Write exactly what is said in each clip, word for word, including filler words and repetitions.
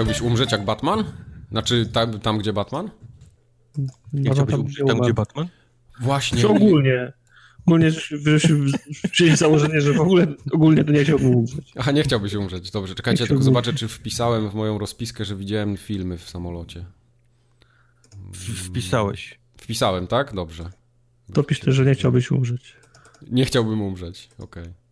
chciałbyś umrzeć jak Batman? Znaczy tam, tam gdzie Batman? Nie chciałbyś umrzeć tam, gdzie Batman? Właśnie. Czy ogólnie? Ogólnie przyjęli założenie, że w ogóle ogólnie to nie chciałbym umrzeć. Aha, nie chciałbyś umrzeć. Dobrze, czekajcie, tylko zobaczę, czy wpisałem w moją rozpiskę, że widziałem filmy w samolocie. Wpisałeś. Wpisałem, tak? Dobrze. To pisz, że nie chciałbyś umrzeć. Nie chciałbym umrzeć, okej. Okay.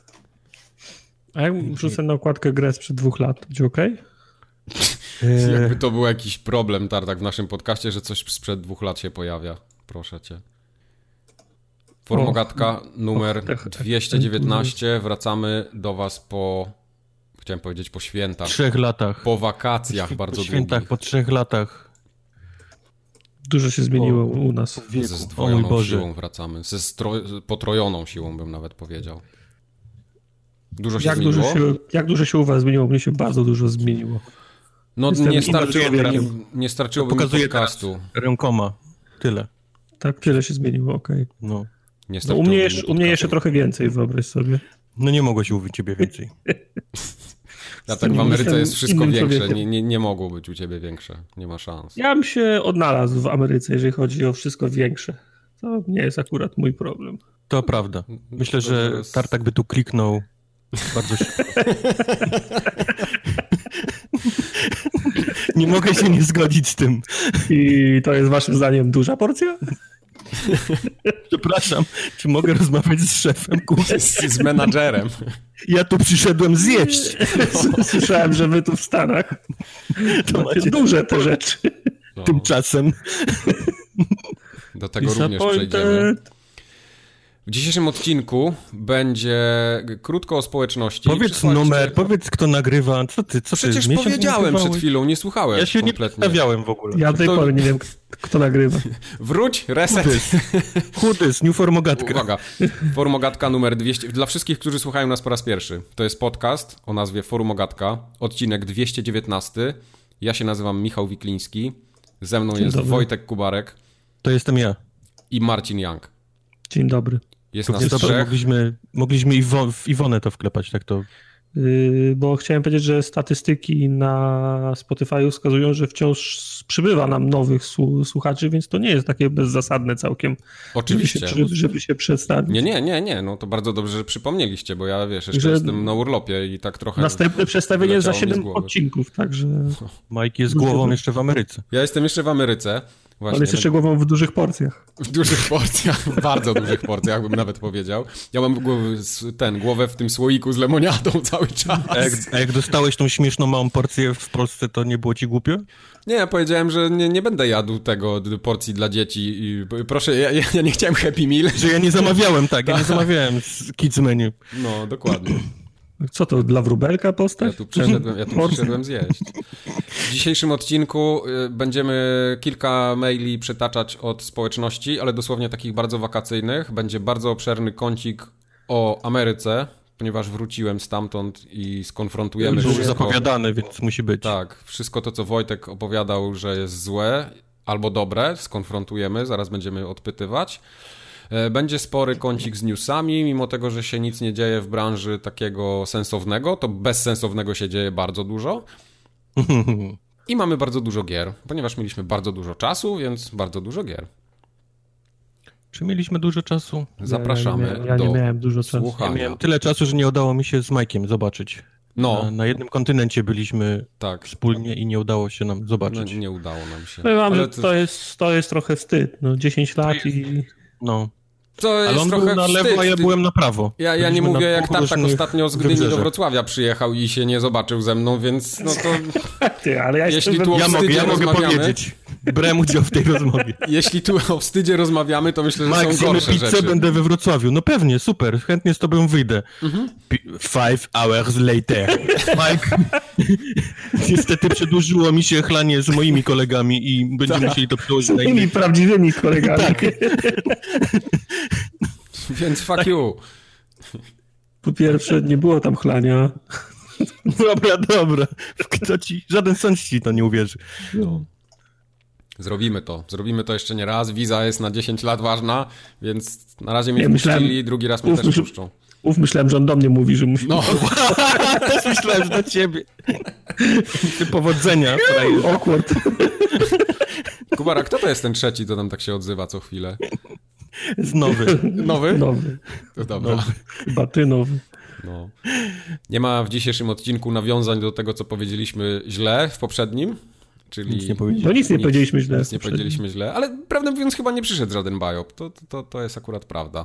A jak wrzucę na okładkę grę sprzed dwóch lat, będzie okej? Okay? Jakby to był jakiś problem, Tartak, w naszym podcaście, że coś sprzed dwóch lat się pojawia. Proszę cię. Formogatka numer dwieście dziewiętnaście. Wracamy do was po... Chciałem powiedzieć po świętach. Trzech latach. Po wakacjach bardzo długich. Po świętach, po trzech latach. Dużo się zmieniło po, u nas. Ze zdwojoną siłą wracamy. Ze stro- potrojoną siłą bym nawet powiedział. Dużo się jak zmieniło? Dużo się, jak dużo się u was zmieniło? Mnie się bardzo dużo zmieniło. No nie starczyłoby, nie, nie starczyłoby mi podcastu. Rękoma. Tyle. Tak, tyle się zmieniło, okej. Okay. No. Nie no u mnie, jeszcze, u mnie jeszcze trochę więcej, wyobraź sobie. No nie mogło się u ciebie więcej. Ja tak w Ameryce jest wszystko większe. Nie, nie, nie mogło być u ciebie większe. Nie ma szans. Ja bym się odnalazł w Ameryce, jeżeli chodzi o wszystko większe. To nie jest akurat mój problem. To prawda. Myślę, że jest... Tartak by tu kliknął bardzo szybko. Nie mogę się nie zgodzić z tym. I to jest waszym zdaniem duża porcja? Przepraszam, czy mogę rozmawiać z szefem kuchni? Z, z menadżerem. Ja tu przyszedłem zjeść. No. Słyszałem, że wy tu w Stanach to macie duże te rzeczy. No. Tymczasem. Do tego również przejdziemy. W dzisiejszym odcinku będzie krótko o społeczności. Powiedz numer, powiedz kto nagrywa. Co ty, co Przecież ty, powiedziałem przed chwilą, nie słuchałeś. Ja się kompletnie. nie przedstawiałem w ogóle. Ja do tej to... pory nie wiem, kto nagrywa. Wróć, reset. Chudys, New Formogatka. Uwaga, Formogatka numer dwieście. Dla wszystkich, którzy słuchają nas po raz pierwszy. To jest podcast o nazwie Formogatka, odcinek dwieście dziewiętnaście. Ja się nazywam Michał Wikliński. Ze mną Dzień jest dobry. Wojtek Kubarek. To jestem ja. I Marcin Young. Dzień dobry. Jest to nas trzech. Mogliśmy, mogliśmy Iwo, w Iwonę to wklepać, tak to... Yy, bo chciałem powiedzieć, że statystyki na Spotify wskazują, że wciąż przybywa nam nowych słuchaczy, więc to nie jest takie bezzasadne całkiem. Oczywiście. Żeby się, żeby się przedstawić. Nie, nie, nie, nie. No to bardzo dobrze, że przypomnieliście, bo ja, wiesz, jeszcze że jestem na urlopie i tak trochę... Następne przedstawienie jest za siedem odcinków, także... Mike jest głową jeszcze w Ameryce. Ja jestem jeszcze w Ameryce. Właśnie, ale jest jeszcze głową w dużych porcjach. W dużych porcjach, w bardzo dużych porcjach bym nawet powiedział. Ja mam ten, głowę w tym słoiku z lemoniadą cały czas. A jak, a jak dostałeś tą śmieszną małą porcję w Polsce, to nie było ci głupio? Nie, ja powiedziałem, że nie, nie będę jadł tego porcji dla dzieci. I proszę, ja, ja nie chciałem Happy Meal. Że ja nie zamawiałem, tak, ja nie zamawiałem z kids menu. No, dokładnie. Co to, dla wróbelka postać? Ja tu przyszedłem, ja tu przyszedłem zjeść. W dzisiejszym odcinku będziemy kilka maili przetaczać od społeczności, ale dosłownie takich bardzo wakacyjnych. Będzie bardzo obszerny kącik o Ameryce, ponieważ wróciłem stamtąd i skonfrontujemy wszystko. Był zapowiadany, więc musi być. Tak, wszystko to, co Wojtek opowiadał, że jest złe albo dobre, skonfrontujemy, zaraz będziemy odpytywać. Będzie spory kącik z newsami, mimo tego, że się nic nie dzieje w branży takiego sensownego, to bezsensownego się dzieje bardzo dużo. I mamy bardzo dużo gier, ponieważ mieliśmy bardzo dużo czasu, więc bardzo dużo gier. Czy mieliśmy dużo czasu? Zapraszamy ja, ja, ja do nie miałem dużo czasu. słuchania. Ja miałem tyle czasu, że nie udało mi się z Majkiem zobaczyć. No. Na, na jednym kontynencie byliśmy tak. wspólnie i nie udało się nam zobaczyć. No, nie udało nam się. Powiem wam, że to... To, jest, to jest trochę wstyd. No, dziesięć lat i... No. To jest ale on trochę był na wstyd. lewo, a ja byłem na prawo. Ja, ja nie mówię, jak Tartak ostatnio z Gdyni do Wrocławia przyjechał i się nie zobaczył ze mną, więc no to... Ty, ale ja jeśli jestem... tu o ja wstydzie mogę, ja rozmawiamy... mogę powiedzieć. Brałem udział w tej rozmowie. Jeśli tu o wstydzie rozmawiamy, to myślę, że Mike, są gorsze pizzę, rzeczy. Będę we Wrocławiu. No pewnie, super. Chętnie z tobą wyjdę. Mhm. Five hours later. Mike, niestety przedłużyło mi się chlanie z moimi kolegami i będziemy musieli to przełożyć na innymi prawdziwymi kolegami. Tak. Więc fuck you. Po pierwsze, nie było tam chlania. Dobra, dobra. Kto ci, żaden sąd ci to nie uwierzy. No. Zrobimy to. Zrobimy to jeszcze nie raz. Wiza jest na dziesięć lat ważna, więc na razie mnie ja wpuścili, myślałem, drugi raz mnie też puszczą. Uf, myślałem, że on do mnie mówi, że musi... No, Też myślałem, że do ciebie. Powodzenia. Awkward. Kubara, kto to jest ten trzeci, to tam tak się odzywa co chwilę? Z nowy. Nowy? Nowy. To dobra. Nowy. Chyba ty nowy. No. Nie ma w dzisiejszym odcinku nawiązań do tego, co powiedzieliśmy źle w poprzednim. Czyli Nic nie powiedzieliśmy. No nic nie powiedzieliśmy źle. Nic nie powiedzieliśmy źle, ale prawdę mówiąc chyba nie przyszedł żaden biop. To, to, to jest akurat prawda.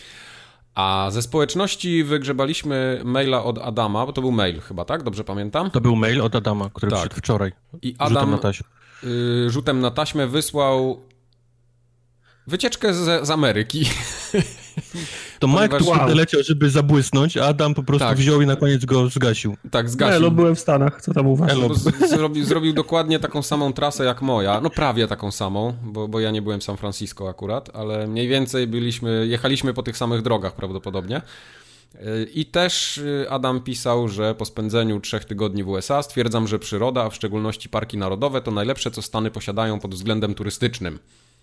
A ze społeczności wygrzebaliśmy maila od Adama, bo to był mail chyba, tak? Dobrze pamiętam? To był mail od Adama, który Tak. przyszedł wczoraj. I Rzutem Adam na taśmę. y, rzutem na taśmę wysłał wycieczkę z, z Ameryki. To Mike Ponieważ- tu Wow. leciał, żeby zabłysnąć, a Adam po prostu Tak. wziął i na koniec go zgasił. Tak, Elo, zgasił. byłem w Stanach, co tam u was? Elo. Bo z- zrobił, zrobił dokładnie taką samą trasę jak moja, no prawie taką samą, bo, bo ja nie byłem w San Francisco akurat, ale mniej więcej byliśmy, jechaliśmy po tych samych drogach prawdopodobnie. I też Adam pisał, że po spędzeniu trzech tygodni w U S A stwierdzam, że przyroda, a w szczególności parki narodowe to najlepsze, co Stany posiadają pod względem turystycznym.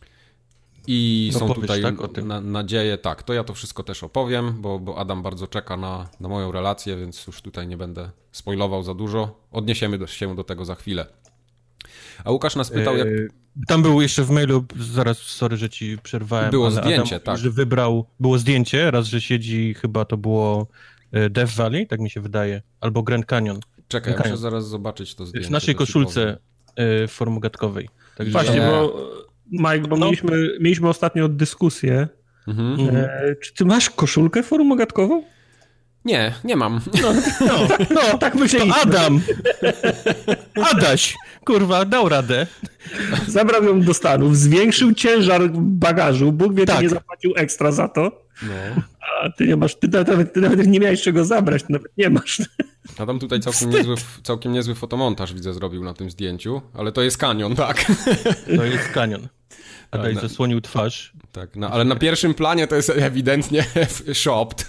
I No są powiedz, tutaj tak, o tym. na, nadzieje, tak, to ja to wszystko też opowiem, bo, bo Adam bardzo czeka na, na moją relację, więc już tutaj nie będę spoilował za dużo. Odniesiemy do, się do tego za chwilę. A Łukasz nas pytał, jak... Eee, Tam było jeszcze w mailu, zaraz, sorry, że ci przerwałem. Było ale zdjęcie, Adam, tak. Że wybrał, było zdjęcie, raz, że siedzi, chyba to było e, Death Valley, tak mi się wydaje, albo Grand Canyon. Czekaj, ja Grand muszę zaraz zobaczyć to zdjęcie. W naszej to ci koszulce e, formogatkowej. Także Właśnie, Nie. bo Mike, bo No. mieliśmy, mieliśmy ostatnio dyskusję. powiem. Mhm. Mhm. E, czy ty masz koszulkę forumogatkową? Nie, nie mam. No, no tak myśleliśmy. Adam! Adaś! Kurwa, dał radę. Zabrał ją do Stanów, zwiększył ciężar bagażu, Bóg wie, Tak. czy nie zapłacił ekstra za to, No. a ty nie masz, ty nawet, ty nawet nie miałeś czego zabrać, ty nawet nie masz. Adam tutaj całkiem niezły, całkiem niezły fotomontaż, widzę, zrobił na tym zdjęciu, ale to jest kanion, tak. To jest kanion. Adaś no. zasłonił twarz. Tak, no, ale na pierwszym planie to jest ewidentnie shopped.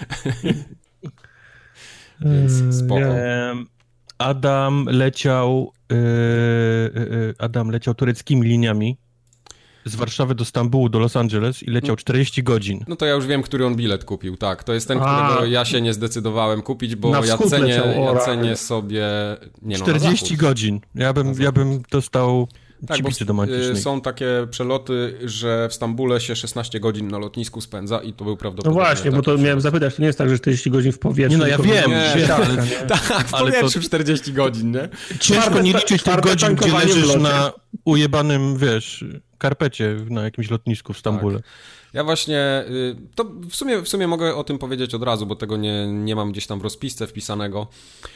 Więc spoko. Em, Adam leciał e, e, e, Adam leciał tureckimi liniami z Warszawy do Stambułu, do Los Angeles i leciał czterdzieści godzin. No to ja już wiem, który on bilet kupił, tak. To jest ten, A. którego ja się nie zdecydowałem kupić, bo Na ja wschód cenię, leciał, o ja rany. cenię sobie... Nie, no, na czterdzieści zachód. godzin. Ja bym, ja bym dostał Tak, bo cibicy do Mantycznej. y, są takie przeloty, że w Stambule się szesnaście godzin na lotnisku spędza i to był No prawdopodobnie właśnie, bo taki to miałem przelot. zapytać, to nie jest tak, że czterdzieści godzin w powietrzu. Nie no, ja tylko- wiem, Nie, wiem, tak, ale nie? Tak, w Ale powietrzu to- czterdzieści godzin, nie? ciężko Czwarte- nie liczyć tych czwarte godzin, gdzie tankowanie w leżysz locie. na ujebanym, wiesz, karpecie na jakimś lotnisku w Stambule. Ja właśnie, y, to w sumie, w sumie mogę o tym powiedzieć od razu, bo tego nie, nie mam gdzieś tam w rozpisce wpisanego.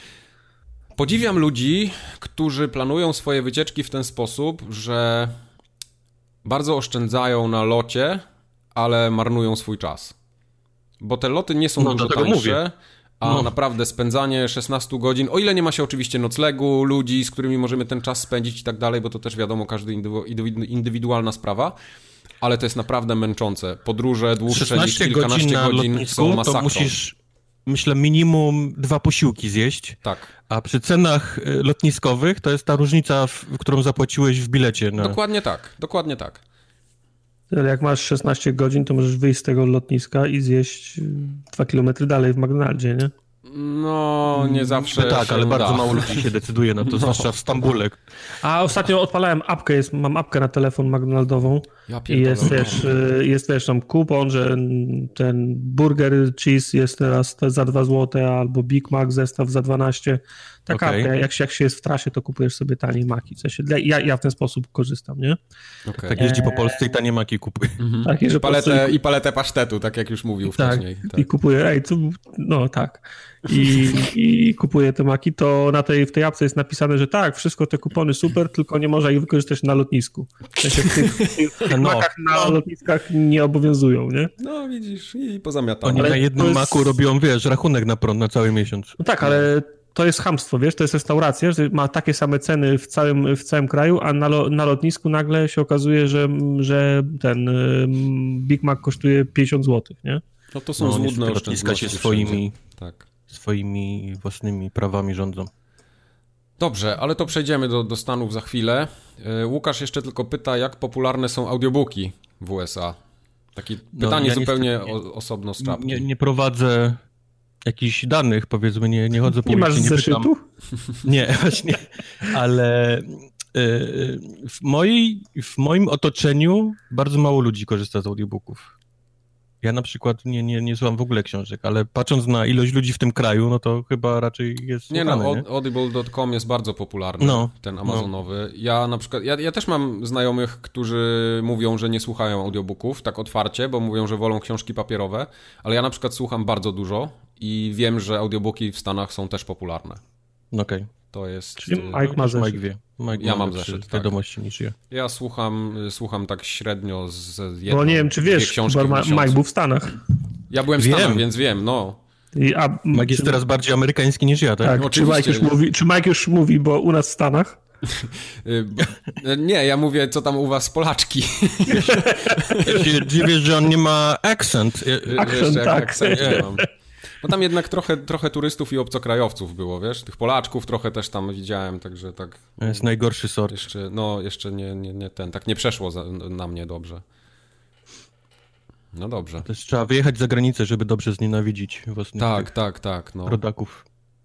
Podziwiam ludzi, którzy planują swoje wycieczki w ten sposób, że bardzo oszczędzają na locie, ale marnują swój czas. Bo te loty nie są No, dużo dlatego tańsze, mówię. a No. naprawdę spędzanie szesnaście godzin, o ile nie ma się oczywiście noclegu, ludzi, z którymi możemy ten czas spędzić i tak dalej, bo to też wiadomo, każdy indywu- indywidu- indywidualna sprawa, ale to jest naprawdę męczące. Podróże dłuższe niż szesnaście kilkanaście godzin na godzin lotnisku, są to masakrą. musisz, myślę, minimum dwa posiłki zjeść. Tak, A przy cenach y, lotniskowych to jest ta różnica, w, którą zapłaciłeś w bilecie. Na... dokładnie tak, dokładnie tak. Ale jak masz szesnaście godzin, to możesz wyjść z tego lotniska i zjeść y, dwa kilometry dalej w McDonaldzie, nie? No, nie zawsze No tak, się ale bardzo da. mało ludzi się decyduje na to, zwłaszcza w Stambule. A ostatnio odpalałem apkę, jest, mam apkę na telefon McDonaldową Ja i pierdolę. jest, wiesz, y, jest, wiesz, tam kupon, że ten burger cheese jest teraz za dwa złote, albo Big Mac zestaw za dwanaście. Taka Okej. apka, jak się, jak się jest w trasie, to kupujesz sobie taniej maki. W sensie, dla- ja, ja w ten sposób korzystam, nie? Okej. Tak jeździ po Polsce i tanie maki kupuje. Takie, że I po prostu- paletę, I paletę pasztetu, tak jak już mówił Tak, wcześniej. i kupuję, ej, co, no tak, I, i kupuję te maki, to na tej, w tej apce jest napisane, że tak, wszystko te kupony super, tylko nie można ich wykorzystać na lotnisku. W sensie w tych, w tych, w tych No, makach na lotniskach nie obowiązują, nie? No widzisz, i pozamiatane. Oni Ale na to jednym jest- maku robią, wiesz, rachunek na prąd na cały miesiąc. No tak, ale to jest chamstwo, wiesz, to jest restauracja, że ma takie same ceny w całym, w całym kraju, a na, lo, na lotnisku nagle się okazuje, że, że ten ym, Big Mac kosztuje pięćdziesiąt złotych, nie? No to są No, złudne niestety lotniska oszczędności się swoimi, wszędzie. Tak. swoimi własnymi prawami rządzą. Dobrze, ale to przejdziemy do, do Stanów za chwilę. Yy, Łukasz jeszcze tylko pyta, jak popularne są audiobooki w U S A. Takie pytanie no, ja zupełnie niestety, o, osobno z czapki. Nie, nie prowadzę jakichś danych, powiedzmy, nie, nie chodzę po nie ulicy, masz nie zeszytu? pytam. Nie, właśnie, ale w, mojej, w moim otoczeniu bardzo mało ludzi korzysta z audiobooków. Ja na przykład nie, nie, nie słucham w ogóle książek, ale patrząc na ilość ludzi w tym kraju, no to chyba raczej jest Nie słuchane, no, nie? audible kropka com jest bardzo popularny, no, ten amazonowy. No. Ja na przykład, ja, ja też mam znajomych, którzy mówią, że nie słuchają audiobooków tak otwarcie, bo mówią, że wolą książki papierowe, ale ja na przykład słucham bardzo dużo i wiem, że audiobooki w Stanach są też popularne. Okej. Okay. To jest... Czyli Mike ma zeszyt. Mike wie. Mike ja ma mam zeszyt, tak. wiadomości niż ja. Ja słucham, słucham tak średnio z jedną, bo nie wiem, czy wiesz, bo Mike był w Stanach. Ja byłem w wiem. Stanach, więc wiem, no. I, a, Mike jest czy, teraz bardziej amerykański niż ja, tak? tak no, czy, Mike już mówi, czy Mike już mówi, bo u nas w Stanach? Nie, ja mówię, co tam u was Polaczki. Ja się dziwię, że on nie ma accent. Accent, tak. Akcent nie mam. No tam jednak trochę, trochę turystów i obcokrajowców było, wiesz? Tych Polaczków trochę też tam widziałem, także tak... To jest najgorszy sort. Jeszcze, no, jeszcze nie, nie, nie ten, tak nie przeszło za, na mnie dobrze. No dobrze. Też trzeba wyjechać za granicę, żeby dobrze znienawidzić własnych Tak, tak, tak. No. rodaków.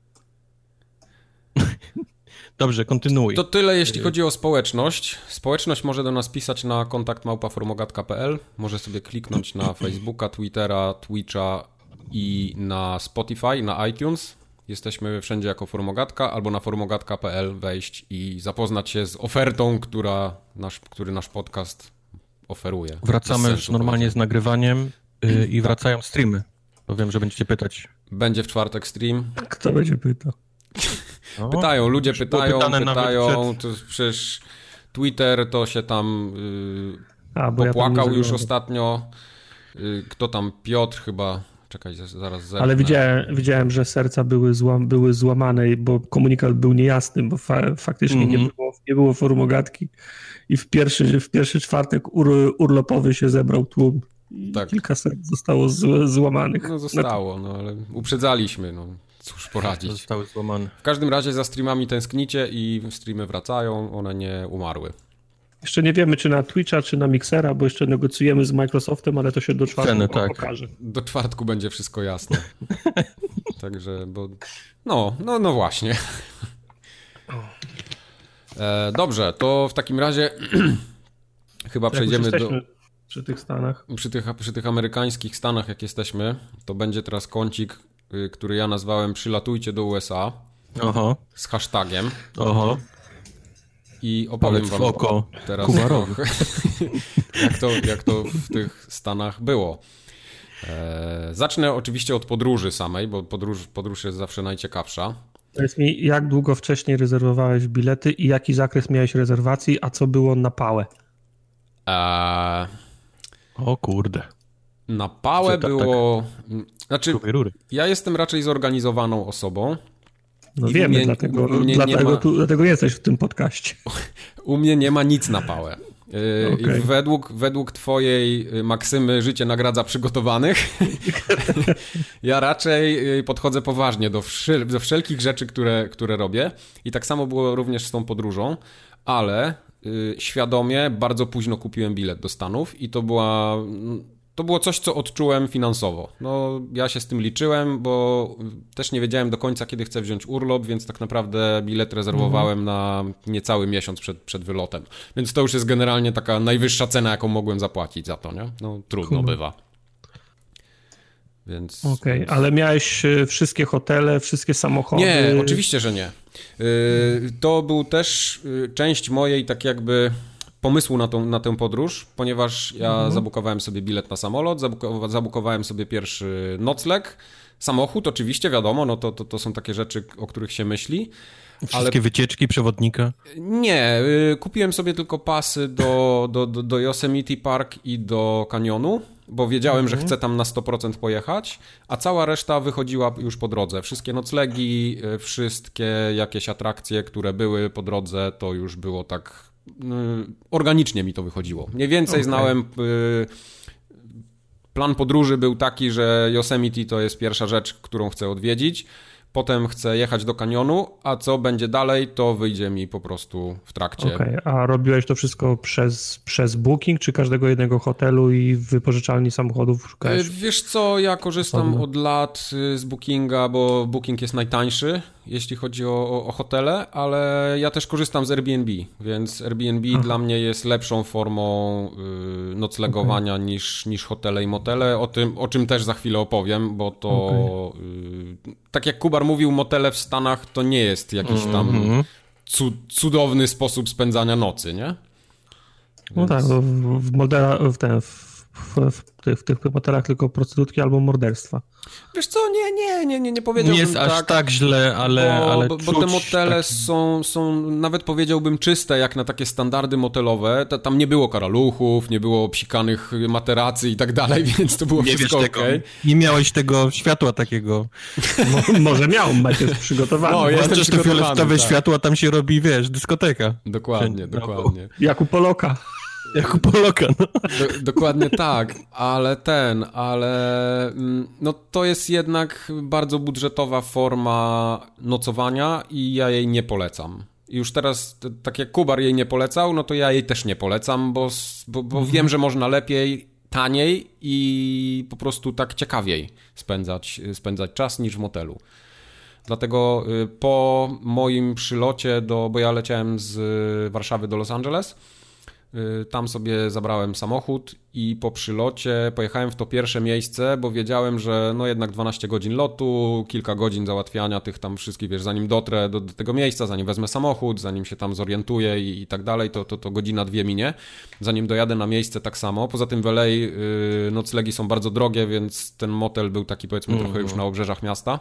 Dobrze, kontynuuj. To tyle, jeśli chodzi o społeczność. Społeczność może do nas pisać na kontakt małpa formogat kropka p l. Może sobie kliknąć na Facebooka, Twittera, Twitcha i na Spotify, na iTunes. Jesteśmy wszędzie jako Formogatka, albo na formogat kropka p l wejść i zapoznać się z ofertą, która nasz, który nasz podcast oferuje. Wracamy już normalnie z nagrywaniem yy, i wracają streamy. Bo wiem, że będziecie pytać. Będzie w czwartek stream. Kto będzie pytał? O, pytają, ludzie pytają, pytają. Przed... To przecież Twitter to się tam yy, A, popłakał ja już ostatnio. Yy, kto tam? Piotr chyba. Czekaj, zaraz zerknę. Ale widziałem, widziałem, że serca były, złam, były złamane, bo komunikat był niejasny, bo fa faktycznie mm-hmm. nie, było, nie było Formogatki i w pierwszy, w pierwszy czwartek ur, urlopowy się zebrał tłum i tak. kilka serc zostało z, złamanych. No zostało, no ale uprzedzaliśmy, no cóż poradzić. Zostały złamane. W każdym razie za streamami tęsknicie i streamy wracają, one nie umarły. Jeszcze nie wiemy, czy na Twitcha, czy na Mixera, bo jeszcze negocjujemy z Microsoftem, ale to się do czwartku Ceny, tak. pokaże. Do czwartku będzie wszystko jasne. Także, bo... No, no, no właśnie. E, dobrze, to w takim razie chyba jak przejdziemy do... Przy tych Stanach. Przy tych, przy tych amerykańskich Stanach, jak jesteśmy, to będzie teraz kącik, który ja nazwałem Przylatujcie do U S A. Oho. Z hashtagiem. Oho. I opowiem wam oko teraz, jak to, jak to w tych Stanach było. E, zacznę oczywiście od podróży samej, bo podróż, podróż jest zawsze najciekawsza. Powiedz mi, jak długo wcześniej rezerwowałeś bilety i jaki zakres miałeś rezerwacji, a co było na pałę? E, o kurde. Na pałę tak, było... Tak. Znaczy, ja jestem raczej zorganizowaną osobą. No I wiemy, mnie, dlatego, dlatego, ma... tu, dlatego jesteś w tym podcaście. U mnie nie ma nic na pałę. Yy, okay. według, według twojej maksymy życie nagradza przygotowanych. Ja raczej podchodzę poważnie do, wszel do wszelkich rzeczy, które, które robię. I tak samo było również z tą podróżą, ale yy, świadomie bardzo późno kupiłem bilet do Stanów i to była... To było coś, co odczułem finansowo. No, ja się z tym liczyłem, bo też nie wiedziałem do końca, kiedy chcę wziąć urlop, więc tak naprawdę bilet rezerwowałem mm. na niecały miesiąc przed, przed wylotem. Więc to już jest generalnie taka najwyższa cena, jaką mogłem zapłacić za to, nie? No, trudno cool. bywa. Więc... Okej, okay. więc... ale miałeś wszystkie hotele, wszystkie samochody? Nie, oczywiście, że nie. Yy, to był też część mojej tak jakby... pomysłu na, tą, na tę podróż, ponieważ ja mhm. zabukowałem sobie bilet na samolot, zabuko, zabukowałem sobie pierwszy nocleg, samochód oczywiście, wiadomo, no to, to, to są takie rzeczy, o których się myśli. Wszystkie ale... wycieczki przewodnika? Nie, y, kupiłem sobie tylko pasy do, do, do, do Yosemite Park i do kanionu, bo wiedziałem, mhm. że chcę tam na sto procent pojechać, a cała reszta wychodziła już po drodze. Wszystkie noclegi, wszystkie jakieś atrakcje, które były po drodze, to już było tak... organicznie mi to wychodziło. Mniej więcej okay. znałem... Plan podróży był taki, że Yosemite to jest pierwsza rzecz, którą chcę odwiedzić. potem chcę jechać do kanionu, a co będzie dalej, to wyjdzie mi po prostu w trakcie. Okej, okay. A robiłeś to wszystko przez, przez Booking, czy każdego jednego hotelu i wypożyczalni samochodów szukałeś? Wiesz co, ja korzystam osobno. od lat z Bookinga, bo Booking jest najtańszy, jeśli chodzi o, o, o hotele, ale ja też korzystam z Airbnb, więc Airbnb Aha. dla mnie jest lepszą formą y, noclegowania okay. niż, niż hotele i motele, o tym, o czym też za chwilę opowiem, bo to okay. y, tak jak Kubar mówił, motele w Stanach to nie jest jakiś tam mm-hmm. cu, cudowny sposób spędzania nocy, nie? Więc... No tak, w, w, modela, w, ten, w, w, w, tych, w tych motelach tylko prostytutki albo morderstwa. Wiesz co, nie, nie, nie, nie, nie powiedziałbym Nie jest tak, aż tak źle, ale bo, ale bo, bo te motele taki... są, są, nawet powiedziałbym czyste, jak na takie standardy motelowe. Ta, tam nie było karaluchów, nie było psikanych materacy i tak dalej, więc to było nie wszystko okej. Okay. Nie miałeś tego światła takiego. Mo, może miał, Mike jest przygotowany. No, jestem Chociaż to fioletowe tak. światło, tam się robi, wiesz, dyskoteka. Dokładnie, Wszędzie. dokładnie. Jak u Poloka. Jak u Poloka, no. Do, dokładnie tak, ale ten, ale no to jest jednak bardzo budżetowa forma nocowania i ja jej nie polecam. I już teraz, tak jak Kubar jej nie polecał, no to ja jej też nie polecam, bo, bo, bo mhm. wiem, że można lepiej, taniej i po prostu tak ciekawiej spędzać, spędzać czas niż w motelu. Dlatego po moim przylocie do, bo ja leciałem z Warszawy do Los Angeles, tam sobie zabrałem samochód i po przylocie pojechałem w to pierwsze miejsce, bo wiedziałem, że no jednak dwanaście godzin lotu, kilka godzin załatwiania tych tam wszystkich, wiesz, zanim dotrę do, do tego miejsca, zanim wezmę samochód, zanim się tam zorientuję i, i tak dalej, to, to, to godzina, dwie minie, zanim dojadę na miejsce tak samo. Poza tym w L A yy, noclegi są bardzo drogie, więc ten motel był taki powiedzmy mm. trochę już na obrzeżach miasta.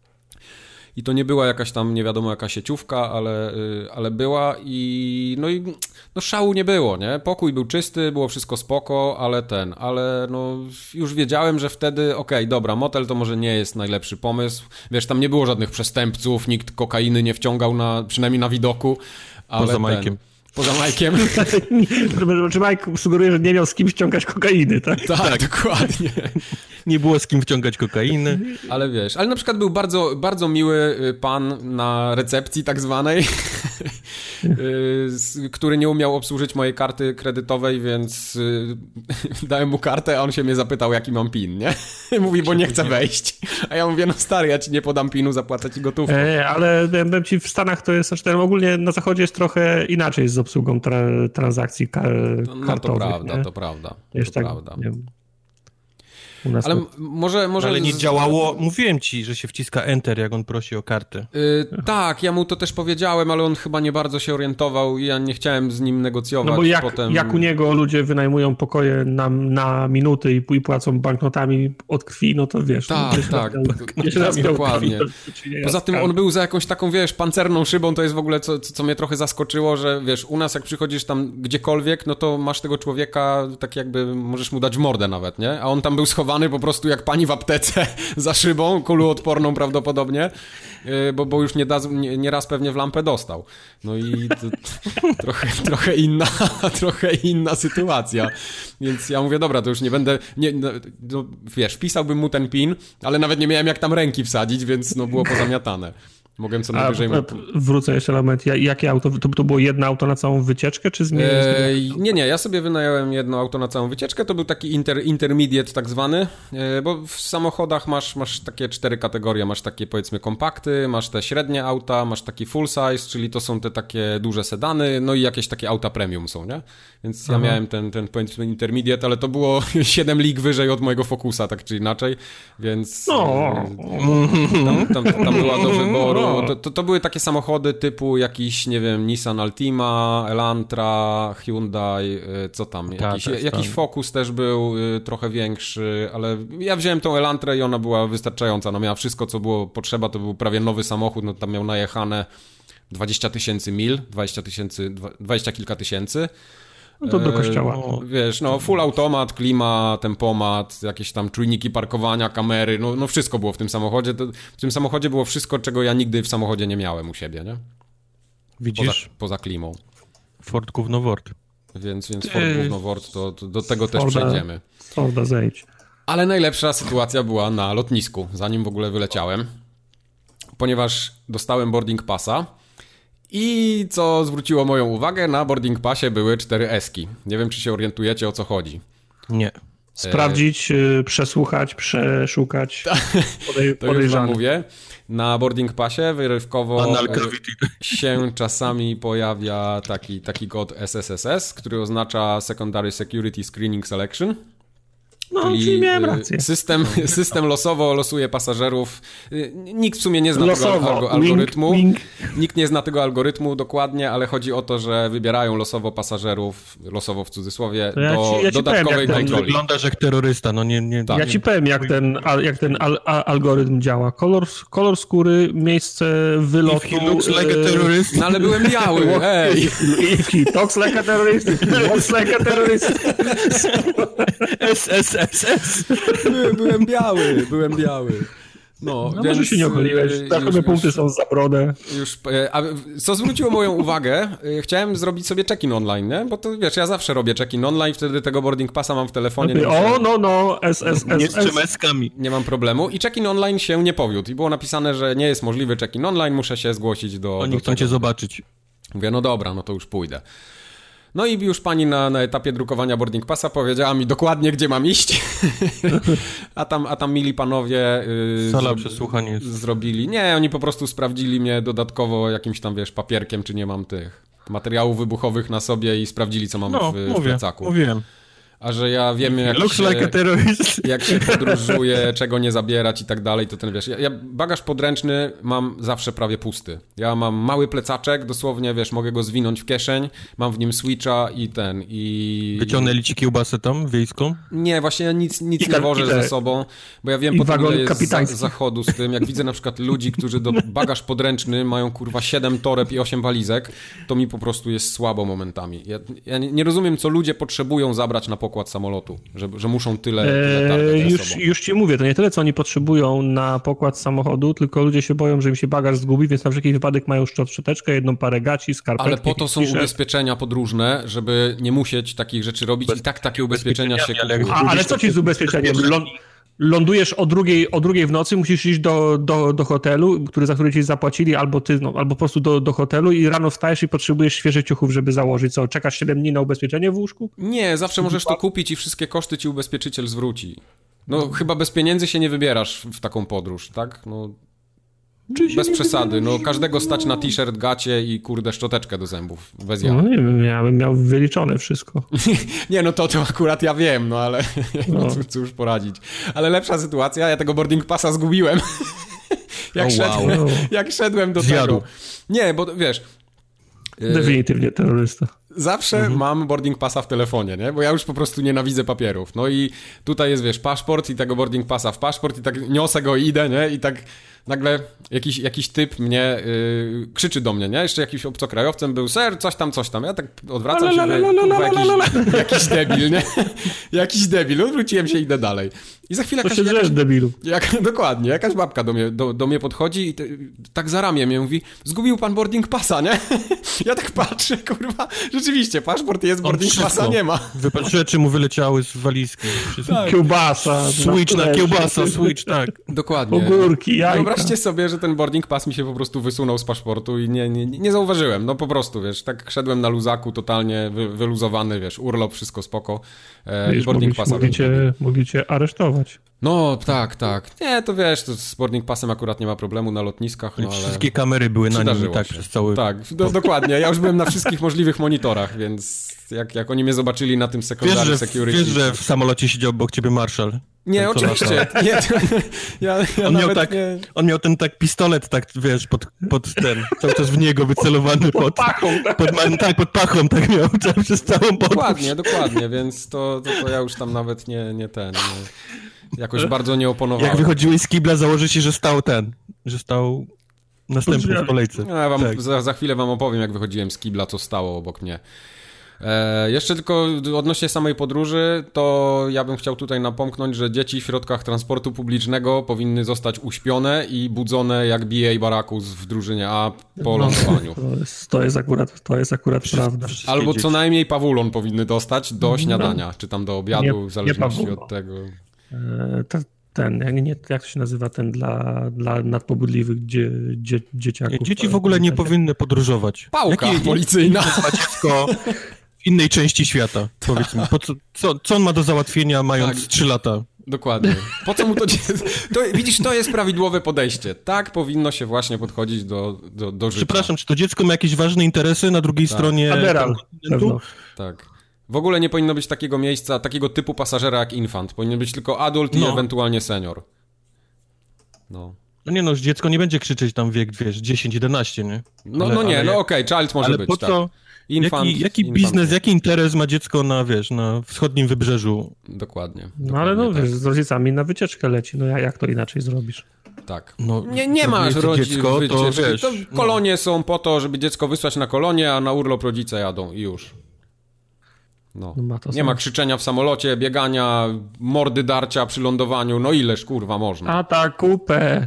I to nie była jakaś tam, nie wiadomo jaka sieciówka, ale, ale była i no i no szału nie było, nie? Pokój był czysty, było wszystko spoko, ale ten, ale no już wiedziałem, że wtedy okej, okay, dobra, motel to może nie jest najlepszy pomysł. Wiesz, tam nie było żadnych przestępców, nikt kokainy nie wciągał, na, przynajmniej na widoku. Ale Poza Majkiem. Poza Majkiem. Czy Mike sugeruje, że nie miał z kim ściągać kokainy, tak? Tak, tak. Dokładnie. Nie było z kim wciągać kokainy. Ale wiesz, ale na przykład był bardzo, bardzo miły pan na recepcji tak zwanej, który nie umiał obsłużyć mojej karty kredytowej, więc dałem mu kartę, a on się mnie zapytał, jaki mam PIN, nie? Mówi, bo nie chcę wejść. A ja mówię, no stary, ja ci nie podam PIN-u, zapłacę ci gotówką. E, ale powiem ci, w Stanach to jest, znaczy ogólnie na zachodzie jest trochę inaczej z obsługą tra- transakcji kar- no, kartowych. No to prawda, nie? to prawda. Wiesz, to tak, prawda. Nie wiem. Ale to... może, może... Ale nie działało, mówiłem ci, że się wciska Enter, jak on prosi o kartę. Yy, tak, ja mu to też powiedziałem, ale on chyba nie bardzo się orientował i ja nie chciałem z nim negocjować. No bo jak, potem... jak u niego ludzie wynajmują pokoje na, na minuty i, i płacą banknotami od krwi, no to wiesz. Tak, no, tak, raz tak dokładnie. Krwi, Poza tym on był za jakąś taką, wiesz, pancerną szybą, to jest w ogóle co, co mnie trochę zaskoczyło, że wiesz, u nas jak przychodzisz tam gdziekolwiek, no to masz tego człowieka, tak jakby możesz mu dać w mordę nawet, nie? A on tam był schowany po prostu jak pani w aptece za szybą, kuluodporną prawdopodobnie, bo, bo już nie, da, nie, nie raz pewnie w lampę dostał. No i to, trochę, trochę inna trochę inna sytuacja. Więc ja mówię, dobra, to już nie będę, nie, no, no, wiesz, wpisałbym mu ten PIN, ale nawet nie miałem jak tam ręki wsadzić, więc no było pozamiatane. Mogłem co najwyżej... A, wrócę jeszcze na moment. Jakie auto? To, to było jedno auto na całą wycieczkę, czy zmieniłeś? Eee, nie, nie. Ja sobie wynająłem jedno auto na całą wycieczkę. To był taki inter, intermediate tak zwany, eee, bo w samochodach masz, masz takie cztery kategorie. Masz takie powiedzmy kompakty, masz te średnie auta, masz taki full size, czyli to są te takie duże sedany, no i jakieś takie auta premium są, nie? Więc ja Aha. miałem ten, ten powiedzmy intermediate, ale to było siedem lig wyżej od mojego Focusa, tak czy inaczej, więc no. tam, tam, tam była do wyboru. To, to, to były takie samochody typu jakiś, nie wiem, Nissan Altima, Elantra, Hyundai, co tam, jakiś, Ta, jakiś Focus też był trochę większy, ale ja wziąłem tą Elantrę i ona była wystarczająca, no miała wszystko, co było potrzeba, to był prawie nowy samochód, no tam miał najechane dwadzieścia tysięcy mil, dwadzieścia tysięcy, dwadzieścia kilka tysięcy. No to do kościoła. No, wiesz, no full automat, klima, tempomat, jakieś tam czujniki parkowania, kamery, no, no wszystko było w tym samochodzie. To, w tym samochodzie było wszystko, czego ja nigdy w samochodzie nie miałem u siebie, nie? Widzisz? Poza, poza klimą. Ford Gównowort. Więc, więc Ford Gównowort, to, to do tego Forda, też przejdziemy. Forda zejdź. Ale najlepsza sytuacja była na lotnisku, zanim w ogóle wyleciałem. ponieważ dostałem boarding passa i co zwróciło moją uwagę, na boarding passie były cztery eski. Nie wiem, czy się orientujecie, o co chodzi. Nie. Sprawdzić, e... przesłuchać, przeszukać. Podej- to już wam mówię. Na boarding passie wyrywkowo się czasami pojawia taki, taki kod S S S S, który oznacza Secondary Security Screening Selection. No, czyli, czyli miałem rację. System, system losowo losuje pasażerów. Nikt w sumie nie zna losowo. tego algo, algorytmu. Wink, wink. Nikt nie zna tego algorytmu dokładnie, ale chodzi o to, że wybierają losowo pasażerów, losowo w cudzysłowie, ja do ci, ja ci dodatkowej powiem, kontroli. Wyglądasz jak terrorysta, no nie... nie tak. Ja ci powiem, jak ten, jak ten al, al, algorytm działa. Kolor, kolor skóry, miejsce wylotu... If he looks like a terrorist. No ale byłem biały, hej! If he talks like a terrorist, if he walks like a terrorist. S S S S. By, byłem biały, byłem biały. No, no więc, może się nie ochyliłeś. Takowe punkty są za brodę. Już, a co zwróciło moją uwagę, chciałem zrobić sobie check-in online, nie? Bo to wiesz, ja zawsze robię check-in online, wtedy tego boarding passa mam w telefonie. No, o, no, no, S S S. Nie z trzymeskami. Nie mam problemu i check-in online się nie powiódł. I było napisane, że nie jest możliwy check-in online, muszę się zgłosić do... Oni do chcą cię zobaczyć. Mówię, no dobra, no to już pójdę. No i już pani na, na etapie drukowania boarding passa powiedziała mi dokładnie, gdzie mam iść. a, tam, a tam mili panowie yy, Sala zro- przesłuchań jest. zrobili. Nie, oni po prostu sprawdzili mnie dodatkowo jakimś tam, wiesz, papierkiem, czy nie mam tych materiałów wybuchowych na sobie i sprawdzili, co mam no, w, w mówię, plecaku. Mówiłem. A że ja wiem, jak Looks się, like a terrorist. jak się podróżuje, czego nie zabierać i tak dalej, to ten, wiesz, ja, ja bagaż podręczny mam zawsze prawie pusty. Ja mam mały plecaczek, dosłownie, wiesz, mogę go zwinąć w kieszeń, mam w nim switcha i ten, i... Wyciągnęli ci kiełbasę tam, wiejską? Nie, właśnie ja nic, nic I nie wożę ze sobą, bo ja wiem, po ile jest za, zachodu z tym. Jak widzę na przykład ludzi, którzy do bagaż podręczny mają, kurwa, siedem toreb i osiem walizek, to mi po prostu jest słabo momentami. Ja, ja nie rozumiem, co ludzie potrzebują zabrać na pokład samolotu, że, że muszą tyle, tyle targać eee, ze już, sobą. już ci mówię, to nie tyle, co oni potrzebują na pokład samochodu, tylko ludzie się boją, że im się bagaż zgubi, więc na wszelki wypadek mają szczot, szczoteczkę, jedną parę gaci, skarpetki. Ale po to są t-shirt. ubezpieczenia podróżne, żeby nie musieć takich rzeczy robić i tak takie ubezpieczenia się kupują. A, ale co ci z ubezpieczeniem? Ląd, lądujesz o drugiej, o drugiej w nocy, musisz iść do, do, do hotelu, który, za który ci zapłacili, albo ty, no, albo po prostu do, do hotelu i rano wstajesz i potrzebujesz świeżych ciuchów, żeby założyć. Co, czekasz siedem dni na ubezpieczenie w łóżku? Nie, zawsze możesz to kupić i wszystkie koszty ci ubezpieczyciel zwróci. No chyba bez pieniędzy się nie wybierasz w taką podróż, tak? No bez przesady, no każdego stać na t-shirt, gacie i kurde szczoteczkę do zębów, bez ja. No nie wiem, ja bym miał wyliczone wszystko. Nie, no to, to akurat ja wiem, no ale no. cóż poradzić. Ale lepsza sytuacja, ja tego boarding passa zgubiłem. jak, oh, wow. szedłem, jak szedłem do Zjadł. tego. Nie, bo wiesz... Definitywnie terrorysta. Zawsze mhm. mam boarding passa w telefonie, nie? Bo ja już po prostu nienawidzę papierów. No i tutaj jest, wiesz, paszport i tego boarding passa w paszport i tak niosę go i idę, nie? I tak nagle jakiś, jakiś typ mnie yy, krzyczy do mnie, nie? Jeszcze jakiś obcokrajowcem był, ser, coś tam, coś tam. Ja tak odwracam się, jakiś, jakiś debil, nie? Jakiś debil. Odwróciłem się i idę dalej. I za chwilę to jakaś... się drzesz, debilu. Jak, dokładnie. Jakaś babka do mnie, do, do mnie podchodzi i te, tak za ramię mnie mówi, zgubił pan boarding passa, nie? Ja tak patrzę, kurwa, rzeczywiście, paszport jest, boarding passa nie ma. Wypatrzyłem, czy mu wyleciały z walizki. Tak. Kiełbasa. Switch na kiełbasa, switch, tak. Dokładnie. Ogórki, jajka. Wyobraźcie sobie, że ten boarding pass mi się po prostu wysunął z paszportu i nie, nie, nie zauważyłem. No po prostu, wiesz, tak szedłem na luzaku, totalnie wy, wyluzowany, wiesz, urlop, wszystko spoko. E, Wiesz, i boarding mogli, passa. mogli, cię, mogli cię aresztować. No, tak, tak. Nie, to wiesz, to z boarding passem akurat nie ma problemu na lotniskach, no ale... Wszystkie kamery były na nim i tak się. przez cały... Tak, do, dokładnie. Ja już byłem na wszystkich możliwych monitorach, więc jak, jak oni mnie zobaczyli na tym secondary wiesz, security... Wiesz, że w samolocie siedział obok ciebie marszal. Nie, oczywiście. Nie, ja, ja on, miał tak, nie... on miał ten tak pistolet, tak wiesz, pod, pod ten, cały czas w niego wycelowany pod, pod pachą. Tak, pod, tak, pod pachą, tak miał przez całą podróż. Dokładnie, dokładnie, więc to, to, to ja już tam nawet nie, nie ten, nie, jakoś bardzo nie oponowałem. Jak wychodziłeś z kibla, założy się, że stał ten, że stał następny w kolejce. Ja wam, tak. za, za chwilę wam opowiem, jak wychodziłem z kibla, co stało obok mnie. E, jeszcze tylko odnośnie samej podróży, to ja bym chciał tutaj napomknąć, że dzieci w środkach transportu publicznego powinny zostać uśpione i budzone jak B A Barakus w drużynie A po lądowaniu. To jest, to jest akurat, to jest akurat prawda. Albo co najmniej pawulon powinny dostać do śniadania, czy tam do obiadu, nie, w zależności nie od tego. E, to, ten, jak, nie, jak to się nazywa, ten dla, dla nadpobudliwych dzie, dzie, dzieciaków. Dzieci w ogóle nie powinny podróżować. Pałka Jakie, policyjna. Ma dziecko w innej części świata, powiedz mi. Po co, co, co on ma do załatwienia, mając Tak. trzy lata? Dokładnie. Po co mu to, to... Widzisz, to jest prawidłowe podejście. Tak powinno się właśnie podchodzić do, do, do życia. Przepraszam, czy to dziecko ma jakieś ważne interesy na drugiej Tak. stronie Federal, kontynentu? Tak. W ogóle nie powinno być takiego miejsca, takiego typu pasażera jak infant. Powinien być tylko adult i No. ewentualnie senior. No. No nie no, dziecko nie będzie krzyczeć tam wiek, wiesz, dziesięć jedenaście, nie? No, Ale- no nie, ale no jak- okej, okay, child może Ale być, po tak. co? Infant, jaki jaki infant, biznes, nie. jaki interes ma dziecko na, wiesz, na wschodnim wybrzeżu? Dokładnie. No ale no dokładnie wiesz, tak. z rodzicami na wycieczkę leci, no jak to inaczej zrobisz? Tak. No, Nie, nie ma rodzice, rodzin, dziecko, to wiesz, to no. kolonie są po to, żeby dziecko wysłać na kolonie, a na urlop rodzice jadą i już. No. No ma to Nie sens. ma krzyczenia w samolocie, biegania, mordy darcia przy lądowaniu, no ileż kurwa można. A ta kupę!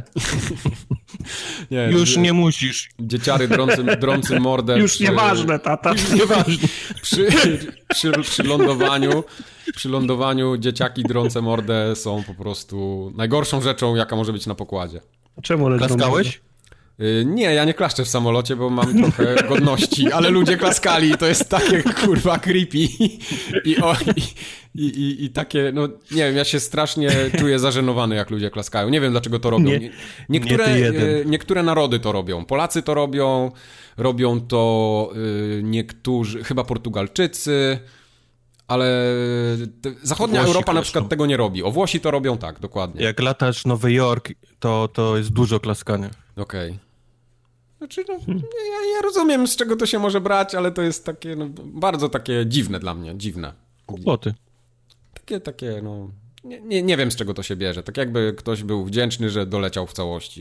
Nie, Już nie musisz. Dzieciary drącym, drącym mordę. Już przy- nieważne, tata. Nieważne. Przy, przy, przy lądowaniu, przy lądowaniu dzieciaki drące mordę są po prostu najgorszą rzeczą, jaka może być na pokładzie. Czemu leżą? Klaskałeś? Yy, Nie, ja nie klaszczę w samolocie, bo mam trochę godności, ale ludzie klaskali i to jest takie kurwa creepy i, o, i, i, i takie, no nie wiem, ja się strasznie czuję zażenowany, jak ludzie klaskają. Nie wiem, dlaczego to robią. Nie, niektóre, nie ty jeden. yy, niektóre narody to robią. Polacy to robią, robią to yy, niektórzy, chyba Portugalczycy, ale te, zachodnia Włosi Europa na klaszczą. przykład tego nie robi. O, Włosi to robią tak, dokładnie. Jak latasz Nowy Jork, to, to jest dużo klaskania. Okej. Znaczy, no, ja, ja rozumiem, z czego to się może brać, ale to jest takie, no, bardzo takie dziwne dla mnie, dziwne. Kłopoty. Takie, takie, no, nie, nie, nie wiem, z czego to się bierze. Tak jakby ktoś był wdzięczny, że doleciał w całości.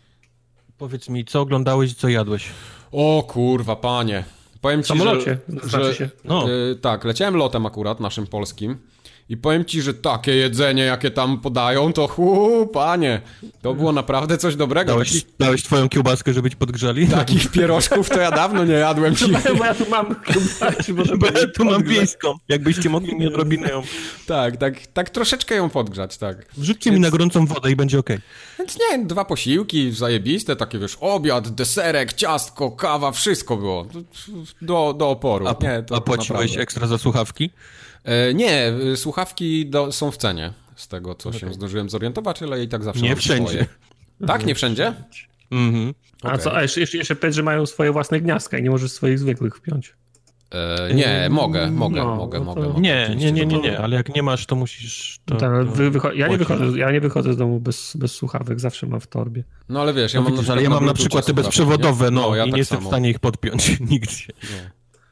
Powiedz mi, co oglądałeś i co jadłeś? O kurwa, panie. Powiem ci, W samolocie, że, znaczy że się. No. y, tak, leciałem lotem akurat, naszym polskim. I powiem ci, że takie jedzenie, jakie tam podają, to hu, panie, to było naprawdę coś dobrego. Dałeś, Takich, dałeś twoją kiełbaskę, żeby ci podgrzali? takich pierożków to ja dawno nie jadłem. Ci. Bo ja tu mam chyba, może Bo ja tu mam wiejską. Jakbyście mogli mi odrobinę ją... Tak, tak, tak troszeczkę ją podgrzać, tak. Wrzućcie mi na gorącą wodę i będzie okej. Więc nie, dwa posiłki zajebiste, takie wiesz, obiad, deserek, ciastko, kawa, wszystko było. Do, do oporu. A, nie, to a płaciłeś naprawdę. ekstra za słuchawki? E, nie, y, słuchawki do, są w cenie, z tego co się zdążyłem zorientować, ale i tak zawsze Nie mam wszędzie. swoje. Tak, nie wszędzie? Mhm. A Okej. co, a jeszcze, jeszcze, jeszcze powiedz, że mają swoje własne gniazdka i nie możesz swoich zwykłych wpiąć. E, nie, mogę, mogę, no, mogę, no mogę, to- mogę. Nie, oczywiście, nie, nie, nie, mogę. nie, ale jak nie masz, to musisz... To, Tak, to... wy, wycho- ja, nie płacisz. wychodzę, ja nie wychodzę z domu bez, bez słuchawek, zawsze mam w torbie. No ale wiesz, ja No mam widzisz, na ale ja przykład mam na Bluetoothie przykład te słuchawki, bezprzewodowe, no, ja i tak nie jestem samo. w stanie ich podpiąć nigdzie. No.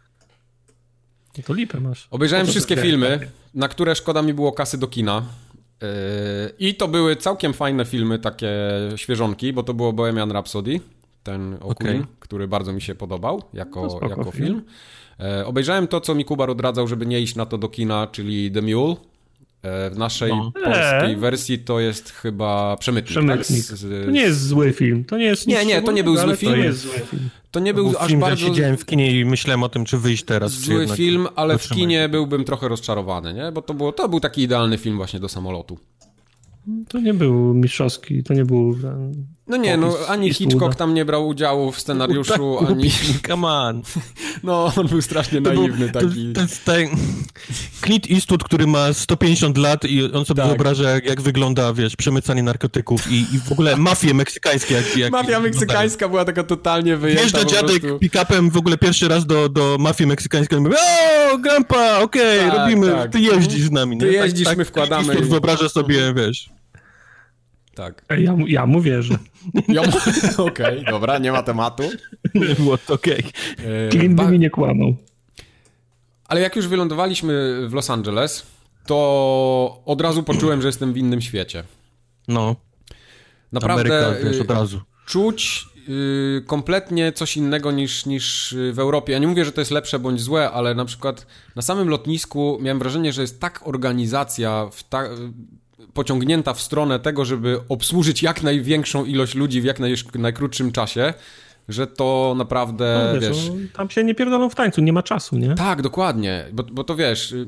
No to lipę masz. Obejrzałem Po co wszystkie to- filmy, na które szkoda mi było kasy do kina. Yy, I to były całkiem fajne filmy, takie świeżonki, bo to było Bohemian Rhapsody, ten o Okej. Queen, który bardzo mi się podobał jako, No spoko jako film. film. E, obejrzałem to, co mi Kubar odradzał, żeby nie iść na to do kina, czyli The Mule. E, w naszej No. polskiej Eee. wersji to jest chyba Przemytnik. Przemytnik. Tak? Z, z, To nie jest zły film. To nie jest Nie, nic nie, to nie był szczególnego, zły ale film. To jest zły film. to nie Był był aż film, że bardzo siedziałem w kinie i myślałem o tym, czy wyjść teraz, czy zły jednak film, ale w dotrzymać. kinie byłbym trochę rozczarowany, nie? Bo to, było, to był taki idealny film właśnie do samolotu. To nie był mistrzowski, to nie był... e, No nie, no Popis ani Eastwooda. Hitchcock tam nie brał udziału w scenariuszu, Tak, ani... Come on. No, on był strasznie To był- naiwny to- taki. To jest ten Clint Eastwood, który ma sto pięćdziesiąt lat i on sobie Tak. wyobraża, jak, jak wygląda, wiesz, przemycanie narkotyków i, i w ogóle mafie meksykańskie. Jak, jak Mafia meksykańska była taka totalnie wyjęta Wjeżdża po dziadek prostu. pick-upem w ogóle pierwszy raz do, do mafii meksykańskiej i mówi: o, grandpa, okej, Tak, robimy, tak. ty jeździsz z nami. Ty nie? jeździsz, tak, my tak, wkładamy. Clint Eastwood wyobraża sobie, wiesz... Tak. Ja, mu- ja mu wierzę. Ja mu... Okej, dobra, nie ma tematu. Nie było to okej. E, Klin by ba- mi nie kłamał. Ale jak już wylądowaliśmy w Los Angeles, to od razu poczułem, że jestem w innym świecie. No, Naprawdę Ameryka, wiesz, y, od razu. czuć y, kompletnie coś innego niż, niż w Europie. Ja nie mówię, że to jest lepsze bądź złe, ale na przykład na samym lotnisku miałem wrażenie, że jest tak organizacja w ta, pociągnięta w stronę tego, żeby obsłużyć jak największą ilość ludzi w jak naj, najkrótszym czasie, że to naprawdę, No, wiesz, wiesz... no, tam się nie pierdolą w tańcu, nie ma czasu, nie? Tak, dokładnie, bo, bo to wiesz... y,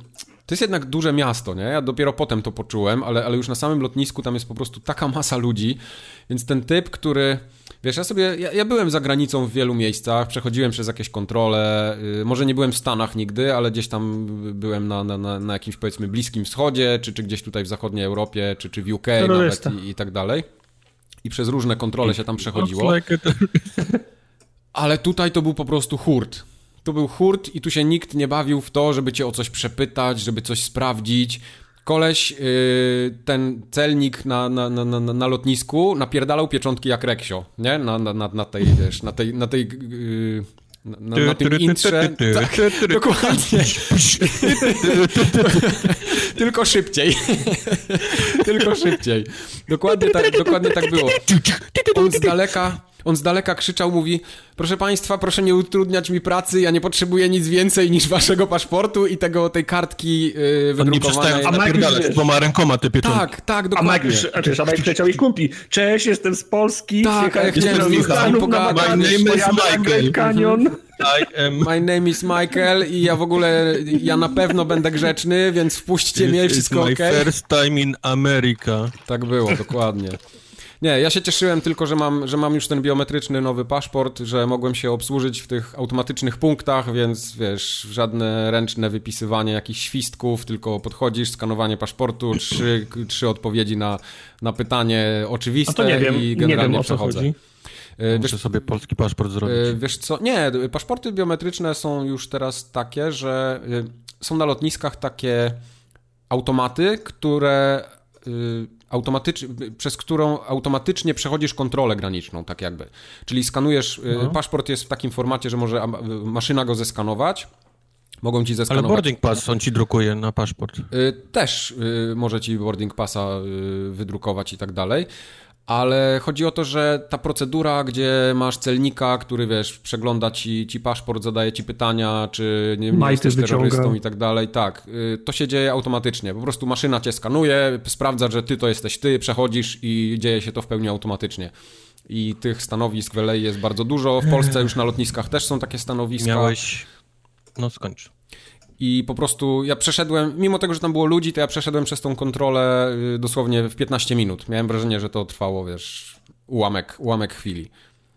To jest jednak duże miasto, nie? Ja dopiero potem to poczułem, ale, ale już na samym lotnisku tam jest po prostu taka masa ludzi, więc ten typ, który... Wiesz, ja sobie, ja, ja byłem za granicą w wielu miejscach, przechodziłem przez jakieś kontrole, yy, może nie byłem w Stanach nigdy, ale gdzieś tam byłem na, na, na, na jakimś, powiedzmy, Bliskim Wschodzie, czy, czy gdzieś tutaj w zachodniej Europie, czy, czy w U K nawet i, i tak dalej. I przez różne kontrole się tam przechodziło. Ale tutaj to był po prostu hurt. To był hurt i tu się nikt nie bawił w to, żeby cię o coś przepytać, żeby coś sprawdzić. Koleś, yy, ten celnik na, na, na, na, na lotnisku napierdalał pieczątki jak Reksio, nie? Na, na, na tej, wiesz, na tej, na tej, yy, na, na tym intrze. Tak, dokładnie. Tylko szybciej. Tylko szybciej. Dokładnie tak, dokładnie tak było. On z daleka... On z daleka krzyczał, mówi, proszę państwa, proszę nie utrudniać mi pracy, ja nie potrzebuję nic więcej niż waszego paszportu i tego, tej kartki yy, wydrukowanej. On nie przestaje napierdalać z dwoma rękoma te pieczątki. Tak, tak, dokładnie. A Mike, a Mike przeciął i kupi. Cześć, jestem z Polski. Tak, ja chciałem z Stanów pogadać. My name is Michael. Kanion. I am... My name is Michael i ja w ogóle, ja na pewno będę grzeczny, więc wpuśćcie mnie, wszystko okej. Okay? First time in America. Tak było, dokładnie. Nie, ja się cieszyłem tylko, że mam, że mam już ten biometryczny nowy paszport, że mogłem się obsłużyć w tych automatycznych punktach, więc wiesz, żadne ręczne wypisywanie jakichś świstków, tylko podchodzisz, skanowanie paszportu, trzy, trzy odpowiedzi na, na pytanie oczywiste. A to nie wiem, i generalnie nie wiem, o co przechodzę. chodzi. Muszę wiesz, sobie polski paszport zrobić. Wiesz co, nie, paszporty biometryczne są już teraz takie, że są na lotniskach takie automaty, które... automatycznie, przez którą automatycznie przechodzisz kontrolę graniczną, tak jakby. Czyli skanujesz, no. Paszport jest w takim formacie, że może maszyna go zeskanować, mogą ci zeskanować. Ale boarding pass on ci drukuje na paszport. Też może ci boarding passa wydrukować i tak dalej. Ale chodzi o to, że ta procedura, gdzie masz celnika, który, wiesz, przegląda ci, ci paszport, zadaje ci pytania, czy nie, nie jesteś terrorystą i tak dalej, tak, to się dzieje automatycznie. Po prostu maszyna cię skanuje, sprawdza, że ty to jesteś ty, przechodzisz i dzieje się to w pełni automatycznie. I tych stanowisk w L A jest bardzo dużo. W Polsce już na lotniskach też są takie stanowiska. Miałeś... No skończ. I po prostu ja przeszedłem, mimo tego, że tam było ludzi, to ja przeszedłem przez tą kontrolę dosłownie w piętnaście minut. Miałem wrażenie, że to trwało, wiesz, ułamek, ułamek chwili.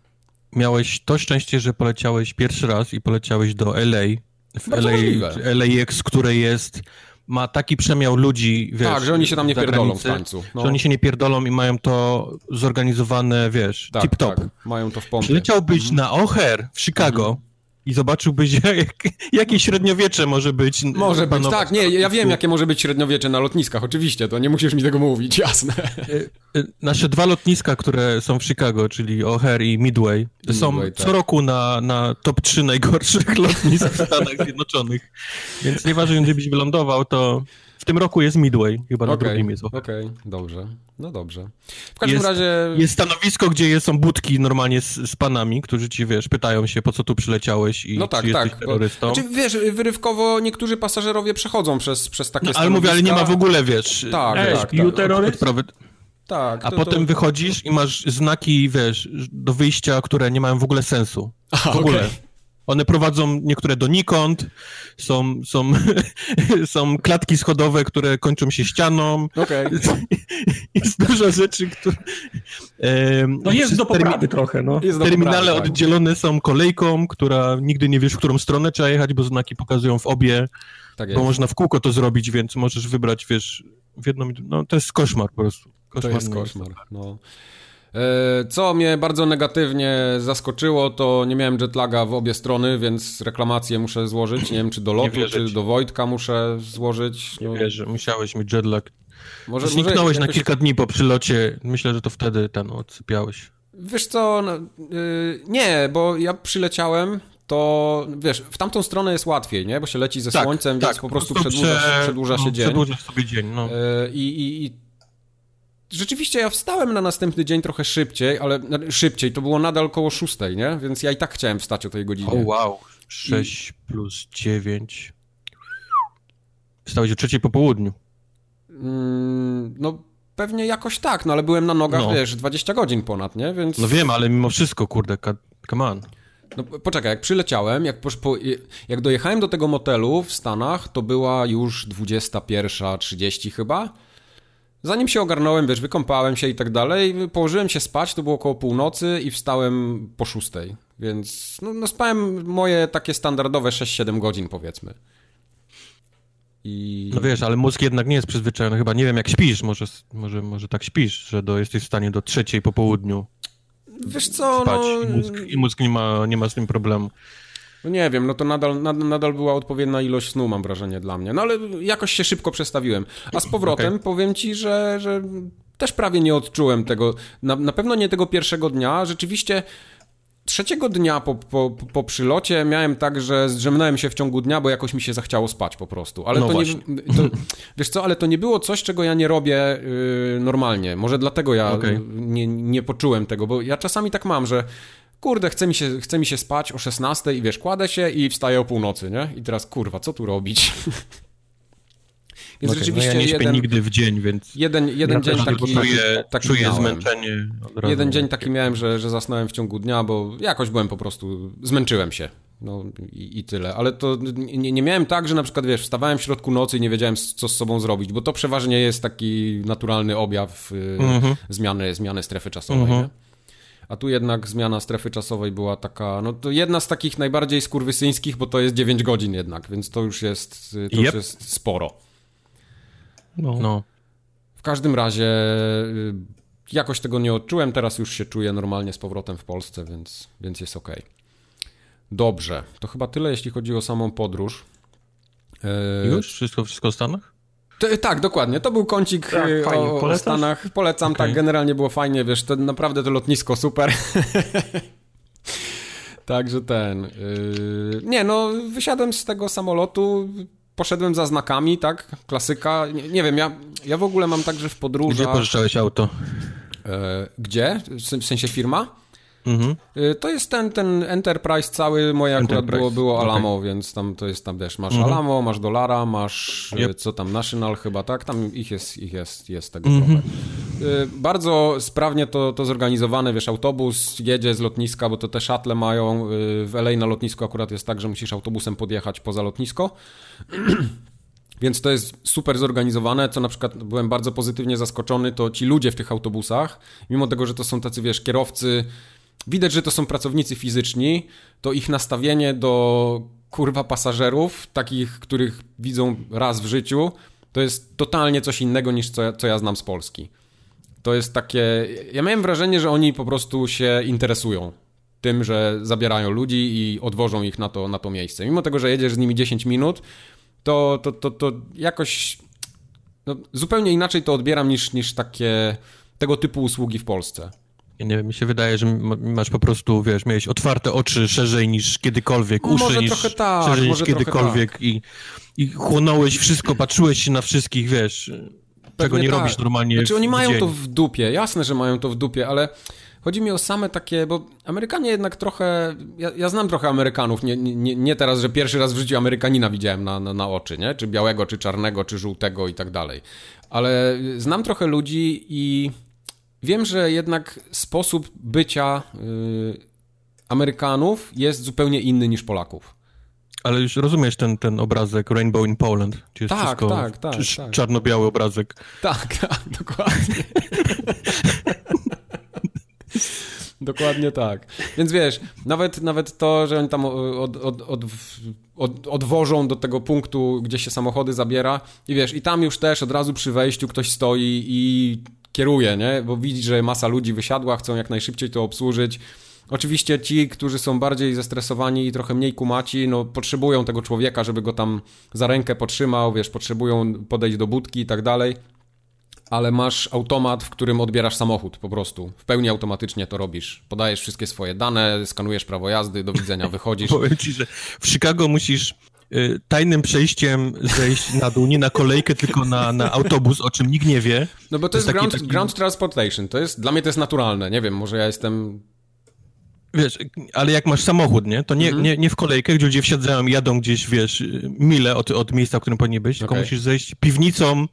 Miałeś to szczęście, że poleciałeś pierwszy raz i poleciałeś do L A. W Bardzo L A, możliwe. L A X, które jest, ma taki przemiał ludzi, wiesz... Tak, że oni się tam nie pierdolą w końcu. No. Że oni się nie pierdolą i mają to zorganizowane, wiesz, tak, tip-top. Tak, mają to w pompie. Przyleciałbyś mhm. na O'Hare w Chicago, mhm. i zobaczyłbyś, jak, jakie średniowiecze może być. Może być, tak, nie, ja wiem, jakie może być średniowiecze na lotniskach, oczywiście, to nie musisz mi tego mówić, jasne. Nasze dwa lotniska, które są w Chicago, czyli O'Hare i Midway, są Midway, co tak. roku na, na top trzy najgorszych lotnisk w Stanach Zjednoczonych, więc nieważne, gdzie byś wylądował, to w tym roku jest Midway, chyba na okay, drugim jest O'Hare. Okej, okay, dobrze, no dobrze. W każdym jest, razie... Jest stanowisko, gdzie są budki normalnie z, z panami, którzy ci, wiesz, pytają się, po co tu przyleciałeś i no tak, czy jesteś tak, terrorystą. Bo, znaczy, wiesz, wyrywkowo niektórzy pasażerowie przechodzą przez, przez takie no, stanowiska. Ale mówię, ale nie ma w ogóle, wiesz... Tak, Ej, tak, you tak. terroryst? Tak, a to, potem to... wychodzisz i masz znaki, wiesz, do wyjścia, które nie mają w ogóle sensu. Aha, w ogóle. Okay. One prowadzą niektóre donikąd, są, są, są klatki schodowe, które kończą się ścianą. Okay. Jest dużo rzeczy, które... E, no jest do poprawy termi- trochę, no. Jest terminale poprawy, oddzielone tak. są kolejką, która nigdy nie wiesz, w którą stronę trzeba jechać, bo znaki pokazują w obie, tak bo można w kółko to zrobić, więc możesz wybrać, wiesz, w jedną... No to jest koszmar po prostu. Koszmar, to jest koszmar, no. Co mnie bardzo negatywnie zaskoczyło, to nie miałem jetlaga w obie strony, więc reklamację muszę złożyć. Nie wiem, czy do lotu, czy do Wojtka muszę złożyć. Nie no. wierzę, musiałeś mieć jetlag. Może, Zniknąłeś może na jakoś... kilka dni po przylocie. Myślę, że to wtedy ten odsypiałeś. Wiesz co, no, yy, nie, bo ja przyleciałem, to wiesz, w tamtą stronę jest łatwiej, nie? Bo się leci ze tak, słońcem, tak, więc po prostu prze... przedłuża, przedłuża się no, dzień. Przedłużasz sobie dzień, no. Yy, i, i Rzeczywiście ja wstałem na następny dzień trochę szybciej, ale szybciej, to było nadal koło szóstej, nie? Więc ja i tak chciałem wstać o tej godzinie. O wow, sześć I... plus dziewięć. Wstałeś o trzeciej po południu. Mm, no pewnie jakoś tak, no ale byłem na nogach, no. wiesz, dwadzieścia godzin ponad, nie? Więc... No wiem, ale mimo wszystko, kurde, come on. No poczekaj, jak przyleciałem, jak, po, jak dojechałem do tego motelu w Stanach, to była już dwudziesta pierwsza trzydzieści chyba. Zanim się ogarnąłem, wiesz, wykąpałem się i tak dalej, położyłem się spać, to było około północy i wstałem po szóstej, więc no, no spałem moje takie standardowe sześć siedem godzin, powiedzmy. I... No wiesz, ale mózg jednak nie jest przyzwyczajony, chyba nie wiem jak śpisz, może, może, może tak śpisz, że do, jesteś w stanie do trzeciej po południu wiesz co, spać no... i mózg, i mózg nie, ma, nie ma z tym problemu. No nie wiem, no to nadal, nadal, nadal była odpowiednia ilość snu, mam wrażenie, dla mnie. No ale jakoś się szybko przestawiłem. A z powrotem okay. powiem ci, że, że też prawie nie odczułem tego. Na, na pewno nie tego pierwszego dnia. Rzeczywiście trzeciego dnia po, po, po przylocie miałem tak, że zdrzemnąłem się w ciągu dnia, bo jakoś mi się zachciało spać po prostu. Ale no to właśnie. nie, to, wiesz co, ale to nie było coś, czego ja nie robię yy, normalnie. Może dlatego ja okay. nie, nie poczułem tego, bo ja czasami tak mam, że kurde, chce mi się, chce mi się spać o szesnastej i wiesz, kładę się i wstaję o północy, nie? I teraz, kurwa, co tu robić? Więc okay, rzeczywiście no ja nie śpię jeden, nigdy w dzień, więc... Jeden, jeden ja dzień taki... Czuję, taki czuję miałem. zmęczenie od razu. Jeden dzień taki miałem, że, że zasnąłem w ciągu dnia, bo jakoś byłem po prostu... Zmęczyłem się. No i, i tyle. Ale to nie, nie miałem tak, że na przykład, wiesz, wstawałem w środku nocy i nie wiedziałem, co z sobą zrobić, bo to przeważnie jest taki naturalny objaw mm-hmm. zmiany, zmiany strefy czasowej, mm-hmm. nie? A tu jednak zmiana strefy czasowej była taka, no to jedna z takich najbardziej skurwysyńskich, bo to jest dziewięć godzin jednak, więc to już jest, to yep. już jest sporo. No. no. W każdym razie jakoś tego nie odczułem, teraz już się czuję normalnie z powrotem w Polsce, więc, więc jest okej. Dobrze, to chyba tyle, jeśli chodzi o samą podróż. Już? Wszystko, wszystko w Stanach? To, tak, dokładnie. To był kącik tak, o, o Stanach. Polecam, okay. Tak, generalnie było fajnie, wiesz, to naprawdę to lotnisko super. Także ten... Yy... Nie, no, wysiadłem z tego samolotu, poszedłem za znakami, tak, klasyka. Nie, nie wiem, ja, ja w ogóle mam tak, że w podróżach... Gdzie pożyczałeś auto? Yy, gdzie? W sensie firma? Mhm. To jest ten, ten Enterprise cały, moje akurat było, było Alamo, okay. Więc tam to jest tam, wiesz, masz mhm. Alamo, masz Dolara, masz yep. co tam, National chyba, tak? Tam ich jest, ich jest, jest tego mhm. trochę. Bardzo sprawnie to, to zorganizowane, wiesz, autobus jedzie z lotniska, bo to te shuttle mają, w L A na lotnisku akurat jest tak, że musisz autobusem podjechać poza lotnisko. Więc to jest super zorganizowane, co na przykład byłem bardzo pozytywnie zaskoczony, to ci ludzie w tych autobusach, mimo tego, że to są tacy, wiesz, kierowcy, widać, że to są pracownicy fizyczni, to ich nastawienie do, kurwa, pasażerów, takich, których widzą raz w życiu, to jest totalnie coś innego niż co ja, co ja znam z Polski. To jest takie... Ja miałem wrażenie, że oni po prostu się interesują tym, że zabierają ludzi i odwożą ich na to, na to miejsce. Mimo tego, że jedziesz z nimi dziesięć minut, to, to, to, to jakoś no, zupełnie inaczej to odbieram niż, niż takie tego typu usługi w Polsce. Ja nie wiem, mi się wydaje, że masz po prostu, wiesz, miałeś otwarte oczy szerzej niż kiedykolwiek, uszy może niż trochę tak, szerzej może niż kiedykolwiek tak. i, i chłonąłeś wszystko, patrzyłeś się na wszystkich, wiesz, pewnie czego nie tak. robisz normalnie Znaczy oni w mają dzień. to w dupie, jasne, że mają to w dupie, ale chodzi mi o same takie, bo Amerykanie jednak trochę, ja, ja znam trochę Amerykanów, nie, nie, nie teraz, że pierwszy raz w życiu Amerykanina widziałem na, na, na oczy, nie? Czy białego, czy czarnego, czy żółtego i tak dalej, ale znam trochę ludzi i wiem, że jednak sposób bycia yy, Amerykanów jest zupełnie inny niż Polaków. Ale już rozumiesz ten, ten obrazek Rainbow in Poland? Gdzie jest tak, wszystko tak, tak, cz- tak. czarno-biały obrazek. Tak, tak, dokładnie. Dokładnie tak. Więc wiesz, nawet, nawet to, że oni tam od, od, od, od, odwożą do tego punktu, gdzie się samochody zabiera i wiesz, i tam już też od razu przy wejściu ktoś stoi i kieruje, nie? Bo widzi, że masa ludzi wysiadła, chcą jak najszybciej to obsłużyć. Oczywiście ci, którzy są bardziej zestresowani i trochę mniej kumaci, no potrzebują tego człowieka, żeby go tam za rękę potrzymał, wiesz, potrzebują podejść do budki i tak dalej. Ale masz automat, w którym odbierasz samochód po prostu. W pełni automatycznie to robisz. Podajesz wszystkie swoje dane, skanujesz prawo jazdy, do widzenia, wychodzisz. Powiem ci, że w Chicago musisz y, tajnym przejściem zejść na dół, nie na kolejkę, tylko na, na autobus, o czym nikt nie wie. No bo to, to jest, jest ground, taki... ground transportation. To jest, dla mnie to jest naturalne. Nie wiem, może ja jestem... Wiesz, ale jak masz samochód, nie? To nie, mhm. nie, nie w kolejkę, gdzie ludzie wsiadzają, jadą gdzieś, wiesz, mile od, od miejsca, w którym powinni być, tylko okay. musisz zejść piwnicą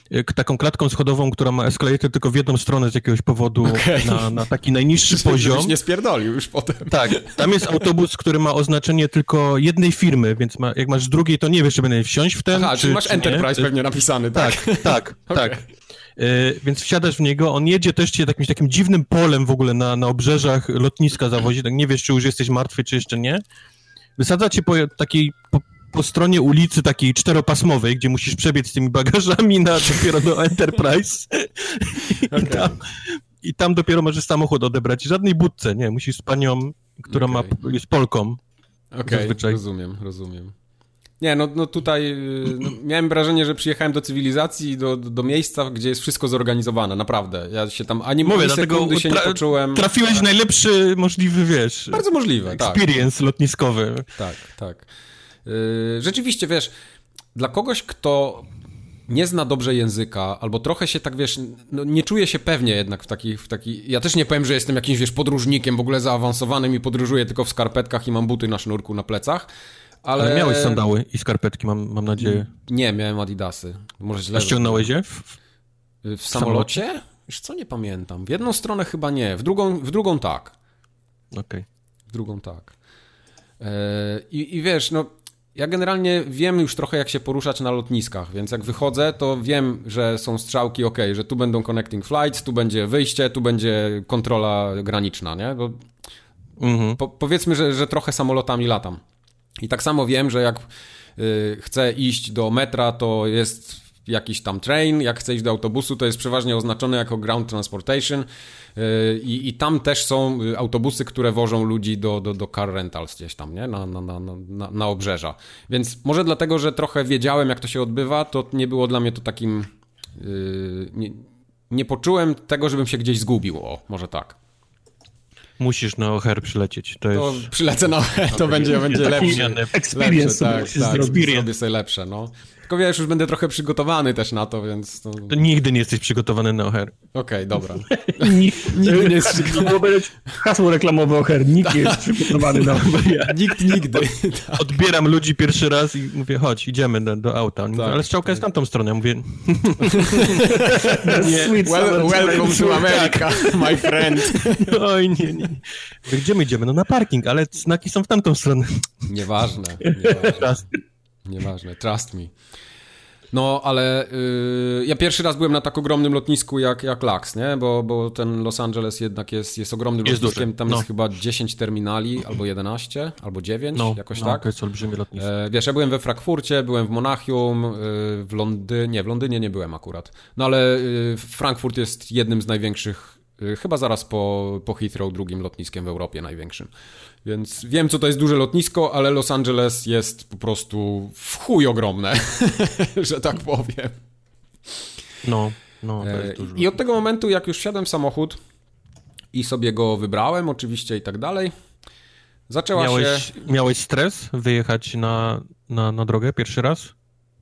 taką klatką schodową, która ma eskalator tylko w jedną stronę z jakiegoś powodu okay. na, na taki najniższy poziom. Żebyś nie spierdolił już potem. Tak, tam jest autobus, który ma oznaczenie tylko jednej firmy, więc ma, jak masz z drugiej, to nie wiesz, czy będę wsiąść w ten, Aha, czy, czyli masz czy Enterprise nie. pewnie napisany, tak? Tak, tak, okay. tak. Y, więc wsiadasz w niego, on jedzie też cię jakimś takim dziwnym polem w ogóle na, na obrzeżach lotniska zawozi, tak nie wiesz, czy już jesteś martwy, czy jeszcze nie. Wysadza cię po takiej... Po, po stronie ulicy takiej czteropasmowej, gdzie musisz przebiec z tymi bagażami na dopiero do Enterprise. Okay. I, tam, I tam dopiero możesz samochód odebrać. Żadnej budce, nie. Musisz z panią, która okay. ma, jest Polką. Okej, okay, rozumiem, rozumiem. Nie, no, no tutaj no, miałem wrażenie, że przyjechałem do cywilizacji, do, do, do miejsca, gdzie jest wszystko zorganizowane, naprawdę. Ja się tam ani Mówię, sekundy się tra- nie poczułem... Trafiłeś w najlepszy możliwy, wiesz... Bardzo możliwe, experience tak. lotniskowy. Tak, tak. Yy, rzeczywiście, wiesz, dla kogoś, kto nie zna dobrze języka, albo trochę się tak, wiesz, no, nie czuje się pewnie jednak w takich, w taki... Ja też nie powiem, że jestem jakimś, wiesz, podróżnikiem w ogóle zaawansowanym i podróżuję tylko w skarpetkach i mam buty na sznurku na plecach, ale... ale miałeś sandały i skarpetki, mam, mam nadzieję. Nie, miałem adidasy. Może źle. A ściągnąłeś je? W, w, w samolocie? Już co, nie pamiętam. W jedną stronę chyba nie, w drugą, w drugą tak. Okej. Okay. W drugą tak. Yy, i, I wiesz, no... Ja generalnie wiem już trochę, jak się poruszać na lotniskach, więc jak wychodzę, to wiem, że są strzałki, ok, że tu będą connecting flights, tu będzie wyjście, tu będzie kontrola graniczna, nie? Bo mhm. po, powiedzmy, że, że trochę samolotami latam. I tak samo wiem, że jak y, chcę iść do metra, to jest jakiś tam train, jak chcę iść do autobusu, to jest przeważnie oznaczone jako ground transportation. I, i tam też są autobusy, które wożą ludzi do, do, do car rentals gdzieś tam, nie? Na, na, na, na, na obrzeża. Więc może dlatego, że trochę wiedziałem, jak to się odbywa, to nie było dla mnie to takim... Yy, nie, nie poczułem tego, żebym się gdzieś zgubił. O, może tak. Musisz na O'Hare przylecieć. To, to jest... przylecę na O'Hare, to będzie, będzie lepsze. Experience, lepsze, tak, tak, zrobię sobie lepsze, no. Tylko wiesz, już będę trochę przygotowany też na to, więc... To... to nigdy nie jesteś przygotowany na O'Hare. Okej, okay, dobra. Nikt nigdy nie jest przygotowany. Hasło reklamowe O'Hare. Nikt nie jest przygotowany na O'Hare. Nikt nigdy. Tak. Odbieram ludzi pierwszy raz i mówię, chodź, idziemy do, do auta. Mówię, tak, ale strzałka tak. jest w tamtą stronę. Ja mówię... nie, well, welcome to America, my friend. Oj, nie, nie. Gdzie my idziemy? No na parking, ale znaki są w tamtą stronę. Nieważne. Nieważne. Nieważne, trust me. No, ale yy, ja pierwszy raz byłem na tak ogromnym lotnisku jak, jak Lax, nie? Bo, bo ten Los Angeles jednak jest, jest ogromnym jest lotniskiem. Duży. Tam no. jest chyba dziesięć terminali, albo jedenaście, albo dziewięć, no, jakoś no, tak. to jest olbrzymie lotnisko. E, wiesz, ja byłem we Frankfurcie, byłem w Monachium, yy, w Londynie, nie, w Londynie nie byłem akurat. No ale yy, Frankfurt jest jednym z największych, yy, chyba zaraz po, po Heathrow, drugim lotniskiem w Europie największym. Więc wiem, co to jest duże lotnisko, ale Los Angeles jest po prostu w chuj ogromne, że tak powiem. No, no. To jest dużo. I od tego momentu, jak już wsiadłem w samochód i sobie go wybrałem oczywiście i tak dalej, zaczęła miałeś, się... Miałeś stres wyjechać na, na, na drogę pierwszy raz?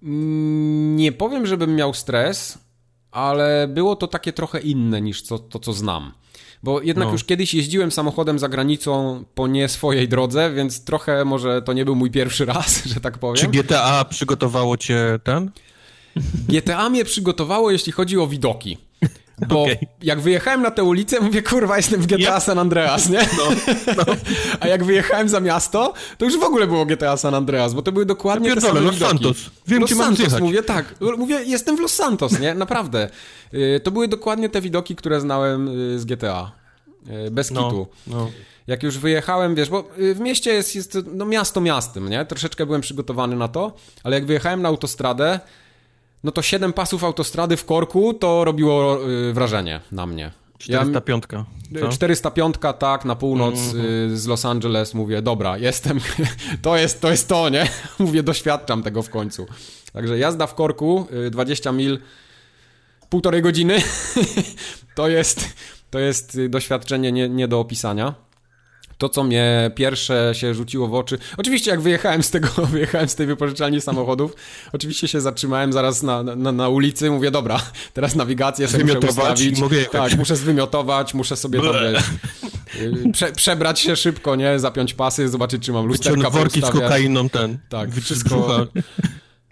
Nie powiem, żebym miał stres, ale było to takie trochę inne niż to, to co znam. Bo jednak no. już kiedyś jeździłem samochodem za granicą po nie swojej drodze, więc trochę może to nie był mój pierwszy raz, że tak powiem. Czy G T A przygotowało cię ten? G T A mnie przygotowało, jeśli chodzi o widoki. Bo okay. jak wyjechałem na tę ulicę, mówię, kurwa, jestem w G T A yep. San Andreas, nie? No, no. A jak wyjechałem za miasto, to już w ogóle było G T A San Andreas, bo to były dokładnie ja te same Los widoki. Santos. Wiem, Los gdzie Santos, mam zjechać. mówię, tak. Mówię, jestem w Los Santos, nie? Naprawdę. To były dokładnie te widoki, które znałem z G T A. Bez no, kitu. No. Jak już wyjechałem, wiesz, bo w mieście jest, jest no miasto miastem, nie? Troszeczkę byłem przygotowany na to, ale jak wyjechałem na autostradę, no to siedem pasów autostrady w korku to robiło wrażenie na mnie. czterysta pięć. Ja, czterysta pięć, tak, na północ mm-hmm. z Los Angeles. Mówię, dobra, jestem, to jest, to jest to, nie? Mówię, doświadczam tego w końcu. Także jazda w korku, dwadzieścia mil, półtorej godziny, to jest... To jest doświadczenie nie, nie do opisania. To, co mnie pierwsze się rzuciło w oczy... Oczywiście jak wyjechałem z tego, wyjechałem z tej wypożyczalni samochodów, oczywiście się zatrzymałem zaraz na, na, na ulicy, mówię, dobra, teraz nawigację sobie muszę ustawić. Mogę tak, muszę zwymiotować, muszę sobie tam wiesz, prze, przebrać się szybko, nie? Zapiąć pasy, zobaczyć, czy mam lusterka worki z kokainą ten. Tak, wszystko...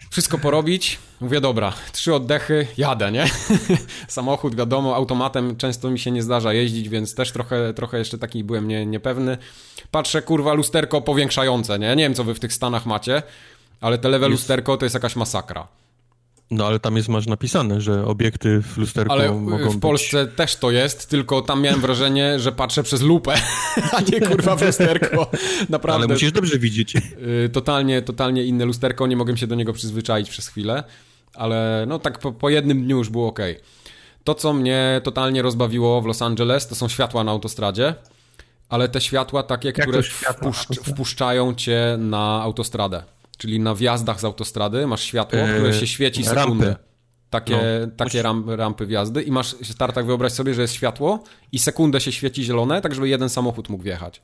wszystko porobić. Mówię, dobra, trzy oddechy, jadę, nie? Samochód, wiadomo, automatem często mi się nie zdarza jeździć, więc też trochę, trochę jeszcze taki byłem nie, niepewny. Patrzę, kurwa, lusterko powiększające, nie? Nie wiem, co wy w tych Stanach macie, ale te lewe jest... lusterko to jest jakaś masakra. No, ale tam jest, masz napisane, że obiekty w lusterku ale mogą w Polsce być... też to jest, tylko tam miałem wrażenie, że patrzę przez lupę, a nie kurwa w lusterko. Naprawdę. Ale musisz dobrze widzieć. Totalnie, totalnie inne lusterko, nie mogłem się do niego przyzwyczaić przez chwilę, ale no tak po, po jednym dniu już było okej. Okay. To, co mnie totalnie rozbawiło w Los Angeles, to są światła na autostradzie, ale te światła takie, Jak które światła wpuszcz, wpuszczają cię na autostradę. Czyli na wjazdach z autostrady masz światło, eee, które się świeci sekundę. Rampy. Takie, no, takie ram, rampy wjazdy i masz w tartach, wyobraź sobie, że jest światło i sekundę się świeci zielone, tak żeby jeden samochód mógł wjechać.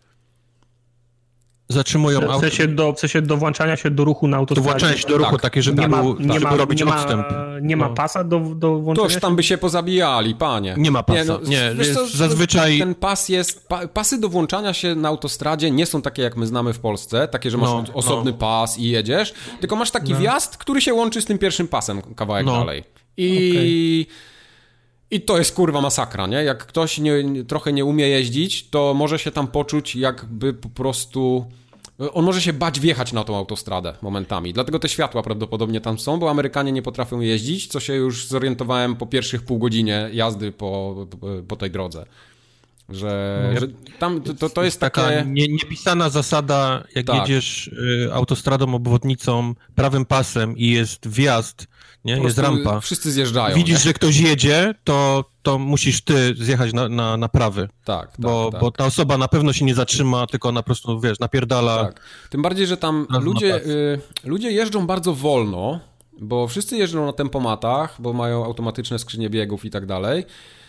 Zatrzymują auto. W sensie, do, w sensie do włączania się do ruchu na autostradzie. Do włączania się do ruchu, tak, takie, żeby, nie ma, był, nie żeby ma, robić nie ma, odstęp. Nie ma no. pasa do, do włączania Toż tam by się pozabijali, panie. Nie ma pasa. Nie, no, nie wiesz co, zazwyczaj... Ten pas jest... Pa, pasy do włączania się na autostradzie nie są takie, jak my znamy w Polsce, takie, że masz no, osobny no. pas i jedziesz, tylko masz taki no. wjazd, który się łączy z tym pierwszym pasem kawałek no. dalej. I... Okay. I to jest kurwa masakra, nie? Jak ktoś nie, trochę nie umie jeździć, to może się tam poczuć jakby po prostu... On może się bać wjechać na tą autostradę momentami. Dlatego te światła prawdopodobnie tam są, bo Amerykanie nie potrafią jeździć, co się już zorientowałem po pierwszych pół godzinie jazdy po, po, po tej drodze. Że, no, że tam to, to, to jest taka takie... nie, niepisana zasada, jak tak. jedziesz y, autostradą, obwodnicą, prawym pasem i jest wjazd, nie? Jest rampa. Wszyscy zjeżdżają. Widzisz, nie? że ktoś jedzie, to, to musisz ty zjechać na, na, na prawy. Tak, bo, tak, tak. bo ta osoba na pewno się nie zatrzyma, tylko ona po prostu, wiesz, napierdala. Tak. Tym bardziej, że tam ludzie, y, ludzie jeżdżą bardzo wolno, bo wszyscy jeżdżą na tempomatach, bo mają automatyczne skrzynie biegów i tak dalej.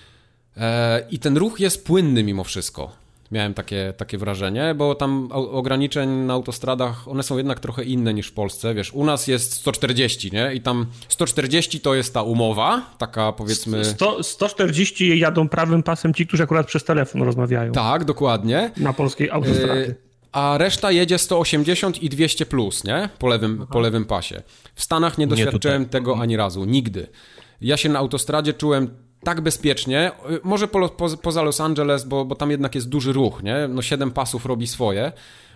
I ten ruch jest płynny mimo wszystko. Miałem takie, takie wrażenie, bo tam ograniczeń na autostradach, one są jednak trochę inne niż w Polsce. Wiesz, u nas jest sto czterdzieści, nie? I tam sto czterdzieści to jest ta umowa, taka powiedzmy... sto, sto czterdzieści jadą prawym pasem ci, którzy akurat przez telefon rozmawiają. Tak, dokładnie. Na polskiej autostradzie. A reszta jedzie sto osiemdziesiąt i dwieście plus, nie? Po lewym, po lewym pasie. W Stanach nie doświadczyłem nie tego ani razu, nigdy. Ja się na autostradzie czułem tak bezpiecznie, może po, po, poza Los Angeles, bo, bo tam jednak jest duży ruch, nie? No siedem pasów robi swoje,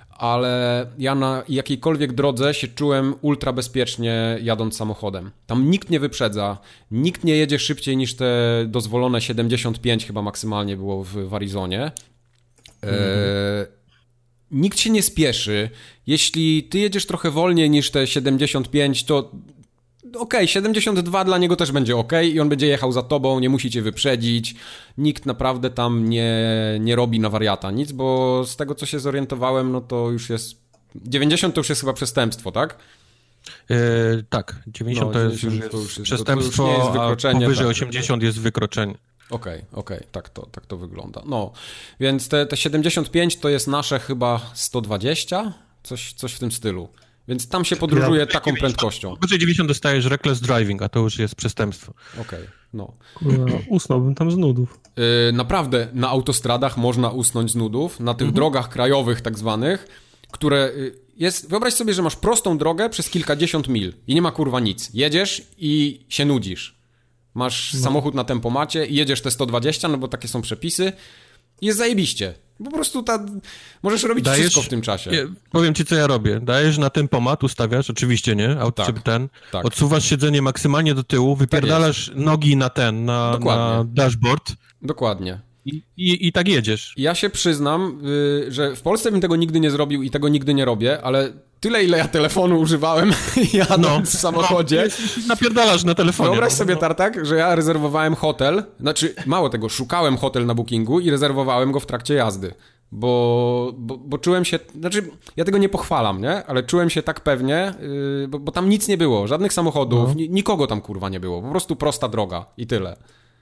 ale ja na jakiejkolwiek drodze się czułem ultra bezpiecznie jadąc samochodem. Tam nikt nie wyprzedza, nikt nie jedzie szybciej niż te dozwolone siedemdziesiąt pięć chyba maksymalnie było w, w Arizonie. Mm-hmm. E, nikt się nie spieszy. Jeśli ty jedziesz trochę wolniej niż te siedemdziesiąt pięć, to okej, okay, siedemdziesiąt dwa dla niego też będzie okej okay i on będzie jechał za tobą, nie musi cię wyprzedzić. Nikt naprawdę tam nie, nie robi na wariata nic, bo z tego, co się zorientowałem, no to już jest... dziewięćdziesiąt to już jest chyba przestępstwo, tak? Yy, tak, dziewięćdziesiąt no, to, jest, to już jest przestępstwo, to już jest wykroczenie, a powyżej tak. osiemdziesiąt jest wykroczenie. Okej, okay, okej, okay, tak, to, tak to wygląda. No, więc te, te siedemdziesiąt pięć to jest nasze chyba sto dwadzieścia, coś, coś w tym stylu. Więc tam się podróżuje taką dziewięćdziesiąt prędkością. Powyżej dziewięćdziesiąt dostajesz reckless driving, a to już jest przestępstwo. Okej, okay, no. Kurwa, usnąłbym tam z nudów. Yy, naprawdę, na autostradach można usnąć z nudów, na tych mhm. drogach krajowych tak zwanych, które jest... Wyobraź sobie, że masz prostą drogę przez kilkadziesiąt mil i nie ma kurwa nic. Jedziesz i się nudzisz. Masz no. samochód na tempomacie i jedziesz te sto dwadzieścia, no bo takie są przepisy. Jest zajebiście. Po prostu ta... możesz robić Dajesz, wszystko w tym czasie. Ja, powiem ci, co ja robię. Dajesz na tempomat, ustawiasz, oczywiście, nie? Auto, tak, ten, tak. Odsuwasz siedzenie maksymalnie do tyłu, wypierdalasz tak nogi na ten, na, na dashboard. Dokładnie. I, i, I tak jedziesz. Ja się przyznam, yy, że w Polsce bym tego nigdy nie zrobił i tego nigdy nie robię, ale tyle, ile ja telefonu używałem jadąc no, w samochodzie. No, napierdalasz na telefonie. Wyobraź no, sobie, no. Tartak, że ja rezerwowałem hotel, znaczy mało tego, szukałem hotel na Bookingu i rezerwowałem go w trakcie jazdy. Bo, bo, bo czułem się, znaczy ja tego nie pochwalam, nie? Ale czułem się tak pewnie, yy, bo, bo tam nic nie było, żadnych samochodów, no. ni- nikogo tam kurwa nie było, po prostu prosta droga i tyle.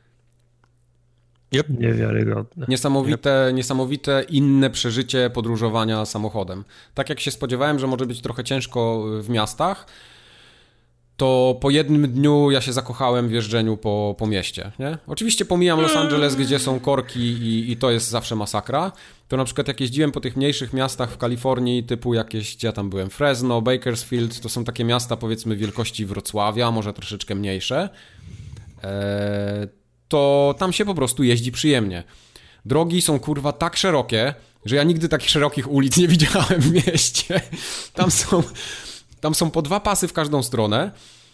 Yep. Niewiarygodne. Niesamowite, yep. niesamowite inne przeżycie podróżowania samochodem. Tak jak się spodziewałem, że może być trochę ciężko w miastach, to po jednym dniu ja się zakochałem w jeżdżeniu po, po mieście, nie? Oczywiście pomijam Los Angeles, gdzie są korki i, i to jest zawsze masakra. To na przykład jak jeździłem po tych mniejszych miastach w Kalifornii, typu jakieś, gdzie ja tam byłem, Fresno, Bakersfield, to są takie miasta powiedzmy wielkości Wrocławia, może troszeczkę mniejsze, eee, to tam się po prostu jeździ przyjemnie. Drogi są kurwa tak szerokie, że ja nigdy takich szerokich ulic nie widziałem w mieście. Tam są... Tam są po dwa pasy w każdą stronę.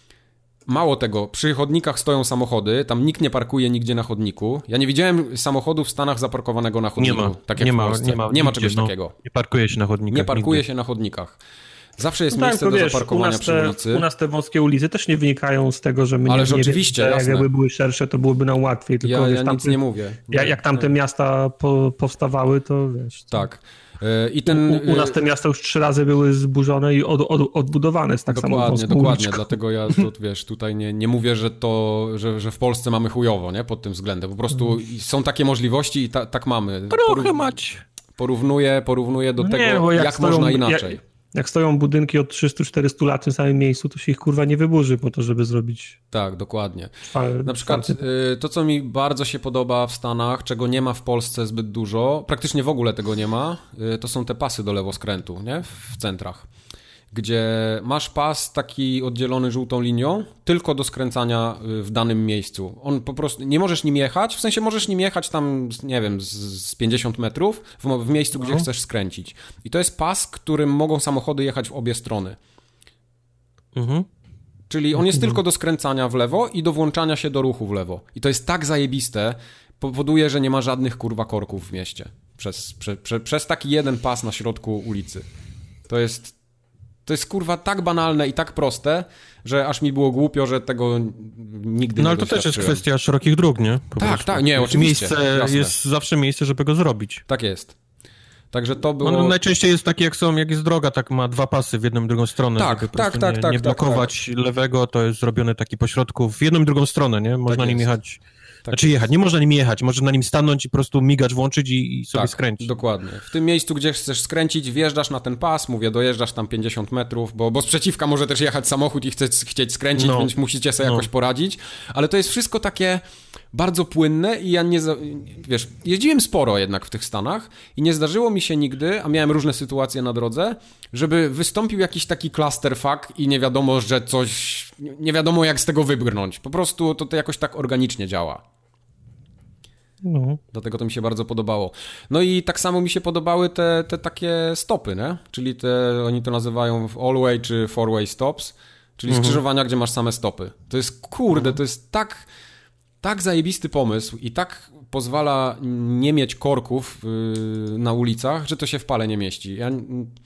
Mało tego, przy chodnikach stoją samochody, tam nikt nie parkuje nigdzie na chodniku. Ja nie widziałem samochodu w Stanach zaparkowanego na chodniku. Nie ma, tak jak nie, w ma Polsce. nie ma, nie ma nigdzie, czegoś no. takiego. Nie parkuje się na chodnikach. Nie parkuje nigdy. się na chodnikach. Zawsze jest No miejsce tak, do wiesz, zaparkowania przy te, ulicy. U nas te wąskie ulice też nie wynikają z tego, że my Ależ nie, nie oczywiście, wiemy, jasne. jak jakby były szersze, to byłoby nam łatwiej. Tylko, Ja, wiesz, ja tamte, nic nie mówię. Nie, jak, jak tamte nie. miasta po, powstawały, to wiesz... To... Tak. I ten, u, u nas te miasta już trzy razy były zburzone i od, od, odbudowane z tak samo Dokładnie, dokładnie, uliczką. dlatego ja tu, wiesz, tutaj nie, nie mówię, że to, że, że w Polsce mamy chujowo, nie, pod tym względem, po prostu są takie możliwości i ta, tak mamy. Trochę Porów... mać. Porównuję, porównuję do No tego, nie, bo jak jak stoją, można inaczej. Jak, jak stoją budynki od trzysta czterysta lat w tym samym miejscu, to się ich kurwa nie wyburzy po to, żeby zrobić... Tak, dokładnie. Czwar... Na przykład y, to, co mi bardzo się podoba w Stanach, czego nie ma w Polsce zbyt dużo, praktycznie w ogóle tego nie ma, y, to są te pasy do lewoskrętu, nie? W centrach. Gdzie masz pas taki oddzielony żółtą linią, tylko do skręcania w danym miejscu. On po prostu, nie możesz nim jechać, w sensie możesz nim jechać tam, nie wiem, z, z pięćdziesiąt metrów w, w miejscu, gdzie no. chcesz skręcić. I to jest pas, którym mogą samochody jechać w obie strony. Mhm. Czyli on jest tylko do skręcania w lewo i do włączania się do ruchu w lewo. I to jest tak zajebiste, powoduje, że nie ma żadnych kurwa korków w mieście. Przez, prze, prze, przez taki jeden pas na środku ulicy. To jest... To jest kurwa tak banalne i tak proste, że aż mi było głupio, że tego nigdy no, nie ale to też jest doświadczyłem. kwestia szerokich dróg, nie? Po tak, prostu. tak, nie, jest oczywiście. Miejsce, jasne. jest zawsze miejsce, żeby go zrobić. Tak jest. Także to było... No, najczęściej jest takie, jak są, jak jest droga, tak ma dwa pasy w jedną i drugą stronę. Tak, żeby po tak, prostu tak, nie, tak, nie tak, blokować tak. lewego, to jest zrobione taki pośrodku w jedną i drugą stronę, nie? Można Tak nim jest. jechać. Tak Znaczy jechać, nie można nim jechać, może na nim stanąć i po prostu migacz włączyć i, i sobie tak, skręcić. dokładnie. W tym miejscu, gdzie chcesz skręcić, wjeżdżasz na ten pas, mówię, dojeżdżasz tam pięćdziesiąt metrów, bo, bo z przeciwka może też jechać samochód i chce, chcieć skręcić, No. więc musicie sobie No. jakoś poradzić, ale to jest wszystko takie bardzo płynne i ja nie... Za... Wiesz, jeździłem sporo jednak w tych Stanach i nie zdarzyło mi się nigdy, a miałem różne sytuacje na drodze, żeby wystąpił jakiś taki clusterfuck i nie wiadomo, że coś... Nie wiadomo, jak z tego wybrnąć. Po prostu to, to jakoś tak organicznie działa. No. Dlatego to mi się bardzo podobało. No i tak samo mi się podobały te, te takie stopy, nie? Czyli te, oni to nazywają all-way czy four-way stops, czyli Mhm. skrzyżowania, gdzie masz same stopy. To jest, kurde, to jest tak, tak zajebisty pomysł i tak pozwala nie mieć korków yy, na ulicach, że to się w pale nie mieści. Ja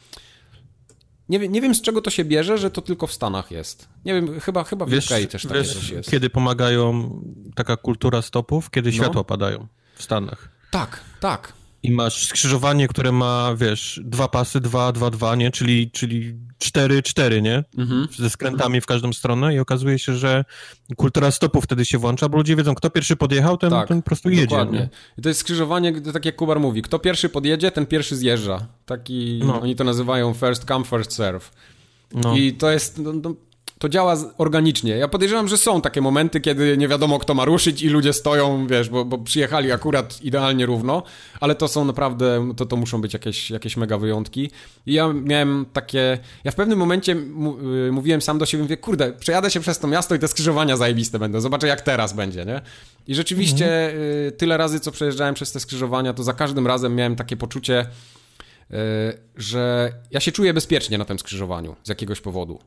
nie, wie- nie wiem, z czego to się bierze, że to tylko w Stanach jest. Nie wiem, chyba, chyba w U K też takie wiesz, coś jest. kiedy pomagają taka kultura stopów, kiedy No. światła padają w Stanach. Tak, tak. I masz skrzyżowanie, które ma, wiesz, dwa pasy, dwa, dwa, dwa, nie? Czyli, czyli cztery, cztery, nie? Mhm. Ze skrętami w każdą stronę i okazuje się, że kultura stopu wtedy się włącza, bo ludzie wiedzą, kto pierwszy podjechał, ten, Tak, ten po prostu jedzie. Dokładnie. Nie? I to jest skrzyżowanie, gdy- tak jak Kubar mówi, kto pierwszy podjedzie, ten pierwszy zjeżdża. Taki, No. oni to nazywają first come, first serve. No. I to jest, no, no, to działa z- organicznie. Ja podejrzewam, że są takie momenty, kiedy nie wiadomo, kto ma ruszyć i ludzie stoją, wiesz, bo, bo przyjechali akurat idealnie równo, ale to są naprawdę, to, to muszą być jakieś, jakieś mega wyjątki. I ja miałem takie, ja w pewnym momencie mu, y, mówiłem sam do siebie, mówię, kurde, przejadę się przez to miasto i te skrzyżowania zajebiste będą, zobaczę jak teraz będzie, nie? I rzeczywiście y, tyle razy, co przejeżdżałem przez te skrzyżowania, to za każdym razem miałem takie poczucie, y, że ja się czuję bezpiecznie na tym skrzyżowaniu z jakiegoś powodu.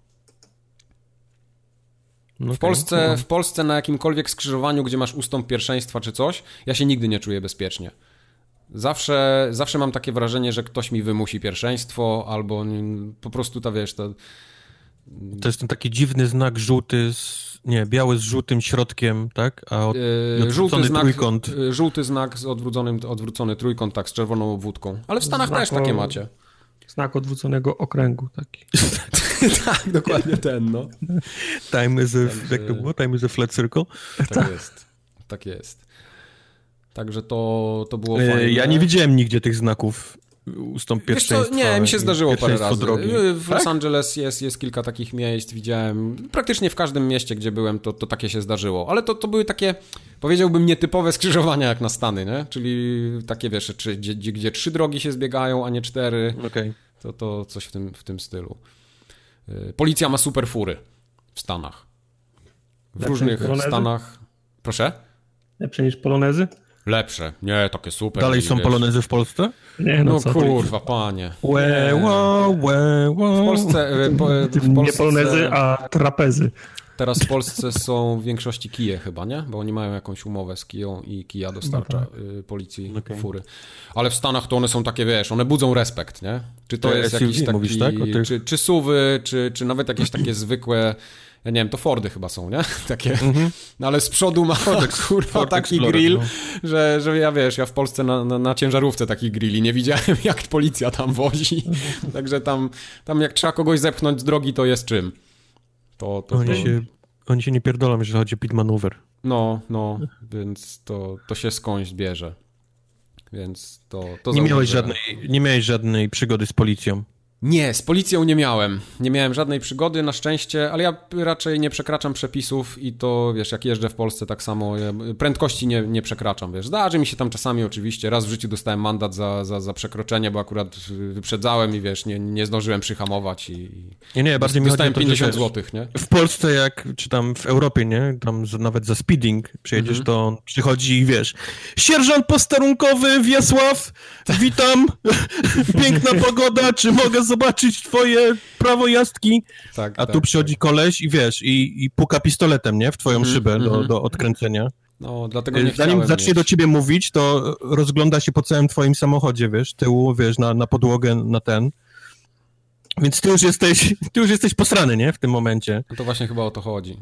No W Polsce, w Polsce na jakimkolwiek skrzyżowaniu, gdzie masz ustąp pierwszeństwa czy coś, ja się nigdy nie czuję bezpiecznie. Zawsze, zawsze mam takie wrażenie, że ktoś mi wymusi pierwszeństwo, albo nie- po prostu ta, wiesz, to... To jest ten taki dziwny znak żółty, z, nie, biały z żółtym środkiem, tak? A od, Yy, i żółty odwrócony znak, trójkąt. yy, żółty znak z odwróconym, odwrócony trójkąt, tak, z czerwoną obwódką. Ale w Stanach Znak też o- takie macie. Znak odwróconego okręgu taki. Tak, dokładnie ten, no. Time is a, Także- jak to było? Time is a flat circle. Tak jest. Tak jest. Także to, to było E, fajne. Ja nie widziałem nigdzie tych znaków ustąp Wiesz co, pierwszeństwa. nie, mi się zdarzyło parę razy. Drogi. W Los Tak? Angeles jest, jest kilka takich miejsc, widziałem. Praktycznie w każdym mieście, gdzie byłem, to, to takie się zdarzyło. Ale to, to były takie, powiedziałbym, nietypowe skrzyżowania jak na Stany, nie? Czyli takie, wiesz, czy, gdzie, gdzie, gdzie trzy drogi się zbiegają, a nie cztery. Okay. To, to coś w tym, w tym stylu. Policja ma super fury w Stanach. W Lepsze różnych polonezy? Stanach... Proszę? Lepsze niż polonezy? Lepsze. Nie, takie super. Dalej i, są wiesz, polonezy w Polsce? Nie, no, No co kurwa, panie. Łe, łe, łe, łe. W Polsce... Po, w Polsce Nie polonezy, a trapezy. Teraz w Polsce są w większości kije chyba, nie? Bo oni mają jakąś umowę z Kiją i Kija dostarcza No tak. y, policji Okay. fury. Ale w Stanach to one są takie, wiesz, one budzą respekt, nie? Czy to Te jest S U V jakiś taki... mówisz, tak? O tych- czy, czy suwy, czy, czy nawet jakieś takie zwykłe... Ja nie wiem, to Fordy chyba są, nie? Takie, no ale z przodu ma kurwa Ford taki Explorer, grill, no. że, że ja wiesz, ja w Polsce na, na, na ciężarówce takich grilli nie widziałem, jak policja tam wozi. Także tam, tam jak trzeba kogoś zepchnąć z drogi, to jest czym. To, to, Oni, to... się, oni się nie pierdolą, jeżeli chodzi o pit maneuver. No, no, więc to, to się skądś bierze. Więc to, to Nie miałeś, zauważyłem. żadnej, nie miałeś żadnej przygody z policją. Nie, z policją nie miałem. Nie miałem żadnej przygody, na szczęście, ale ja raczej nie przekraczam przepisów i to, wiesz, jak jeżdżę w Polsce tak samo, ja prędkości nie, nie przekraczam, wiesz. Zdarzy mi się tam czasami oczywiście, raz w życiu dostałem mandat za, za, za przekroczenie, bo akurat wyprzedzałem i wiesz, nie, nie zdążyłem przyhamować i Nie, nie, bardziej mi chodzi o dostałem to, że pięćdziesiąt wiesz, złotych, nie? w Polsce jak, czy tam w Europie, nie, tam z, nawet za speeding przyjedziesz, Mhm. to on przychodzi i wiesz, sierżant posterunkowy Wiesław, witam, piękna pogoda, czy mogę zobaczyć twoje prawo jazdki? Tak, A tak, tu przychodzi koleś i wiesz, i, i puka pistoletem, nie, w twoją Mhm, szybę do, mhm. do odkręcenia. No, dlatego nie Zanim chciałem zacznie mieć. do ciebie mówić, to rozgląda się po całym twoim samochodzie, wiesz, tyłu, wiesz, na, na podłogę, na ten. Więc ty już jesteś, ty już jesteś posrany, nie, w tym momencie. No to właśnie chyba o to chodzi.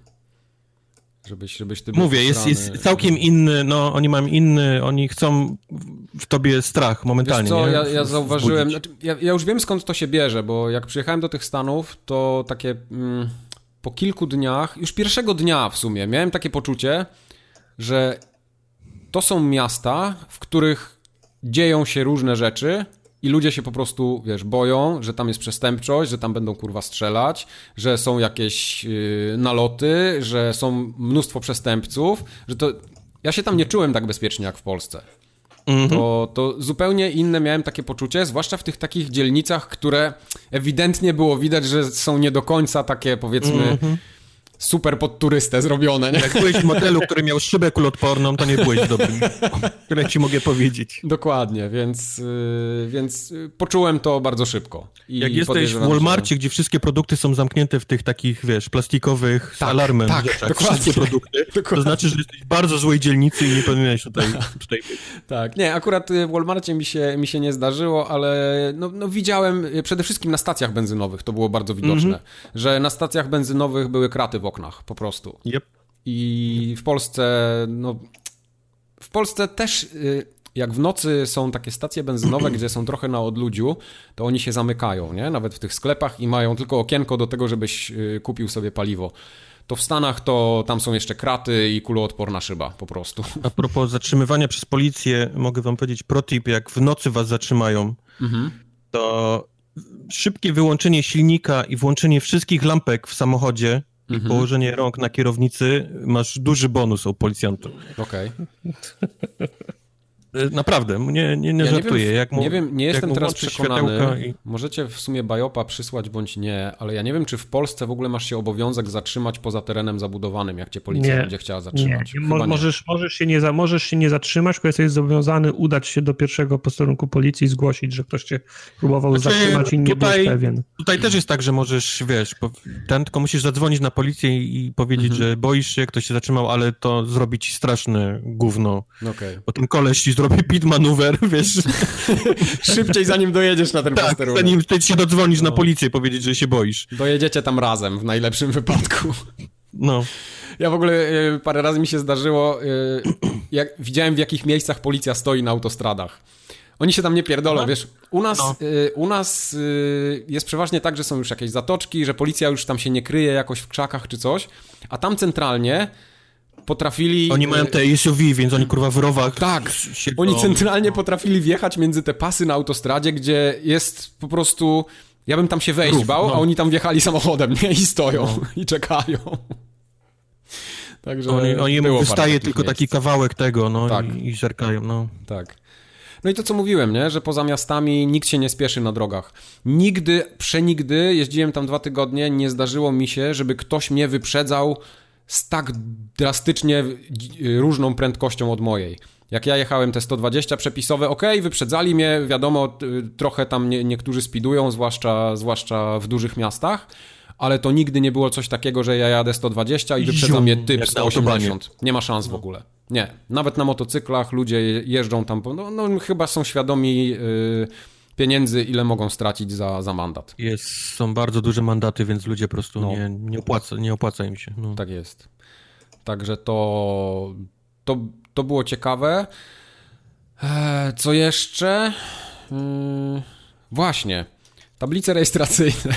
Żebyś, żebyś ty był Mówię, jest, posrany. jest całkiem inny, no oni mają inny, oni chcą w tobie strach momentalnie, Wiesz co, nie? ja, ja W- zauważyłem, wzbudzić. znaczy, ja, ja już wiem skąd to się bierze, bo jak przyjechałem do tych Stanów, to takie mm, po kilku dniach, już pierwszego dnia w sumie, miałem takie poczucie, że to są miasta, w których dzieją się różne rzeczy i ludzie się po prostu, wiesz, boją, że tam jest przestępczość, że tam będą kurwa strzelać, że są jakieś yy, naloty, że są mnóstwo przestępców, że to... Ja się tam nie czułem tak bezpiecznie jak w Polsce. Mhm. To, to zupełnie inne miałem takie poczucie, zwłaszcza w tych takich dzielnicach, które ewidentnie było widać, że są nie do końca takie, powiedzmy, Mhm. super pod turystę zrobione, nie? Jak byłeś w motelu, który miał szybę kuloodporną, to nie byłeś dobrym. Tyle ci mogę powiedzieć. Dokładnie, więc, yy, więc yy, poczułem to bardzo szybko. I Jak jesteś w podejrzewam, Walmarcie, że... gdzie wszystkie produkty są zamknięte w tych takich, wiesz, plastikowych z Tak, alarmem tak, rzeczach, dokładnie. wszystkie produkty, to Dokładnie. znaczy, że jesteś w bardzo złej dzielnicy i nie powinieneś tutaj, tutaj być. Tak, nie, akurat w Walmarcie mi się, mi się nie zdarzyło, ale no, no widziałem y, przede wszystkim na stacjach benzynowych, to było bardzo widoczne, Mhm. że na stacjach benzynowych były kraty w oknach, po prostu. Yep. I w Polsce, no, w Polsce też, y, jak w nocy są takie stacje benzynowe, gdzie są trochę na odludziu, to oni się zamykają, nie? Nawet w tych sklepach i mają tylko okienko do tego, żebyś y, kupił sobie paliwo. To w Stanach to tam są jeszcze kraty i kuloodporna szyba, po prostu. A propos zatrzymywania przez policję, mogę wam powiedzieć protip, jak w nocy was zatrzymają, Mhm. to szybkie wyłączenie silnika i włączenie wszystkich lampek w samochodzie i Mhm. położenie rąk na kierownicy, masz duży bonus od policjantów. Okej. E, Naprawdę, nie, nie, nie Ja żartuję. Nie wiem, jak mu, nie, wiem, nie jak jestem mu teraz włączysz przekonany. światełka i... Możecie w sumie bajopa przysłać bądź nie, ale ja nie wiem, czy w Polsce w ogóle masz się obowiązek zatrzymać poza terenem zabudowanym, jak cię policja Nie. będzie chciała Nie, zatrzymać. nie, Chyba mo- nie. możesz, możesz, się nie za, możesz się nie zatrzymać, tylko jesteś zobowiązany udać się do pierwszego posterunku policji i zgłosić, że ktoś cię próbował Znaczy, zatrzymać i nie tutaj- byłeś pewien. Tutaj też jest tak, że możesz, wiesz, po, ten tylko musisz zadzwonić na policję i, i powiedzieć, Mhm. że boisz się, ktoś się zatrzymał, ale to zrobi ci straszne gówno. Okej. Bo ten koleś ci zrobi pit maneuver, wiesz, Szybciej zanim dojedziesz na ten tak, posterunek. zanim ty się dodzwonisz na No. policję powiedzieć, że się boisz. Dojedziecie tam razem, w najlepszym wypadku. No. Ja w ogóle y, parę razy mi się zdarzyło, y, jak widziałem w jakich miejscach policja stoi na autostradach. Oni się tam nie pierdolą, No. wiesz, u nas, No. y, u nas y, jest przeważnie tak, że są już jakieś zatoczki, że policja już tam się nie kryje jakoś w krzakach czy coś, a tam centralnie potrafili... Oni mają te S U V, więc oni kurwa w rowach... Tak, siedzą. Oni centralnie potrafili wjechać między te pasy na autostradzie, gdzie jest po prostu... Ja bym tam się wejść Rów, bał, no. a oni tam wjechali samochodem, nie? I stoją, no. i czekają. Także oni, oni mu wystaje tylko miejsc. taki kawałek tego, no tak. i, i zerkają, no. Tak. No i to, co mówiłem, nie? Że poza miastami nikt się nie spieszy na drogach. Nigdy, przenigdy, jeździłem tam dwa tygodnie, nie zdarzyło mi się, żeby ktoś mnie wyprzedzał z tak drastycznie różną prędkością od mojej. Jak ja jechałem te sto dwadzieścia przepisowe, okej, okay, wyprzedzali mnie, wiadomo, trochę tam nie, niektórzy speedują, zwłaszcza, zwłaszcza w dużych miastach, ale to nigdy nie było coś takiego, że ja jadę sto dwadzieścia i wyprzedza mnie typ sto osiemdziesiąt. Nie ma szans w ogóle. Nie. Nawet na motocyklach ludzie jeżdżą tam, no, no chyba są świadomi yy, pieniędzy, ile mogą stracić za, za mandat. Jest, są bardzo duże mandaty, więc ludzie po prostu no. nie, nie, opłaca, nie opłaca im się. No. Tak jest. Także to, to, to było ciekawe. Eee, co jeszcze? Yy, właśnie. Tablice rejestracyjne.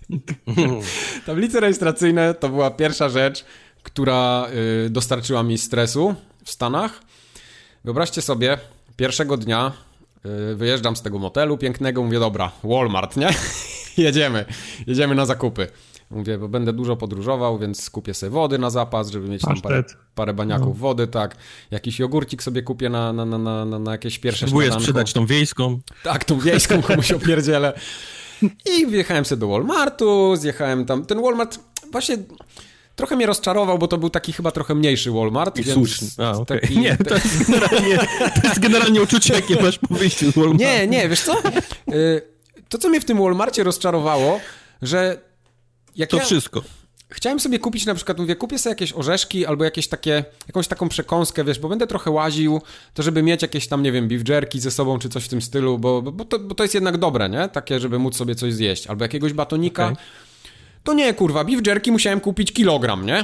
Tablice rejestracyjne to była pierwsza rzecz, która y, dostarczyła mi stresu w Stanach. Wyobraźcie sobie, pierwszego dnia y, wyjeżdżam z tego motelu pięknego, mówię, dobra, Walmart, nie? jedziemy, jedziemy na zakupy. Mówię, bo będę dużo podróżował, więc kupię sobie wody na zapas, żeby mieć tam parę, parę baniaków no. wody, tak. Jakiś jogurcik sobie kupię na, na, na, na, na jakieś pierwsze śniadanko. Próbuję sprzedać tą wiejską. Tak, tą wiejską komuś opierdzielę. I wjechałem sobie do Walmartu, zjechałem tam. Ten Walmart właśnie trochę mnie rozczarował, bo to był taki chyba trochę mniejszy Walmart. I więc słuszny. A, okay. taki... Nie, to jest, generalnie, to jest generalnie uczucie, jakie masz po wyjściu z Walmartu. Nie, nie, wiesz co? To, co mnie w tym Walmarcie rozczarowało, że jak To ja... wszystko. Chciałem sobie kupić na przykład, mówię, kupię sobie jakieś orzeszki albo jakieś takie, jakąś taką przekąskę, wiesz, bo będę trochę łaził, to żeby mieć jakieś tam, nie wiem, beef jerky ze sobą czy coś w tym stylu, bo, bo, to, bo to jest jednak dobre, nie? Takie, żeby móc sobie coś zjeść. Albo jakiegoś batonika. Okay. To nie, kurwa, beef jerky musiałem kupić kilogram, nie?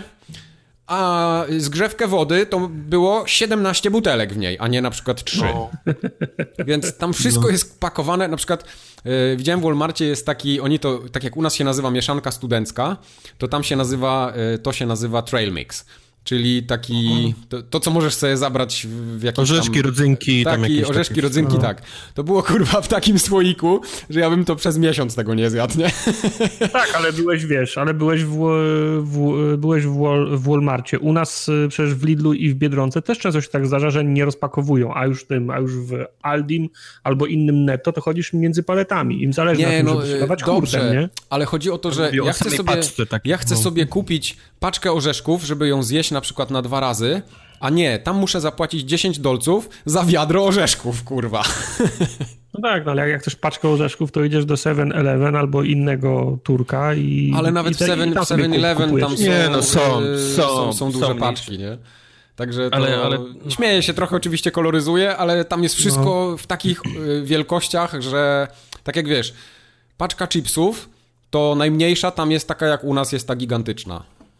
A zgrzewkę wody to było siedemnaście butelek w niej, a nie na przykład trzy. No. Więc tam wszystko no. jest pakowane, na przykład yy, widziałem w Walmarcie jest taki, oni to, tak jak u nas się nazywa mieszanka studencka, to tam się nazywa, yy, to się nazywa trail mix. Czyli taki, to, to co możesz sobie zabrać w jakieś Orzeszki, tam, rodzynki. Taki, tam jakieś orzeszki, takie, rodzynki, no. tak. To było kurwa w takim słoiku, że ja bym to przez miesiąc tego nie zjadł, nie? Tak, ale byłeś, wiesz, ale byłeś w, w, byłeś w, Wal, w Walmarcie. U nas przecież w Lidlu i w Biedronce też często się tak zdarza, że nie rozpakowują, a już tym, a już w Aldim albo innym Netto to chodzisz między paletami. Im zależy nie, na tym, no, żeby sprzedawać dobrze, hurtem, nie? Ale chodzi o to, że ja chcę, sobie, paczce, tak, ja chcę no. sobie kupić paczkę orzeszków, żeby ją zjeść na przykład na dwa razy, a nie, tam muszę zapłacić dziesięć dolców za wiadro orzeszków, kurwa. No tak, no ale jak chcesz paczkę orzeszków, to idziesz do seven eleven albo innego Turka i... Ale nawet i w seven eleven tam są, nie, no, są, są, są, są duże są paczki, nie? Także to ale, ale... śmieję się trochę, oczywiście koloryzuję, ale tam jest wszystko no. w takich wielkościach, że tak jak wiesz, paczka chipsów to najmniejsza tam jest taka jak u nas jest ta gigantyczna.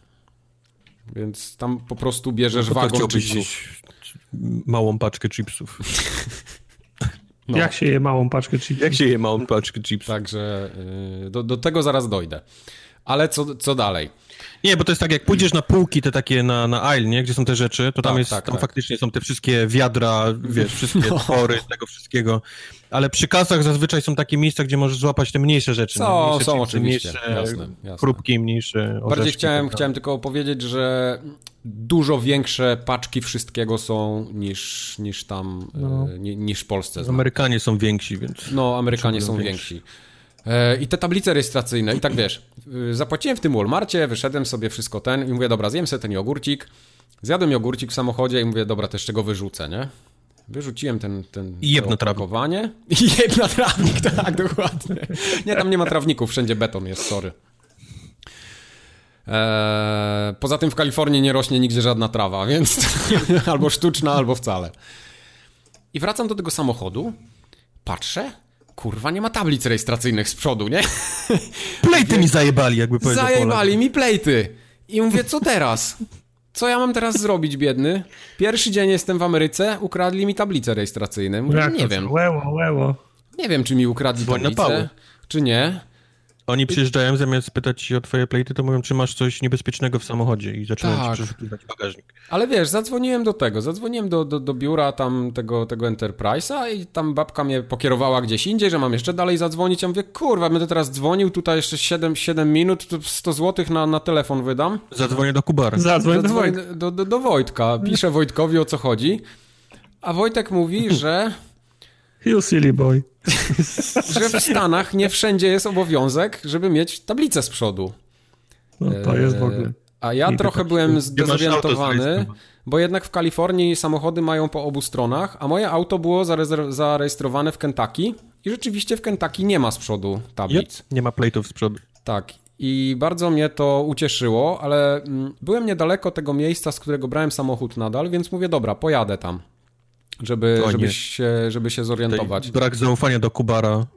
Więc tam po prostu bierzesz no wagon chipsów. Małą paczkę chipsów. No. Jak się je małą paczkę chipsów? Jak się je małą paczkę chipsów? Także yy, do, do tego zaraz dojdę. Ale co, co dalej? Nie, bo to jest tak, jak pójdziesz na półki te takie na, na aisle, nie? Gdzie są te rzeczy, to tam tak, jest, tak, tam tak. faktycznie są te wszystkie wiadra, wiesz, wszystkie no. twory, tego wszystkiego. Ale przy kasach zazwyczaj są takie miejsca, gdzie możesz złapać te mniejsze rzeczy. Co, mniejsze są chipsy, oczywiście, mniejsze jasne, jasne. chrupki, mniejsze orzeszki. Bardziej chciałem, chciałem tylko powiedzieć, że dużo większe paczki wszystkiego są niż, niż tam, no. e, niż w Polsce. Znam. Amerykanie są więksi, więc... No, Amerykanie są więksi. więksi. I te tablice rejestracyjne, i tak wiesz, zapłaciłem w tym Walmarcie, wyszedłem sobie wszystko ten i mówię, dobra, zjem sobie ten jogurcik, zjadłem jogurcik w samochodzie i mówię, dobra, to jeszcze go wyrzucę, nie? Wyrzuciłem ten, ten I jeb na opakowanie. I jeb na trawnik, tak, dokładnie. Nie, tam nie ma trawników, wszędzie beton jest, sorry. Eee, poza tym w Kalifornii nie rośnie nigdzie żadna trawa, więc albo sztuczna, albo wcale. I wracam do tego samochodu, patrzę, kurwa, nie ma tablic rejestracyjnych z przodu, nie? Plejty mi zajebali, jakby powiedział Zajebali Polak. mi plejty. I mówię, co teraz? Co ja mam teraz zrobić, biedny? Pierwszy dzień jestem w Ameryce, ukradli mi tablice rejestracyjne. Mówię, Jak nie to wiem. Łeło, łeło. Nie wiem, czy mi ukradli Dzwoń tablicę, czy nie. Oni przyjeżdżają, zamiast pytać się o twoje plejty, to mówią, czy masz coś niebezpiecznego w samochodzie i zaczynają Tak. ci przeszukiwać bagażnik. Ale wiesz, zadzwoniłem do tego, zadzwoniłem do, do, do biura tam tego, tego Enterprise'a i tam babka mnie pokierowała gdzieś indziej, że mam jeszcze dalej zadzwonić. Ja mówię, kurwa, będę teraz dzwonił, tutaj jeszcze siedem, siedem minut, to sto złotych na, na telefon wydam. Zadzwonię do Kubara. Zadzwoń do Zadzwonię Wojtka. do, do, do Wojtka, piszę Wojtkowi, o co chodzi, a Wojtek mówi, że... You silly boy. że w Stanach nie wszędzie jest obowiązek, żeby mieć tablicę z przodu. No to jest w ogóle. A ja Nie trochę pytam. byłem Gdzie masz zdezorientowany, auto bo jednak w Kalifornii samochody mają po obu stronach, a moje auto było zarezer- zarejestrowane w Kentucky i rzeczywiście w Kentucky nie ma z przodu tablic. Yep. Nie ma plejtów z przodu. Tak. I bardzo mnie to ucieszyło, ale mm, byłem niedaleko tego miejsca, z którego brałem samochód nadal, więc mówię, dobra, pojadę tam. Żeby, O, żeby, nie. się, żeby się zorientować. Tutaj brak zaufania do Kubara.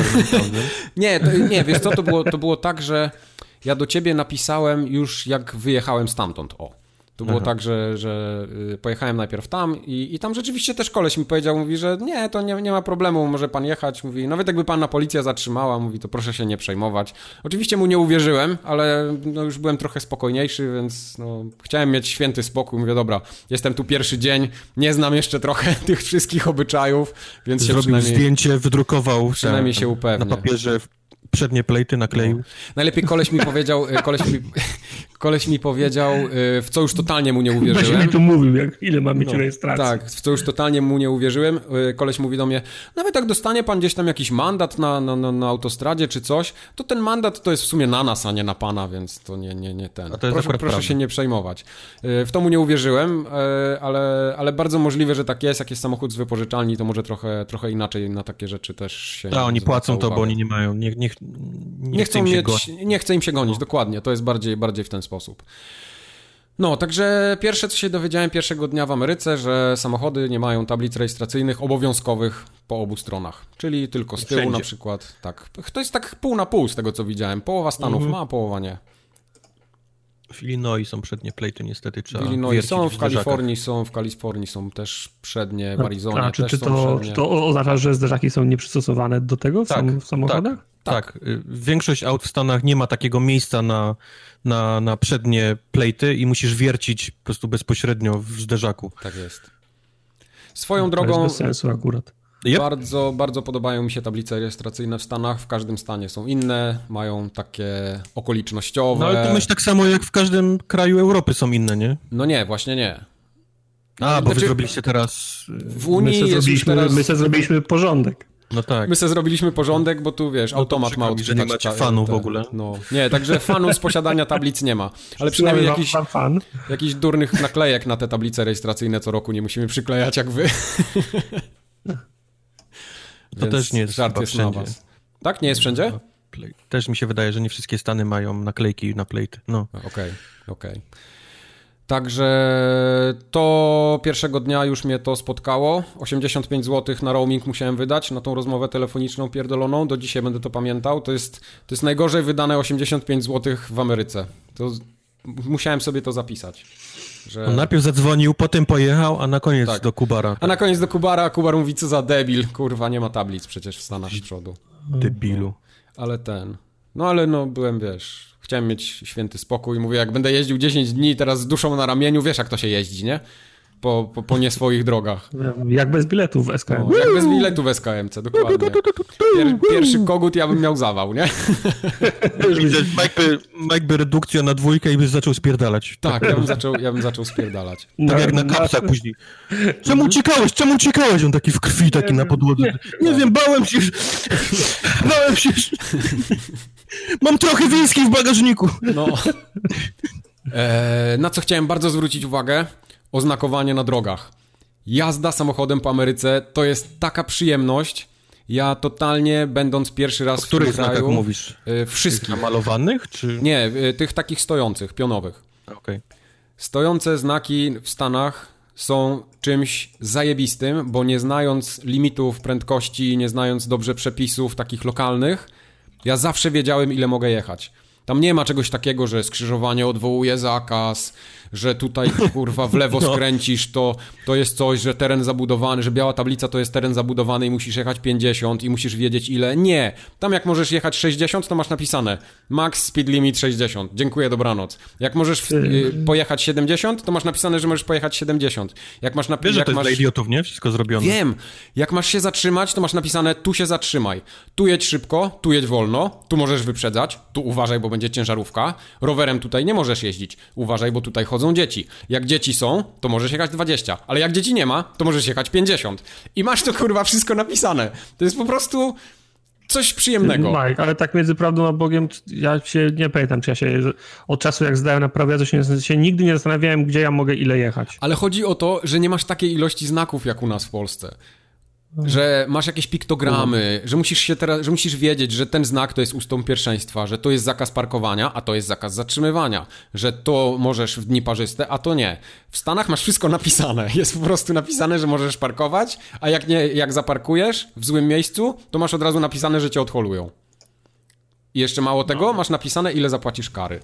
Nie, to, nie, wiesz co, to było, to było tak, że ja do ciebie napisałem już jak wyjechałem stamtąd, o. To było Aha. tak, że, że pojechałem najpierw tam i, i tam rzeczywiście też koleś mi powiedział, mówi, że nie, to nie, nie ma problemu, może pan jechać, mówi, nawet jakby pana policja zatrzymała, mówi, to proszę się nie przejmować. Oczywiście mu nie uwierzyłem, ale no, już byłem trochę spokojniejszy, więc no, chciałem mieć święty spokój, mówię, dobra, jestem tu pierwszy dzień, nie znam jeszcze trochę tych wszystkich obyczajów, więc się Zrobił przynajmniej... zdjęcie, wydrukował Przynajmniej te- się upewnię. na papierze przednie plejty, nakleił. No. Najlepiej koleś mi powiedział, koleś mi, koleś mi powiedział, w co już totalnie mu nie Będzie uwierzyłem. mi tu mówił, jak, ile ma mieć No, rejestracji. tak, w co już totalnie mu nie uwierzyłem. Koleś mówi do mnie, nawet jak dostanie pan gdzieś tam jakiś mandat na, na, na, na autostradzie czy coś, to ten mandat to jest w sumie na nas, a nie na pana, więc to nie, nie, nie ten. A to jest proszę akurat proszę prawda. się nie przejmować. W to mu nie uwierzyłem, ale, ale bardzo możliwe, że tak jest. Jak jest samochód z wypożyczalni, to może trochę, trochę inaczej na takie rzeczy też się... Tak, oni zwraca płacą to, uwagę. bo oni nie mają, nie, nie, nie, Nie chce chcą im się mieć, gonić. nie chce im się gonić, dokładnie. To jest bardziej, bardziej w ten sposób. No, także pierwsze, co się dowiedziałem pierwszego dnia w Ameryce, że samochody nie mają tablic rejestracyjnych obowiązkowych po obu stronach. Czyli tylko z tyłu Wszędzie. na przykład. Tak. To jest tak pół na pół z tego, co widziałem. Połowa stanów Mhm. ma, a połowa nie. W Illinois są przednie plejty, niestety trzeba W Illinois wiercić są, w zderzakach. Kalifornii są, w Kalifornii są też przednie, w Arizonie A czy, też czy, są to, przednie. czy to oznacza, że zderzaki są nieprzystosowane do tego w, Tak, sam, w samochodach? Tak, tak. Y, Większość aut w Stanach nie ma takiego miejsca na, na, na przednie plejty i musisz wiercić po prostu bezpośrednio w zderzaku. Tak jest. Swoją To drogą... jest bez sensu akurat. Yep. Bardzo, bardzo podobają mi się tablice rejestracyjne w Stanach. W każdym stanie są inne, mają takie okolicznościowe. No ale to myśl tak samo jak w każdym kraju Europy są inne, nie? No nie, właśnie nie. A, bo Znaczy- wy zrobiliście teraz... y, W My Unii sobie, jest już zrobiliśmy, teraz... my sobie zrobiliśmy porządek. No tak. My sobie zrobiliśmy porządek, bo tu wiesz, No to automat przykro ma mi, że nie odczytać... macie ta- fanów te- w ogóle. No, nie, także fanów z posiadania tablic nie ma. Ale przynajmniej Wam- jakiś, wam fan. jakiś durnych naklejek na te tablice rejestracyjne co roku nie musimy przyklejać jak wy. To Więc też nie jest żart chyba jest na wszędzie. was. Tak? Nie jest wszędzie? Play- Też mi się wydaje, że nie wszystkie stany mają naklejki na plejty. No. Okej, okej. Także to pierwszego dnia już mnie to spotkało. osiemdziesiąt pięć złotych na roaming musiałem wydać na tą rozmowę telefoniczną pierdoloną. Do dzisiaj będę to pamiętał. To jest, to jest najgorzej wydane osiemdziesiąt pięć złotych w Ameryce. To z- musiałem sobie to zapisać. Że... On najpierw zadzwonił, potem pojechał, a na koniec Tak. do Kubara. A na koniec do Kubara, a Kubar mówi, co za debil. Kurwa, nie ma tablic przecież w Stanach z przodu. Debilu. Ale ten... No ale no byłem, wiesz... Chciałem mieć święty spokój. Mówię, jak będę jeździł dziesięć dni teraz z duszą na ramieniu, wiesz jak to się jeździ, nie? Po, po, po nie swoich drogach. Jak bez biletów w S K M. No, jak bez biletu w S K M C, dokładnie. Pier, pierwszy kogut ja bym miał zawał, nie? Widzę, Mike by, Mike by redukcja na dwójkę i by zaczął spierdalać. Tak, ja bym zaczął, ja bym zaczął spierdalać. Tak jak na kapsach później. Czemu uciekałeś? Czemu uciekałeś? On taki w krwi, taki na podłodze. Nie wiem, bałem się. Bałem się. Mam trochę whisky w bagażniku. No. E, na co chciałem bardzo zwrócić uwagę? Oznakowanie na drogach. Jazda samochodem po Ameryce to jest taka przyjemność. Ja totalnie, będąc pierwszy raz O których w tym znakach kraju... mówisz? E, wszystkich. Namalowanych, czy... Nie, e, tych takich stojących, pionowych. Okej. Stojące znaki w Stanach są czymś zajebistym, bo nie znając limitów prędkości, nie znając dobrze przepisów takich lokalnych, ja zawsze wiedziałem, ile mogę jechać. Tam nie ma czegoś takiego, że skrzyżowanie odwołuje zakaz, że tutaj kurwa w lewo no. skręcisz, to, to jest coś, że teren zabudowany, że biała tablica to jest teren zabudowany i musisz jechać pięćdziesiąt i musisz wiedzieć ile. Nie. Tam jak możesz jechać sześćdziesiąt, to masz napisane max speed limit sześćdziesiąt. Dziękuję, dobranoc. Jak możesz w, y, pojechać siedemdziesiąt, to masz napisane, że możesz pojechać siedemdziesiąt. Jak masz napisane... Wiesz, że to jest masz... dla idiotów, nie? Wszystko zrobione. Wiem. Jak masz się zatrzymać, to masz napisane tu się zatrzymaj. Tu jedź szybko, tu jedź wolno, tu możesz wyprzedzać, tu uważaj, bo będzie ciężarówka. Rowerem tutaj nie możesz jeździć. Uważaj, bo tutaj chodzą dzieci. Jak dzieci są, to możesz jechać dwadzieścia, ale jak dzieci nie ma, to możesz jechać pięćdziesiąt. I masz to kurwa wszystko napisane. To jest po prostu coś przyjemnego. Mike, ale tak między prawdą a Bogiem, ja się nie pamiętam, czy ja się od czasu jak zdałem na prawo jazdy się, się nigdy nie zastanawiałem, gdzie ja mogę ile jechać. Ale chodzi o to, że nie masz takiej ilości znaków jak u nas w Polsce. Że masz jakieś piktogramy, że musisz się teraz, że musisz wiedzieć, że ten znak to jest ustąp pierwszeństwa, że to jest zakaz parkowania, a to jest zakaz zatrzymywania, że to możesz w dni parzyste, a to nie. W Stanach masz wszystko napisane. Jest po prostu napisane, że możesz parkować, a jak nie, jak zaparkujesz w złym miejscu, to masz od razu napisane, że cię odholują. I jeszcze mało tego, masz napisane, ile zapłacisz kary.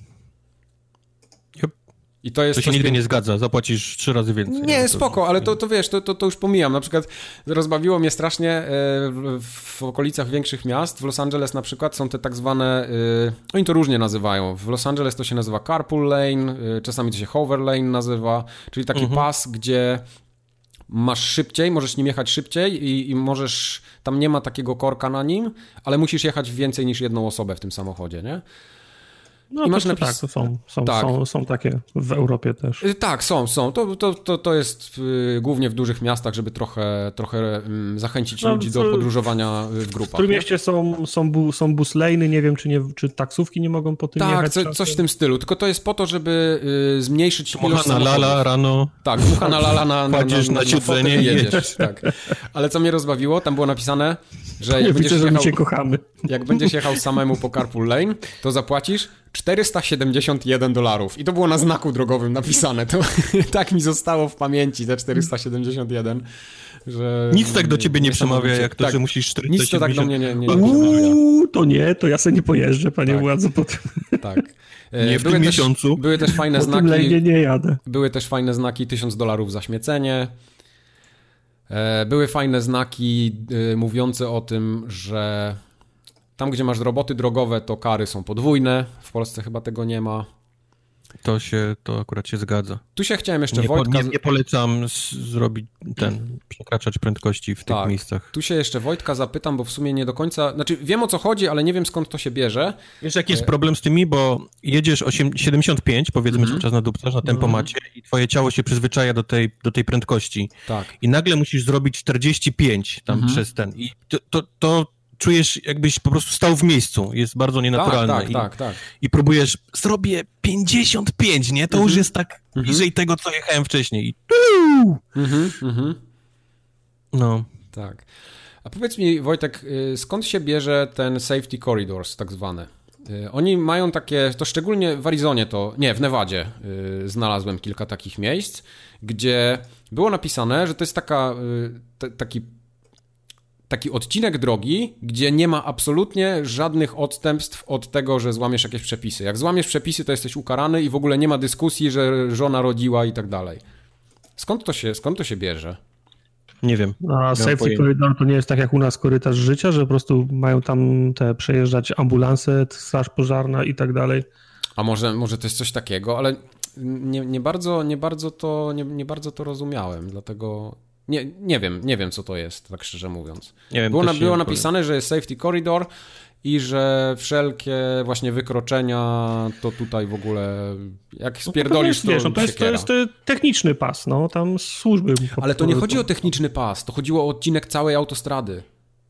I to jest to się nigdy nie zgadza, zapłacisz trzy razy więcej. Nie, to, spoko, ale to, to wiesz, to, to, to już pomijam. Na przykład rozbawiło mnie strasznie w, w okolicach większych miast, w Los Angeles na przykład są te tak zwane, oni to różnie nazywają. W Los Angeles to się nazywa carpool lane, czasami to się hover lane nazywa, czyli taki mhm. pas, gdzie masz szybciej, możesz nim jechać szybciej i, i możesz, tam nie ma takiego korka na nim, ale musisz jechać więcej niż jedną osobę w tym samochodzie, nie? No I masz to, napis... tak, to są, są, tak. Są, są takie w Europie też. Tak, są, są. To, to, to, to jest y, głównie w dużych miastach, żeby trochę, trochę y, zachęcić no, ludzi do podróżowania w grupach. W Trójmieście są, są, bu, są bus lane'y, nie wiem, czy, nie, czy taksówki nie mogą po tym tak, jechać. Tak, co, coś w tym stylu, tylko to jest po to, żeby y, zmniejszyć ilość samochodów. Mucha na lala rano. Tak, mucha na lala na, na, kładziesz na, na, na siedzenie i jedziesz. Tak. Ale co mnie rozbawiło, tam było napisane, że jak, będziesz, widzę, jechał, że my się kochamy. jak będziesz jechał samemu po carpool lane, to zapłacisz czterysta siedemdziesiąt jeden dolarów. I to było na znaku drogowym napisane. To tak mi zostało w pamięci, te czterysta siedemdziesiąt jeden, że... Nic tak do ciebie nie przemawia, jak to, tak, że musisz czterysta siedemdziesiąt... Nic to tak do mnie nie, nie, nie Uuu, to nie, to ja sobie nie pojeżdżę, panie tak. władzo. Po tym. Tak. Nie w były tym też, miesiącu. Były też fajne po znaki... tym nie jadę. Były też fajne znaki tysiąc dolarów za śmiecenie. Były fajne znaki y, mówiące o tym, że tam, gdzie masz roboty drogowe, to kary są podwójne. W Polsce chyba tego nie ma. To się, to akurat się zgadza. Tu się chciałem jeszcze nie, Wojtka... Po, nie, nie polecam z, zrobić ten, przekraczać prędkości w tak, tych miejscach. Tu się jeszcze Wojtka zapytam, bo w sumie nie do końca... Znaczy, wiem o co chodzi, ale nie wiem skąd to się bierze. Wiesz, jaki jest problem z tymi, bo jedziesz siedemdziesiąt pięć, powiedzmy, mm-hmm. cały czas nadupcasz na tempomacie mm-hmm. i twoje ciało się przyzwyczaja do tej, do tej prędkości. Tak. I nagle musisz zrobić czterdzieści pięć tam mm-hmm. przez ten. I to... to, to czujesz, jakbyś po prostu stał w miejscu. Jest bardzo nienaturalne. Tak, tak, I, tak, tak. I próbujesz, zrobię pięćdziesiąt pięć, nie? To mm-hmm. już jest tak mm-hmm. bliżej tego, co jechałem wcześniej. I... Mm-hmm, mm-hmm. No. Tak. A powiedz mi, Wojtek, skąd się bierze ten safety corridors, tak zwane? Oni mają takie, to szczególnie w Arizonie to, nie, w Nevadzie yy, znalazłem kilka takich miejsc, gdzie było napisane, że to jest taka, yy, t- taki taki odcinek drogi, gdzie nie ma absolutnie żadnych odstępstw od tego, że złamiesz jakieś przepisy. Jak złamiesz przepisy, to jesteś ukarany i w ogóle nie ma dyskusji, że żona rodziła i tak dalej. Skąd to się, skąd to się bierze? Nie wiem. A safety corridor to nie jest tak jak u nas korytarz życia, że po prostu mają tam te przejeżdżać ambulanse, straż pożarna i tak dalej? A może, może to jest coś takiego, ale nie, nie, bardzo, nie, bardzo to, nie, nie bardzo to rozumiałem, dlatego... Nie, nie wiem, nie wiem co to jest, tak szczerze mówiąc. Nie wiem, było na, było nie napisane, że jest safety corridor i że wszelkie właśnie wykroczenia to tutaj w ogóle jak spierdolisz, no to, wiesz, to, no to jest, to jest techniczny pas, no tam służby. Ale to nie chodzi o techniczny pas, to chodziło o odcinek całej autostrady.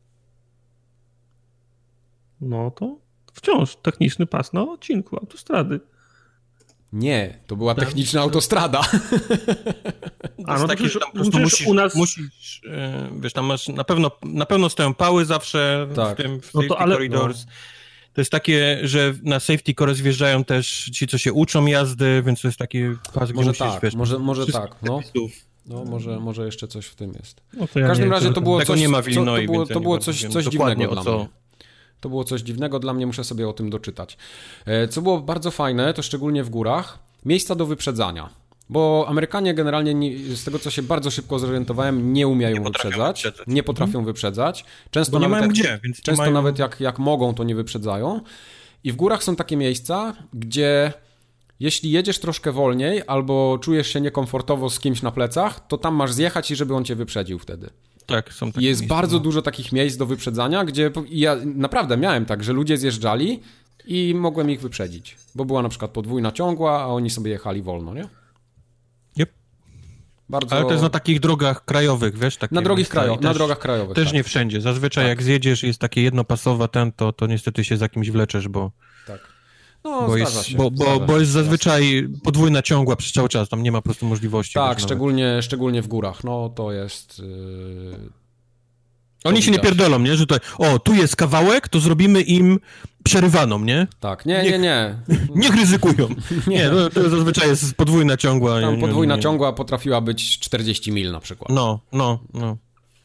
No to wciąż techniczny pas na odcinku autostrady. Nie, to była techniczna autostrada. A no takie, tam po prostu musisz, u nas... musisz yy, wiesz, tam masz, na pewno, na pewno stoją pały zawsze tak. w tym w safety no to, ale, corridors. No. To jest takie, że na safety corridors wjeżdżają też ci, co się uczą jazdy, więc to jest taki pas, gdzie może musisz, tak, wiesz, może, może tak, no. No może, może jeszcze coś w tym jest. No w każdym nie, razie to było tego coś, nie ma w Illinois, co, to było, to było coś, coś dziwnego dla co... mnie. To było coś dziwnego dla mnie, muszę sobie o tym doczytać. Co było bardzo fajne, to szczególnie w górach, miejsca do wyprzedzania. Bo Amerykanie generalnie, nie, z tego co się bardzo szybko zorientowałem, nie umieją nie wyprzedzać, wyprzedzać, nie potrafią hmm. wyprzedzać. Często Bo nie nawet mają jak, gdzie, więc Często mają... nawet jak, jak mogą, to nie wyprzedzają. I w górach są takie miejsca, gdzie jeśli jedziesz troszkę wolniej albo czujesz się niekomfortowo z kimś na plecach, to tam masz zjechać i żeby on cię wyprzedził wtedy. Tak, są takie Jest miejsca, bardzo no. dużo takich miejsc do wyprzedzania, gdzie ja naprawdę miałem tak, że ludzie zjeżdżali i mogłem ich wyprzedzić, bo była na przykład podwójna ciągła, a oni sobie jechali wolno, nie? Yep. Bardzo... Ale to jest na takich drogach krajowych, wiesz? Takie na, drogich krajo... też, na drogach krajowych. Też tak. nie wszędzie. Zazwyczaj tak. jak zjedziesz jest takie jednopasowa ten, to, to niestety się za kimś wleczesz, bo... Tak. No, bo, jest, się, bo, bo, bo jest zazwyczaj podwójna ciągła przez cały czas, tam nie ma po prostu możliwości. Tak, szczególnie, szczególnie w górach, no to jest... Yy... To Oni się widać. Nie pierdolą, nie? Że tutaj, o, tu jest kawałek, to zrobimy im przerywaną, nie? Tak, nie, nie, nie. Niech ryzykują. Nie, to, to zazwyczaj jest podwójna ciągła. Tam nie, podwójna nie, nie. ciągła potrafiła być czterdzieści mil na przykład. No, no, no.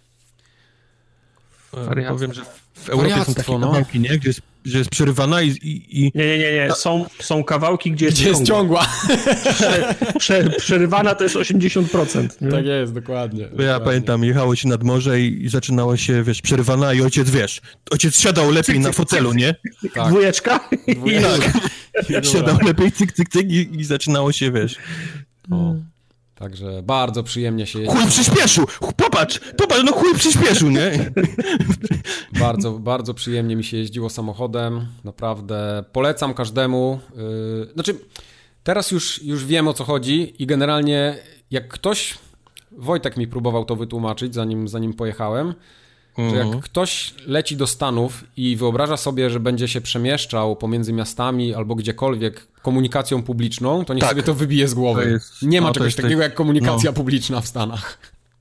Wariactwo. Powiem, że w Europie Wariactwo, są takie no. kawałki, nie? Gdzie jest, że jest przerywana i... i, i... Nie, nie, nie, nie. Są, są kawałki, gdzie jest gdzie ciągła. Jest ciągła. Prze, prze, przerywana to jest osiemdziesiąt procent. Nie? Tak jest, dokładnie. Bo ja dokładnie. pamiętam, jechało się nad morze i, i zaczynało się, wiesz, przerywana i ojciec, wiesz, ojciec siadał lepiej cyk, na cyk, fotelu, cyk. Nie? Tak. Dwójeczka. Dwójeczka. Tak. Siadał lepiej, cyk, cyk, cyk i, i zaczynało się, wiesz... O. Także bardzo przyjemnie się jeździ. Chuj przyspieszył! Popatrz! Popatrz, no chuj przyspieszył, nie? Bardzo, bardzo przyjemnie mi się jeździło samochodem. Naprawdę polecam każdemu. Yy, znaczy, teraz już, już wiem, o co chodzi i generalnie jak ktoś... Wojtek mi próbował to wytłumaczyć, zanim, zanim pojechałem, że jak Mhm. ktoś leci do Stanów i wyobraża sobie, że będzie się przemieszczał pomiędzy miastami albo gdziekolwiek komunikacją publiczną, to niech Tak. sobie to wybije z głowy. To jest- Nie ma no, to czegoś jest- takiego jak komunikacja no. publiczna w Stanach.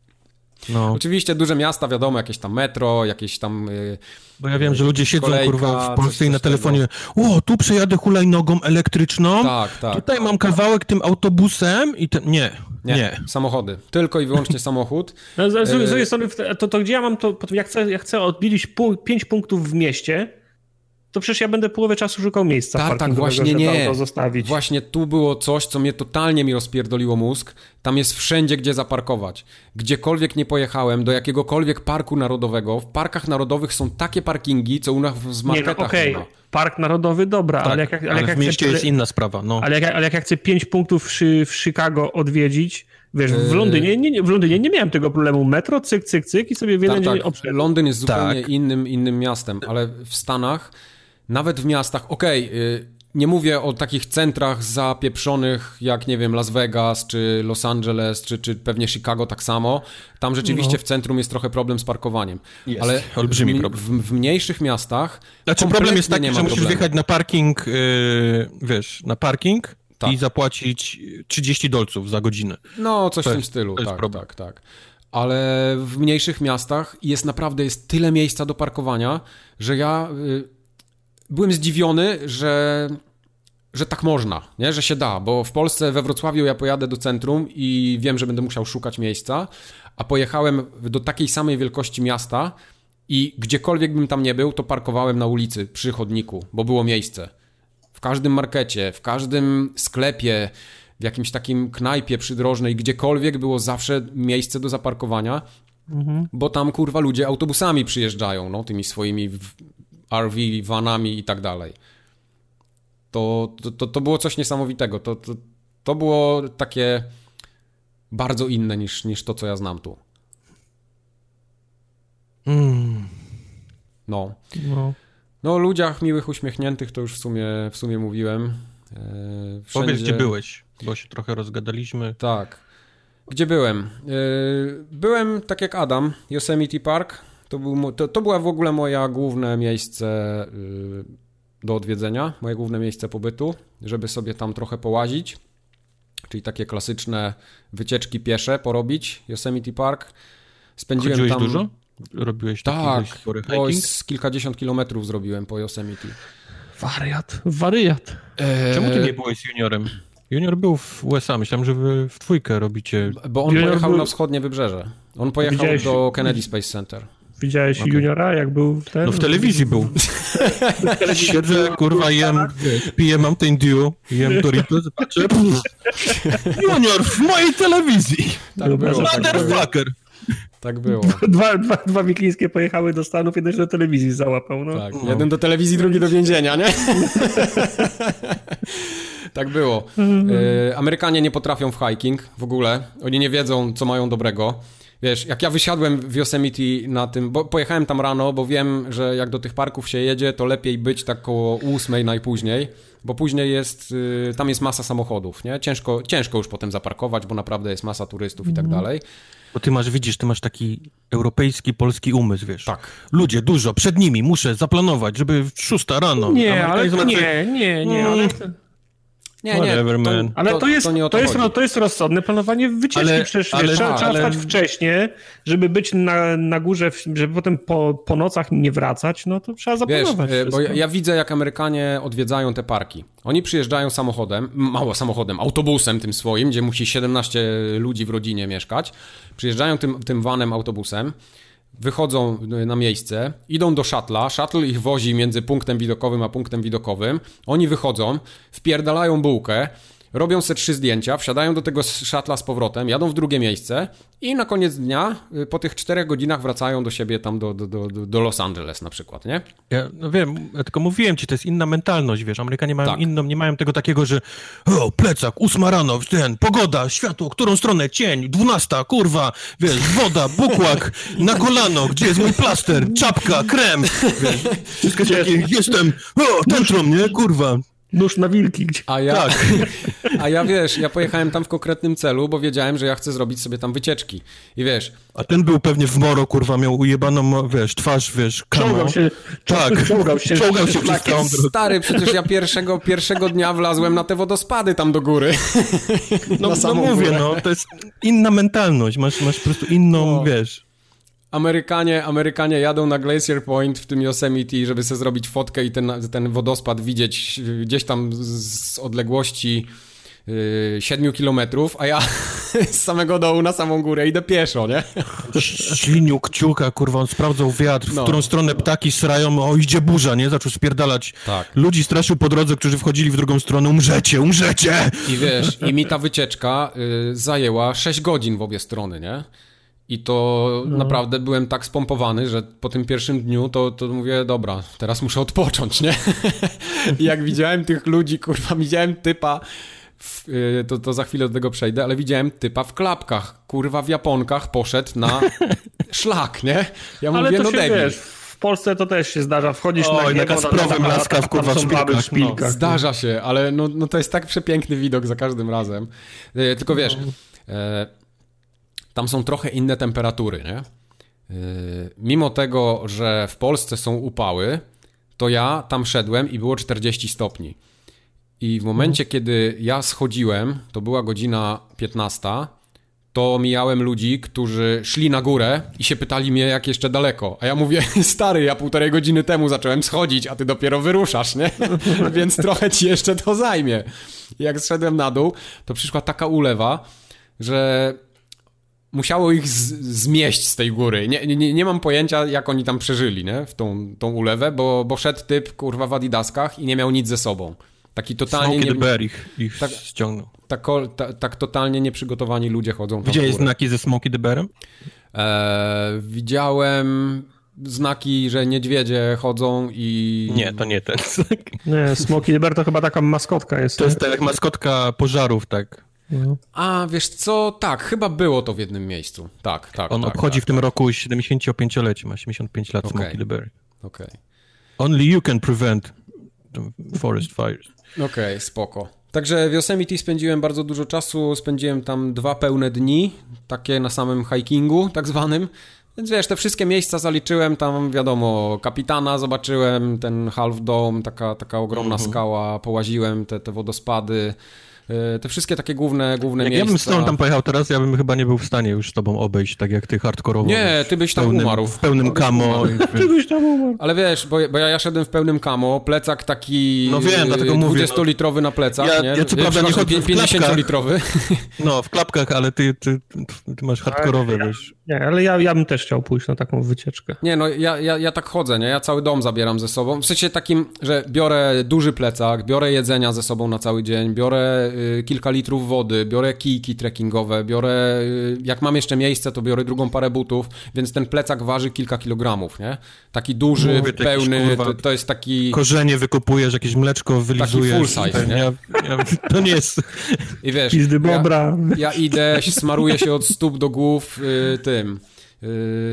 No. Oczywiście duże miasta, wiadomo, jakieś tam metro, jakieś tam... Yy, Bo ja wiem, że ludzie siedzą, kolejka, kurwa, w Polsce coś- i na coś tego. telefonie. O, tu przejadę hulajnogą elektryczną. Tak, tak. Tutaj mam kawałek tym autobusem i ten... Nie, Nie, nie. samochody. Tylko i wyłącznie samochód. No, z, z, z Yy, drugiej strony, to, to gdzie ja mam to, jak chcę, jak chcę odbilić pół, pięć punktów w mieście, to przecież ja będę połowę czasu szukał miejsca Tak, tak, parkingowego, właśnie żeby nie. auto zostawić. Właśnie tu było coś, co mnie totalnie mi rozpierdoliło mózg. Tam jest wszędzie, gdzie zaparkować. Gdziekolwiek nie pojechałem, do jakiegokolwiek parku narodowego. W parkach narodowych są takie parkingi, co u nas w Nie, no marketach okej, nie ma. park narodowy, dobra, Tak, ale jak, ale ale jak ja w mieście chcę, jest inna sprawa, no. ale jak, ale jak ja chcę pięć punktów w, Chi- w Chicago odwiedzić, wiesz, w Yy. Londynie, nie, nie, w Londynie nie miałem tego problemu. Metro, cyk, cyk, cyk i sobie w jeden Tak, dzień tak. obszedłem. Londyn jest zupełnie Tak. innym, innym miastem, ale w Stanach, nawet w miastach, okej, okay, nie mówię o takich centrach zapieprzonych jak, nie wiem, Las Vegas, czy Los Angeles, czy, czy pewnie Chicago tak samo. Tam rzeczywiście No. w centrum jest trochę problem z parkowaniem. Jest, ale olbrzymi w, problem. W, w mniejszych miastach Znaczy problem jest taki, nie ma że musisz problemu. wjechać na parking, yy, wiesz, na parking Tak. i zapłacić trzydzieści dolców za godzinę. No, coś To w tym jest- stylu, to jest tak, problem. tak, tak. Ale w mniejszych miastach jest naprawdę jest tyle miejsca do parkowania, że ja y, byłem zdziwiony, że, że tak można, nie? Że się da, bo w Polsce, we Wrocławiu ja pojadę do centrum i wiem, że będę musiał szukać miejsca, a pojechałem do takiej samej wielkości miasta i gdziekolwiek bym tam nie był, to parkowałem na ulicy, przy chodniku, bo było miejsce. W każdym markecie, w każdym sklepie, w jakimś takim knajpie przydrożnej, gdziekolwiek było zawsze miejsce do zaparkowania, Mhm. bo tam, kurwa, ludzie autobusami przyjeżdżają, no, tymi swoimi w- R V, vanami i tak dalej. To, to, to, to było coś niesamowitego. To, to, to było takie bardzo inne niż, niż to, co ja znam tu. Mm. No. No. No, o ludziach miłych, uśmiechniętych to już w sumie, w sumie mówiłem. Eee, wszędzie... Powiedz, gdzie byłeś, bo się trochę rozgadaliśmy. Tak. Gdzie byłem? Yy, byłem, tak jak Adam, Yosemite Park. To, był, mo- to, to była w ogóle moje główne miejsce yy, do odwiedzenia, moje główne miejsce pobytu, żeby sobie tam trochę połazić, czyli takie klasyczne wycieczki piesze porobić, Yosemite Park. Spędziłem Chodziłeś tam... dużo? Robiłeś taki Tak, dość spory o, hiking? z kilkadziesiąt kilometrów zrobiłem po Yosemite. Wariat, wariat. Eee, Czemu ty nie byłeś z juniorem? Junior był w U S A, myślałem, że wy w dwójkę robicie. Bo on Junior pojechał był- na wschodnie wybrzeże. On pojechał Widziałeś- do Kennedy Space Center. Widziałeś okay. Juniora, jak był w ten? No w telewizji był. Siedzę, kurwa, jem, wiesz, piję Mountain Dew, jem Doritos, patrzę, Junior w mojej telewizji. Tak było. Motherfucker. Tak było. Dwa, dwa, dwa wiklińskie pojechały do Stanów, jeden się do telewizji załapał. No. Tak, jeden do telewizji, drugi do więzienia, nie? Tak było. E, Amerykanie nie potrafią w hiking w ogóle. Oni nie wiedzą, co mają dobrego. Wiesz, jak ja wysiadłem w Yosemite na tym, bo pojechałem tam rano, bo wiem, że jak do tych parków się jedzie, to lepiej być tak koło ósmej najpóźniej, bo później jest, y, tam jest masa samochodów, nie? Ciężko, ciężko już potem zaparkować, bo naprawdę jest masa turystów i tak dalej. Bo ty masz, widzisz, ty masz taki europejski, polski umysł, wiesz. Tak. Ludzie, dużo, przed nimi, muszę zaplanować, żeby w szósta rano. Nie, ale nie, nie, nie, ale... Nie, nie, Whatever, to, man. Ale to, to jest, to, nie o to, to, jest, chodzi. to jest rozsądne planowanie wycieczki. Ale, Przecież ale, wiesz, trzeba, ale, trzeba ale... wstać wcześnie, żeby być na, na górze, żeby potem po, po nocach nie wracać, no to trzeba zaplanować. Wiesz, bo ja, ja widzę, jak Amerykanie odwiedzają te parki. Oni przyjeżdżają samochodem, mało samochodem, autobusem tym swoim, gdzie musi siedemnaście ludzi w rodzinie mieszkać. Przyjeżdżają tym, tym vanem, autobusem, wychodzą na miejsce, idą do shuttla, shuttle ich wozi między punktem widokowym a punktem widokowym. Oni wychodzą, wpierdalają bułkę, robią se trzy zdjęcia, wsiadają do tego shuttla z powrotem, jadą w drugie miejsce i na koniec dnia, po tych czterech godzinach wracają do siebie tam do, do, do, do Los Angeles na przykład, nie? Ja no wiem, ja tylko mówiłem ci, to jest inna mentalność, wiesz, Amerykanie mają tak. inną, nie mają tego takiego, że o, plecak, ósma rano, ten, pogoda, światło, którą stronę, cień, dwunasta, kurwa, wiesz, woda, bukłak, na kolano, gdzie jest mój plaster, czapka, krem, wiesz, wszystko takie, jestem, o, tęczą mnie, kurwa. Nóż na wilki. Gdzie... A ja, tak. a ja wiesz, ja pojechałem tam w konkretnym celu, bo wiedziałem, że ja chcę zrobić sobie tam wycieczki. I wiesz... A ten był pewnie w moro, kurwa, miał ujebaną, wiesz, twarz, wiesz, kamo. Czołgał się. Tak, czołgał się. Czołgał się przez całą drogę. Stary, przecież ja pierwszego, pierwszego dnia wlazłem na te wodospady tam do góry. No, no mówię, górę. no, to jest inna mentalność, masz, masz po prostu inną, no. wiesz... Amerykanie, Amerykanie jadą na Glacier Point w tym Yosemite, żeby sobie zrobić fotkę i ten, ten wodospad widzieć gdzieś tam z odległości siedmiu kilometrów, a ja z samego dołu na samą górę idę pieszo, nie? Ślinił kciuka, kurwa, on sprawdzał wiatr, w no. którą stronę ptaki srają, o, idzie burza, nie? Zaczął spierdalać. Tak. Ludzi straszył po drodze, którzy wchodzili w drugą stronę, umrzecie, umrzecie! I wiesz, i mi ta wycieczka y, zajęła sześć godzin w obie strony, nie? I to no. naprawdę byłem tak spompowany, że po tym pierwszym dniu to, to mówię, dobra, teraz muszę odpocząć, nie? I jak widziałem tych ludzi, kurwa, widziałem typa, w, to, to za chwilę do tego przejdę, ale widziałem typa w klapkach, kurwa, w japonkach poszedł na szlak, nie? Ja ale mówię, to no się debil. Wiesz, w Polsce to też się zdarza, wchodzisz o, na taka sprowem laska w kurwa w szpilkach. szpilkach. No, zdarza się, ale no, no to jest tak przepiękny widok za każdym razem. E, tylko wiesz... E, Tam są trochę inne temperatury, nie? Yy, mimo tego, że w Polsce są upały, to ja tam szedłem i było czterdzieści stopni. I w momencie, mhm. kiedy ja schodziłem, to była godzina piętnasta, to mijałem ludzi, którzy szli na górę i się pytali mnie, jak jeszcze daleko. A ja mówię, stary, ja półtorej godziny temu zacząłem schodzić, a ty dopiero wyruszasz, nie? Więc trochę ci jeszcze to zajmie. I jak zszedłem na dół, to przyszła taka ulewa, że... musiało ich z- zmieść z tej góry. Nie, nie, nie mam pojęcia, jak oni tam przeżyli, nie? W tą, tą ulewę, bo, bo szedł typ, kurwa, w adidaskach i nie miał nic ze sobą. Taki totalnie... Smokey nie... the Bear ich, ich tak, ściągnął. Tak, tak, tak totalnie nieprzygotowani ludzie chodzą. Widziałeś znaki ze Smokey the Bearem? Eee, widziałem znaki, że niedźwiedzie chodzą i... Nie, to nie ten. Nie, Smokey the Bear to chyba taka maskotka jest. To jest tak jak maskotka pożarów, tak. No. A, wiesz co, tak, chyba było to w jednym miejscu. Tak, tak. On tak, obchodzi tak, w tym tak. roku siedemdziesięciopięciolecie, ma siedemdziesiąt pięć lat, okay. Smokey the Bear. Okej. Okay. Only you can prevent forest fires. Okej, okay, spoko. Także w Yosemite spędziłem bardzo dużo czasu, spędziłem tam dwa pełne dni, takie na samym hikingu tak zwanym. Więc wiesz, te wszystkie miejsca zaliczyłem, tam wiadomo, Kapitana zobaczyłem, ten Half Dome, taka, taka ogromna uh-huh. skała, połaziłem te, te wodospady, te wszystkie takie główne, główne jak miejsca. Ja bym z tobą tam pojechał teraz, ja bym chyba nie był w stanie już z tobą obejść, tak jak ty hardkorowo. Nie, ty byś tam pełnym, umarł. W pełnym kamo. Ty byś tam umarł. Ale wiesz, bo, bo ja, ja szedłem w pełnym kamo, plecak taki no wiem, dlatego mówię, dwudziestolitrowy na plecach, ja, nie? Ja co prawda nie chodzę w pięćdziesięcolitrowy. No, w klapkach, ale ty, ty, ty masz hardkorowe, wiesz. Nie, ale ja, ja bym też chciał pójść na taką wycieczkę. Nie, no ja, ja, ja tak chodzę, nie? Ja cały dom zabieram ze sobą. W sensie takim, że biorę duży plecak, biorę jedzenia ze sobą na cały dzień, biorę y, kilka litrów wody, biorę kijki trekkingowe, biorę... Y, jak mam jeszcze miejsce, to biorę drugą parę butów, więc ten plecak waży kilka kilogramów, nie? Taki duży, Mówię, pełny, jakiś, kurwa, to, to jest taki... Korzenie wykopujesz, jakieś mleczko wylizujesz. Taki full size, nie? Ja, ja, to nie jest... I wiesz, Pizdy bobra. ja, ja idę, smaruję się od stóp do głów y, tym... Yy,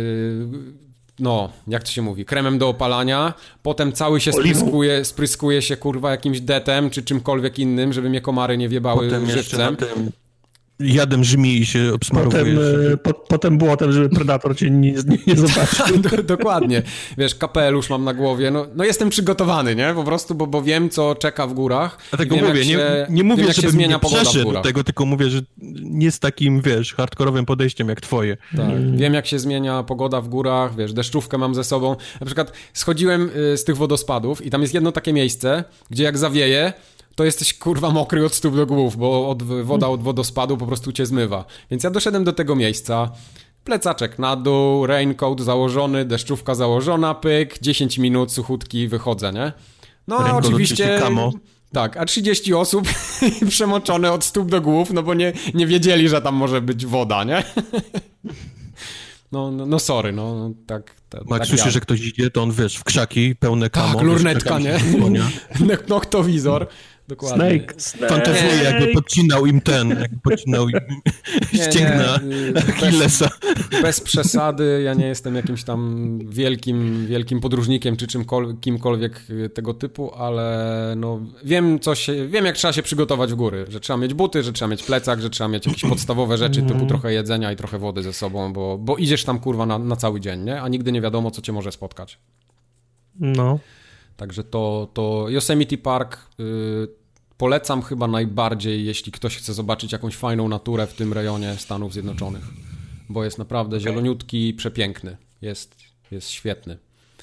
no, jak to się mówi, kremem do opalania, potem cały się spryskuje, spryskuje się kurwa jakimś detem, czy czymkolwiek innym, żeby mnie komary nie wiebały potem żywcem. Potem jadem żmi i się obsmarowujesz. Potem, po, potem błotem, żeby predator cię nie, nie, nie zobaczył. Dokładnie. Wiesz, kapelusz mam na głowie. No, no jestem przygotowany, nie? Po prostu, bo, bo wiem, co czeka w górach. Dlatego wiem, mówię, się, nie, nie mówię, wiem, jak żeby się zmienia nie pogoda w przeszedł górach. tego, tylko mówię, że nie z takim, wiesz, hardkorowym podejściem jak twoje. Tak. Mm. Wiem, jak się zmienia pogoda w górach, wiesz, deszczówkę mam ze sobą. Na przykład schodziłem z tych wodospadów i tam jest jedno takie miejsce, gdzie jak zawieje, to jesteś kurwa mokry od stóp do głów, bo od, woda od wodospadu po prostu cię zmywa. Więc ja doszedłem do tego miejsca, plecaczek na dół, raincoat założony, deszczówka założona, pyk, dziesięć minut, suchutki, wychodzę, nie? No Raincoat oczywiście... Kamo. Tak, a trzydzieści osób przemoczone od stóp do głów, no bo nie, nie wiedzieli, że tam może być woda, nie? No, no, no sorry, no, no tak... tak jak tak słyszy, ja. że ktoś idzie, to on, wiesz, w krzaki, pełne kamo. Tak, lornetka, nie? Wiesz, Noktowizor. Dokładnie. Snake, snake. fantazuje, jakby podcinał im ten, jakby podcinał im ścięgna Achillesa. Bez, bez przesady, ja nie jestem jakimś tam wielkim, wielkim podróżnikiem czy czymkolwiek, kimkolwiek tego typu, ale no wiem, co się, wiem jak trzeba się przygotować w góry, że trzeba mieć buty, że trzeba mieć plecak, że trzeba mieć jakieś podstawowe rzeczy typu trochę jedzenia i trochę wody ze sobą, bo, bo idziesz tam kurwa na, na cały dzień, nie? A nigdy nie wiadomo, co cię może spotkać. No. Także to, to Yosemite Park yy, polecam chyba najbardziej, jeśli ktoś chce zobaczyć jakąś fajną naturę w tym rejonie Stanów Zjednoczonych, bo jest naprawdę okay. zieloniutki, przepiękny, jest, jest świetny.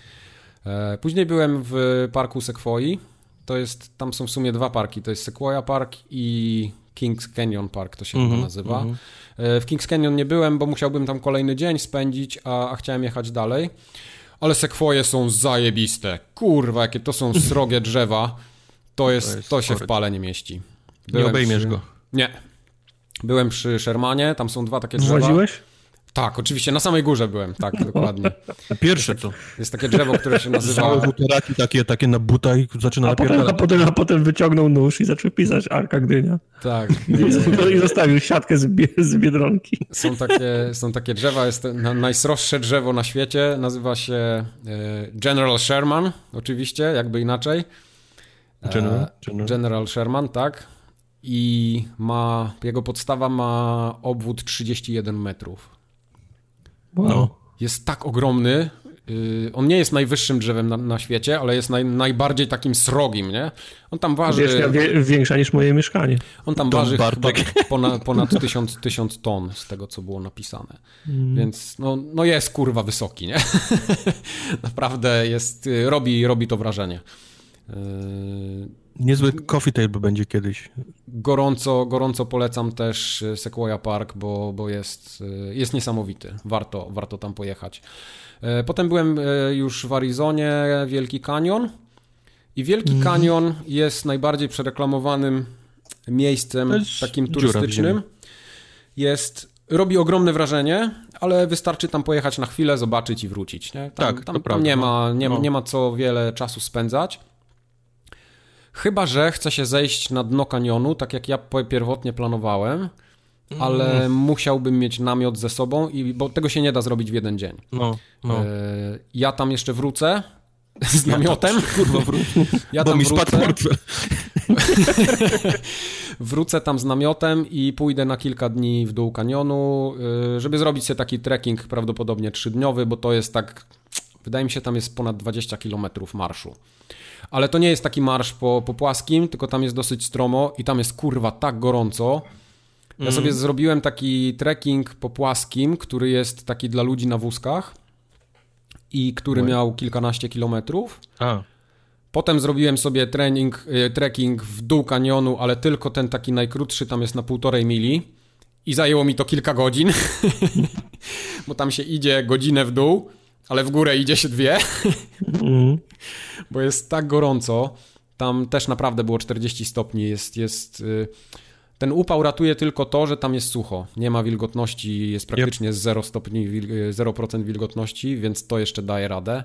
E, później byłem w parku Sequoii, to jest, tam są w sumie dwa parki, to jest Sequoia Park i Kings Canyon Park, to się mm-hmm, nazywa. Mm-hmm. E, w Kings Canyon nie byłem, bo musiałbym tam kolejny dzień spędzić, a, a chciałem jechać dalej. Ale sekwoje są zajebiste. Kurwa, jakie to są srogie drzewa. To jest, to, jest to się w pale nie mieści. Byłem nie obejmiesz przy... go. Nie. Byłem przy Shermanie, tam są dwa takie drzewa. Właziłeś? Tak, oczywiście, na samej górze byłem, tak, dokładnie. Pierwsze co? Jest takie drzewo, które się nazywa... Całe wuteraki takie, takie na buta i zaczyna a potem, a, potem, a potem wyciągnął nóż i zaczął pisać Arka Gdynia. Tak. I, I zostawił siatkę z, bie, z Biedronki. Są takie, są takie drzewa, jest na, najsroższe drzewo na świecie, nazywa się e, General Sherman, oczywiście, jakby inaczej. E, General, General. General Sherman, tak. I ma, jego podstawa ma obwód trzydzieści jeden metrów. Wow. No. Jest tak ogromny. Yy, on nie jest najwyższym drzewem na, na świecie, ale jest naj, najbardziej takim srogim, nie? On tam waży... Wiesz, wie, większa niż moje mieszkanie. On tam waży chyba ponad, ponad tysiąc, tysiąc ton z tego, co było napisane. Mm. Więc no, no jest kurwa wysoki, nie? Naprawdę jest, robi, robi to wrażenie. Yy... Niezły coffee table będzie kiedyś. Gorąco, gorąco polecam też Sequoia Park, bo, bo jest, jest niesamowity. Warto, warto tam pojechać. Potem byłem już w Arizonie, Wielki Kanion. I Wielki mm. Kanion jest najbardziej przereklamowanym miejscem takim turystycznym. Jest, robi ogromne wrażenie, ale wystarczy tam pojechać na chwilę, zobaczyć i wrócić. Nie? Tam, tak, tam, to tam prawda. nie ma, nie, no. nie ma co wiele czasu spędzać. Chyba że chce się zejść na dno kanionu, tak jak ja pierwotnie planowałem, ale mm. musiałbym mieć namiot ze sobą, i, bo tego się nie da zrobić w jeden dzień. No, no. E, ja tam jeszcze wrócę z namiotem. Ja tam, kurwa, wrócę. Ja bo tam mi wrócę. spadł portfel. Wrócę tam z namiotem i pójdę na kilka dni w dół kanionu, żeby zrobić sobie taki trekking prawdopodobnie trzydniowy, bo to jest tak, wydaje mi się, tam jest ponad dwadzieścia kilometrów marszu. Ale to nie jest taki marsz po, po płaskim, tylko tam jest dosyć stromo i tam jest kurwa tak gorąco. Ja mm. sobie zrobiłem taki trekking po płaskim, który jest taki dla ludzi na wózkach i który Oj. miał kilkanaście kilometrów. A. Potem zrobiłem sobie trening, trekking w dół kanionu, ale tylko ten taki najkrótszy, tam jest na półtorej mili I zajęło mi to kilka godzin, bo tam się idzie godzinę w dół, ale w górę idzie się dwie, mm. bo jest tak gorąco. Tam też naprawdę było czterdzieści stopni. Jest, jest, ten upał ratuje tylko to, że tam jest sucho. Nie ma wilgotności, jest praktycznie yep. zero stopni, zero procent wilgotności, więc to jeszcze daje radę.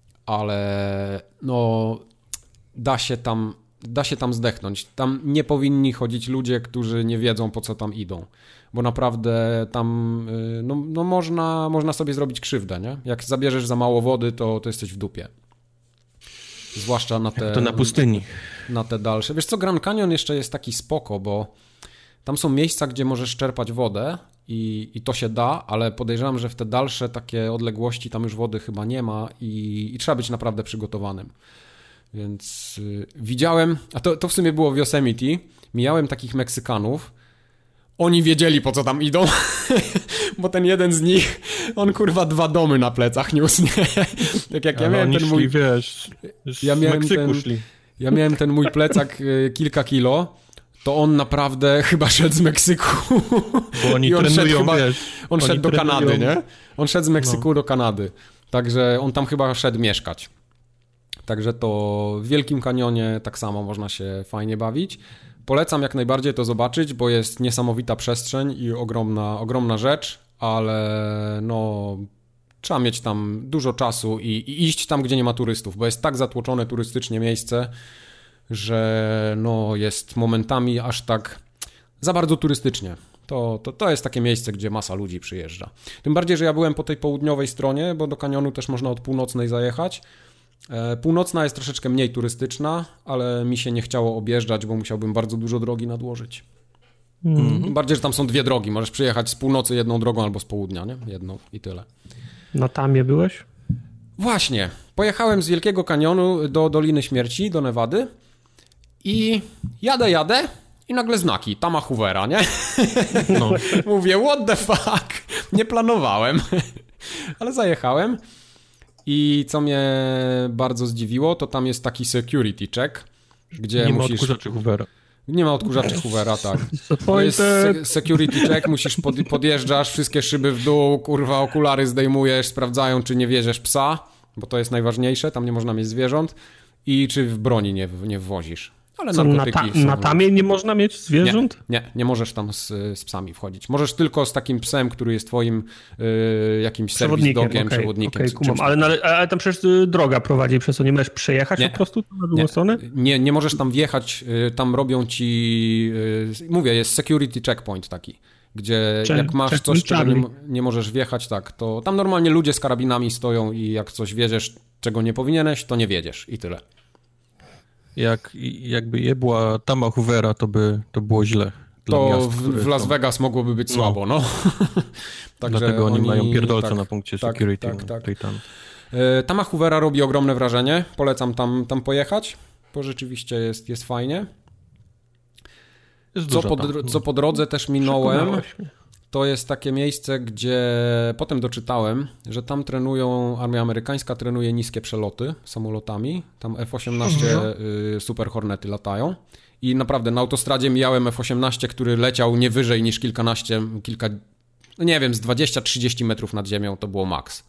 Ale no, da się tam, da się tam zdechnąć. Tam nie powinni chodzić ludzie, którzy nie wiedzą, po co tam idą. Bo naprawdę tam no, no można, można sobie zrobić krzywdę, nie? Jak zabierzesz za mało wody, to, to jesteś w dupie. Zwłaszcza na te... To na pustyni. Na te dalsze. Wiesz co, Grand Canyon jeszcze jest taki spoko, bo tam są miejsca, gdzie możesz czerpać wodę i, i to się da, ale podejrzewam, że w te dalsze takie odległości tam już wody chyba nie ma i, i trzeba być naprawdę przygotowanym. Więc y, widziałem, a to, to w sumie było w Yosemite, mijałem takich Meksykanów. Oni wiedzieli, po co tam idą, bo ten jeden z nich, on kurwa dwa domy na plecach niósł, nie? Tak jak ja Ale miałem ten mój... Szli, wiesz, ja miałem Meksyku ten, szli. Ja miałem ten mój plecak y, kilka kilo, to on naprawdę chyba szedł z Meksyku. Bo oni I on trenują, szedł chyba, wiesz. On oni szedł do trenują. Kanady, nie? On szedł z Meksyku no. do Kanady. Także on tam chyba szedł mieszkać. Także to w Wielkim Kanionie tak samo można się fajnie bawić. Polecam jak najbardziej to zobaczyć, bo jest niesamowita przestrzeń i ogromna, ogromna rzecz, ale no trzeba mieć tam dużo czasu i, i iść tam, gdzie nie ma turystów, bo jest tak zatłoczone turystycznie miejsce, że no jest momentami aż tak za bardzo turystycznie. To, to, to jest takie miejsce, gdzie masa ludzi przyjeżdża. Tym bardziej, że ja byłem po tej południowej stronie, bo do kanionu też można od północnej zajechać. Północna jest troszeczkę mniej turystyczna, ale mi się nie chciało objeżdżać, bo musiałbym bardzo dużo drogi nadłożyć. Mm. Tym bardziej, że tam są dwie drogi. Możesz przyjechać z północy jedną drogą albo z południa, nie? Jedną i tyle. Na Tamie byłeś? Właśnie. Pojechałem z Wielkiego Kanionu do Doliny Śmierci, do Nevady i jadę, jadę i nagle znaki. Tama Hoovera, nie? No. Mówię, what the fuck? Nie planowałem. Ale zajechałem. I co mnie bardzo zdziwiło, to tam jest taki security check, gdzie nie musisz... ma odkurzaczy Hoovera. Nie ma odkurzaczy Hoovera, tak. To jest security check, musisz pod, podjeżdżasz, wszystkie szyby w dół, kurwa, okulary zdejmujesz, sprawdzają, czy nie wieziesz psa, bo to jest najważniejsze, tam nie można mieć zwierząt i czy w broni nie, nie wwozisz. Ale Co, na, ta, na Tamie nie można mieć zwierząt? Nie, nie, nie możesz tam z, z psami wchodzić. Możesz tylko z takim psem, który jest twoim y, jakimś serwis dogiem, okay, przewodnikiem. Okay, kumam, ale, ale, ale tam przecież droga prowadzi przez to, nie możesz przejechać nie, po prostu na drugą nie, stronę? Nie, nie możesz tam wjechać, y, tam robią ci, y, mówię, jest security checkpoint taki, gdzie Cze- jak masz coś, czego nie, nie możesz wjechać, tak, to tam normalnie ludzie z karabinami stoją i jak coś wiedziesz, czego nie powinieneś, to nie wiedziesz i tyle. Jak, jakby je była Tama Hoovera, to by to było źle. Dla to miast, w, w Las Vegas są... mogłoby być no. słabo, no. Także dlatego oni, oni mają pierdolca tak, na punkcie tak, security. Tak, tak, tak. Tam. Tama Hoovera robi ogromne wrażenie. Polecam tam, tam pojechać, bo rzeczywiście jest, jest fajnie. Jest co, po, co po drodze też minąłem, to jest takie miejsce, gdzie potem doczytałem, że tam trenują, armia amerykańska trenuje niskie przeloty samolotami. Tam F osiemnaście mhm. y, Super Hornety latają. I naprawdę na autostradzie mijałem F osiemnaście, który leciał nie wyżej niż kilkanaście, kilka, no nie wiem, z dwadzieścia trzydzieści metrów nad ziemią, to było maks.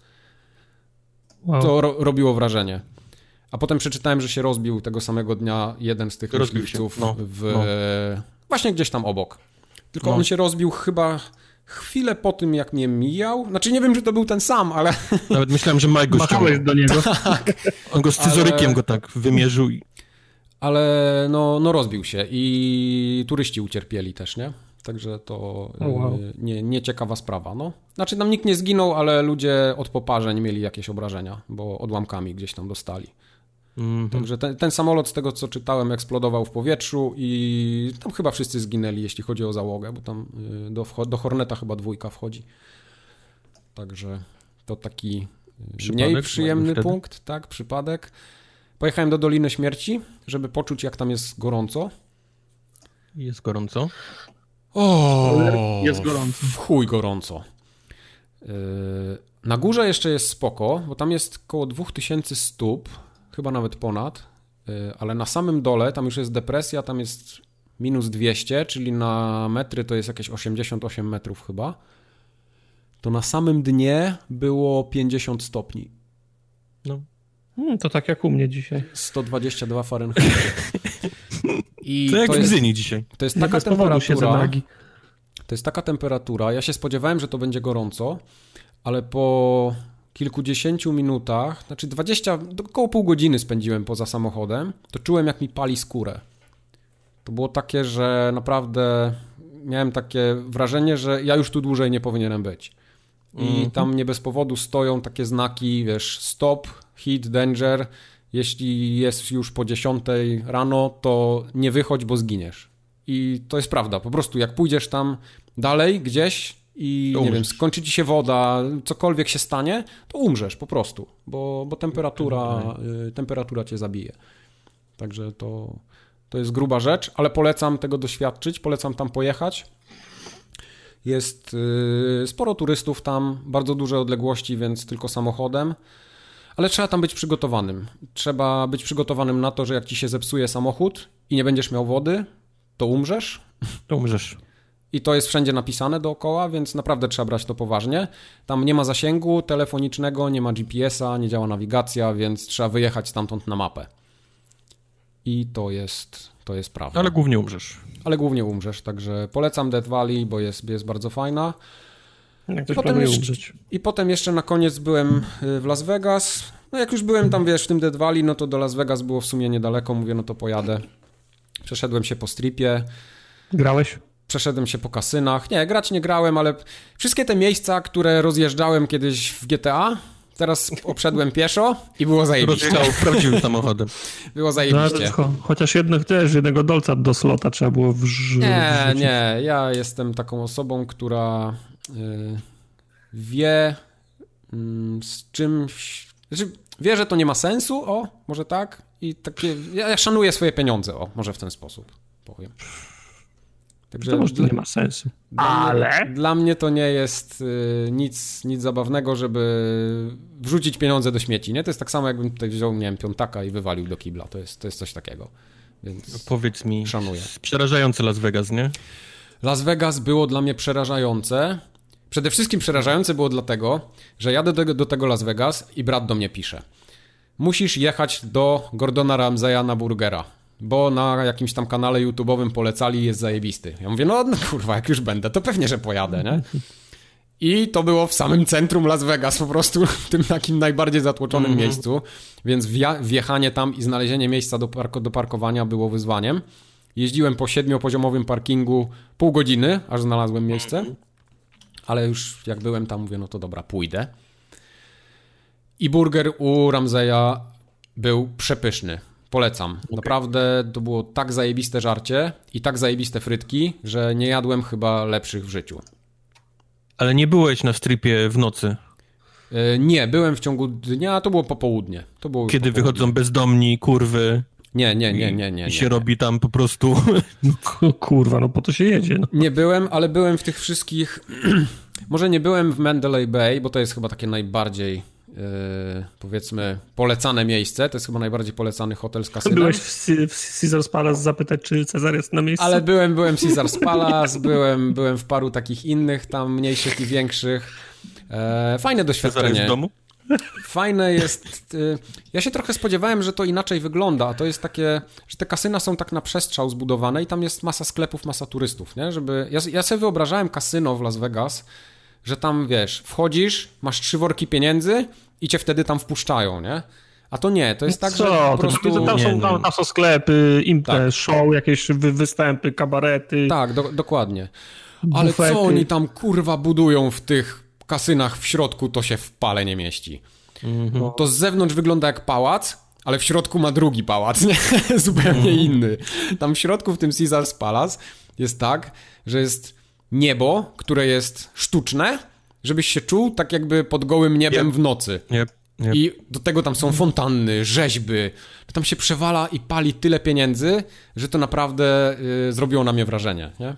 Wow. To ro, robiło wrażenie. A potem przeczytałem, że się rozbił tego samego dnia jeden z tych myśliwców no, w, no. właśnie gdzieś tam obok. Tylko no. on się rozbił chyba chwilę po tym, jak mnie mijał. Znaczy nie wiem, czy to był ten sam, ale... Nawet myślałem, że Mike go ściągnął do niego. Tak. On go z scyzorykiem ale... go tak wymierzył. I... Ale no, no rozbił się i turyści ucierpieli też, nie? Także to oh, wow. nie, nie ciekawa sprawa, no. Znaczy tam nikt nie zginął, ale ludzie od poparzeń mieli jakieś obrażenia, bo odłamkami gdzieś tam dostali. Mm-hmm. Także ten, ten samolot, z tego co czytałem, eksplodował w powietrzu i tam chyba wszyscy zginęli, jeśli chodzi o załogę, bo tam do, do Horneta chyba dwójka wchodzi. Także to taki przypadek, mniej przyjemny punkt, tak, przypadek. Pojechałem do Doliny Śmierci, żeby poczuć, jak tam jest gorąco. Jest gorąco? O, jest gorąco. W chuj gorąco. Na górze jeszcze jest spoko, bo tam jest koło dwa tysiące stóp, chyba nawet ponad, ale na samym dole tam już jest depresja, tam jest minus dwieście, czyli na metry to jest jakieś osiemdziesiąt osiem metrów chyba, to na samym dnie było pięćdziesiąt stopni. No. Hmm, to tak jak u mnie dzisiaj. sto dwadzieścia dwa Fahrenheit. I to jak to w jest, Gdyni dzisiaj. To jest Nie taka bez powodu siedzę temperatura. nagi. To jest taka temperatura. Ja się spodziewałem, że to będzie gorąco, ale po kilkudziesięciu minutach, znaczy dwadzieścia, około pół godziny spędziłem poza samochodem, to czułem, jak mi pali skórę. To było takie, że naprawdę miałem takie wrażenie, że ja już tu dłużej nie powinienem być. I mm-hmm. tam nie bez powodu stoją takie znaki, wiesz, stop, hit, danger. Jeśli jest już po dziesiątej rano, to nie wychodź, bo zginiesz. I to jest prawda. Po prostu jak pójdziesz tam dalej gdzieś i nie wiem, skończy ci się woda, cokolwiek się stanie, to umrzesz po prostu, bo, bo temperatura, y, temperatura cię zabije. Także to, to jest gruba rzecz, ale polecam tego doświadczyć, polecam tam pojechać. Jest y, sporo turystów tam, bardzo duże odległości, więc tylko samochodem. Ale trzeba tam być przygotowanym. Trzeba być przygotowanym na to, że jak ci się zepsuje samochód i nie będziesz miał wody, to umrzesz. To umrzesz. I to jest wszędzie napisane dookoła, więc naprawdę trzeba brać to poważnie. Tam nie ma zasięgu telefonicznego, nie ma G P S a, nie działa nawigacja, więc trzeba wyjechać stamtąd na mapę. I to jest, to jest prawda. Ale głównie umrzesz. Ale głównie umrzesz, także polecam Death Valley, bo jest, jest bardzo fajna. Jak ktoś Potem planuje jeszcze, umrzeć. I potem jeszcze na koniec byłem w Las Vegas. No jak już byłem tam, wiesz, w tym Death Valley, no to do Las Vegas było w sumie niedaleko. Mówię, no to pojadę. Przeszedłem się po stripie. Grałeś? Przeszedłem się po kasynach. Nie, grać nie grałem, ale wszystkie te miejsca, które rozjeżdżałem kiedyś w G T A, teraz obszedłem pieszo i było zajebiście. Rozjechał prawdziwym samochodem. Było zajebiście. No, cho- chociaż jedno, też jednego dolca do slota trzeba było wrz- Nie, wrzucić. nie. Ja jestem taką osobą, która y, wie y, z czymś... Znaczy, wie, że to nie ma sensu, o, może tak. I takie... Ja, ja szanuję swoje pieniądze, o, może w ten sposób powiem. Także To może to dla, nie ma sensu. dla Ale... Mnie, dla mnie to nie jest y, nic, nic zabawnego, żeby wrzucić pieniądze do śmieci, nie? To jest tak samo, jakbym tutaj wziął, nie wiem, piątaka i wywalił do kibla. To jest, to jest coś takiego. Więc Powiedz mi, szanuję. Przerażający Las Vegas, nie? Las Vegas było dla mnie przerażające. Przede wszystkim przerażające było dlatego, że jadę do, do tego Las Vegas i brat do mnie pisze: musisz jechać do Gordona Ramsaya na burgera, bo na jakimś tam kanale YouTube'owym polecali, jest zajebisty. Ja mówię, no, no kurwa, jak już będę, to pewnie, że pojadę, nie? I to było w samym centrum Las Vegas, po prostu w tym takim najbardziej zatłoczonym mm-hmm. miejscu, więc wja- wjechanie tam i znalezienie miejsca do, parko- do parkowania było wyzwaniem. Jeździłem po siedmiopoziomowym parkingu pół godziny, aż znalazłem miejsce, ale już jak byłem tam, mówię, no to dobra, pójdę. I burger u Ramsaya był przepyszny. Polecam. Naprawdę to było tak zajebiste żarcie i tak zajebiste frytki, że nie jadłem chyba lepszych w życiu. Ale nie byłeś na stripie w nocy? Yy, nie, byłem w ciągu dnia, to było popołudnie. To było Kiedy popołudnie. wychodzą bezdomni, kurwy... Nie, nie, nie, nie, nie. I nie, się nie. robi tam po prostu... Kurwa, no po to się jedzie. No. Nie byłem, ale byłem w tych wszystkich... Może nie byłem w Mandalay Bay, bo to jest chyba takie najbardziej... Yy, powiedzmy polecane miejsce, to jest chyba najbardziej polecany hotel z kasynem. Byłeś w, C- w Caesar's Palace zapytać, czy Cezar jest na miejscu? Ale byłem, byłem w Caesar's Palace, byłem, byłem w paru takich innych tam mniejszych i większych. E, fajne doświadczenie. Cezar jest w domu? Fajne jest... Y, ja się trochę spodziewałem, że to inaczej wygląda, a to jest takie, że te kasyna są tak na przestrzał zbudowane i tam jest masa sklepów, masa turystów, nie? Żeby... Ja, ja sobie wyobrażałem kasyno w Las Vegas, że tam, wiesz, wchodzisz, masz trzy worki pieniędzy i cię wtedy tam wpuszczają, nie? A to nie, to jest tak, Co? że po To, prostu... to tam, Nie, są, no. tam, tam są sklepy, imprez, Tak. show, jakieś wy, występy, kabarety. Tak, do, dokładnie. Ale Bufety. co oni tam, kurwa, budują w tych kasynach w środku, to się w pale nie mieści. Mhm. To z zewnątrz wygląda jak pałac, ale w środku ma drugi pałac, nie? Zupełnie inny. Tam w środku w tym Caesar's Palace jest tak, że jest niebo, które jest sztuczne, żebyś się czuł tak jakby pod gołym niebem Yep. w nocy. Nie, nie. I do tego tam są fontanny, rzeźby. Tam się przewala i pali tyle pieniędzy, że to naprawdę y, zrobiło na mnie wrażenie, nie?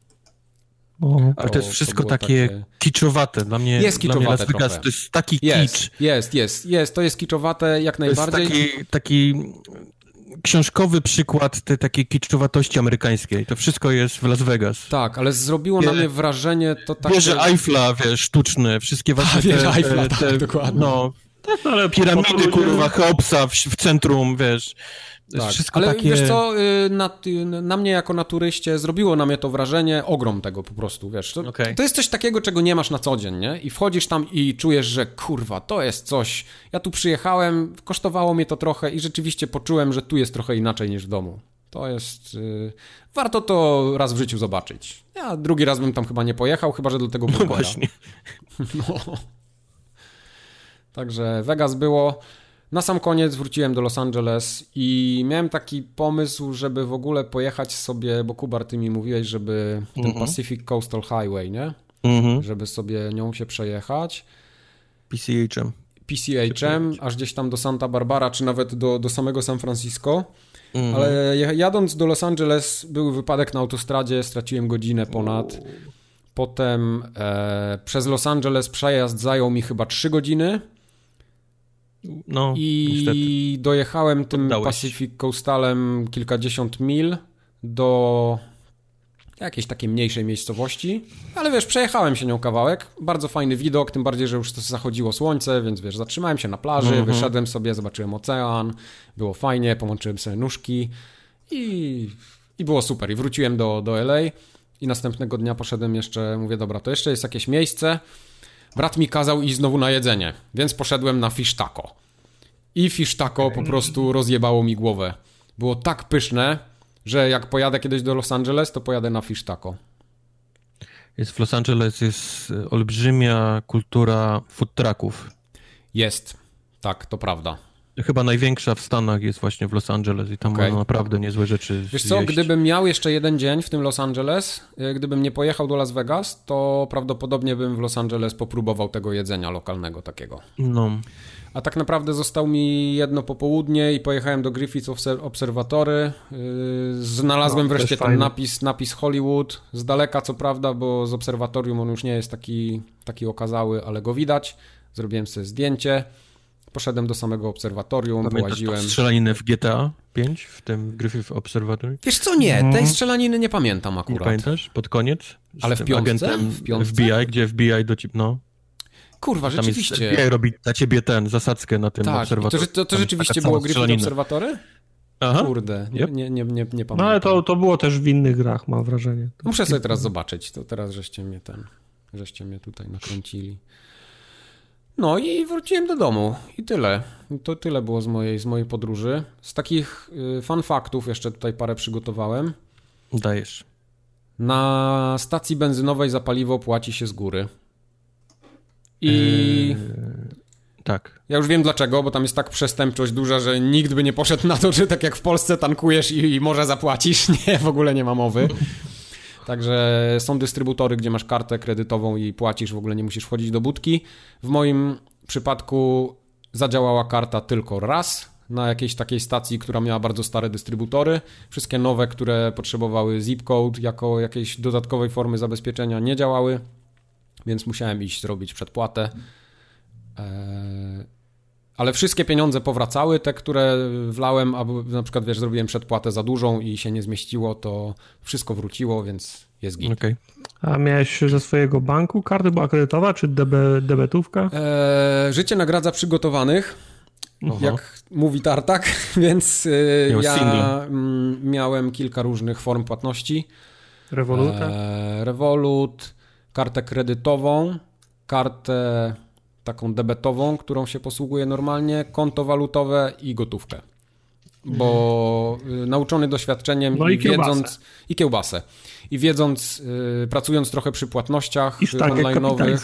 O. Ale to jest to wszystko było takie, takie- kiczowate. Dla mnie, Jest dla mnie Las kiczowate Vegas trochę. to jest taki Jest, kicz. jest, jest, jest. To jest kiczowate jak To jest najbardziej. taki, taki... książkowy przykład tej takiej kiczowatości amerykańskiej. To wszystko jest w Las Vegas. Tak, ale zrobiło Wie, na mnie wrażenie to takie... Wieże Eiffla, wiesz, sztuczne, wszystkie właśnie te... Wieże Eiffla, te, te, tak, dokładnie. No, tak, no, ale piramidy, kurwa, Cheopsa w, w centrum, wiesz... Tak, wszystko ale takie... wiesz co, na, na mnie jako na turyście zrobiło na mnie to wrażenie, ogrom tego po prostu, wiesz. To, okay. to jest coś takiego, czego nie masz na co dzień, nie? I wchodzisz tam i czujesz, że kurwa, to jest coś. Ja tu przyjechałem, kosztowało mnie to trochę i rzeczywiście poczułem, że tu jest trochę inaczej niż w domu. To jest... Yy, warto to raz w życiu zobaczyć. Ja drugi raz bym tam chyba nie pojechał, chyba że do tego No właśnie. No. Także Vegas było... Na sam koniec wróciłem do Los Angeles i miałem taki pomysł, żeby w ogóle pojechać sobie, bo Kubar, ty mi mówiłeś, żeby ten mm-hmm. Pacific Coastal Highway, nie? Mm-hmm. Żeby sobie nią się przejechać. P C H M. P C H M, aż gdzieś tam do Santa Barbara, czy nawet do, do samego San Francisco. Mm-hmm. Ale jadąc do Los Angeles był wypadek na autostradzie, straciłem godzinę ponad. Potem e, przez Los Angeles przejazd zajął mi chyba trzy godziny. No, I niestety. dojechałem tym Poddałeś. Pacific Coastalem kilkadziesiąt mil do jakiejś takiej mniejszej miejscowości, ale wiesz, przejechałem się nią kawałek, bardzo fajny widok, tym bardziej, że już zachodziło słońce, więc wiesz, zatrzymałem się na plaży, mm-hmm. wyszedłem sobie, zobaczyłem ocean, było fajnie, połączyłem sobie nóżki i, i było super. I wróciłem do, do L A i następnego dnia poszedłem jeszcze, mówię, dobra, to jeszcze jest jakieś miejsce. Brat mi kazał iść znowu na jedzenie, więc poszedłem na fish taco. I fish taco po prostu rozjebało mi głowę. Było tak pyszne, że jak pojadę kiedyś do Los Angeles, to pojadę na fish taco. Jest w Los Angeles jest olbrzymia kultura food trucków. Jest, tak, to prawda. Chyba największa w Stanach jest właśnie w Los Angeles i tam okay. można naprawdę niezłe rzeczy Wiesz co, zjeść. Gdybym miał jeszcze jeden dzień w tym Los Angeles, gdybym nie pojechał do Las Vegas, to prawdopodobnie bym w Los Angeles popróbował tego jedzenia lokalnego takiego. No. A tak naprawdę został mi jedno popołudnie i pojechałem do Griffith Observatory. Znalazłem no, wreszcie ten napis, napis Hollywood. Z daleka co prawda, bo z obserwatorium on już nie jest taki, taki okazały, ale go widać. Zrobiłem sobie zdjęcie. Poszedłem do samego obserwatorium, połaziłem. Pamiętasz strzelaninę w G T A pięć, w tym Griffith Observatory? Wiesz co, nie, tej hmm. strzelaniny nie pamiętam akurat. Nie pamiętasz? Pod koniec? Ale w piątce? W piątce? F B I, gdzie F B I do ciebie, no. Kurwa, tam rzeczywiście. Jest, F B I robi dla ciebie ten, zasadzkę na tym tak, obserwatorium. To, to, to rzeczywiście było Griffith Observatory? Aha. Kurde, nie, nie, nie, nie, nie pamiętam. No ale to, to było też w innych grach, mam wrażenie. To Muszę sobie teraz zobaczyć, to teraz żeście mnie ten, żeście mnie tutaj nakręcili. No i wróciłem do domu i tyle. To tyle było z mojej, z mojej podróży. Z takich y, fun faktów jeszcze tutaj parę przygotowałem. Dajesz. Na stacji benzynowej za paliwo płaci się z góry. I eee, tak. Ja już wiem dlaczego, bo tam jest tak przestępczość duża, że nikt by nie poszedł na to, że tak jak w Polsce tankujesz i, i może zapłacisz. Nie, w ogóle nie ma mowy. Także są dystrybutory, gdzie masz kartę kredytową i płacisz, w ogóle nie musisz wchodzić do budki. W moim przypadku zadziałała karta tylko raz na jakiejś takiej stacji, która miała bardzo stare dystrybutory. Wszystkie nowe, które potrzebowały zip code jako jakiejś dodatkowej formy zabezpieczenia, nie działały, więc musiałem iść zrobić przedpłatę. Eee... Ale wszystkie pieniądze powracały, te, które wlałem, albo na przykład, wiesz, zrobiłem przedpłatę za dużą i się nie zmieściło, to wszystko wróciło, więc jest git. Okay. A miałeś ze swojego banku kartę była kredytowa, czy debe, debetówka? Eee, życie nagradza przygotowanych, Aha. jak mówi Tartak, więc e, ja m, miałem kilka różnych form płatności. Revoluta? Eee, Revolut, kartę kredytową, kartę taką debetową, którą się posługuje normalnie, konto walutowe i gotówkę. Bo y, nauczony doświadczeniem no i, i wiedząc... I kiełbasę. I wiedząc, y, pracując trochę przy płatnościach I online'owych,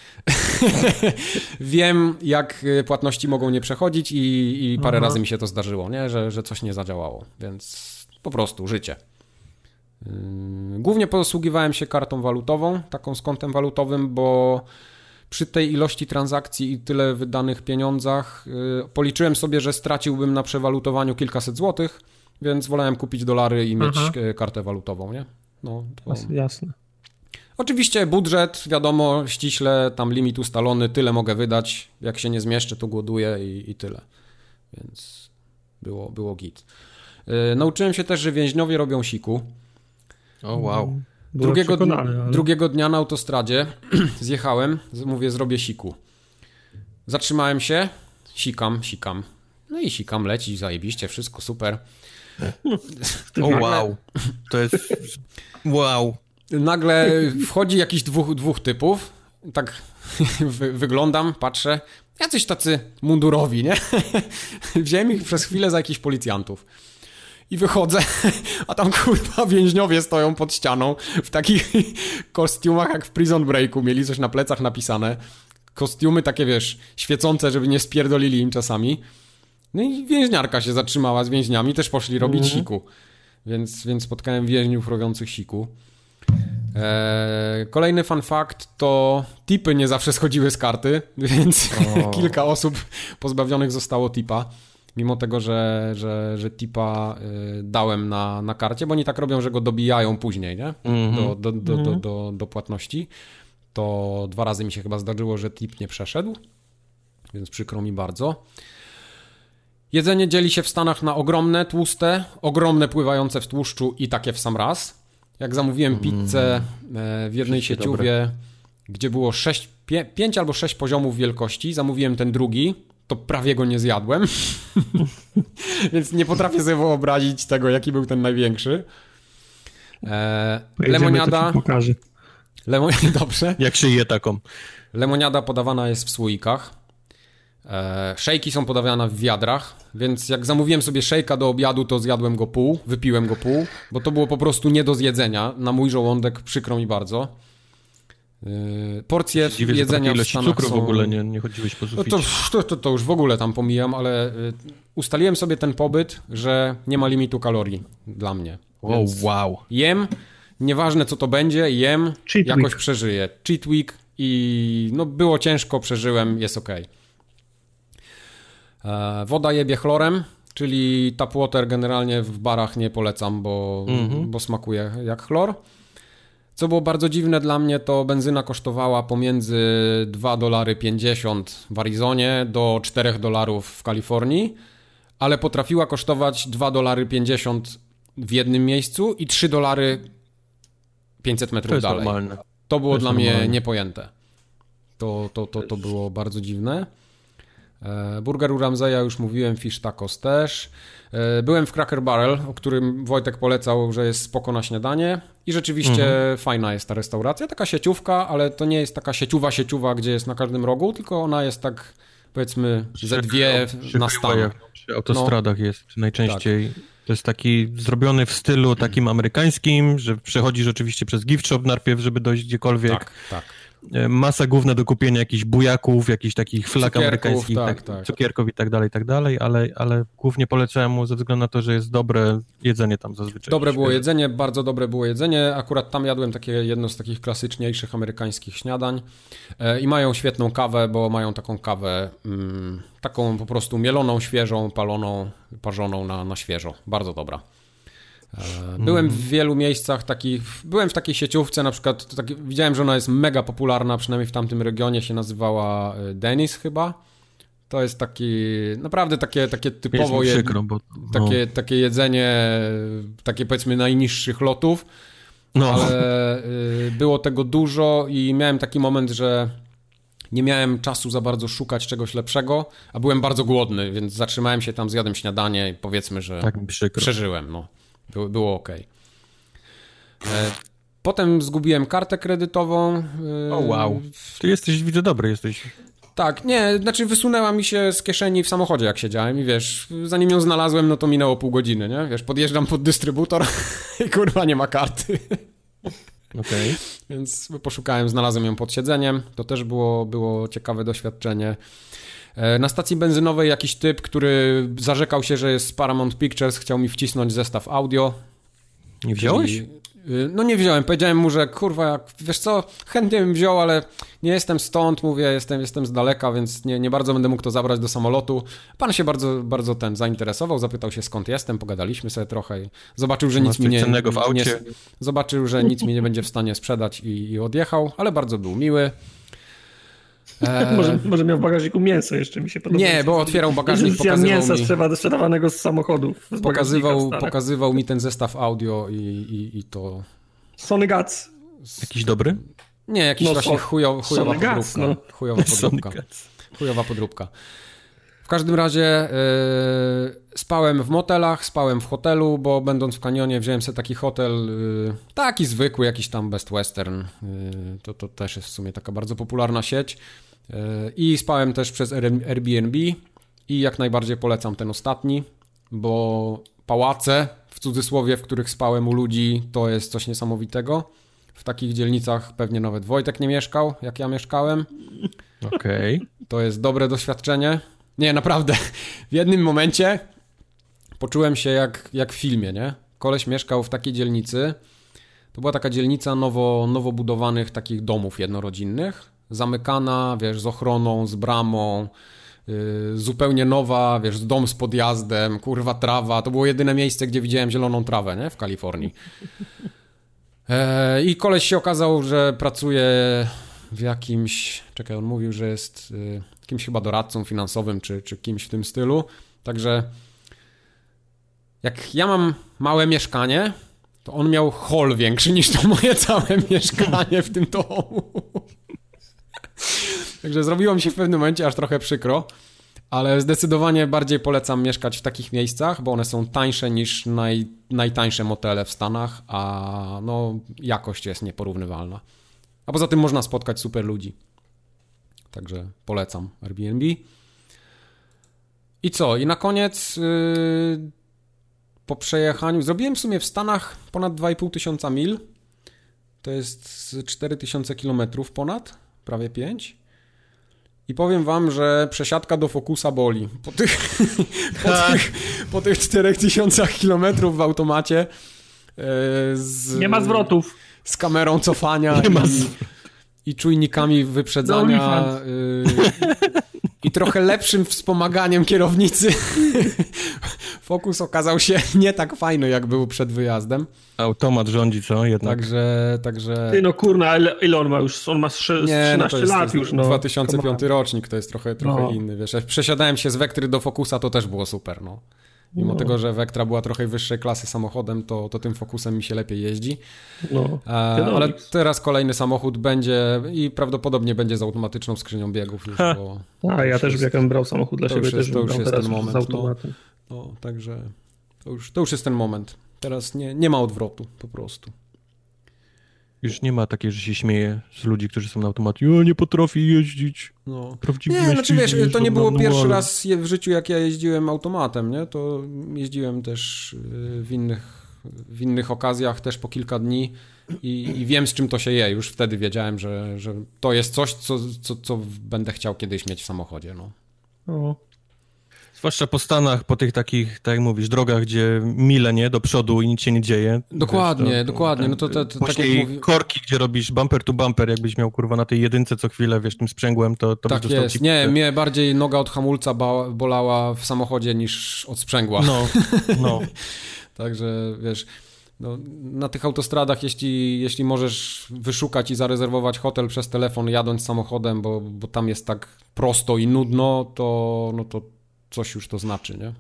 wiem, jak płatności mogą nie przechodzić i, i parę Aha. razy mi się to zdarzyło, nie? Że, że coś nie zadziałało. Więc po prostu życie. Y, głównie posługiwałem się kartą walutową, taką z kontem walutowym, bo przy tej ilości transakcji i tyle wydanych pieniądzach yy, policzyłem sobie, że straciłbym na przewalutowaniu kilkaset złotych, więc wolałem kupić dolary i mieć Aha. kartę walutową, nie? No, to... Jasne. Oczywiście budżet, wiadomo, ściśle, tam limit ustalony, tyle mogę wydać, jak się nie zmieszczę, to głoduję i, i tyle. Więc było, było git. Nauczyłem się też, że więźniowie robią siku. O wow. Drugiego, ale... drugiego dnia na autostradzie zjechałem, mówię, zrobię siku. Zatrzymałem się, sikam, sikam. No i sikam, leci, zajebiście, wszystko super. O wow. To jest... Wow. Nagle wchodzi jakiś dwóch, dwóch typów, tak wy, wyglądam, patrzę, jacyś tacy mundurowi, nie? Wziąłem ich przez chwilę za jakichś policjantów. I wychodzę, a tam kurwa więźniowie stoją pod ścianą w takich kostiumach jak w Prison Breaku, mieli coś na plecach napisane. Kostiumy takie, wiesz, świecące, żeby nie spierdolili im czasami. No i więźniarka się zatrzymała z więźniami, też poszli robić mm-hmm. siku. Więc, więc spotkałem więźniów robiących siku. Eee, kolejny fun fact to tipy nie zawsze schodziły z karty, więc kilka osób pozbawionych zostało tipa. Mimo tego, że, że, że tipa y, dałem na, na karcie, bo oni tak robią, że go dobijają później, nie? Mm-hmm. Do, do, do, mm-hmm. do, do, do płatności. To dwa razy mi się chyba zdarzyło, że tip nie przeszedł, więc przykro mi bardzo. Jedzenie dzieli się w Stanach na ogromne, tłuste, ogromne pływające w tłuszczu i takie w sam raz. Jak zamówiłem pizzę mm. w jednej Wszystkie sieciówie, dobre. Gdzie było sześć, pięć albo sześć poziomów wielkości, zamówiłem ten drugi, to prawie go nie zjadłem, więc nie potrafię sobie wyobrazić tego, jaki był ten największy. E, lemoniada... Lemoniada, dobrze. Jak się je taką? Lemoniada podawana jest w słoikach. E, szejki są podawane w wiadrach, więc jak zamówiłem sobie szejka do obiadu, to zjadłem go pół, wypiłem go pół, bo to było po prostu nie do zjedzenia. Na mój żołądek przykro mi bardzo. Yy, porcje Dziwię, jedzenia w Stanach cukru są... w ogóle nie, nie chodziłeś po suficie. No to, to, to, to już w ogóle tam pomijam, ale y, ustaliłem sobie ten pobyt, że nie ma limitu kalorii dla mnie. Oh, wow. Jem, nieważne co to będzie, jem, Cheat jakoś week. przeżyję. Cheat week i no było ciężko, przeżyłem, jest okej. Okay. Woda jebie chlorem, czyli tap water generalnie w barach nie polecam, bo, mm-hmm. bo smakuje jak chlor. Co było bardzo dziwne dla mnie, to benzyna kosztowała pomiędzy dwa dolary pięćdziesiąt w Arizonie do cztery dolarów w Kalifornii, ale potrafiła kosztować dwa dolary pięćdziesiąt w jednym miejscu i trzy dolary pięćset metrów to jest dalej. Normalne. To było to dla normalne. mnie niepojęte. To, to, to, to było bardzo dziwne. Burger u Ramseya już mówiłem, fish tacos też. Byłem w Cracker Barrel, o którym Wojtek polecał, że jest spoko na śniadanie i rzeczywiście mhm. fajna jest ta restauracja. Taka sieciówka, ale to nie jest taka sieciuwa sieciuwa, gdzie jest na każdym rogu, tylko ona jest tak, powiedzmy, ze dwie przy, na przy stan. Przy autostradach no. jest najczęściej. Tak. To jest taki zrobiony w stylu takim amerykańskim, że przechodzisz oczywiście przez gift shop najpierw, żeby dojść gdziekolwiek. Tak, tak. Masa główna do kupienia jakichś bujaków, jakichś takich flag cukierków, amerykańskich, tak, tak, tak. cukierków i tak dalej, i tak dalej, ale, ale głównie polecałem mu ze względu na to, że jest dobre jedzenie tam zazwyczaj. Dobre było jedzenie, bardzo dobre było jedzenie. Akurat tam jadłem takie jedno z takich klasyczniejszych amerykańskich śniadań e, i mają świetną kawę, bo mają taką kawę mm, taką po prostu mieloną, świeżą, paloną, parzoną na, na świeżo. Bardzo dobra. Byłem w wielu miejscach takich, byłem w takiej sieciówce, na przykład taki, widziałem, że ona jest mega popularna, przynajmniej w tamtym regionie się nazywała Denny's chyba. To jest taki, naprawdę takie, takie typowo jest przykro, bo, no. takie, takie jedzenie, takie powiedzmy najniższych lotów, no. ale y, było tego dużo i miałem taki moment, że nie miałem czasu za bardzo szukać czegoś lepszego, a byłem bardzo głodny, więc zatrzymałem się tam, zjadłem śniadanie i powiedzmy, że tak mi przykro. Przeżyłem, no. Było, było okej. Okay. Potem zgubiłem kartę kredytową. O oh, wow. Ty jesteś, widzę, dobry jesteś. Tak, nie, znaczy wysunęła mi się z kieszeni w samochodzie, jak siedziałem i wiesz, zanim ją znalazłem, no to minęło pół godziny, nie? Wiesz, podjeżdżam pod dystrybutor i kurwa nie ma karty. Okej. Okay. Więc poszukałem, znalazłem ją pod siedzeniem. To też było, było ciekawe doświadczenie. Na stacji benzynowej jakiś typ, który zarzekał się, że jest z Paramount Pictures, chciał mi wcisnąć zestaw audio. Nie wziąłeś? Czyli, no nie wziąłem. Powiedziałem mu, że kurwa, jak, wiesz co, chętnie bym wziął, ale nie jestem stąd, mówię, jestem, jestem z daleka, więc nie, nie bardzo będę mógł to zabrać do samolotu. Pan się bardzo, bardzo ten zainteresował, zapytał się skąd jestem, pogadaliśmy sobie trochę i zobaczył, że nic mi nie, cennego w aucie. nie zobaczył, że nic mi nie będzie w stanie sprzedać i, i odjechał, ale bardzo był miły. E... może, może miał w bagażniku mięso jeszcze, mi się podoba. Nie, bo otwierał bagażnik, pokazywał mięsa mi... sprzedawanego z samochodów. Z pokazywał, pokazywał mi ten zestaw audio i, i, i to... Sony Guts. Jakiś dobry? Nie, jakiś no, właśnie chujo, chujowa podróbka. Guts, no. Chujowa podróbka. Chujowa podróbka. W każdym razie yy, spałem w motelach, spałem w hotelu, bo będąc w kanionie wziąłem sobie taki hotel, yy, taki zwykły, jakiś tam Best Western. Yy, to, to też jest w sumie taka bardzo popularna sieć. Yy, I spałem też przez Airbnb i jak najbardziej polecam ten ostatni, bo pałace, w cudzysłowie, w których spałem u ludzi, to jest coś niesamowitego. W takich dzielnicach pewnie nawet Wojtek nie mieszkał, jak ja mieszkałem. Okej. Okay. To jest dobre doświadczenie. Nie, naprawdę. W jednym momencie poczułem się jak, jak w filmie, nie? Koleś mieszkał w takiej dzielnicy. To była taka dzielnica nowo, nowo budowanych takich domów jednorodzinnych. Zamykana, wiesz, z ochroną, z bramą. Yy, zupełnie nowa, wiesz, dom z podjazdem, kurwa trawa. To było jedyne miejsce, gdzie widziałem zieloną trawę, nie? W Kalifornii. Yy, I koleś się okazał, że pracuje w jakimś... Czekaj, on mówił, że jest... Yy, kimś chyba doradcą finansowym, czy, czy kimś w tym stylu. Także jak ja mam małe mieszkanie, to on miał hol większy niż to moje całe mieszkanie w tym domu. Także zrobiło mi się w pewnym momencie aż trochę przykro, ale zdecydowanie bardziej polecam mieszkać w takich miejscach, bo one są tańsze niż naj, najtańsze motele w Stanach, a no jakość jest nieporównywalna. A poza tym można spotkać super ludzi. Także polecam Airbnb. I co? I na koniec yy, po przejechaniu, zrobiłem w sumie w Stanach ponad dwa i pół tysiąca mil. To jest cztery tysiące kilometrów ponad, prawie pięć. I powiem wam, że przesiadka do Focusa boli. Po tych, po tych, po tych czterech tysiącach kilometrów w automacie yy, z, nie ma zwrotów. Z kamerą cofania. Nie ma zwrotów. I czujnikami wyprzedzania yy, i trochę lepszym wspomaganiem kierownicy. Focus okazał się nie tak fajny, jak był przed wyjazdem. Automat rządzi, co? Jednak. Także... także... Ty no kurna, ile, ile on ma już? On ma trzynaście no to jest, lat już. No. dwa tysiące piąty rocznik, to jest trochę, trochę no. inny. Wiesz, jak przesiadałem się z Vectry do Focusa, to też było super, no. Mimo no. tego, że Vectra była trochę wyższej klasy samochodem, to, to tym Focusem mi się lepiej jeździ. No. E, ale teraz kolejny samochód będzie i prawdopodobnie będzie z automatyczną skrzynią biegów. Już, bo A, ja też jak brał samochód dla siebie, jest, też to już jest ten moment. Z automatem. No, no, także to już, to już jest ten moment. Teraz nie, nie ma odwrotu po prostu. Już nie ma takiej, że się śmieje z ludzi, którzy są na automacie. O, nie potrafi jeździć. No. Nie, znaczy wiesz, to nie było pierwszy raz w życiu, jak ja jeździłem automatem, nie? To jeździłem też w innych, w innych okazjach, też po kilka dni i, i wiem, z czym to się je. Już wtedy wiedziałem, że, że to jest coś, co, co, co będę chciał kiedyś mieć w samochodzie, no. O. Zwłaszcza po Stanach, po tych takich, tak jak mówisz, drogach, gdzie mile, nie, do przodu i nic się nie dzieje. Dokładnie, wiesz, to, dokładnie. No to, to, to, tak jak mówi... korki, gdzie robisz bumper to bumper, jakbyś miał, kurwa, na tej jedynce co chwilę, wiesz, tym sprzęgłem, to, to tak byś jest. ci... Nie, mnie bardziej noga od hamulca ba- bolała w samochodzie niż od sprzęgła. No, no. Także, wiesz... No, na tych autostradach, jeśli, jeśli możesz wyszukać i zarezerwować hotel przez telefon jadąc samochodem, bo, bo tam jest tak prosto i nudno, to, no to coś już to znaczy, nie?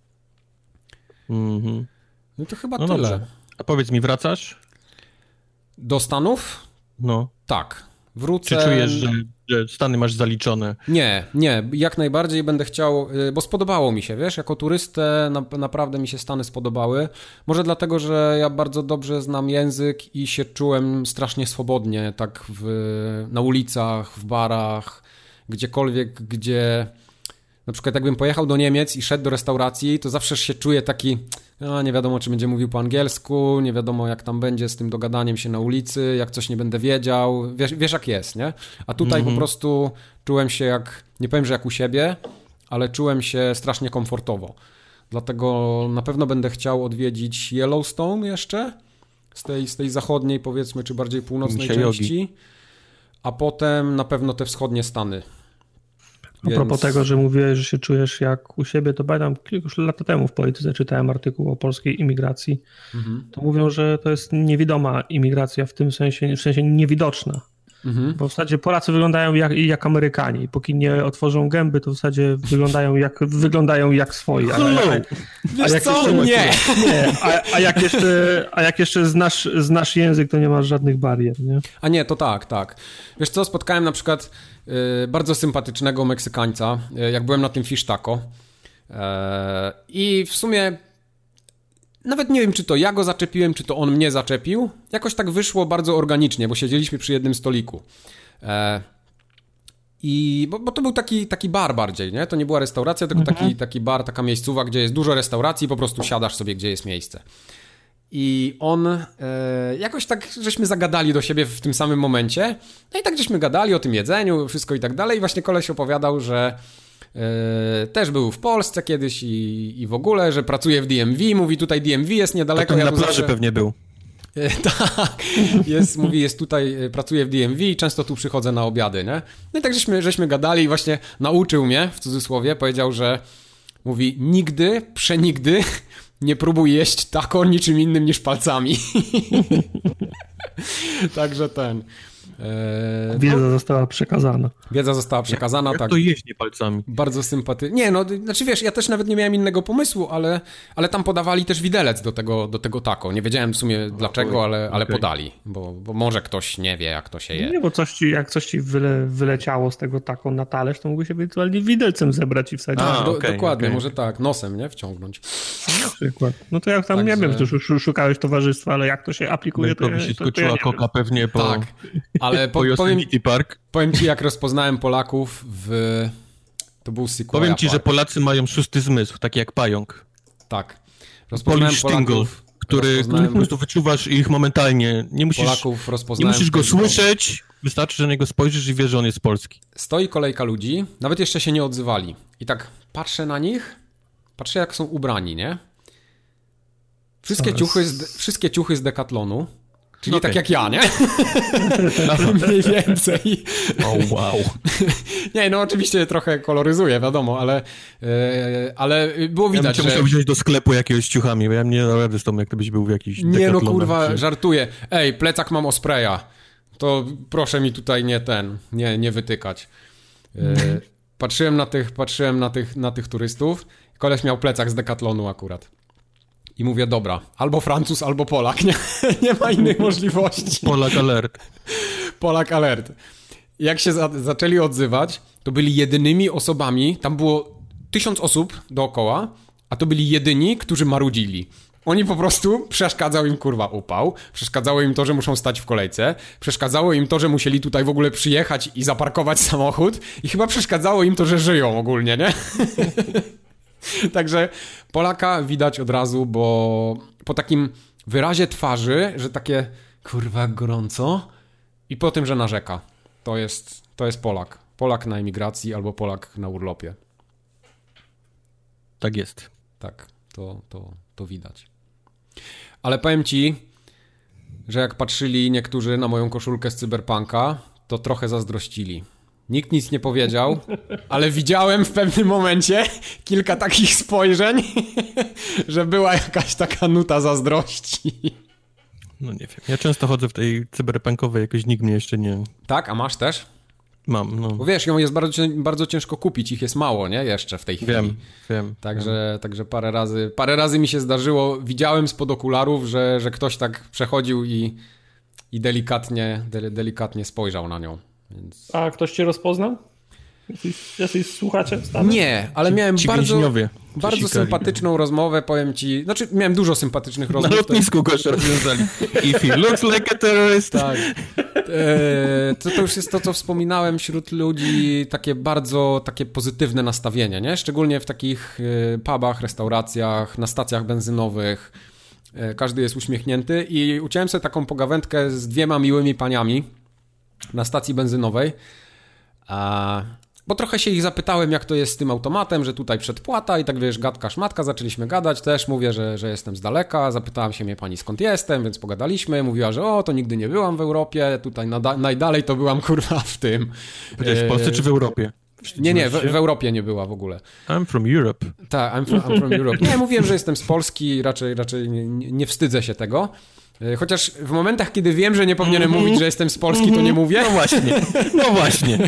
Mm-hmm. No to chyba no tyle. Dobrze. A powiedz mi, wracasz? Do Stanów? No. Tak. Wrócę... Czy czujesz, że, że Stany masz zaliczone? Nie, nie. Jak najbardziej będę chciał, bo spodobało mi się, wiesz, jako turystę na, naprawdę mi się Stany spodobały. Może dlatego, że ja bardzo dobrze znam język i się czułem strasznie swobodnie, tak w, na ulicach, w barach, gdziekolwiek, gdzie... Na przykład jakbym pojechał do Niemiec i szedł do restauracji, to zawsze się czuję taki, no nie wiadomo, czy będzie mówił po angielsku, nie wiadomo jak tam będzie z tym dogadaniem się na ulicy, jak coś nie będę wiedział, wiesz, wiesz jak jest, nie? A tutaj mm-hmm. po prostu czułem się jak, nie powiem, że jak u siebie, ale czułem się strasznie komfortowo. Dlatego na pewno będę chciał odwiedzić Yellowstone jeszcze, z tej, z tej zachodniej powiedzmy, czy bardziej północnej części, jogi. A potem na pewno te wschodnie Stany. A Więc... propos tego, że mówiłeś, że się czujesz jak u siebie, to pamiętam kilku lat temu w Polityce czytałem artykuł o polskiej imigracji. Mhm. To mówią, że to jest niewidoma imigracja, w tym sensie, w sensie niewidoczna. Mhm. Bo w zasadzie Polacy wyglądają jak, jak Amerykanie i póki nie otworzą gęby, to w zasadzie wyglądają jak, wyglądają jak swoi. A, a, a, a jak co? Jeszcze, nie. nie. A, a, jak jeszcze, a jak jeszcze znasz, znasz język, to nie masz żadnych barier, nie? A nie, to tak, tak. Wiesz co, spotkałem na przykład y, bardzo sympatycznego Meksykańca, y, jak byłem na tym Fish Taco y, i w sumie nawet nie wiem, czy to ja go zaczepiłem, czy to on mnie zaczepił. Jakoś tak wyszło bardzo organicznie, bo siedzieliśmy przy jednym stoliku. E, I bo, bo to był taki, taki bar bardziej, nie? To nie była restauracja, tylko mhm. taki, taki bar, taka miejscowa, gdzie jest dużo restauracji, po prostu siadasz sobie, gdzie jest miejsce. I on, e, jakoś tak żeśmy zagadali do siebie w tym samym momencie. No i tak żeśmy gadali o tym jedzeniu, wszystko i tak dalej. I właśnie koleś opowiadał, że Yy, też był w Polsce kiedyś i, i w ogóle, że pracuje w D M V, mówi tutaj D M V jest niedaleko. To ja na plaży zawsze... pewnie był. Yy, tak, jest, mówi jest tutaj, pracuje w D M V i często tu przychodzę na obiady, nie? No i tak żeśmy, żeśmy gadali i właśnie nauczył mnie, w cudzysłowie, powiedział, że mówi nigdy, przenigdy nie próbuj jeść taco niczym innym niż palcami. Także ten... Eee, wiedza no, została przekazana. Wiedza została przekazana, jak, jak tak. to jeść nie palcami. Bardzo sympatycznie. Nie, no, znaczy wiesz, ja też nawet nie miałem innego pomysłu, ale, ale tam podawali też widelec do tego, do tego taco. Nie wiedziałem w sumie dlaczego, ale, ale okay. podali, bo, bo może ktoś nie wie, jak to się je. Nie, bo coś ci, jak coś ci wyle, wyleciało z tego taco na talerz, to mógłbyś ewentualnie widelcem zebrać i wsadzić. A, do, okay, dokładnie, okay. może tak, nosem, nie? Wciągnąć. Na przykład. No to jak tam, tak, nie że... wiem, czy szukałeś towarzystwa, ale jak to się aplikuje, to, to by się to, skoczyła to ja koka pewnie po... Tak, ale po, po powiem, Park. powiem ci, jak rozpoznałem Polaków w... To był Sequoia Powiem ci, Park. że Polacy mają szósty zmysł, taki jak pająk. Tak. Rozpoznałem Polaków... Który rozpoznałem... po prostu wyczuwasz ich momentalnie. Nie musisz, Polaków nie musisz go słyszeć, wystarczy, że na niego spojrzysz i wiesz, że on jest polski. Stoi kolejka ludzi, nawet jeszcze się nie odzywali. I tak patrzę na nich, patrzę jak są ubrani, nie? Wszystkie ciuchy z, wszystkie ciuchy z Decathlonu. Czyli okay. tak jak ja, nie? Mniej więcej. O, oh, wow. Nie, no oczywiście trochę koloryzuję, wiadomo, ale, yy, ale było widać, ja że... musiał wziąć do sklepu jakiegoś ciuchami, bo ja nie dam rady z tą, jak to byś był w jakiś Nie no kurwa, czy... żartuję. Ej, plecak mam Ospreya. To proszę mi tutaj nie ten, nie, nie wytykać. Yy, patrzyłem na tych, patrzyłem na tych, na tych turystów. Koleś miał plecak z Decathlonu akurat. I mówię, dobra, albo Francuz, albo Polak, nie, nie ma innej możliwości. Polak alert. Polak alert. Jak się za, zaczęli odzywać, to byli jedynymi osobami, tam było tysiąc osób dookoła, a to byli jedyni, którzy marudzili. Oni po prostu, przeszkadzał im kurwa upał, przeszkadzało im to, że muszą stać w kolejce, przeszkadzało im to, że musieli tutaj w ogóle przyjechać i zaparkować samochód i chyba przeszkadzało im to, że żyją ogólnie, nie? Także Polaka widać od razu, bo po takim wyrazie twarzy, że takie kurwa gorąco i po tym, że narzeka. To jest, to jest Polak. Polak na emigracji albo Polak na urlopie. Tak jest. Tak, to, to, to widać. Ale powiem ci, że jak patrzyli niektórzy na moją koszulkę z Cyberpunka, to trochę zazdrościli. Nikt nic nie powiedział, ale widziałem w pewnym momencie kilka takich spojrzeń, że była jakaś taka nuta zazdrości. No nie wiem. Ja często chodzę w tej cyberpunkowej, jakoś nikt mnie jeszcze nie... Tak? A masz też? Mam, no. Bo wiesz, ją jest bardzo, bardzo ciężko kupić, ich jest mało, nie? Jeszcze w tej chwili. Wiem, wiem. Także, wiem. także parę razy, parę razy mi się zdarzyło, widziałem spod okularów, że, że ktoś tak przechodził i, i delikatnie, de, delikatnie spojrzał na nią. Więc... A ktoś cię rozpoznał? Jesteś, jesteś słuchaczem stary? Nie, ale miałem ci bardzo, bardzo sympatyczną rozmowę, powiem ci. Znaczy, miałem dużo sympatycznych rozmów. Na lotnisku go jeszcze rozwiązali. If he looks like a terrorist. Tak. E, to, to już jest to, co wspominałem, wśród ludzi takie bardzo takie pozytywne nastawienie, nie? Szczególnie w takich pubach, restauracjach, na stacjach benzynowych. Każdy jest uśmiechnięty i uciąłem sobie taką pogawędkę z dwiema miłymi paniami na stacji benzynowej. A... Bo trochę się ich zapytałem, jak to jest z tym automatem, że tutaj przedpłata i tak wiesz, gadka szmatka, zaczęliśmy gadać, też mówię, że, że jestem z daleka, zapytałam się mnie pani skąd jestem, więc pogadaliśmy, mówiła, że o, to nigdy nie byłam w Europie, tutaj nada- najdalej to byłam kurwa w tym. W Polsce czy w Europie? Nie, nie, w, w Europie nie była w ogóle. I'm from Europe. Tak, I'm from, I'm from Europe. Nie, mówiłem, że jestem z Polski, raczej, raczej nie, nie wstydzę się tego. Chociaż w momentach, kiedy wiem, że nie powinienem mm-hmm. mówić, że jestem z Polski, mm-hmm. to nie mówię. No właśnie, no właśnie.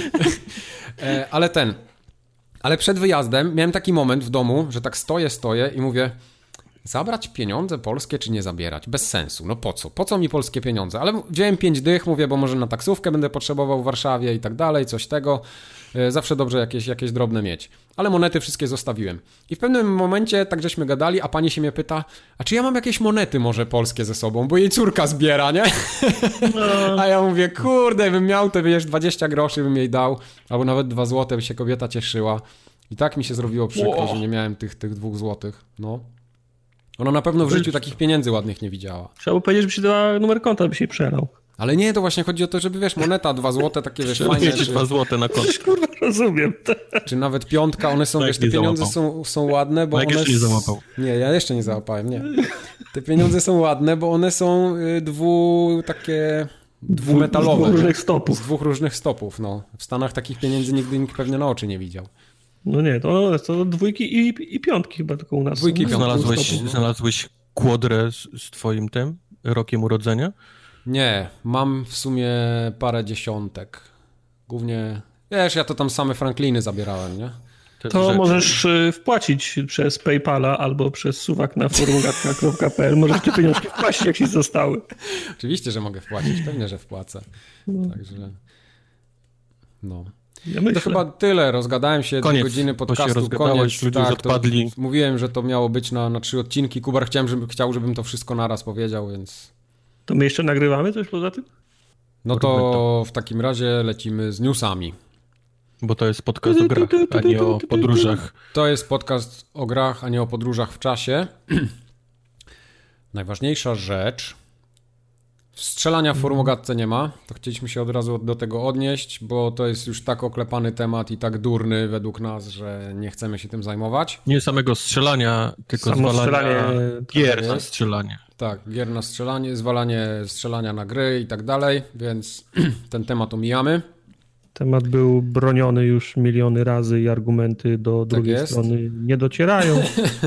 Ale ten... Ale przed wyjazdem miałem taki moment w domu, że tak stoję, stoję i mówię... Zabrać pieniądze polskie, czy nie zabierać? Bez sensu. No po co? Po co mi polskie pieniądze? Ale wziąłem pięć dych, mówię, bo może na taksówkę będę potrzebował w Warszawie i tak dalej, coś tego. Zawsze dobrze jakieś, jakieś drobne mieć. Ale monety wszystkie zostawiłem. I w pewnym momencie tak żeśmy gadali, a pani się mnie pyta, a czy ja mam jakieś monety może polskie ze sobą? Bo jej córka zbiera, nie? No. A ja mówię, kurde, bym miał te, wiesz, dwadzieścia groszy bym jej dał, albo nawet dwa złote, by się kobieta cieszyła. I tak mi się zrobiło przykro, wow. że nie miałem tych, tych dwóch złotych. No. Ona na pewno w życiu takich pieniędzy ładnych nie widziała. Trzeba było powiedzieć, żeby się dała numer konta, by się przelał. Ale nie, to właśnie chodzi o to, żeby, wiesz, moneta, dwa złote, takie, wiesz, fajne. Czy dwa złote na konto. Kurwa, rozumiem. Czy nawet piątka, one są, tak, wiesz, te pieniądze są, są ładne, bo Mike one... nie załapał. Nie, ja jeszcze nie załapałem, nie. Te pieniądze są ładne, bo one są dwu... takie... dwumetalowe. Z dwóch różnych stopów. Z dwóch różnych stopów, no. W Stanach takich pieniędzy nigdy nikt pewnie na oczy nie widział. No nie, to, to dwójki i, i piątki chyba tylko u nas. Dwójki i piątki. Znalazłeś, znalazłeś kłodrę z, z twoim tym rokiem urodzenia? Nie, mam w sumie parę dziesiątek. Głównie, wiesz, ja to tam same Frankliny zabierałem, nie? Te to rzeczy. Możesz wpłacić przez PayPala albo przez suwak na formugatka kropka pe el. Możesz te pieniążki wpłacić, jak ci zostały. Oczywiście, że mogę wpłacić. Pewnie, że wpłacę. No. Także, no. Ja to chyba tyle. Rozgadałem się, koniec, dwie godziny podcastu, koniec. Ludzie tak, odpadli. Mówiłem, że to miało być na, na trzy odcinki. Kubar chciałem, żeby, chciał, żebym to wszystko naraz powiedział, więc... To my jeszcze nagrywamy coś poza tym? No to w takim razie lecimy z newsami. Bo to jest podcast o grach, a nie o podróżach. To jest podcast o grach, a nie o podróżach w czasie. Najważniejsza rzecz... Strzelania w formogatce nie ma, to chcieliśmy się od razu do tego odnieść, bo to jest już tak oklepany temat i tak durny według nas, że nie chcemy się tym zajmować. Nie samego strzelania, tylko Samo zwalania gier na strzelanie. Tak, gier na strzelanie, zwalanie strzelania na gry i tak dalej, więc ten temat omijamy. Temat był broniony już miliony razy i argumenty do drugiej tak strony nie docierają,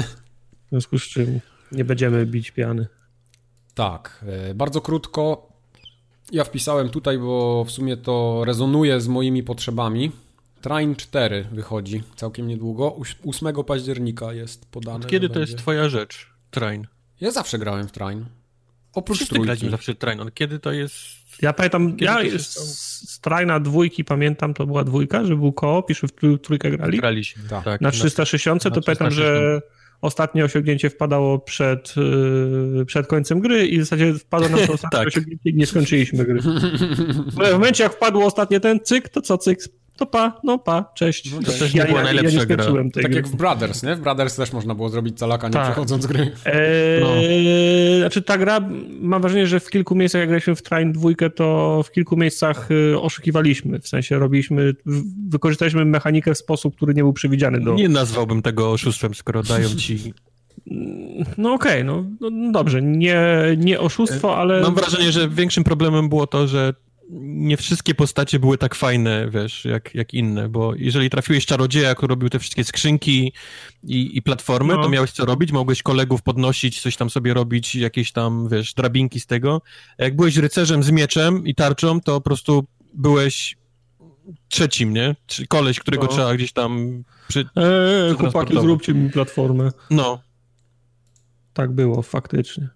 w związku z czym nie będziemy bić piany. Tak, bardzo krótko. Ja wpisałem tutaj, bo w sumie to rezonuje z moimi potrzebami. Train cztery wychodzi całkiem niedługo. ósmego października jest podane. Od kiedy to będzie. Jest twoja rzecz, Train? Ja zawsze grałem w Train. Oprócz Wszyscy trójki. Zawsze Train. Od kiedy to jest... Ja pamiętam, kiedy ja z, z Traina dwójki pamiętam, to była dwójka, że był koop i że w trójkę grali. Graliśmy, tak. tak. Na trzysta sześćdziesiąt to pamiętam, że ostatnie osiągnięcie wpadało przed, yy, przed końcem gry i w zasadzie wpadło nam to ostatnie tak. osiągnięcie i nie skończyliśmy gry. W momencie jak wpadło ostatnie ten cyk, to co cyk? To pa, no pa, cześć. No to też nie ja, była ja, najlepsza ja nie gra. Tak gry. Jak w Brothers, nie? W Brothers też można było zrobić calaka, nie tak. przechodząc gry. Eee, no. Znaczy ta gra, mam wrażenie, że w kilku miejscach, jak graliśmy w Train dwójkę, to w kilku miejscach oszukiwaliśmy. W sensie robiliśmy, wykorzystaliśmy mechanikę w sposób, który nie był przewidziany. Do... Nie nazwałbym tego oszustwem, skoro dają ci... No okej, okay, no, no dobrze, nie, nie oszustwo, ale... Mam wrażenie, że większym problemem było to, że nie wszystkie postacie były tak fajne, wiesz, jak, jak inne, bo jeżeli trafiłeś czarodzieja, który robił te wszystkie skrzynki i, i platformy, no. to miałeś co robić, mogłeś kolegów podnosić, coś tam sobie robić, jakieś tam, wiesz, drabinki z tego. A jak byłeś rycerzem z mieczem i tarczą, to po prostu byłeś trzecim, nie? Koleś, którego no. trzeba gdzieś tam przy... Eee, chłopaki, zróbcie mi platformę. No. Tak było, faktycznie.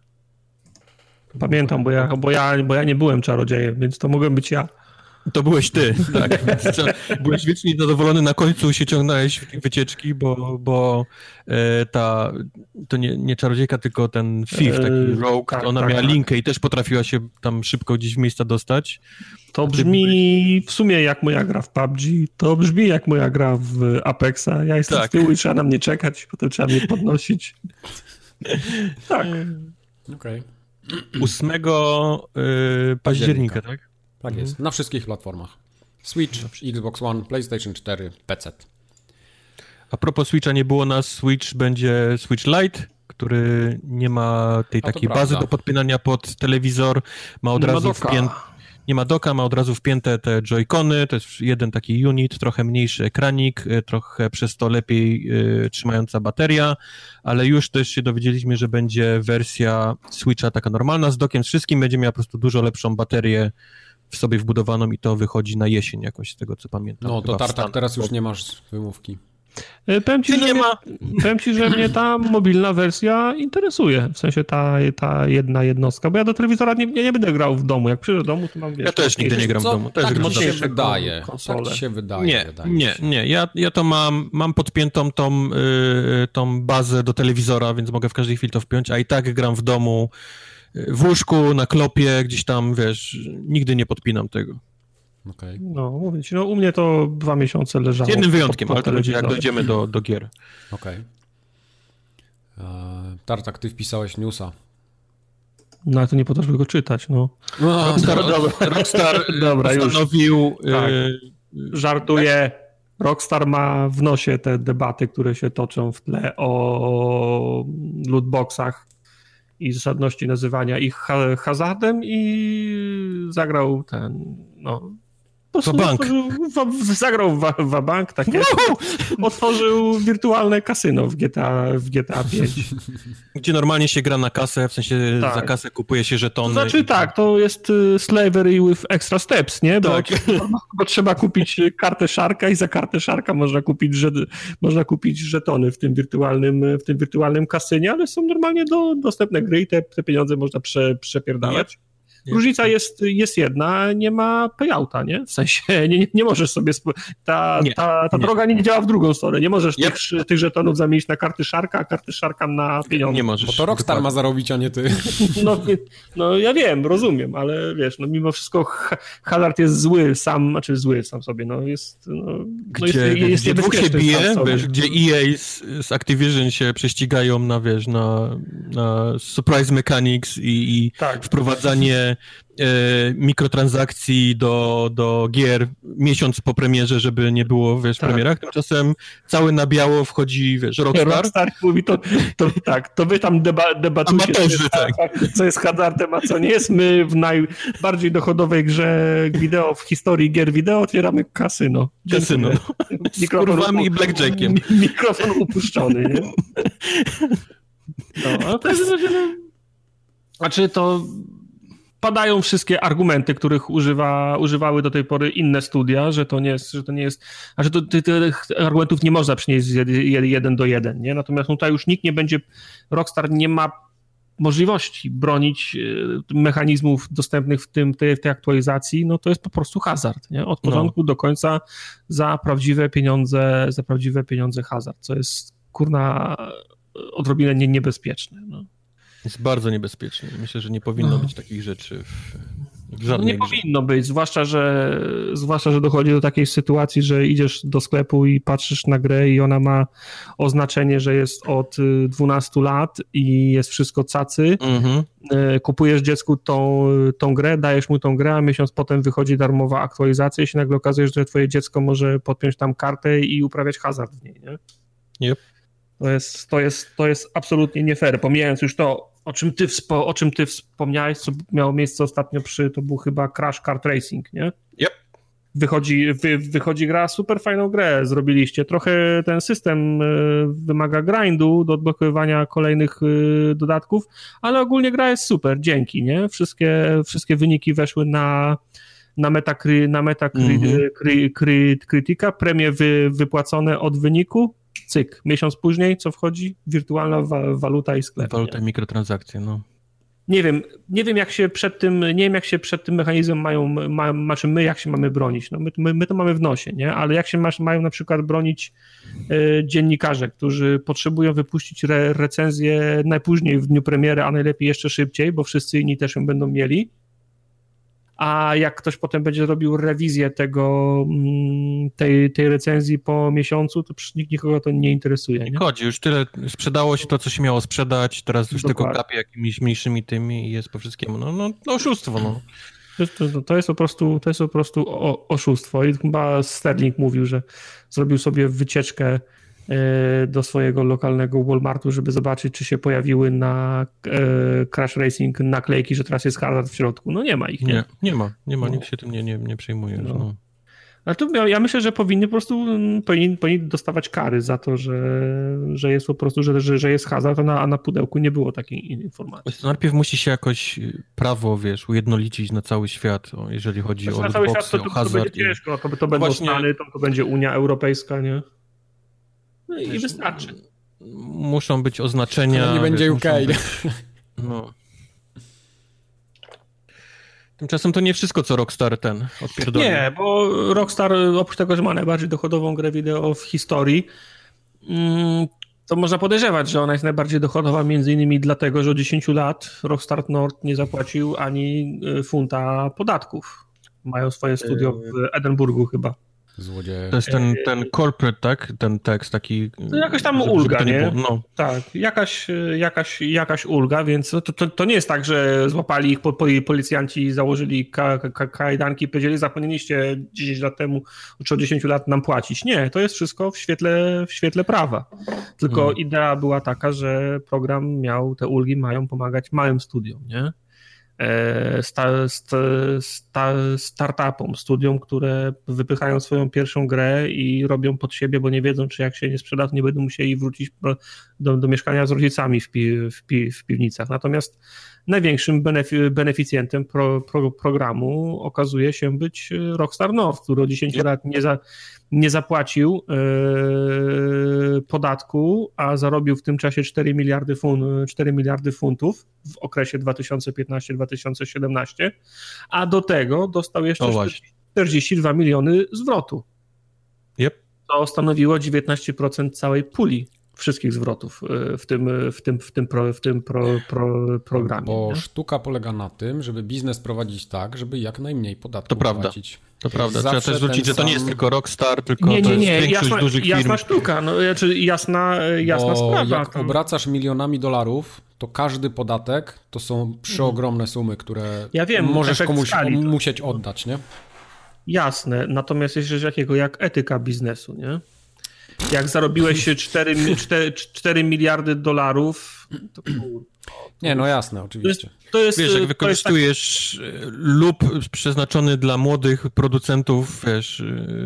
Pamiętam, bo ja, bo, ja, bo ja nie byłem czarodziejem, więc to mogłem być ja. To byłeś ty, tak. Byłeś wiecznie zadowolony, na końcu się ciągnąłeś w tych wycieczki, bo, bo e, ta, to nie, nie czarodziejka, tylko ten thief, taki rogue, tak, ona tak, miała tak. linkę i też potrafiła się tam szybko gdzieś w miejsca dostać. To brzmi w sumie jak moja gra w P U B G, to brzmi jak moja gra w Apexa. Ja jestem tak. z tyłu i trzeba na mnie czekać, potem trzeba mnie podnosić. Tak. Okej. Okay. ósmego y, października, tak? Tak jest, mhm. na wszystkich platformach. Switch, Xbox One, PlayStation cztery, P C. A propos Switcha, nie było nas, Switch będzie Switch Lite, który nie ma tej takiej bazy do podpinania pod telewizor, ma od nie razu ma wpię... Nie ma doka, ma od razu wpięte te joycony, to jest jeden taki unit, trochę mniejszy ekranik, trochę przez to lepiej y, trzymająca bateria, ale już też się dowiedzieliśmy, że będzie wersja Switcha taka normalna z dokiem, z wszystkim, będzie miała po prostu dużo lepszą baterię w sobie wbudowaną i to wychodzi na jesień jakoś, z tego co pamiętam. No to Tartak, teraz już nie masz wymówki. Powiem ci, Czy że nie mnie, ma? powiem ci, że mnie ta mobilna wersja interesuje, w sensie ta, ta jedna jednostka, bo ja do telewizora nie, nie, nie będę grał w domu, jak przyjdę do domu, to mam, wiesz... Ja też nigdy nie gram w Co? domu. Też Tak gram ci w się domu. wydaje. konsolę. Tak ci się wydaje. Nie, wydaje nie, się. nie. Ja, ja to mam, mam podpiętą tą, y, tą bazę do telewizora, więc mogę w każdej chwili to wpiąć, a i tak gram w domu, y, w łóżku, na klopie, gdzieś tam, wiesz, nigdy nie podpinam tego. Okay. No, mówię ci, no u mnie to dwa miesiące leżało. Z jednym wyjątkiem, pod, pod ale to będzie jak telewizorem. dojdziemy do, do gier. Okej. Okay. Tartak, ty wpisałeś newsa. No ale to nie po to, żeby go czytać, no. Rockstar, Rockstar Dobra, już. postanowił... Tak. Y, Żartuję. Rockstar ma w nosie te debaty, które się toczą w tle o lootboxach i zasadności nazywania ich ha- hazardem i zagrał ten, no... po prostu Wabank. otworzył- wa- Zagrał wa- Wabank, tak jest. Otworzył wirtualne kasyno w G T A, w G T A pięć. Gdzie normalnie się gra na kasę, w sensie Tak. za kasę kupuje się żetony. To znaczy i- tak, to jest y, slavery with extra steps, nie? Bo, Tak. bo trzeba kupić y, kartę Sharka i za kartę Sharka można kupić, żet, można kupić żetony w tym wirtualnym, w tym wirtualnym kasynie, ale są normalnie do, dostępne gry i te, te pieniądze można prze, przepierdalać. Nie. Różnica jest, jest jedna, nie ma payouta, nie? W sensie nie, nie, nie możesz sobie... Sp- ta Nie, ta, ta nie. droga nie działa w drugą stronę. Nie możesz Yep. tych, tych żetonów zamienić na karty Sharka, a karty Sharka na pieniądze. Nie możesz. Bo to Rockstar dokładnie. ma zarobić, a nie ty. No, no ja wiem, rozumiem, ale wiesz, no mimo wszystko ha- hazard jest zły sam, znaczy zły sam sobie, no jest, no, no Gdzie, jest, jest gdzie dwóch się niebezpieczny bije, sam sobie. wiesz, gdzie E A z, z Activision się prześcigają na, wiesz, na, na surprise mechanics i, i Tak. wprowadzanie e, mikrotransakcji do, do gier miesiąc po premierze, żeby nie było, wiesz, w Tak. premierach. Tymczasem cały na biało wchodzi, wiesz, Rockstar. Rockstar mówi, to, to tak, to wy tam deba, debatujcie, Amatorzy, co, jest, tak. co jest hazardem, a co nie jest. My w najbardziej dochodowej grze wideo, w historii gier wideo otwieramy kasyno. Kasyno. Dziękuję. Z kurwami i blackjackiem. mi- Mikrofon upuszczony, nie? No, ale to jest... Znaczy to... Padają wszystkie argumenty, których używa, używały do tej pory inne studia, że to nie jest, że to nie jest, a że to, ty, tych argumentów nie można przynieść z jed, jeden do jeden, nie? Natomiast tutaj już nikt nie będzie, Rockstar nie ma możliwości bronić e, mechanizmów dostępnych w tym, tej, w tej aktualizacji, no to jest po prostu hazard, nie? Od początku No. do końca za prawdziwe pieniądze, za prawdziwe pieniądze hazard, co jest, kurna, odrobinę nie, niebezpieczne, no. Jest bardzo niebezpieczny. Myślę, że nie powinno być takich rzeczy w, w No żadnej nie grze. powinno być, zwłaszcza że, zwłaszcza, że dochodzi do takiej sytuacji, że idziesz do sklepu i patrzysz na grę i ona ma oznaczenie, że jest od y, dwunastu lat i jest wszystko cacy. Mhm. Y, Kupujesz dziecku tą, tą grę, dajesz mu tą grę, a miesiąc potem wychodzi darmowa aktualizacja i się nagle okazuje, że twoje dziecko może podpiąć tam kartę i uprawiać hazard w niej, nie? Yep. To jest, to jest, to jest absolutnie nie fair. Pomijając już to, o czym ty, wspo, o czym ty wspomniałeś, co miało miejsce ostatnio przy, to był chyba Crash Kart Racing, nie? Yep. Wychodzi, wy, wychodzi gra, super fajną grę zrobiliście. Trochę ten system y, wymaga grindu do odblokowywania kolejnych y, dodatków, ale ogólnie gra jest super, dzięki, nie? Wszystkie, wszystkie wyniki weszły na na Metacry, na Metacritica, mm-hmm. premie wy, wypłacone od wyniku, cyk, miesiąc później, co wchodzi? Wirtualna wa- waluta i sklep. Waluta i mikrotransakcje, no. Nie wiem, nie wiem jak się przed tym, nie wiem jak się przed tym mechanizmem mają, ma, znaczy my jak się mamy bronić, no my, my, my to mamy w nosie, nie, ale jak się masz, mają na przykład bronić y, dziennikarze, którzy potrzebują wypuścić re, recenzję najpóźniej w dniu premiery, a najlepiej jeszcze szybciej, bo wszyscy inni też ją będą mieli, a jak ktoś potem będzie robił rewizję tego, tej, tej recenzji po miesiącu, to nikt nikogo to nie interesuje. Nie? Chodzi, już tyle sprzedało się to, co się miało sprzedać, teraz już Dokładnie. tylko kapie jakimiś mniejszymi tymi i jest po wszystkiemu. No, no, no oszustwo, no. To, to, to jest po prostu, to jest po prostu o, oszustwo i chyba Sterling mówił, że zrobił sobie wycieczkę do swojego lokalnego Walmartu, żeby zobaczyć, czy się pojawiły na Crash Racing naklejki, że teraz jest hazard w środku. No nie ma ich, nie? Nie, nie ma, nie ma, no. Nikt się tym nie, nie, nie przejmuje. No. No. Ale to ja, ja myślę, że powinny po prostu powinni, powinni dostawać kary za to, że, że jest po prostu, że, że, że jest hazard, a na, a na pudełku nie było takiej informacji. To najpierw musi się jakoś prawo, wiesz, ujednolicić na cały świat, o, jeżeli chodzi znaczy, o lootboxy, na cały świat to, to, to, to będzie ciężko, to, to będą właśnie... Stany, to, to będzie Unia Europejska, nie? No i wiesz, wystarczy. Muszą być oznaczenia. Ale nie będzie wiesz, U K. Być... No. Tymczasem to nie wszystko, co Rockstar ten odpierdolił. Nie, bo Rockstar oprócz tego, że ma najbardziej dochodową grę wideo w historii, to można podejrzewać, że ona jest najbardziej dochodowa między innymi dlatego, że od dziesięciu lat Rockstar North nie zapłacił ani funta podatków. Mają swoje studio w Edynburgu chyba. Złodzieje. To jest ten, ten corporate, tak? Ten tekst taki... To jakaś tam żeby, ulga, żeby nie? nie no. Tak, jakaś, jakaś, jakaś ulga, więc to, to, to nie jest tak, że złapali ich po, po, policjanci, założyli ka, ka, kajdanki i powiedzieli, zapomnieliście dziesięć lat temu, czy od dziesięciu lat nam płacić. Nie, to jest wszystko w świetle, w świetle prawa. Tylko hmm. idea była taka, że program miał, te ulgi mają pomagać małym studiom, nie? Sta, sta, sta, startupom, studiom, które wypychają swoją pierwszą grę i robią pod siebie, bo nie wiedzą, czy jak się nie sprzeda, to nie będą musieli wrócić do, do mieszkania z rodzicami w, pi, w, pi, w piwnicach. Natomiast największym benefi- beneficjentem pro, pro, programu okazuje się być Rockstar North, który od dziesięciu lat nie, za, nie zapłacił yy, podatku, a zarobił w tym czasie cztery miliardy, fun, cztery miliardy funtów w okresie dwa tysiące piętnasty dwa tysiące siedemnasty, a do tego dostał jeszcze czterdzieści dwa miliony zwrotu. Yep. To stanowiło dziewiętnaście procent całej puli wszystkich zwrotów w tym, w tym, w tym, pro, w tym pro, pro, programie. Bo nie? sztuka polega na tym, żeby biznes prowadzić tak, żeby jak najmniej podatków to prawda. płacić. To prawda, trzeba też zwrócić, że to nie jest tylko Rockstar, tylko nie, nie, to jest nie, większość jasna, dużych firm. Jasna sztuka, no, znaczy jasna, jasna Bo sprawa. jak tam... obracasz milionami dolarów, to każdy podatek to są przeogromne sumy, które ja wiem, możesz komuś skali, musieć oddać, nie? Jasne, natomiast jest coś takiego jak etyka biznesu, nie? Jak zarobiłeś cztery miliardy dolarów, to... Nie, no jasne, oczywiście. To jest, wiesz, jak wykorzystujesz tak... lub przeznaczony dla młodych producentów, wiesz,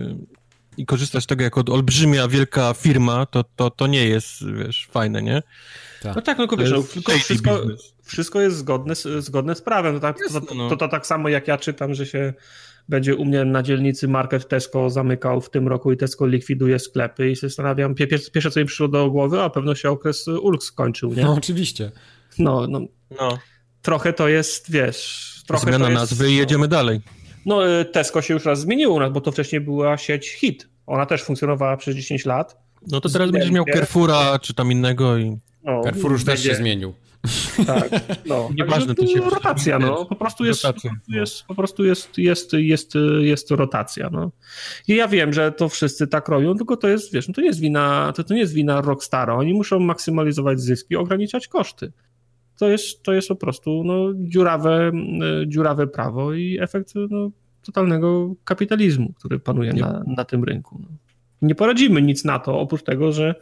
i korzystasz z tego jako olbrzymia, wielka firma, to, to, to nie jest, wiesz, fajne, nie? Tak. No tak, no wiesz, no, wszystko, wszystko jest zgodne, zgodne z prawem. To tak, to, to, to, to tak samo jak ja czytam, że się będzie u mnie na dzielnicy market Tesco zamykał w tym roku i Tesco likwiduje sklepy i się zastanawiam, pierwsze, pierwsze co mi przyszło do głowy, a pewno się okres ulg skończył, nie? No oczywiście. No, no, no. Trochę to jest, wiesz... Trochę Zmiana to jest, nazwy i jedziemy dalej. No Tesco się już raz zmieniło u nas, bo to wcześniej była sieć Hit. Ona też funkcjonowała przez dziesięć lat. No to teraz będziesz miał Carrefoura czy tam innego i... No, Carrefour już będzie... też się zmienił. Tak, no. Nieważne, to się... Rotacja, no. Po prostu jest, rotacja, po prostu jest, po prostu jest, jest, jest, jest rotacja, no. I ja wiem, że to wszyscy tak robią, tylko to jest, wiesz, no to nie jest wina, to, to nie jest wina Rockstara. Oni muszą maksymalizować zyski, ograniczać koszty. To jest, to jest po prostu no, dziurawe, dziurawe prawo i efekt no, totalnego kapitalizmu, który panuje na, na tym rynku. No. Nie poradzimy nic na to, oprócz tego, że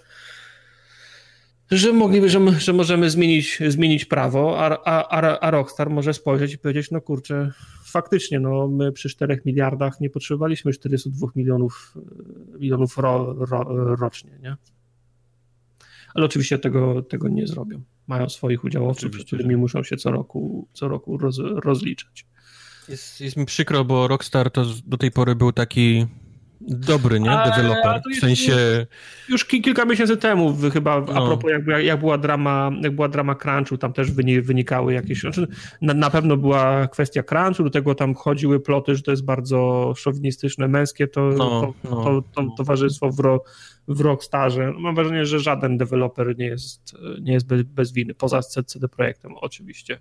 że mogliby, że, że możemy zmienić, zmienić prawo, a, a, a Rockstar może spojrzeć i powiedzieć, no kurczę, faktycznie, no my przy czterech miliardach nie potrzebowaliśmy czterystu dwóch milionów, milionów ro, ro, rocznie, nie? Ale oczywiście tego, tego nie zrobią. Mają swoich udziałowców, z którymi muszą się co roku, co roku roz, rozliczać. Jest, jest mi przykro, bo Rockstar to do tej pory był taki dobry, nie? Deweloper. W sensie... Już kilka miesięcy temu chyba, no. A propos jak, jak, była drama, jak była drama crunchu, tam też wynikały jakieś... Znaczy, na, na pewno była kwestia crunchu, do tego tam chodziły ploty, że to jest bardzo szowinistyczne, męskie to, no, to, no, to, to, to towarzystwo w, ro, w Rockstarze. Mam wrażenie, że żaden deweloper nie jest, nie jest bez, bez winy, poza C D Projektem oczywiście.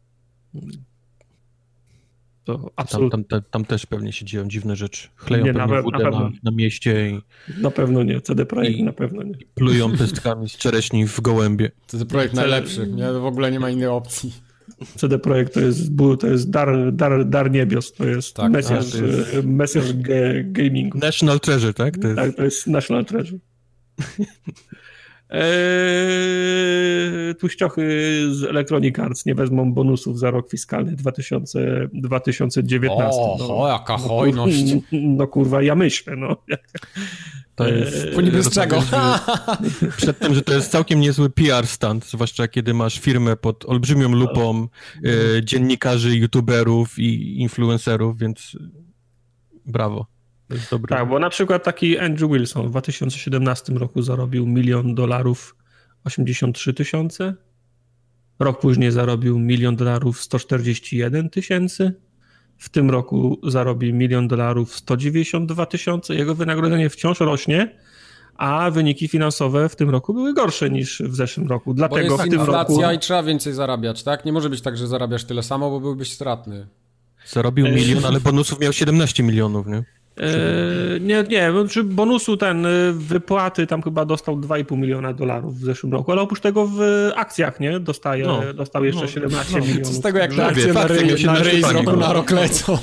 To absolutnie. Tam, tam, tam też pewnie się dzieją dziwne rzeczy. Chleją nie, pewnie na, wódę na, na, na mieście i... Na pewno nie, C D Projekt na pewno nie. Plują pestkami z czereśni w gołębie. C D Projekt najlepszy, nie, w ogóle nie ma innej opcji. C D Projekt to jest, to jest dar, dar, dar niebios, to jest tak, Mesjasz, jest... Mesjasz ge, gamingu. National Treasure, tak? To jest... Tak, to jest National Treasure. Eee, tuściochy z Electronic Arts nie wezmą bonusów za rok fiskalny dwa tysiące dziewiętnasty. O, no, o jaka hojność. No, no kurwa, ja myślę, no. To jest... Bo niby z czego? Przed tym, że to jest całkiem niezły P R stand, zwłaszcza kiedy masz firmę pod olbrzymią lupą e, dziennikarzy, youtuberów i influencerów, więc brawo. To jest dobry. Tak, bo na przykład taki Andrew Wilson w dwa tysiące siedemnastym roku zarobił milion dolarów osiemdziesiąt trzy tysiące. Rok później zarobił milion dolarów sto czterdzieści jeden tysięcy. W tym roku zarobi milion dolarów sto dziewięćdziesiąt dwa tysiące. Jego wynagrodzenie wciąż rośnie, a wyniki finansowe w tym roku były gorsze niż w zeszłym roku. Dlatego bo jest w tym inflacja roku... i trzeba więcej zarabiać, tak? Nie może być tak, że zarabiasz tyle samo, bo byłbyś stratny. Zarobił milion, ale bonusów miał siedemnaście milionów, nie? Eee, nie, nie, czy bonusu ten, wypłaty tam chyba dostał dwa i pół miliona dolarów w zeszłym roku, ale oprócz tego w akcjach, nie, dostaje, no, dostał jeszcze no, siedemnaście no, milionów. Z tego jak te akcje na ryj, na ryj z roku na rok lecą.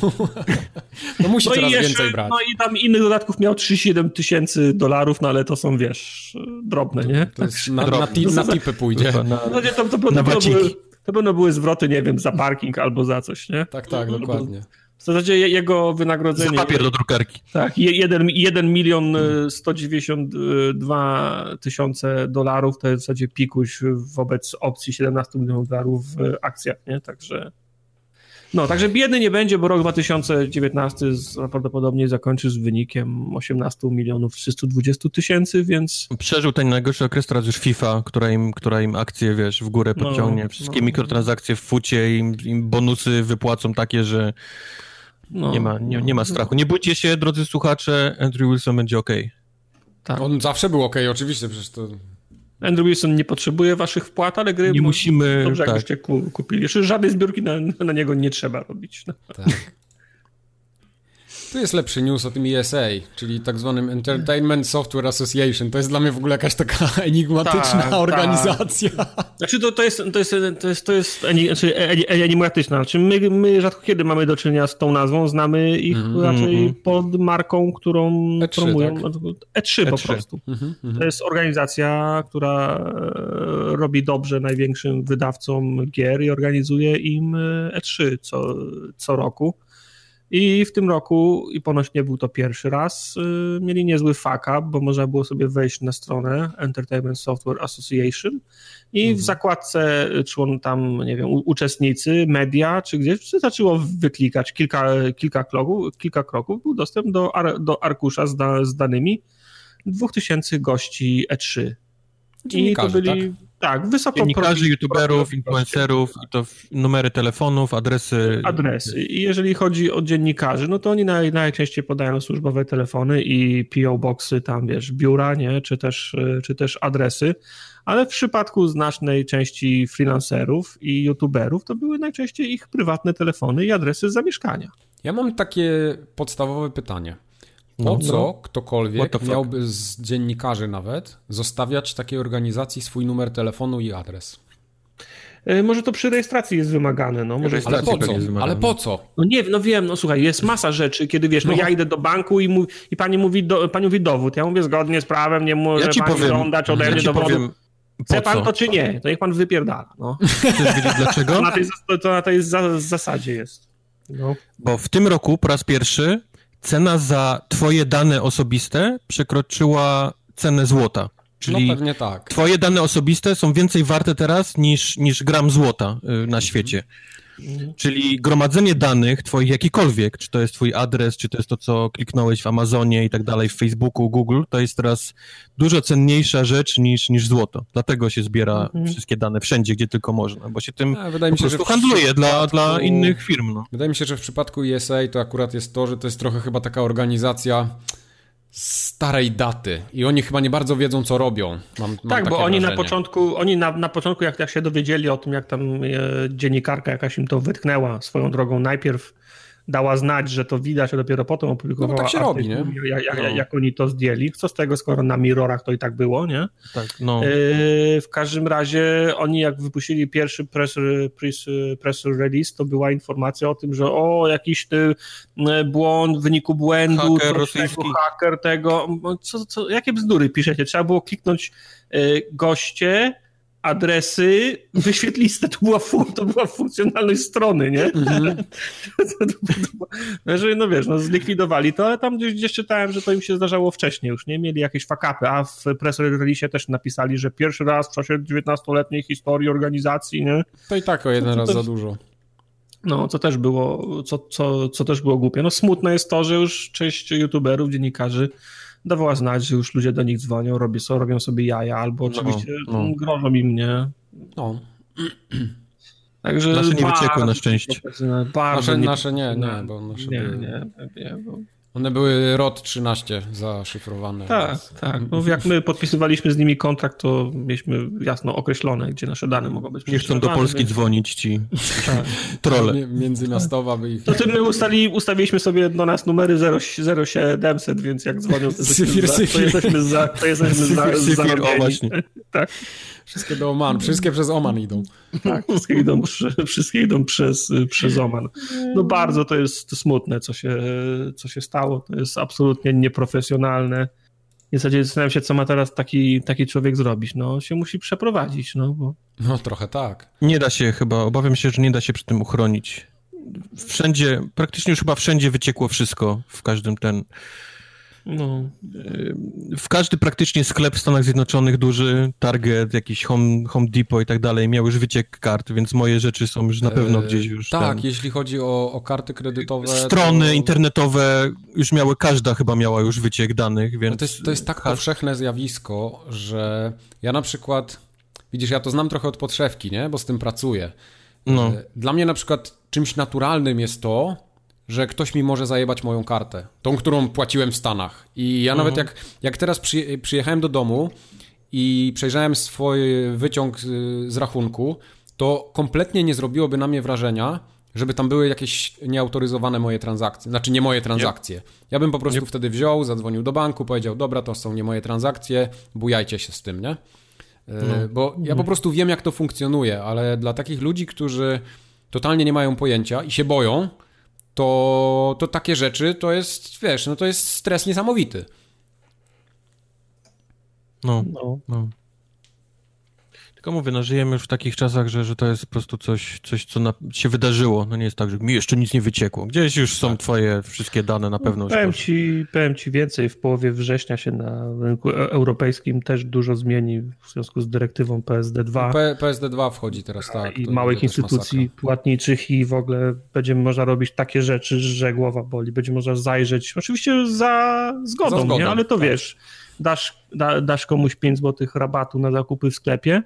No musi no coraz jeszcze, więcej brać. No i tam innych dodatków miał trzydzieści siedem tysięcy dolarów, no ale to są, wiesz, drobne, nie? To jest na, na, ti, na tipy pójdzie. Na, no nie, to, to, to, na to, były, to będą były zwroty, nie wiem, za parking albo za coś, nie? Tak, tak, no, dokładnie. W zasadzie jego wynagrodzenie... Za papier do drukarki. Tak, jeden milion sto dziewięćdziesiąt dwa tysiące dolarów to jest w zasadzie pikuś wobec opcji siedemnaście milionów dolarów w akcjach, nie? Także... No, także biedny nie będzie, bo rok dwa tysiące dziewiętnasty prawdopodobnie zakończy z wynikiem osiemnaście milionów trzysta dwadzieścia tysięcy, więc... Przeżył ten najgorszy okres, teraz już FIFA, która im, która im akcje, wiesz, w górę podciągnie. No, wszystkie no. mikrotransakcje w fucie, im, im bonusy wypłacą takie, że no, nie, ma, nie, nie ma strachu. Nie bójcie się, drodzy słuchacze, Andrew Wilson będzie okej. Okay. Tak. On zawsze był okej, okay, oczywiście, przecież to... Andrew Wilson nie potrzebuje waszych wpłat, ale gry... Nie musimy... Dobrze, tak. jakbyście kupili. Jeszcze żadnej zbiórki na, na niego nie trzeba robić. No. Tak. Tu jest lepszy news o tym E S A, czyli tak zwanym Entertainment Software Association. To jest dla mnie w ogóle jakaś taka enigmatyczna tak, organizacja. Tak. Znaczy to, to jest, to jest, to jest, to jest znaczy enigmatyczna. Znaczy my, my rzadko kiedy mamy do czynienia z tą nazwą, znamy ich mm, raczej mm, pod marką, którą E trzy, promują. Tak? E trzy, E trzy po prostu. Mm, mm. To jest organizacja, która robi dobrze największym wydawcom gier i organizuje im E trzy co, co roku. I w tym roku, i ponoć nie był to pierwszy raz, yy, mieli niezły fuck up, bo można było sobie wejść na stronę Entertainment Software Association i mhm. w zakładce człon tam, nie wiem, u, uczestnicy, media, czy gdzieś zaczęło wyklikać kilka, kilka, kroków, kilka kroków, był dostęp do, ar, do arkusza z, da, z danymi dwóch tysięcy gości E trzy. I to byli... Tak? Tak, wysoko... Dziennikarzy, youtuberów, influencerów, i to numery telefonów, adresy... Adresy. I jeżeli chodzi o dziennikarzy, no to oni naj, najczęściej podają służbowe telefony i P O boxy, tam wiesz, biura, nie, czy też, czy też adresy, ale w przypadku znacznej części freelancerów i youtuberów to były najczęściej ich prywatne telefony i adresy zamieszkania. Ja mam takie podstawowe pytanie. Po No, co no. ktokolwiek miałby z dziennikarzy nawet zostawiać takiej organizacji swój numer telefonu i adres? Yy, może to przy rejestracji jest wymagane, no. Może Ale po co? jest Ale po co? No nie, no wiem, no słuchaj, jest masa rzeczy, kiedy wiesz, no, no ja idę do banku i, mu, i pani, mówi do, pani mówi dowód. Ja mówię zgodnie z prawem, nie może ja ci pani powiem, żądać ode mnie ja dowodu. Powiem, Chce pan to czy nie? To niech pan wypierdala. No. Chcesz wiedzieć dlaczego? To na tej, to na tej za, zasadzie jest. No. Bo w tym roku po raz pierwszy cena za twoje dane osobiste przekroczyła cenę złota. Czyli no pewnie tak. Twoje dane osobiste są więcej warte teraz niż, niż gram złota na świecie. Mhm. Czyli gromadzenie danych twoich jakikolwiek, czy to jest twój adres, czy to jest to, co kliknąłeś w Amazonie i tak dalej, w Facebooku, Google, to jest teraz dużo cenniejsza rzecz niż, niż złoto. Dlatego się zbiera mhm. wszystkie dane wszędzie, gdzie tylko można, bo się tym A, wydaje mi się, po prostu że handluje przypadku... dla, dla innych firm. No. Wydaje mi się, że w przypadku E S A to akurat jest to, że to jest trochę chyba taka organizacja starej daty i oni chyba nie bardzo wiedzą, co robią. Mam, mam tak, bo oni wrażenie. na początku, oni na, na początku jak, jak się dowiedzieli o tym, jak tam e, dziennikarka jakaś im to wytknęła swoją drogą, najpierw dała znać, że to widać, a dopiero potem opublikowała no, tak się artykuł, robi, nie? Jak, jak, no. jak oni to zdjęli. Co z tego, skoro na mirrorach to i tak było, nie? Tak, no. Yy, w każdym razie oni jak wypuścili pierwszy press, press, press release, to była informacja o tym, że o, jakiś ty błąd w wyniku błędu, haker rosyjski haker tego, co, co, jakie bzdury piszecie? Trzeba było kliknąć yy, goście, adresy, wyświetl listę, to była, fun- to była funkcjonalność strony, nie? Mm-hmm. no wiesz, no zlikwidowali to, ale tam gdzieś, gdzieś czytałem, że to im się zdarzało wcześniej już, nie? Mieli jakieś fuck-upy, a w press release też napisali, że pierwszy raz w czasie dziewiętnastoletniej historii organizacji, nie? To i tak o jeden to, to raz też, za dużo. No, co też było, co, co, co też było głupie. No smutne jest to, że już część youtuberów, dziennikarzy dawała znać, że już ludzie do nich dzwonią, robią, so, robią sobie jaja, albo oczywiście no, no. grożą im, nie? No. Także nasze nie wyciekły na szczęście. Nasze, nie, nasze nie, nie, bo nasze nie, były... nie, nie, bo... One były R O T trzynaście zaszyfrowane. Tak, więc... tak. No, jak my podpisywaliśmy z nimi kontrakt, to mieliśmy jasno określone, gdzie nasze dane mogą być. Nie chcą do Polski więc... dzwonić ci tak. Trolle. Międzymiastowa by ich... To ty my ustali, ustawiliśmy sobie do nas numery zero siedemset, więc jak dzwonią, to syfir, za, to jesteśmy za, to jesteśmy syfir, za, syfir, o właśnie. Tak. Wszystkie do Oman, wszystkie przez Oman idą. Tak, wszystkie idą, wszystkie idą przez, przez Oman. No bardzo to jest smutne, co się, co się stało. To jest absolutnie nieprofesjonalne. W zasadzie zastanawiam się, co ma teraz taki, taki człowiek zrobić. No, się musi przeprowadzić, no bo... No, trochę tak. Nie da się chyba, obawiam się, że nie da się przy tym uchronić. Wszędzie, praktycznie już chyba wszędzie wyciekło wszystko, w każdym ten... No, w każdy praktycznie sklep w Stanach Zjednoczonych, duży, Target, jakiś Home, Home Depot i tak dalej, miał już wyciek kart, więc moje rzeczy są już na pewno eee, gdzieś już... Tak, ten... jeśli chodzi o, o karty kredytowe... Strony to... internetowe już miały, każda chyba miała już wyciek danych, więc... To jest, to jest tak powszechne zjawisko, że ja na przykład... Widzisz, ja to znam trochę od podszewki, nie? Bo z tym pracuję. No. Dla mnie na przykład czymś naturalnym jest to, że ktoś mi może zajebać moją kartę, tą, którą płaciłem w Stanach. I ja mhm. nawet jak, jak teraz przy, przyjechałem do domu i przejrzałem swój wyciąg z, z rachunku, to kompletnie nie zrobiłoby na mnie wrażenia, żeby tam były jakieś nieautoryzowane moje transakcje. Znaczy nie moje transakcje. Yep. Ja bym po prostu yep. wtedy wziął, zadzwonił do banku, powiedział, dobra, to są nie moje transakcje, bujajcie się z tym, nie? No. Bo ja po prostu wiem, jak to funkcjonuje, ale dla takich ludzi, którzy totalnie nie mają pojęcia i się boją, to, to takie rzeczy to jest, wiesz, no to jest stres niesamowity. No, no. no. Tylko mówię, no żyjemy już w takich czasach, że, że to jest po prostu coś, coś co na, się wydarzyło. No nie jest tak, że mi jeszcze nic nie wyciekło. Gdzieś już są tak. twoje wszystkie dane na pewno. Powiem ci, powiem ci więcej, w połowie września się na rynku europejskim też dużo zmieni w związku z dyrektywą P S D dwa. P- PSD2 wchodzi teraz, tak. I małych instytucji masakra. Płatniczych i w ogóle będzie można robić takie rzeczy, że głowa boli. Będzie można zajrzeć, oczywiście za zgodą, za zgodą nie? Ale to tak. wiesz, dasz, da, dasz komuś pięć złotych rabatu na zakupy w sklepie,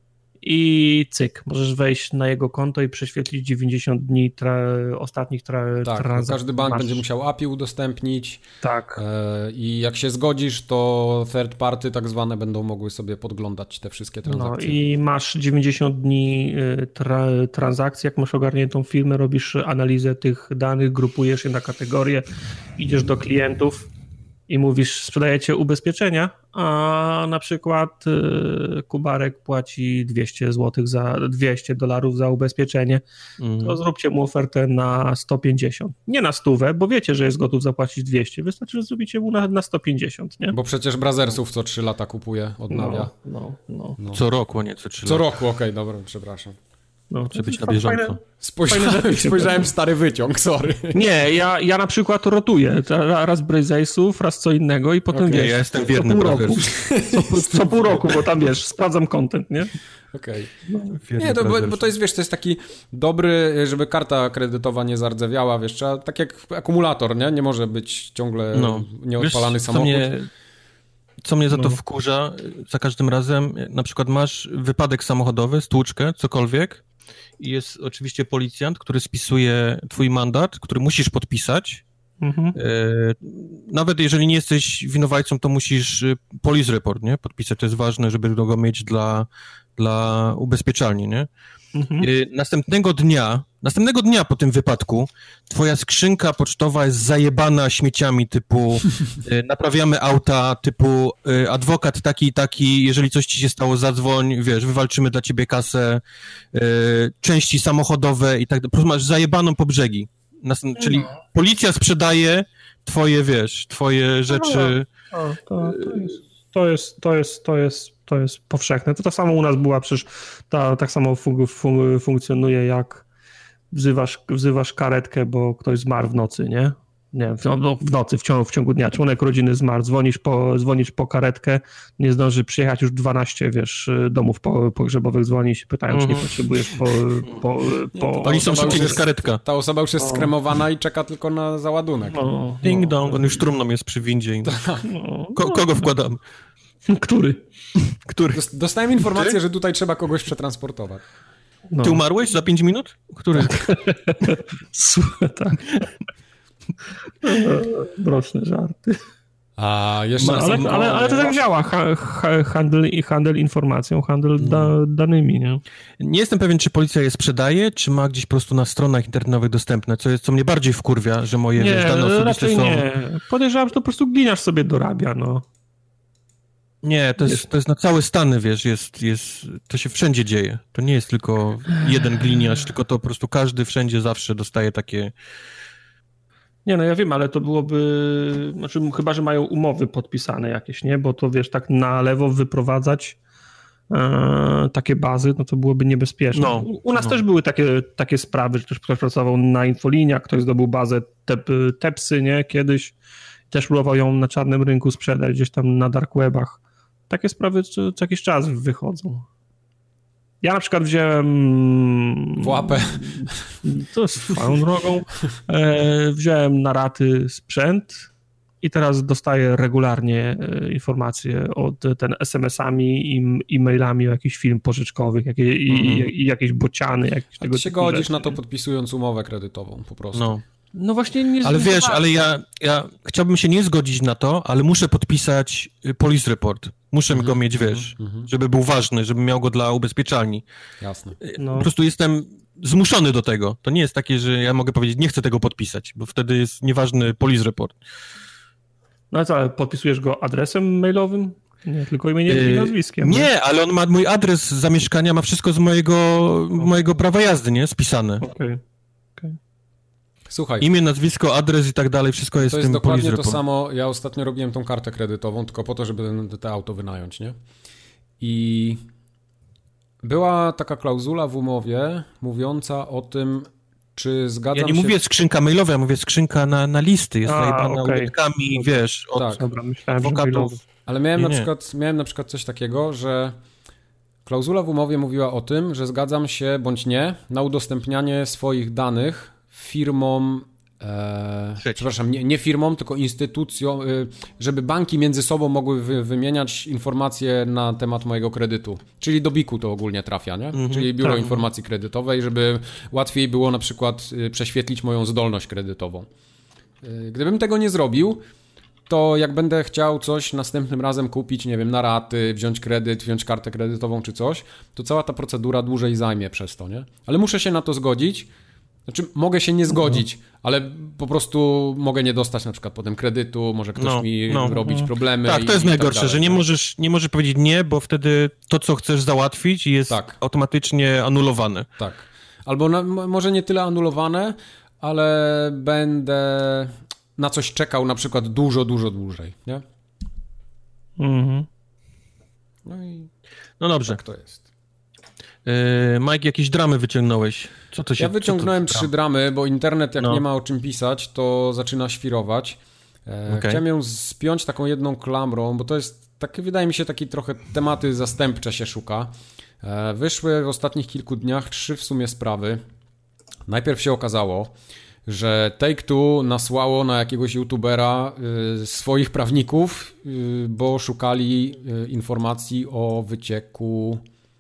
i cyk, możesz wejść na jego konto i prześwietlić dziewięćdziesiąt dni tra- ostatnich tra- tak, transakcji. Każdy bank masz... będzie musiał A P I udostępnić. Tak. E, I jak się zgodzisz, to third party tak zwane będą mogły sobie podglądać te wszystkie transakcje. No i masz dziewięćdziesiąt dni tra- transakcji, jak masz ogarniętą firmę, robisz analizę tych danych, grupujesz je na kategorie, idziesz do klientów i mówisz, sprzedajecie ubezpieczenia, a na przykład y, Kubarek płaci dwieście złotych za dwieście dolarów za ubezpieczenie, mm. to zróbcie mu ofertę na sto pięćdziesiąt. Nie na stówę, bo wiecie, że jest gotów zapłacić dwieście. Wystarczy, że zrobicie mu na, na sto pięćdziesiąt, nie? Bo przecież Brazersów co trzy lata kupuje, odnawia. No, no, no. no. Co roku, a nie co trzy co lata. Co roku, okej, okay, dobra, przepraszam. No, trzeba być na bieżąco. Fajne, spojrzałem fajne spojrzałem w stary wyciąg, sorry. Nie, ja, ja na przykład rotuję. Raz Brazersów, raz co innego i potem okay, wiesz, ja jestem wierny co pół roku. Co, co pół roku, bo tam wiesz, sprawdzam content, nie? Okej. Okay. Nie, to, bo, bo to jest, wiesz, to jest taki dobry, żeby karta kredytowa nie zardzewiała, wiesz, trzeba, tak jak akumulator, nie? Nie może być ciągle no. nieodpalany wiesz, samochód. Co mnie, co mnie za no. to wkurza, za każdym razem, na przykład masz wypadek samochodowy, stłuczkę, cokolwiek, i jest oczywiście policjant, który spisuje twój mandat, który musisz podpisać. Mhm. E, nawet jeżeli nie jesteś winowajcą, to musisz police report, nie? Podpisać, to jest ważne, żeby go mieć dla, dla ubezpieczalni, nie? Mhm. E, następnego dnia, Następnego dnia po tym wypadku twoja skrzynka pocztowa jest zajebana śmieciami typu y, naprawiamy auta, typu y, adwokat taki i taki, jeżeli coś ci się stało, zadzwoń, wiesz, wywalczymy dla ciebie kasę, y, części samochodowe i tak dalej. Po prostu masz zajebaną po brzegi. Następ- czyli policja sprzedaje twoje, wiesz, twoje rzeczy. O, to, to, jest, to, jest, to, jest, to, jest, to jest powszechne. To tak samo u nas była, przecież ta, tak samo fun- fun- funkcjonuje jak wzywasz, wzywasz karetkę, bo ktoś zmarł w nocy, nie? Nie, w, no, w nocy, w ciągu, w ciągu dnia. Członek rodziny zmarł, dzwonisz po, dzwonisz po karetkę, nie zdąży przyjechać już dwanaście, wiesz, domów po, pogrzebowych dzwoni się, pytają, mm. czy nie potrzebujesz po... po, po Oni są szybciej niż karetka. Ta osoba już jest o. skremowana i czeka tylko na załadunek. No, ding no. dong, on już trumną jest przy windzie. No. Ko- kogo wkładam? Który? Który? Dostałem informację, Ty? że tutaj trzeba kogoś przetransportować. No. Ty umarłeś za pięć minut? Który? tak. Mroczne żarty. A jeszcze no, ale, ale, ale, ale to tak działa. Ha, ha, handel, handel informacją, handel da, danymi. Nie? nie jestem pewien, czy policja je sprzedaje, czy ma gdzieś po prostu na stronach internetowych dostępne, co jest, co mnie bardziej wkurwia, że moje nie, wiesz, dane osobiste są... Nie, podejrzewam, że to po prostu gliniarz sobie dorabia, no. Nie, to jest, to jest na całe Stany, wiesz, jest, jest, to się wszędzie dzieje. To nie jest tylko jeden gliniarz, tylko to po prostu każdy wszędzie zawsze dostaje takie... Nie, no ja wiem, ale to byłoby, znaczy chyba, że mają umowy podpisane jakieś, nie? Bo to wiesz, tak na lewo wyprowadzać e, takie bazy, no to byłoby niebezpieczne. No, u, u nas no. też były takie, takie sprawy, że ktoś pracował na infoliniach, ktoś zdobył bazę tep, Tepsy, nie? Kiedyś też próbował ją na czarnym rynku sprzedać, gdzieś tam na dark webach. Takie sprawy co, co jakiś czas wychodzą. Ja na przykład wziąłem... W łapę. To jest swoją drogą. E, wziąłem na raty sprzęt i teraz dostaję regularnie informacje od ten es em esami i e-mailami o jakichś film pożyczkowych, jakie, mm. i, i, i jakieś bociany. Jakieś A ty się godzisz rzeczy. na to podpisując umowę kredytową po prostu. No. No właśnie nie Ale wiesz, ale ja, ja chciałbym się nie zgodzić na to, ale muszę podpisać police report. Muszę mm-hmm, go mieć, wiesz, mm-hmm. żeby był ważny, żebym miał go dla ubezpieczalni. Jasne. No. Po prostu jestem zmuszony do tego. To nie jest takie, że ja mogę powiedzieć, nie chcę tego podpisać, bo wtedy jest nieważny police report. No co, ale podpisujesz go adresem mailowym? Nie, tylko imieniem yy, i nazwiskiem. Nie, nie, ale on ma mój adres zamieszkania, ma wszystko z mojego, mojego prawa jazdy, nie? Spisane. Okej. Okay. Okay. Słuchaj. Imię, nazwisko, adres i tak dalej, wszystko jest w tym. To jest dokładnie to report. samo. Ja ostatnio robiłem tą kartę kredytową, tylko po to, żeby te auto wynająć, nie? I była taka klauzula w umowie mówiąca o tym, czy zgadzam się... Ja nie się... mówię skrzynka mailowa, ja mówię skrzynka na, na listy. Jest zajebana okay. ulotkami, wiesz, od tak. Dobra, myślałem, adwokatów. Ale miałem nie, na, nie. przykład, miałem na przykład coś takiego, że klauzula w umowie mówiła o tym, że zgadzam się bądź nie na udostępnianie swoich danych firmom, e, przepraszam, nie, nie firmom, tylko instytucjom, y, żeby banki między sobą mogły wy, wymieniać informacje na temat mojego kredytu. Czyli do biku to ogólnie trafia, nie? Mm-hmm, Czyli Biuro tak. Informacji Kredytowej, żeby łatwiej było na przykład y, prześwietlić moją zdolność kredytową. Y, gdybym tego nie zrobił, to jak będę chciał coś następnym razem kupić, nie wiem, na raty, wziąć kredyt, wziąć kartę kredytową czy coś, to cała ta procedura dłużej zajmie przez to, nie? Ale muszę się na to zgodzić. Znaczy, mogę się nie zgodzić, ale po prostu mogę nie dostać na przykład potem kredytu, może ktoś no, mi no, robić no. problemy. Tak, to jest i, najgorsze, i tak dalej, że nie możesz, nie możesz powiedzieć nie, bo wtedy to, co chcesz załatwić, jest tak. automatycznie anulowane. Tak. Albo na, może nie tyle anulowane, ale będę na coś czekał na przykład dużo, dużo dłużej, nie? Mhm. No i no dobrze. Tak to jest. Yy, Mike, jakieś dramy wyciągnąłeś? Co to się, ja wyciągnąłem to trzy dramy, bo internet jak no. nie ma o czym pisać, to zaczyna świrować. E, okay. Chciałem ją spiąć taką jedną klamrą, bo to jest, takie, wydaje mi się, takie trochę tematy zastępcze się szuka. E, wyszły w ostatnich kilku dniach trzy w sumie sprawy. Najpierw się okazało, że Take-Two nasłało na jakiegoś youtubera y, swoich prawników, y, bo szukali y, informacji o wycieku.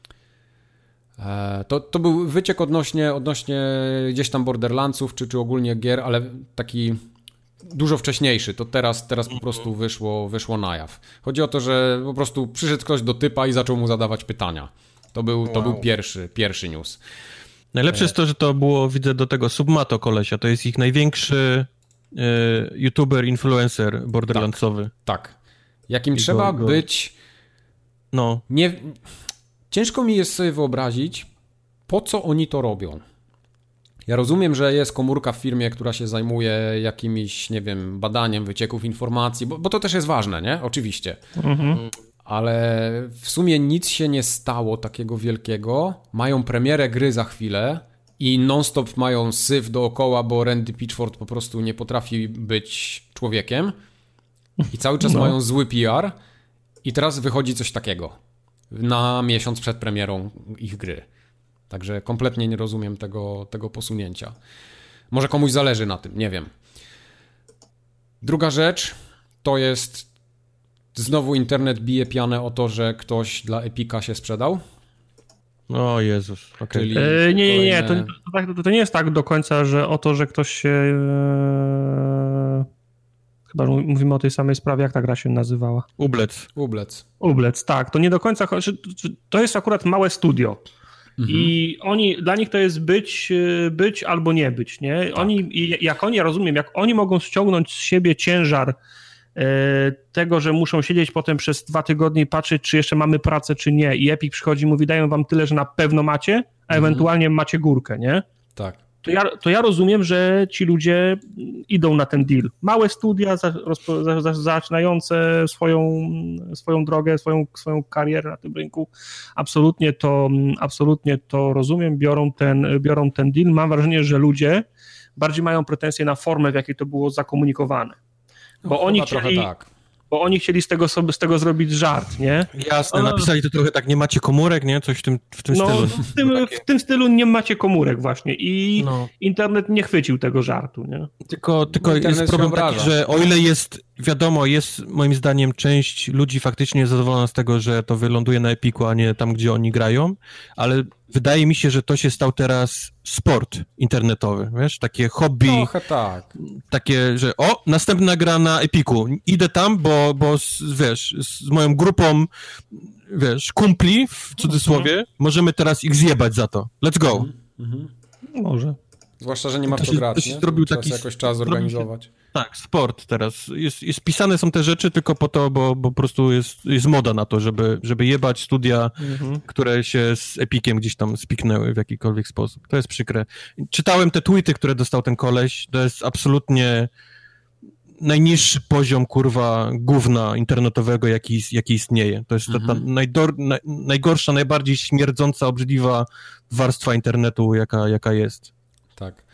E, to, to był wyciek odnośnie, odnośnie gdzieś tam Borderlandsów, czy, czy ogólnie gier, ale taki dużo wcześniejszy. To teraz, teraz po prostu wyszło, wyszło na jaw. Chodzi o to, że po prostu przyszedł ktoś do typa i zaczął mu zadawać pytania. To był, to wow. był pierwszy, pierwszy news. Najlepsze jest to, że to było, widzę, do tego Submato kolesia, to jest ich największy e, youtuber, influencer borderlandsowy. Tak, tak. Jakim I trzeba go, go. być... No. Nie... Ciężko mi jest sobie wyobrazić, po co oni to robią. Ja rozumiem, że jest komórka w firmie, która się zajmuje jakimś, nie wiem, badaniem wycieków informacji, bo, bo to też jest ważne, nie? Oczywiście. Mhm. Ale w sumie nic się nie stało takiego wielkiego. Mają premierę gry za chwilę i non-stop mają syf dookoła, bo Randy Pitchford po prostu nie potrafi być człowiekiem. I cały czas no. mają zły P R. I teraz wychodzi coś takiego na miesiąc przed premierą ich gry. Także kompletnie nie rozumiem tego, tego posunięcia. Może komuś zależy na tym, nie wiem. Druga rzecz to jest znowu internet bije pianę o to, że ktoś dla Epica się sprzedał. O Jezus, okej. Okay. E, nie, nie, nie, to, to, to, to nie jest tak do końca, że o to, że ktoś się... E... Chyba mówimy o tej samej sprawie, jak ta gra się nazywała. Ublec. Ublec. Ublec, tak. To nie do końca... To jest akurat małe studio. Mhm. I oni, dla nich to jest być, być albo nie być, nie? Tak. Oni, jak oni, ja rozumiem, jak oni mogą ściągnąć z siebie ciężar e, tego, że muszą siedzieć potem przez dwa tygodnie i patrzeć, czy jeszcze mamy pracę, czy nie. I Epic przychodzi i mówi, dają wam tyle, że na pewno macie, a mhm. ewentualnie macie górkę, nie? Tak. To ja, to ja rozumiem, że ci ludzie idą na ten deal. Małe studia za, za, za, zaczynające swoją, swoją drogę, swoją, swoją karierę na tym rynku. Absolutnie to, absolutnie to rozumiem. Biorą ten, biorą ten deal. Mam wrażenie, że ludzie bardziej mają pretensje na formę, w jakiej to było zakomunikowane. Bo no, oni chcieli... Tak. Bo oni chcieli z tego, sobie, z tego zrobić żart, nie? Jasne, napisali to trochę tak, nie macie komórek, nie? Coś w tym, w tym no, stylu. W tym, w tym stylu nie macie komórek właśnie i no. internet nie chwycił tego żartu, nie? Tylko, tylko no, jest problem taki, że o ile jest, wiadomo, jest moim zdaniem część ludzi faktycznie zadowolona z tego, że to wyląduje na Epiku, a nie tam, gdzie oni grają, ale wydaje mi się, że to się stał teraz sport internetowy, wiesz, takie hobby. Trochę tak. Takie, że o, następna gra na Epiku, idę tam, bo, bo z, wiesz, z moją grupą, wiesz, kumpli, w cudzysłowie, mhm. możemy teraz ich zjebać za to. Let's go. Mhm. Może. Zwłaszcza, że nie ma w to grać, nie? Zrobił Trzeba taki, jakoś czas zorganizować. Się, tak, sport teraz. Jest, jest pisane są te rzeczy tylko po to, bo, bo po prostu jest, jest moda na to, żeby, żeby jebać studia, mhm. które się z Epiciem gdzieś tam spiknęły w jakikolwiek sposób. To jest przykre. Czytałem te tweety, które dostał ten koleś. To jest absolutnie najniższy poziom, kurwa, gówna internetowego, jaki, jaki istnieje. To jest mhm. ta, ta najdor, na, najgorsza, najbardziej śmierdząca, obrzydliwa warstwa internetu, jaka, jaka jest. Tak.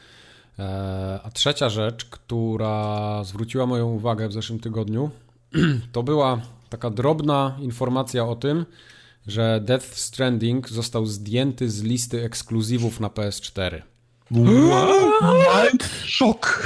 A trzecia rzecz, która zwróciła moją uwagę w zeszłym tygodniu, to była taka drobna informacja o tym, że Death Stranding został zdjęty z listy ekskluzywów na P S cztery. What? Szok!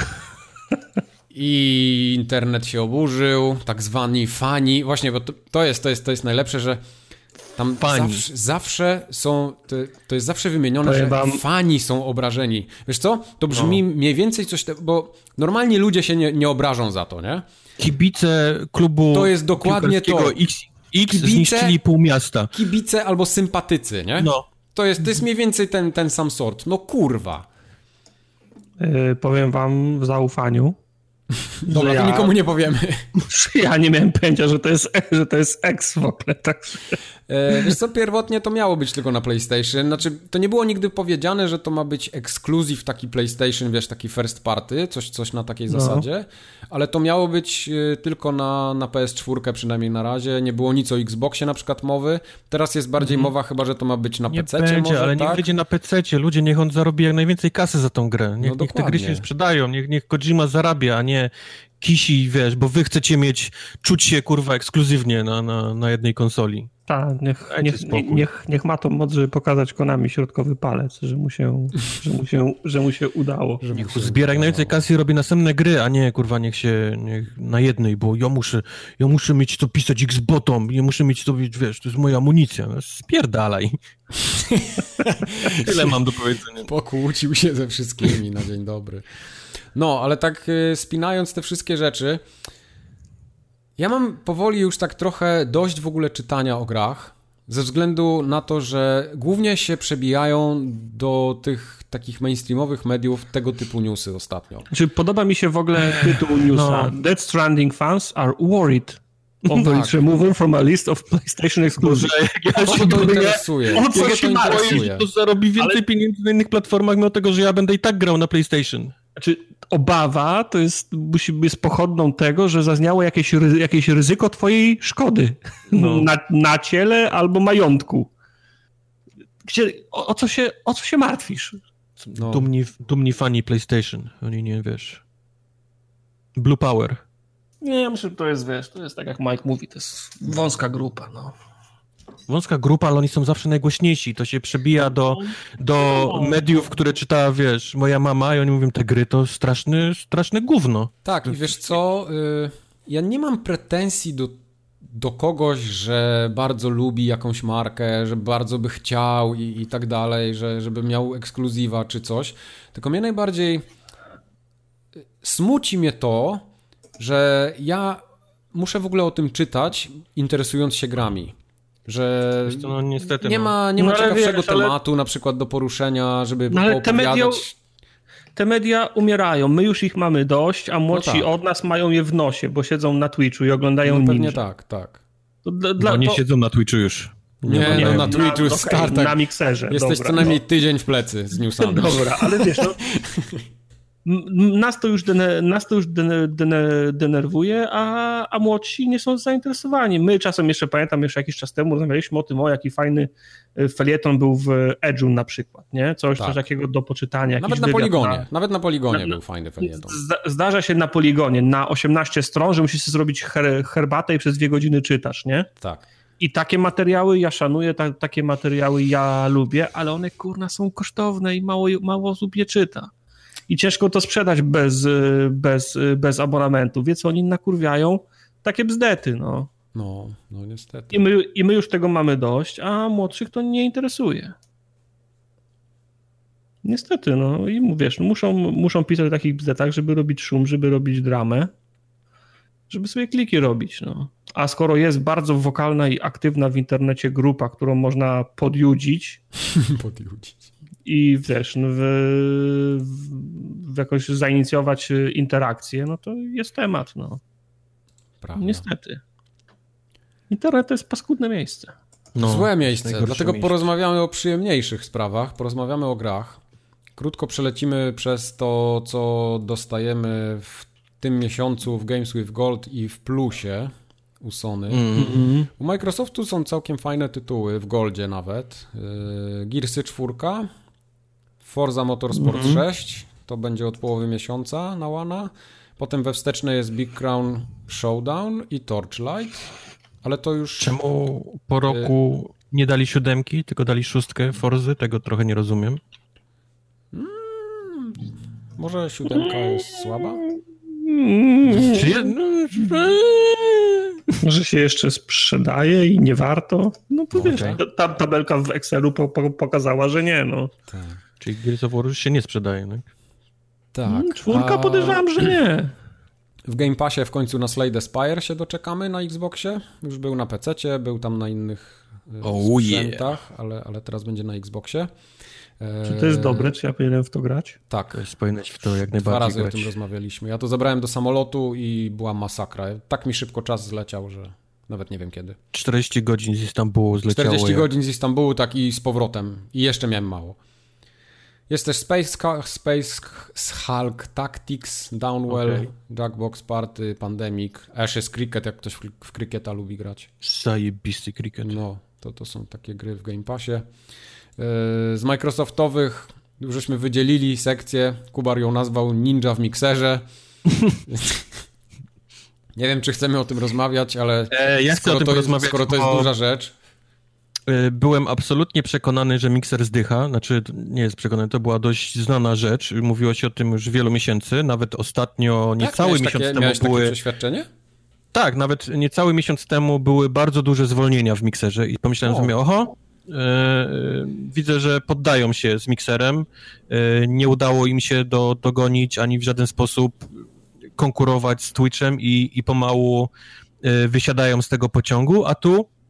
I internet się oburzył, tak zwani fani, właśnie, bo to, to, jest, to, jest, to jest najlepsze, że tam zawsze, zawsze są, to, to jest zawsze wymienione, że wam... fani są obrażeni. Wiesz co? To brzmi no. mniej więcej coś, te, bo normalnie ludzie się nie, nie obrażą za to, nie? Kibice klubu to jest dokładnie to. X, X kibice, zniszczyli pół miasta. Kibice albo sympatycy, nie? No. To jest, to jest mniej więcej ten, ten sam sort. No kurwa. Yy, powiem wam w zaufaniu. Dobra, ja, to nikomu nie powiemy. Ja nie miałem pojęcia, że to jest, że to jest X w ogóle. Tak. E, wiesz co, pierwotnie to miało być tylko na PlayStation. Znaczy, to nie było nigdy powiedziane, że to ma być ekskluzyw taki PlayStation, wiesz, taki first party, coś, coś na takiej no. zasadzie, ale to miało być tylko na, na P S cztery przynajmniej na razie. Nie było nic o Xboxie na przykład mowy. Teraz jest bardziej mm. mowa chyba, że to ma być na nie pececie będzie, może, ale tak? niech będzie na pececie. Ludzie niech on zarobi jak najwięcej kasy za tą grę. Niech, no niech te gry się sprzedają, niech, niech Kojima zarabia, a nie kisi, wiesz, bo wy chcecie mieć, czuć się, kurwa, ekskluzywnie na, na, na jednej konsoli. Tak, niech, niech, niech, niech ma to moc, żeby pokazać Konami środkowy palec, że mu się, że mu się, że mu się udało. Że niech zbiera jak najwięcej kasy i robi następne gry, a nie, kurwa, niech się, niech na jednej, bo ja muszę, ja muszę mieć to pisać X-botom, ja muszę mieć to, wiesz, to jest moja amunicja, no, spierdalaj. Tyle mam do powiedzenia. Pokłócił się ze wszystkimi na dzień dobry. No, ale tak spinając te wszystkie rzeczy, ja mam powoli już tak trochę dość w ogóle czytania o grach, Ze względu na to, że głównie się przebijają do tych takich mainstreamowych mediów tego typu newsy ostatnio. Znaczy, podoba mi się w ogóle tytuł newsa. No. Death Stranding fans are worried over tak. its removal from a list of PlayStation exclusive. Ja się to interesuje. O co się boję, to zarobi więcej Ale... pieniędzy na innych platformach, mimo tego, że ja będę i tak grał na PlayStation. Znaczy, obawa to jest, musi być pochodną tego, że zaznało jakieś, jakieś ryzyko twojej szkody no. na, na ciele albo majątku. Gdzie, o, o, co się, o co się martwisz? No. Dumni, dumni fani PlayStation. Oni nie, wiesz... Blue Power. Nie, ja myślę, że to jest, wiesz, to jest tak jak Mike mówi, to jest wąska grupa, no. Wąska grupa, ale oni są zawsze najgłośniejsi. To się przebija do, do mediów, które czyta, wiesz, moja mama i oni mówią, te gry to straszny, straszne gówno. Tak, i wiesz co, y, ja nie mam pretensji do, do kogoś, że bardzo lubi jakąś markę, że bardzo by chciał i, i tak dalej, że, żeby miał ekskluzywa czy coś, tylko mnie najbardziej smuci mnie to, że ja muszę w ogóle o tym czytać, interesując się grami. Że to, no, niestety, nie ma, nie ma no, ciekawszego wiesz, tematu ale... na przykład do poruszenia, żeby no, ale te media, opowiadać... te media umierają, my już ich mamy dość, a młodsi no tak. od nas mają je w nosie, bo siedzą na Twitchu i oglądają no, pewnie Ninja. tak, tak. To dla, dla, Oni to... siedzą na Twitchu już. Nie, nie no, na Twitchu już okay, startem. Na mikserze. Jesteś dobra, co najmniej no. tydzień w plecy z newsami. Dobra, ale wiesz, no... Nas to już, dener- nas to już dener- dener- denerwuje, a, a młodsi nie są zainteresowani. My czasem jeszcze, pamiętam, jeszcze jakiś czas temu rozmawialiśmy o tym, o jaki fajny felieton był w Edge'u na przykład, nie? Coś, tak. coś takiego do poczytania. Nawet na Poligonie, na... nawet na Poligonie na, był fajny felieton. Zdarza się na Poligonie, na osiemnaście stron, że musisz sobie zrobić her- herbatę i przez dwie godziny czytasz, nie? Tak. I takie materiały ja szanuję, ta, takie materiały ja lubię, ale one kurna są kosztowne i mało, mało osób je czyta. I ciężko to sprzedać bez, bez, bez abonamentu. Wie co oni nakurwiają? Takie bzdety, no. No, no niestety. I my, I my już tego mamy dość, a młodszych to nie interesuje. Niestety, no. I wiesz, muszą, muszą pisać o takich bzdetach, żeby robić szum, żeby robić dramę, żeby sobie kliki robić, no. A skoro jest bardzo wokalna i aktywna w internecie grupa, którą można podjudzić... podjudzić. I wiesz, no w, w jakoś zainicjować interakcję, no to jest temat, no. Prawda. Niestety. Internet to jest paskudne miejsce. No, złe miejsce, dlatego miejsce. Porozmawiamy o przyjemniejszych sprawach, porozmawiamy o grach. Krótko przelecimy przez to, co dostajemy w tym miesiącu w Games with Gold i w Plusie u Sony. Mm-hmm. U Microsoftu są całkiem fajne tytuły, w Goldzie nawet. Yy, Gearsy cztery, Forza Motorsport mm-hmm. sześć, to będzie od połowy miesiąca na Łana. Potem we wstecznej jest Big Crown Showdown i Torchlight, ale to już... Czemu po roku nie dali siódemki, tylko dali szóstkę Forzy? Tego trochę nie rozumiem. Hmm, może siódemka jest słaba? Czy je... Może się jeszcze sprzedaje i nie warto? No to okay. Wiesz, ta tabelka w Excelu po, po, pokazała, że nie, no. Tak. Czyli Gears of War już się nie sprzedaje, tak? Tak. Czwórka a... podejrzewam, że nie. W Game Passie w końcu na Slay the Spire się doczekamy na Xboxie. Już był na pececie, był tam na innych oh, sprzętach, yeah. ale, ale teraz będzie na Xboxie. Czy to jest dobre? Czy ja powinienem w to grać? Tak. To jest powinieneś w to jak najbardziej Dwa razy grać. o tym rozmawialiśmy. Ja to zabrałem do samolotu i była masakra. Tak mi szybko czas zleciał, że nawet nie wiem kiedy. czterdzieści godzin z Istambułu zleciało. czterdzieści jak... godzin z Istambułu, tak i z powrotem. I jeszcze miałem mało. Jest też Space, Space Hulk Tactics, Downwell, okay. Jackbox Party, Pandemic, Ashes Cricket, jak ktoś w, w krykieta lubi grać. Zajebisty cricket. No, to, to są takie gry w Game Passie. Z Microsoftowych już żeśmy wydzielili sekcję, Kubar ją nazwał Ninja w mikserze. Nie wiem, czy chcemy o tym rozmawiać, ale e, ja chcę o tym to jest, rozmawiać, skoro to jest duża rzecz. Byłem absolutnie przekonany, że mikser zdycha, znaczy nie jest przekonany, to była dość znana rzecz, mówiło się o tym już wielu miesięcy, nawet ostatnio niecały tak, miesiąc takie, temu miałeś były... takie przeświadczenie? Tak, nawet niecały miesiąc temu były bardzo duże zwolnienia w mikserze i pomyślałem o. sobie, oho, yy, widzę, że poddają się z mikserem, yy, nie udało im się do, dogonić ani w żaden sposób konkurować z Twitchem i, i pomału yy, wysiadają z tego pociągu, a tu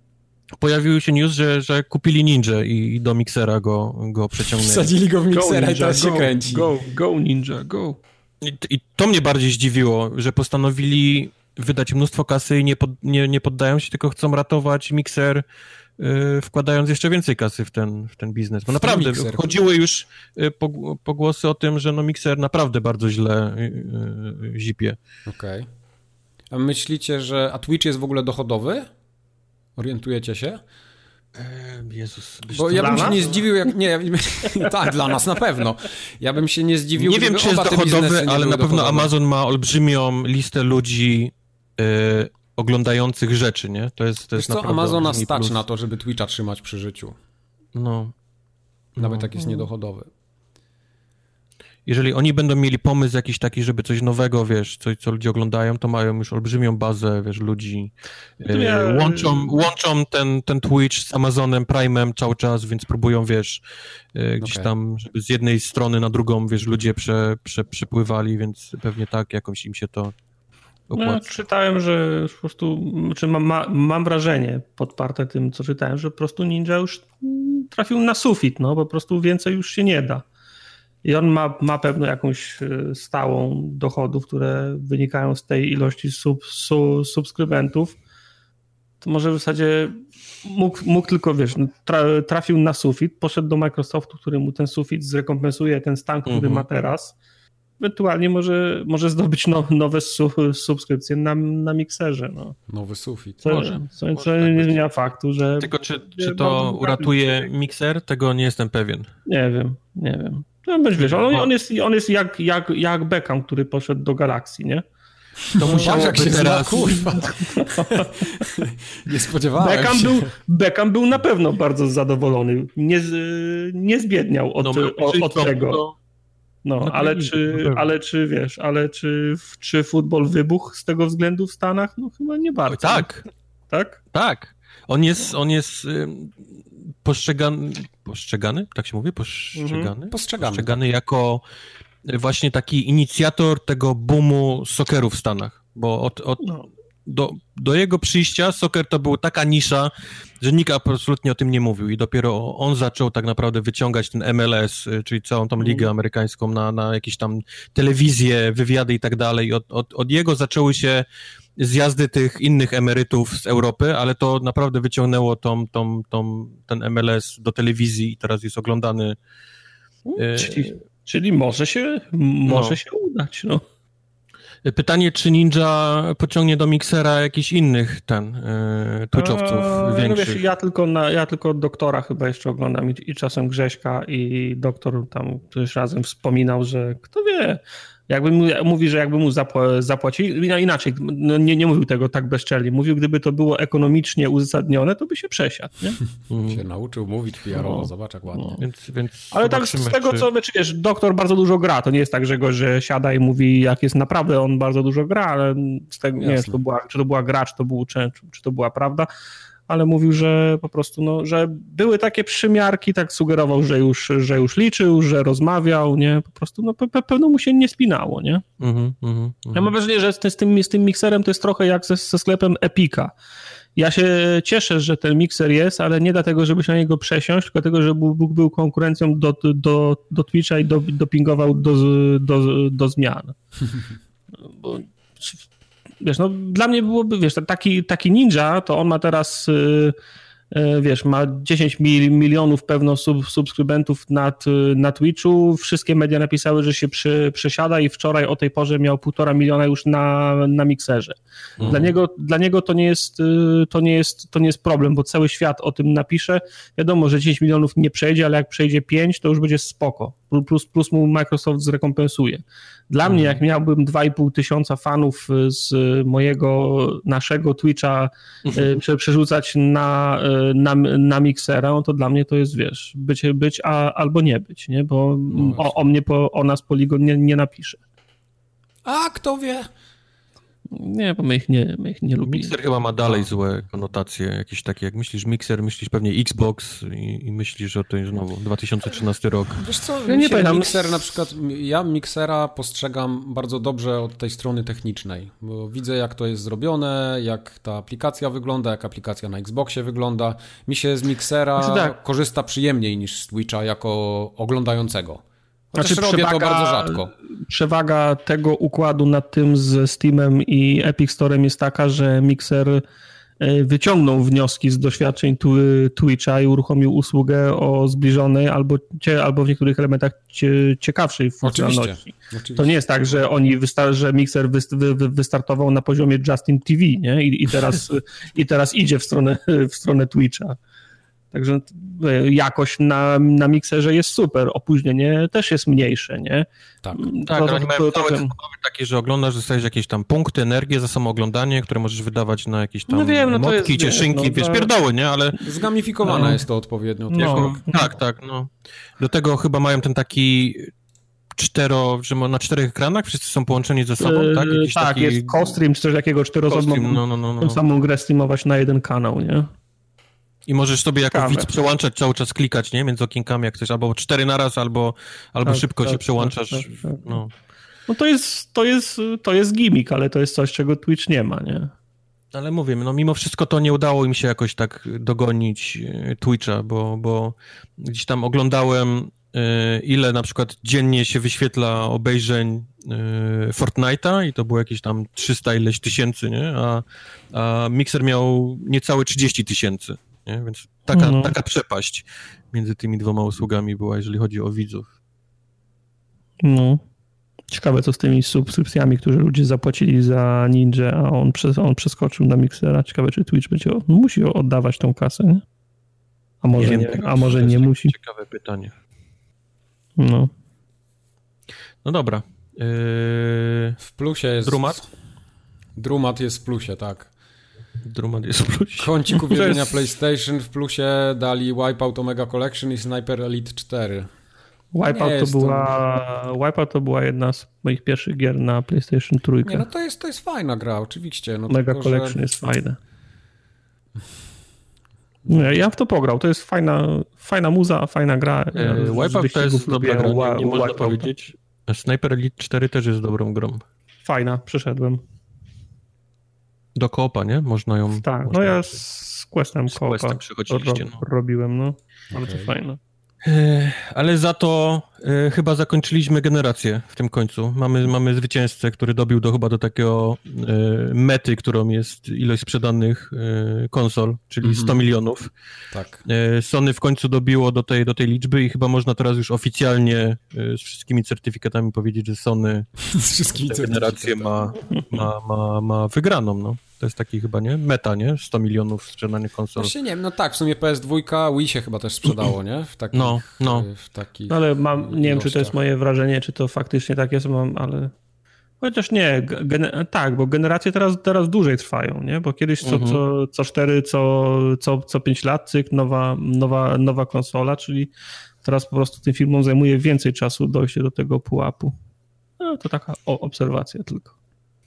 pojawił się news, że, że kupili Ninja i, i do Mixera go, go przeciągnęli. Wsadzili go w Mixera i teraz go, się kręci. Go, go Ninja, go. I, I to mnie bardziej zdziwiło, że postanowili wydać mnóstwo kasy i nie, pod, nie, nie poddają się, tylko chcą ratować Mixer, yy, wkładając jeszcze więcej kasy w ten, w ten biznes. Bo naprawdę Mixer. chodziły już yy, pogłosy o tym, że no Mixer naprawdę bardzo źle yy, yy, zipie. Okej. Okay. A myślicie, że... A Twitch jest w ogóle dochodowy? Orientujecie się? Jezus. Bo ja bym się nie zdziwił, jak... Nie, tak, dla nas na pewno. Ja bym się nie zdziwił, nie wiem, czy jest dochodowy, ale na pewno dochodowe. Amazon ma olbrzymią listę ludzi yy, oglądających rzeczy, nie? To jest, to jest Wiesz co, Amazona stać plus. na to, żeby Twitcha trzymać przy życiu. No. Nawet no. jak jest niedochodowy. Jeżeli oni będą mieli pomysł jakiś taki, żeby coś nowego, wiesz, coś, co ludzie oglądają, to mają już olbrzymią bazę, wiesz, ludzi. E, ja... łączą, łączą ten, ten Twitch z Amazonem, Prime'em cały czas, więc próbują, wiesz, e, gdzieś okay. tam, żeby z jednej strony na drugą, wiesz, ludzie prze, prze, przepływali, więc pewnie tak jakoś im się to opłaca. No, czytałem, że po prostu, czy mam, ma, mam wrażenie podparte tym, co czytałem, że po prostu Ninja już trafił na sufit, no, po prostu więcej już się nie da. I on ma, ma pewno jakąś stałą dochodów, które wynikają z tej ilości sub, su, subskrybentów. To może w zasadzie mógł, mógł tylko, wiesz, tra, trafił na sufit, poszedł do Microsoftu, który mu ten sufit zrekompensuje, ten stan, który mm-hmm. ma teraz. Ewentualnie może, może zdobyć now, nowe su, subskrypcje na, na Mixerze. No. Nowy sufit. Co, może. Co, co, co nie zmienia faktu, że... Tylko czy, czy to uratuje Mixer? Tego nie jestem pewien. Nie wiem, nie wiem. No, wiesz, on, on jest, on jest jak, jak, jak Beckham, który poszedł do Galakcji, nie? To musiało jak się teraz... zna, kurwa. Nie spodziewałem Beckham się. Był, Beckham był na pewno bardzo zadowolony. Nie, nie zbiedniał od, no, od, od tego. To... No, no, ale czy, ale czy wiesz, ale czy, czy futbol wybuchł z tego względu w Stanach? No chyba nie bardzo. Tak. Tak? Tak. On jest, on jest postrzegany, postrzegany, tak się mówi? Postrzegany? Mhm. Postrzegany. Postrzegany jako właśnie taki inicjator tego boomu socceru w Stanach, bo od, od, no. do, do jego przyjścia soccer to była taka nisza, że nikt absolutnie o tym nie mówił i dopiero on zaczął tak naprawdę wyciągać ten M L S, czyli całą tą ligę amerykańską na, na jakieś tam telewizje, wywiady i tak dalej. Od, od, od jego zaczęły się zjazdy tych innych emerytów z Europy, ale to naprawdę wyciągnęło tą, tą, tą, ten M L S do telewizji i teraz jest oglądany. Czyli, czyli może się, może no. się udać, no. Pytanie, czy Ninja pociągnie do Mixera jakichś innych ten yy, Twitchowców A, większych? No wiesz, ja tylko, na, ja tylko Doktora chyba jeszcze oglądam i, i czasem Grześka i Doktor tam któryś razem wspominał, że kto wie, jakby mu, mówi, że jakby mu zapła, zapłacili, no inaczej, no nie, nie mówił tego tak bezczelnie, mówił, gdyby to było ekonomicznie uzasadnione, to by się przesiadł, nie? Mm. Się nauczył mówić P R o, no, zobacz jak ładnie. No, więc, więc ale tak z tego, czy... co wiesz, Doktor bardzo dużo gra, to nie jest tak, że go, że siada i mówi, jak jest naprawdę, on bardzo dużo gra, ale z tego, nie wiem, czy to była, czy to była gra, czy to, był, czy, czy to była prawda, ale mówił, że po prostu, no, że były takie przymiarki, tak sugerował, że już, że już liczył, że rozmawiał, nie, po prostu, no pe- pewno mu się nie spinało, nie? Mm-hmm, mm-hmm. Ja mam wrażenie, że z tym, z tym mikserem to jest trochę jak ze, ze sklepem Epica. Ja się cieszę, że ten mikser jest, ale nie dlatego, żeby się na niego przesiąść, tylko dlatego, że Bóg był konkurencją do, do, do Twitcha i do, dopingował do, do, do zmian. Bo... Wiesz, no dla mnie byłoby, wiesz, taki, taki Ninja, to on ma teraz, yy, wiesz, ma dziesięć mil, milionów pewno sub, subskrybentów na, na Twitchu, wszystkie media napisały, że się przy, przesiada i wczoraj o tej porze miał półtora miliona już na, na mikserze. Mhm. Dla niego, dla niego to nie jest, to nie jest, to nie jest problem, bo cały świat o tym napisze. Wiadomo, że dziesięć milionów nie przejdzie, ale jak przejdzie pięć, to już będzie spoko. Plus, plus mu Microsoft zrekompensuje. Dla mhm. mnie, jak miałbym dwa i pół tysiąca fanów z mojego, naszego Twitcha mhm. prze, przerzucać na, na, na Mixera, no to dla mnie to jest, wiesz, być, być a, albo nie być, nie? Bo no o, o mnie, po, o nas Polygon nie, nie napisze. A kto wie? Nie, bo my ich nie, my ich nie lubimy. Mixer chyba ma dalej złe konotacje, jakieś takie, jak myślisz Mixer, myślisz pewnie Xbox i, i myślisz, że to jest znowu dwa tysiące trzynasty rok. Wiesz co, ja nie pamiętam. Mixer na przykład, ja Mixera postrzegam bardzo dobrze od tej strony technicznej, bo widzę jak to jest zrobione, jak ta aplikacja wygląda, jak aplikacja na Xboxie wygląda. Mi się z Mixera znaczy, tak. korzysta przyjemniej niż z Twitcha jako oglądającego. Chociaż znaczy, robię przewaga, to bardzo rzadko. Przewaga tego układu nad tym z Steamem i Epic Storem jest taka, że Mixer wyciągnął wnioski z doświadczeń Twitcha i uruchomił usługę o zbliżonej albo, albo w niektórych elementach ciekawszej funkcjonalności. Oczywiście. Oczywiście. To nie jest tak, że oni wystar- że Mixer wystartował na poziomie Justin T V, nie? I, i, teraz, i teraz idzie w stronę, w stronę Twitcha. Także jakość na, na Mixerze jest super, opóźnienie też jest mniejsze, nie? Tak, tak, to, to, oni mają to, to, całe to, takie, że oglądasz, dostajesz jakieś tam punkty, energię za samo oglądanie, które możesz wydawać na jakieś tam no wiem, no mopki, jest, cieszynki, no, wiesz, pierdoły, nie? Ale... Zgamifikowane no. jest to odpowiednio. No, tak, tak, no. Do tego chyba mają ten taki... cztero, że na czterech ekranach wszyscy są połączeni ze sobą, tak? Jakiś tak, taki... jest co-stream, czy coś takiego czteroosobową, no, no, no, no. tą samą grę streamować na jeden kanał, nie? I możesz sobie jako Ciekawe. widz przełączać, cały czas klikać, nie? Między okienkami, jak chcesz, albo cztery naraz, albo, albo tak, szybko tak, się przełączasz. Tak, tak, tak. No, no to, jest, to, jest, to jest gimmick, ale to jest coś, czego Twitch nie ma, nie? Ale mówię, no mimo wszystko to nie udało im się jakoś tak dogonić Twitcha, bo, bo gdzieś tam oglądałem, ile na przykład dziennie się wyświetla obejrzeń Fortnite'a i to było jakieś tam trzysta ileś tysięcy, nie? A, a Mixer miał niecałe trzydzieści tysięcy. Nie? Więc taka, no. taka przepaść między tymi dwoma usługami była, jeżeli chodzi o widzów. No. Ciekawe, co z tymi subskrypcjami, które ludzie zapłacili za Ninja, a on, przez, on przeskoczył na Mixera. Ciekawe, czy Twitch będzie no, musi oddawać tą kasę, nie? A może nie, nie, a może nie musi. Ciekawe pytanie. No. No dobra. Yy... W plusie jest... Drumat? Drumat jest w plusie, tak. Drumat jest w plusie. Kącik uwielbienia jest... PlayStation w plusie dali Wipeout Omega Collection i Sniper Elite cztery. Wipeout to, była, to... Wipeout to była jedna z moich pierwszych gier na PlayStation trzy. Nie, no to jest, to jest fajna gra, oczywiście. No Omega tylko, Collection że... jest fajne. Nie, ja w to pograł, to jest fajna, fajna muza, fajna gra. Ja e, Wipeout to jest dobra gra, nie, nie można powiedzieć. Sniper Elite cztery też jest dobrą grą. Fajna, przeszedłem. Do koopa, nie? Można ją... Tak, można no ja z Questem z Questem przechodziliście, ro, no. robiłem, no. Ale okay. to fajne. Ale za to e, chyba zakończyliśmy generację w tym końcu. Mamy, mamy zwycięzcę, który dobił do chyba do takiego e, mety, którą jest ilość sprzedanych e, konsol, czyli mm-hmm. sto milionów. Tak. E, Sony w końcu dobiło do tej, do tej liczby i chyba można teraz już oficjalnie e, z wszystkimi certyfikatami powiedzieć, że Sony z wszystkimi tę generację ma, ma, ma, ma wygraną, no. To jest taki chyba, nie? Meta, nie? sto milionów sprzedanych konsol. Właśnie nie wiem, no tak, w sumie P S dwa, Wii się chyba też sprzedało, nie? W takich, no, no. W takich ale mam, nie wiem, czy to jest moje wrażenie, czy to faktycznie tak jest, mam, ale... Chociaż nie, gener- tak, bo generacje teraz, teraz dłużej trwają, nie? Bo kiedyś co, mhm. co, co cztery, co, co, co pięć lat, cyk, nowa, nowa, nowa konsola, czyli teraz po prostu tym firmom zajmuje więcej czasu dojście do tego pułapu. No, to taka o, obserwacja tylko.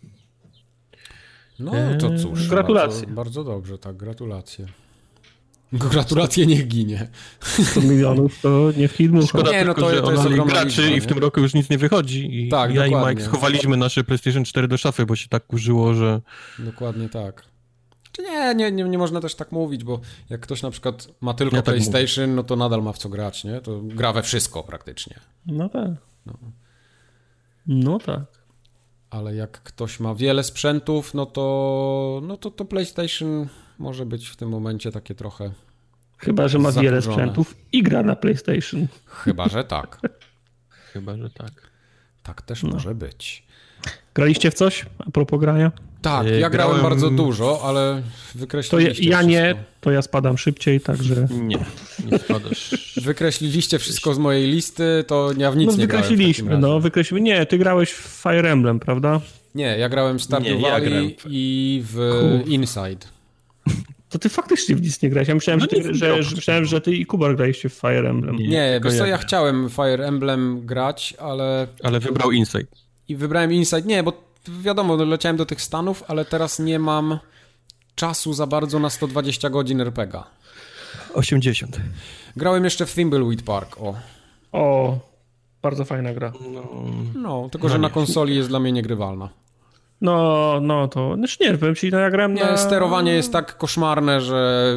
No to cóż, gratulacje. Bardzo, bardzo dobrze, tak, gratulacje. Gratulacje niech ginie. sto milionów to nie w filmu. Szkoda nie, no to, tylko, to jest graczy liczba, i w tym roku już nic nie wychodzi. I tak, ja dokładnie. i Mike schowaliśmy nasze PlayStation cztery do szafy, bo się tak kurzyło, że... Dokładnie tak. Czy nie, nie, nie, nie można też tak mówić, bo jak ktoś na przykład ma tylko ja PlayStation, tak no to nadal ma w co grać, nie? To gra we wszystko praktycznie. No tak. No, no tak. Ale jak ktoś ma wiele sprzętów, no to, no to, to PlayStation może być w tym momencie takie trochę Chyba, że ma zakurzone. Wiele sprzętów i gra na PlayStation. Chyba, że tak. Chyba, że tak. Tak też no. może być. Graliście w coś a propos grania? Tak, ja grałem, grałem bardzo dużo, ale wykreśliliście to ja, ja wszystko. nie, to ja spadam szybciej, także... Nie, nie spadasz. Wykreśliliście wszystko z mojej listy, to ja w nic no, nie grałem. Wykreśliliśmy, no, wykreśliliśmy. Nie, ty grałeś w Fire Emblem, prawda? Nie, ja grałem w Stardew Valley ja w... i w Cool. Inside. To ty faktycznie w nic nie grałeś. Ja myślałem, no że, ty, że, że, myślałem że ty i Kubar graliście w Fire Emblem. Nie, nie wiesz co, ja chciałem Fire Emblem grać, ale... Ale wybrał Inside. I wybrałem Inside, nie, bo wiadomo, leciałem do tych Stanów, ale teraz nie mam czasu za bardzo na sto dwadzieścia godzin er pe gie. osiemdziesiąt. Grałem jeszcze w Thimbleweed Park, o. O, bardzo fajna gra. No, No, tylko no że nie. na konsoli jest dla mnie niegrywalna. No, no to, znaczy nie, powiem ci, no ja grałem Nie, na... sterowanie jest tak koszmarne, że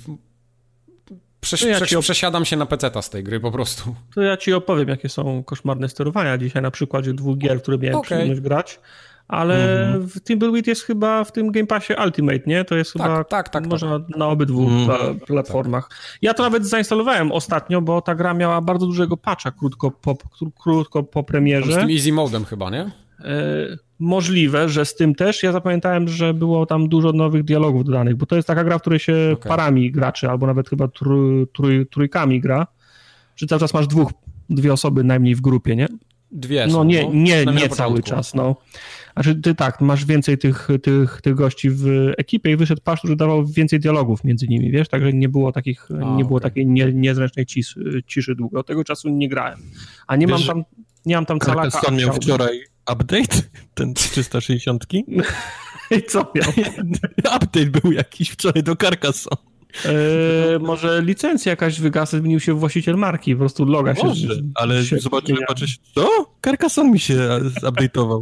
Przesz, No ja przesz, ci op- przesiadam się na peceta z tej gry po prostu. To ja ci opowiem, jakie są koszmarne sterowania dzisiaj na przykładzie dwóch gier, które miałem Okay. przyjemność grać. Ale Mhm. w Thimbleweed jest chyba w tym Game Passie Ultimate, nie? To jest Tak, chyba tak, tak, można na obydwu Mhm. pla- platformach. Ja to nawet zainstalowałem ostatnio, bo ta gra miała bardzo dużego patcha krótko po, kró- krótko po Tam premierze. z tym easy modem chyba, nie? E, możliwe, że z tym też. Ja zapamiętałem, że było tam dużo nowych dialogów dodanych, bo to jest taka gra, w której się Okay. parami graczy, albo nawet chyba trój, trój, trójkami gra. Że cały czas masz dwóch, dwie osoby najmniej w grupie, nie? Dwie No są, nie, no. nie, Przynajmniej nie na cały początku. czas, no. Znaczy ty tak, masz więcej tych, tych, tych gości w ekipie i wyszedł patch, który dawał więcej dialogów między nimi, wiesz, także nie było takich, A, nie było okej. takiej nie, niezręcznej ciszy, ciszy długo. Od tego czasu nie grałem. A nie Wiesz, mam tam, nie mam tam calaka. Carcassonne miał chciałbym. wczoraj update, ten trzysta sześćdziesiąt. I co miał? Update był jakiś wczoraj do Carcassonne. E, może licencja jakaś wygasła, zmienił się właściciel marki, po prostu loga się... Może, ale się zobaczyłem, zmienia. patrzę, co? Carcassonne mi się update'ował.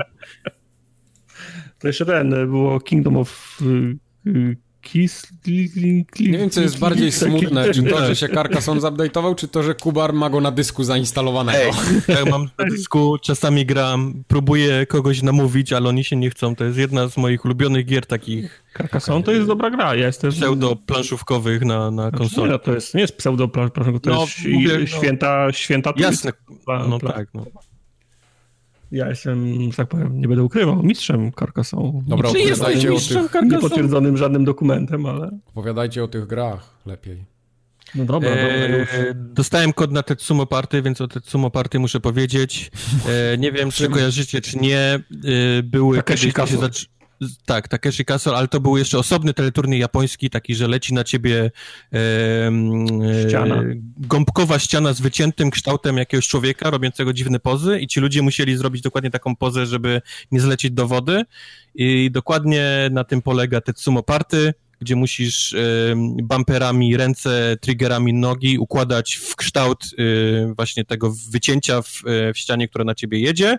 To jeszcze ten, było Kingdom of y, y, Kiss... Nie wiem, co jest bardziej smutne, czy to, że się Carcassonne zupdate'ował, czy to, że Kubar ma go na dysku zainstalowanego. Ej, jak mam na dysku, czasami gram, próbuję kogoś namówić, ale oni się nie chcą. To jest jedna z moich ulubionych gier takich Carcassonne to jest dobra gra, ja jestem... pseudo-planszówkowych na, na Znaczy, konsoli. nie, to jest, nie jest pseudo, to No, jest mówię, i- no. święta, święta trójca. Jasne, Pla- no pla- tak, no. Ja jestem, że tak powiem, nie będę ukrywał, mistrzem Carcassonne. Dobra, Nie opowiadajcie jestem o mistrzem tych- Carcassonne. Niepotwierdzonym żadnym dokumentem, ale... Opowiadajcie o tych grach lepiej. No dobra, dobra, już. E, dostałem kod na Tetsumo Party, więc o Tetsumo Party muszę powiedzieć. E, nie wiem, czy kojarzycie, czy nie. E, były Takeshi kiedyś... to się Castle. zac- Tak, Takeshi Castle, ale to był jeszcze osobny teleturniej japoński, taki, że leci na ciebie e, e, Ściana. gąbkowa ściana z wyciętym kształtem jakiegoś człowieka, robiącego dziwne pozy i ci ludzie musieli zrobić dokładnie taką pozę, żeby nie zlecieć do wody i dokładnie na tym polega Tetsumo Party, gdzie musisz e, bumperami ręce, triggerami nogi układać w kształt e, właśnie tego wycięcia w, e, w ścianie, która na ciebie jedzie.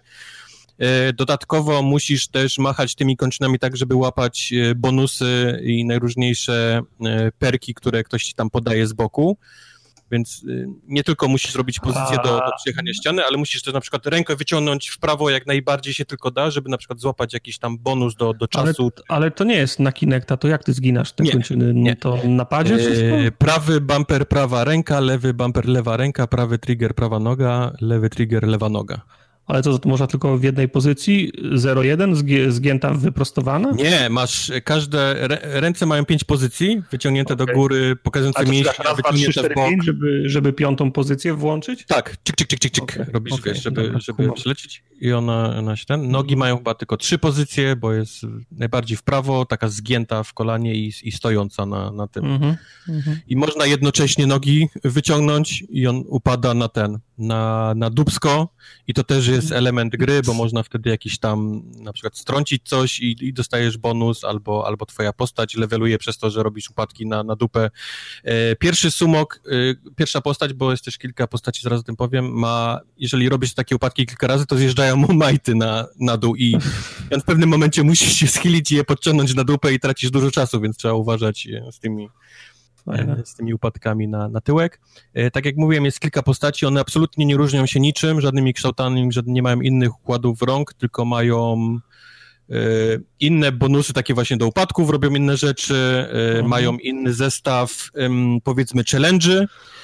E, Dodatkowo musisz też machać tymi kończynami tak, żeby łapać e, bonusy i najróżniejsze e, perki, które ktoś ci tam podaje z boku. Więc e, nie tylko musisz zrobić pozycję do, do przejechania ściany, ale musisz też na przykład rękę wyciągnąć w prawo jak najbardziej się tylko da, żeby na przykład złapać jakiś tam bonus do, do Ale, czasu. ale to nie jest na Kinecta, to jak ty zginasz te Nie, kończyny? nie. To na padzie wszystko? E, prawy bumper, prawa ręka, lewy bumper, lewa ręka, prawy trigger, prawa noga, lewy trigger, lewa noga. Ale co, to można tylko w jednej pozycji? zero jeden, zgi- zgięta, wyprostowana? Nie, masz każde, rę, ręce mają pięć pozycji, wyciągnięte Okej. do góry, A pokazujące to mięśnie, raz, dwa, trzy, wyciągnięte cztery, w bok. pięć, żeby, żeby piątą pozycję włączyć? Tak, czyk, czyk, czyk, czyk, czyk. Okej, Robisz, okej, wiesz, żeby, dobra, żeby kumam. przylecieć i ona, ona się ten... Nogi mają chyba tylko trzy pozycje, bo jest najbardziej w prawo, taka zgięta w kolanie i, i stojąca na, na tym. Mhm, mhm. I można jednocześnie nogi wyciągnąć i on upada na ten, na, na dupsko i to też jest element gry, bo można wtedy jakiś tam na przykład strącić coś i, i dostajesz bonus, albo, albo twoja postać leveluje przez to, że robisz upadki na, na dupę. E, pierwszy sumok, e, pierwsza postać, bo jest też kilka postaci, zaraz o tym powiem, ma, jeżeli robisz takie upadki kilka razy, to zjeżdżają mu majty na, na dół i on w pewnym momencie musisz się schylić i je podciągnąć na dupę i tracisz dużo czasu, więc trzeba uważać e, z tymi Fajne. z tymi upadkami na, na tyłek. E, Tak jak mówiłem, jest kilka postaci, one absolutnie nie różnią się niczym, żadnymi kształtami, żadne, nie mają innych układów rąk, tylko mają e, inne bonusy takie właśnie do upadków, robią inne rzeczy, e, Mhm. mają inny zestaw, em, powiedzmy, challenge'y,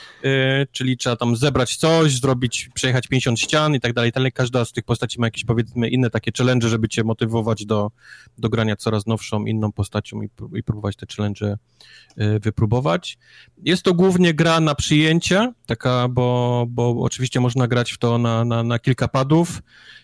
e, czyli trzeba tam zebrać coś, zrobić, przejechać pięćdziesiąt ścian i tak dalej, i tak dalej. Każda z tych postaci ma jakieś, powiedzmy, inne takie challenge, żeby cię motywować do, do grania coraz nowszą, inną postacią i, pró- i próbować te challenge y, wypróbować. Jest to głównie gra na przyjęcie, taka, bo, bo oczywiście można grać w to na, na, na kilka padów.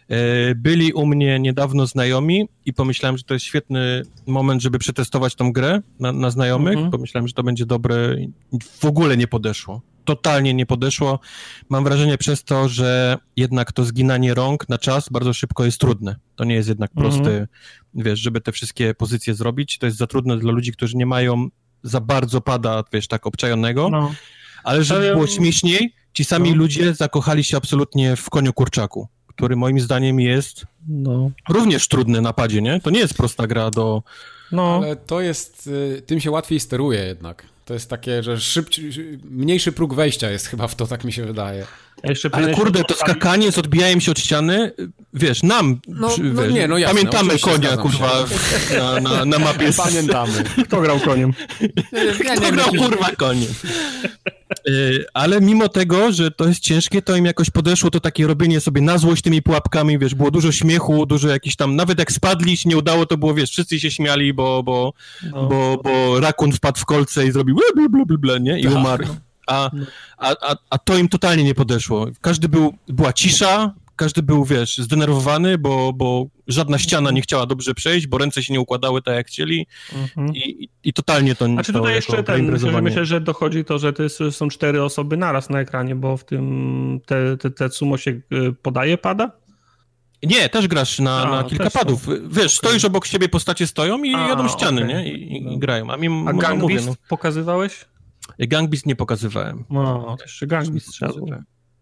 Y, Byli u mnie niedawno znajomi i pomyślałem, że to jest świetny moment, żeby przetestować tą grę na, na znajomych. Mhm. Pomyślałem, że to będzie dobre. W ogóle nie podeszło. totalnie nie podeszło. Mam wrażenie przez to, że jednak to zginanie rąk na czas bardzo szybko jest trudne. To nie jest jednak prosty, mhm. wiesz, żeby te wszystkie pozycje zrobić. To jest za trudne dla ludzi, którzy nie mają za bardzo pada, wiesz, tak obczajonego. No. Ale żeby było śmieszniej, ci sami no. ludzie zakochali się absolutnie w koniu kurczaku, który moim zdaniem jest no. również trudny na padzie, nie? To nie jest prosta gra do... No. Ale to jest, tym się łatwiej steruje jednak. To jest takie, że szybciej, mniejszy próg wejścia jest chyba w to, tak mi się wydaje. Jeszcze ale kurde, to skakanie z odbijaniem się od ściany, wiesz, nam, no, wiesz, no nie, no jasne, pamiętamy konia, kurwa, na, na, na mapie. Pamiętamy. Kto grał koniem? Ja Kto nie grał, myślę, kurwa, koniem? Ale mimo tego, że to jest ciężkie, to im jakoś podeszło to takie robienie sobie na złość tymi pułapkami, wiesz, było dużo śmiechu, dużo jakiś tam, nawet jak spadli, się nie udało, to było, wiesz, wszyscy się śmiali, bo, bo, no. bo, bo rakun wpadł w kolce i zrobił blablabla, nie? I tak. umarł. A, a, a, a to im totalnie nie podeszło. Każdy był, była cisza, każdy był, wiesz, zdenerwowany, bo, bo żadna ściana nie chciała dobrze przejść, bo ręce się nie układały tak, jak chcieli i, i, i totalnie to nie. Znaczy tutaj jeszcze ten, myślę, myślę, że dochodzi to, że to jest, są cztery osoby naraz na ekranie, bo w tym te, te, te sumo się podaje pada? Nie, też grasz na, a, na kilka padów. Są. Wiesz, okay. stoisz obok siebie, postacie stoją i a, jadą ściany, okay. nie? I, i, i grają. A, mi, a Gang Beast no. pokazywałeś? Gang Beast nie pokazywałem. No, jeszcze Gang Beast trzeba było.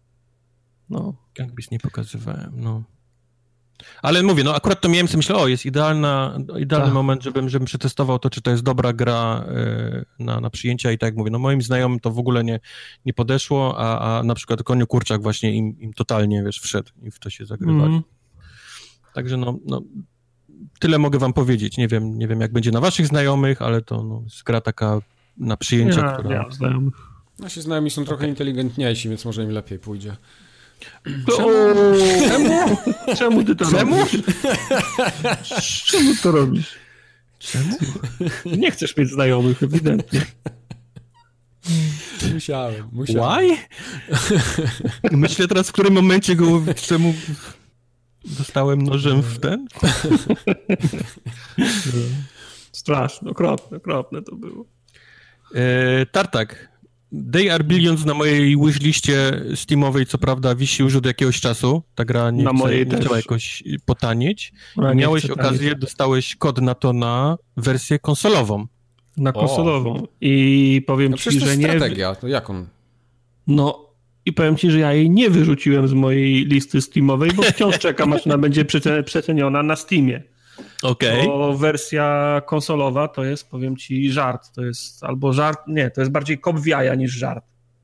No. Gang Beast nie pokazywałem, no. Ale mówię, no akurat to miałem sobie myślę, o, jest idealna, idealny tak. moment, żebym, żebym przetestował to, czy to jest dobra gra y, na, na przyjęcia i tak jak mówię, no moim znajomym to w ogóle nie, nie podeszło, a, a na przykład Koniu Kurczak właśnie im, im totalnie, wiesz, wszedł i w to się zagrywali. Mm. Także no, no, tyle mogę wam powiedzieć. Nie wiem, nie wiem jak będzie na waszych znajomych, ale to no, jest gra taka na przyjęcia, ja, która... Ja znajomych. Nasi znajomi są trochę okay. inteligentniejsi, więc może im lepiej pójdzie. Czemu? Czemu? Czemu ty to Czemu? robisz? Czemu to robisz? Czemu? Nie chcesz mieć znajomych, ewidentnie. Musiałem, musiałem. Why? Myślę teraz, w którym momencie go... Czemu dostałem nożem w ten? Straszne, okropne, okropne to było. E, Tartak. They Are Billions na mojej wishliście steamowej, co prawda, wisi już od jakiegoś czasu. Ta gra nie, na chce, mojej nie chciała jakoś potanieć. No, miałeś okazję, tanieć. Dostałeś kod na to na wersję konsolową. Na konsolową. O. I powiem no ci, że to jest nie... strategia, to jak on? No i powiem ci, że ja jej nie wyrzuciłem z mojej listy steamowej, bo wciąż czekam, aż ona będzie przeceniona na Steamie. Okay. Bo wersja konsolowa to jest, powiem ci, żart. To jest albo żart, nie, to jest bardziej kop w jaja niż żart.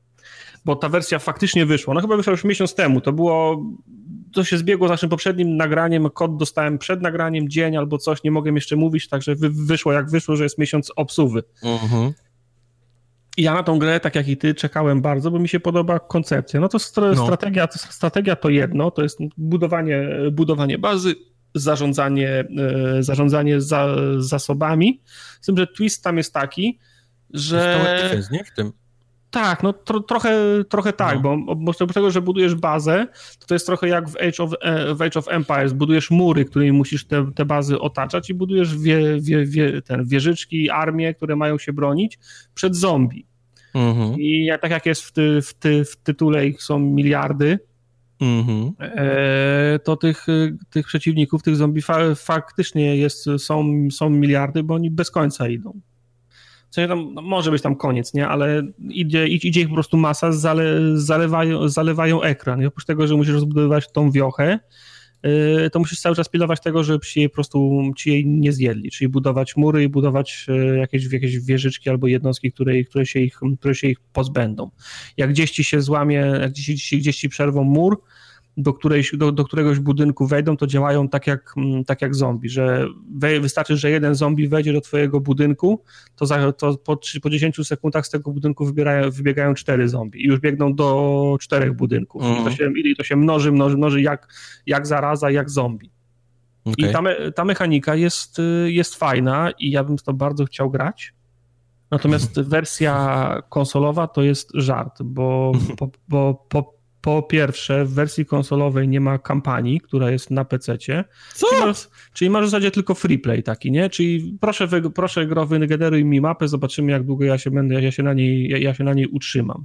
Bo ta wersja faktycznie wyszła. Ona chyba wyszła już miesiąc temu. To było, to się zbiegło z naszym poprzednim nagraniem. Kod dostałem przed nagraniem, dzień albo coś, nie mogę jeszcze mówić, także wy, wyszło jak wyszło, że jest miesiąc obsuwy. Uh-huh. I ja na tą grę, tak jak i ty, czekałem bardzo, bo mi się podoba koncepcja. No to st- no. strategia, to strategia to jedno, to jest budowanie, budowanie bazy, zarządzanie, zarządzanie za, zasobami. Z tym, że twist tam jest taki, że... Defense, nie? W tym. Tak, no tro, trochę, trochę tak, no. bo, bo oprócz tego, że budujesz bazę, to to jest trochę jak w Age of, w Age of Empires. Budujesz mury, którymi musisz te, te bazy otaczać i budujesz wie, wie, wie, ten, wieżyczki, armie, które mają się bronić przed zombie. Mhm. I tak jak jest w, ty, w, ty, w tytule ich są miliardy, Mm-hmm. E, to tych, tych przeciwników, tych zombie fa- faktycznie jest, są, są miliardy, bo oni bez końca idą. W sensie tam, no może być tam koniec, nie? Ale idzie, idzie ich po prostu masa, zale, zalewają, zalewają ekran. I oprócz tego, że musisz rozbudowywać tą wiochę, e, to musisz cały czas pilnować tego, żeby ci jej po prostu ci jej nie zjedli. Czyli budować mury i budować jakieś, jakieś wieżyczki albo jednostki, które, które, się ich, które się ich pozbędą. Jak gdzieś ci się złamie, jak gdzieś, gdzieś ci przerwą mur, do, którejś, do, do któregoś budynku wejdą, to działają tak jak, tak jak zombie, że we, wystarczy, że jeden zombie wejdzie do twojego budynku, to, za, to po, po dziesięciu sekundach z tego budynku wybiegają, wybiegają cztery zombie i już biegną do czterech budynków. Mm. I, to się, I to się mnoży, mnoży, mnoży jak, jak zaraza, jak zombie. Okay. I ta, me, ta mechanika jest, jest fajna i ja bym w to bardzo chciał grać. Natomiast wersja konsolowa to jest żart, bo po, bo, po, po pierwsze w wersji konsolowej nie ma kampanii, która jest na pececie. Co? Czyli masz, czyli masz w zasadzie tylko free play taki, nie? Czyli proszę, wy, proszę gro, wygeneruj mi mapę, zobaczymy jak długo ja się będę, ja się na niej, ja się na niej utrzymam.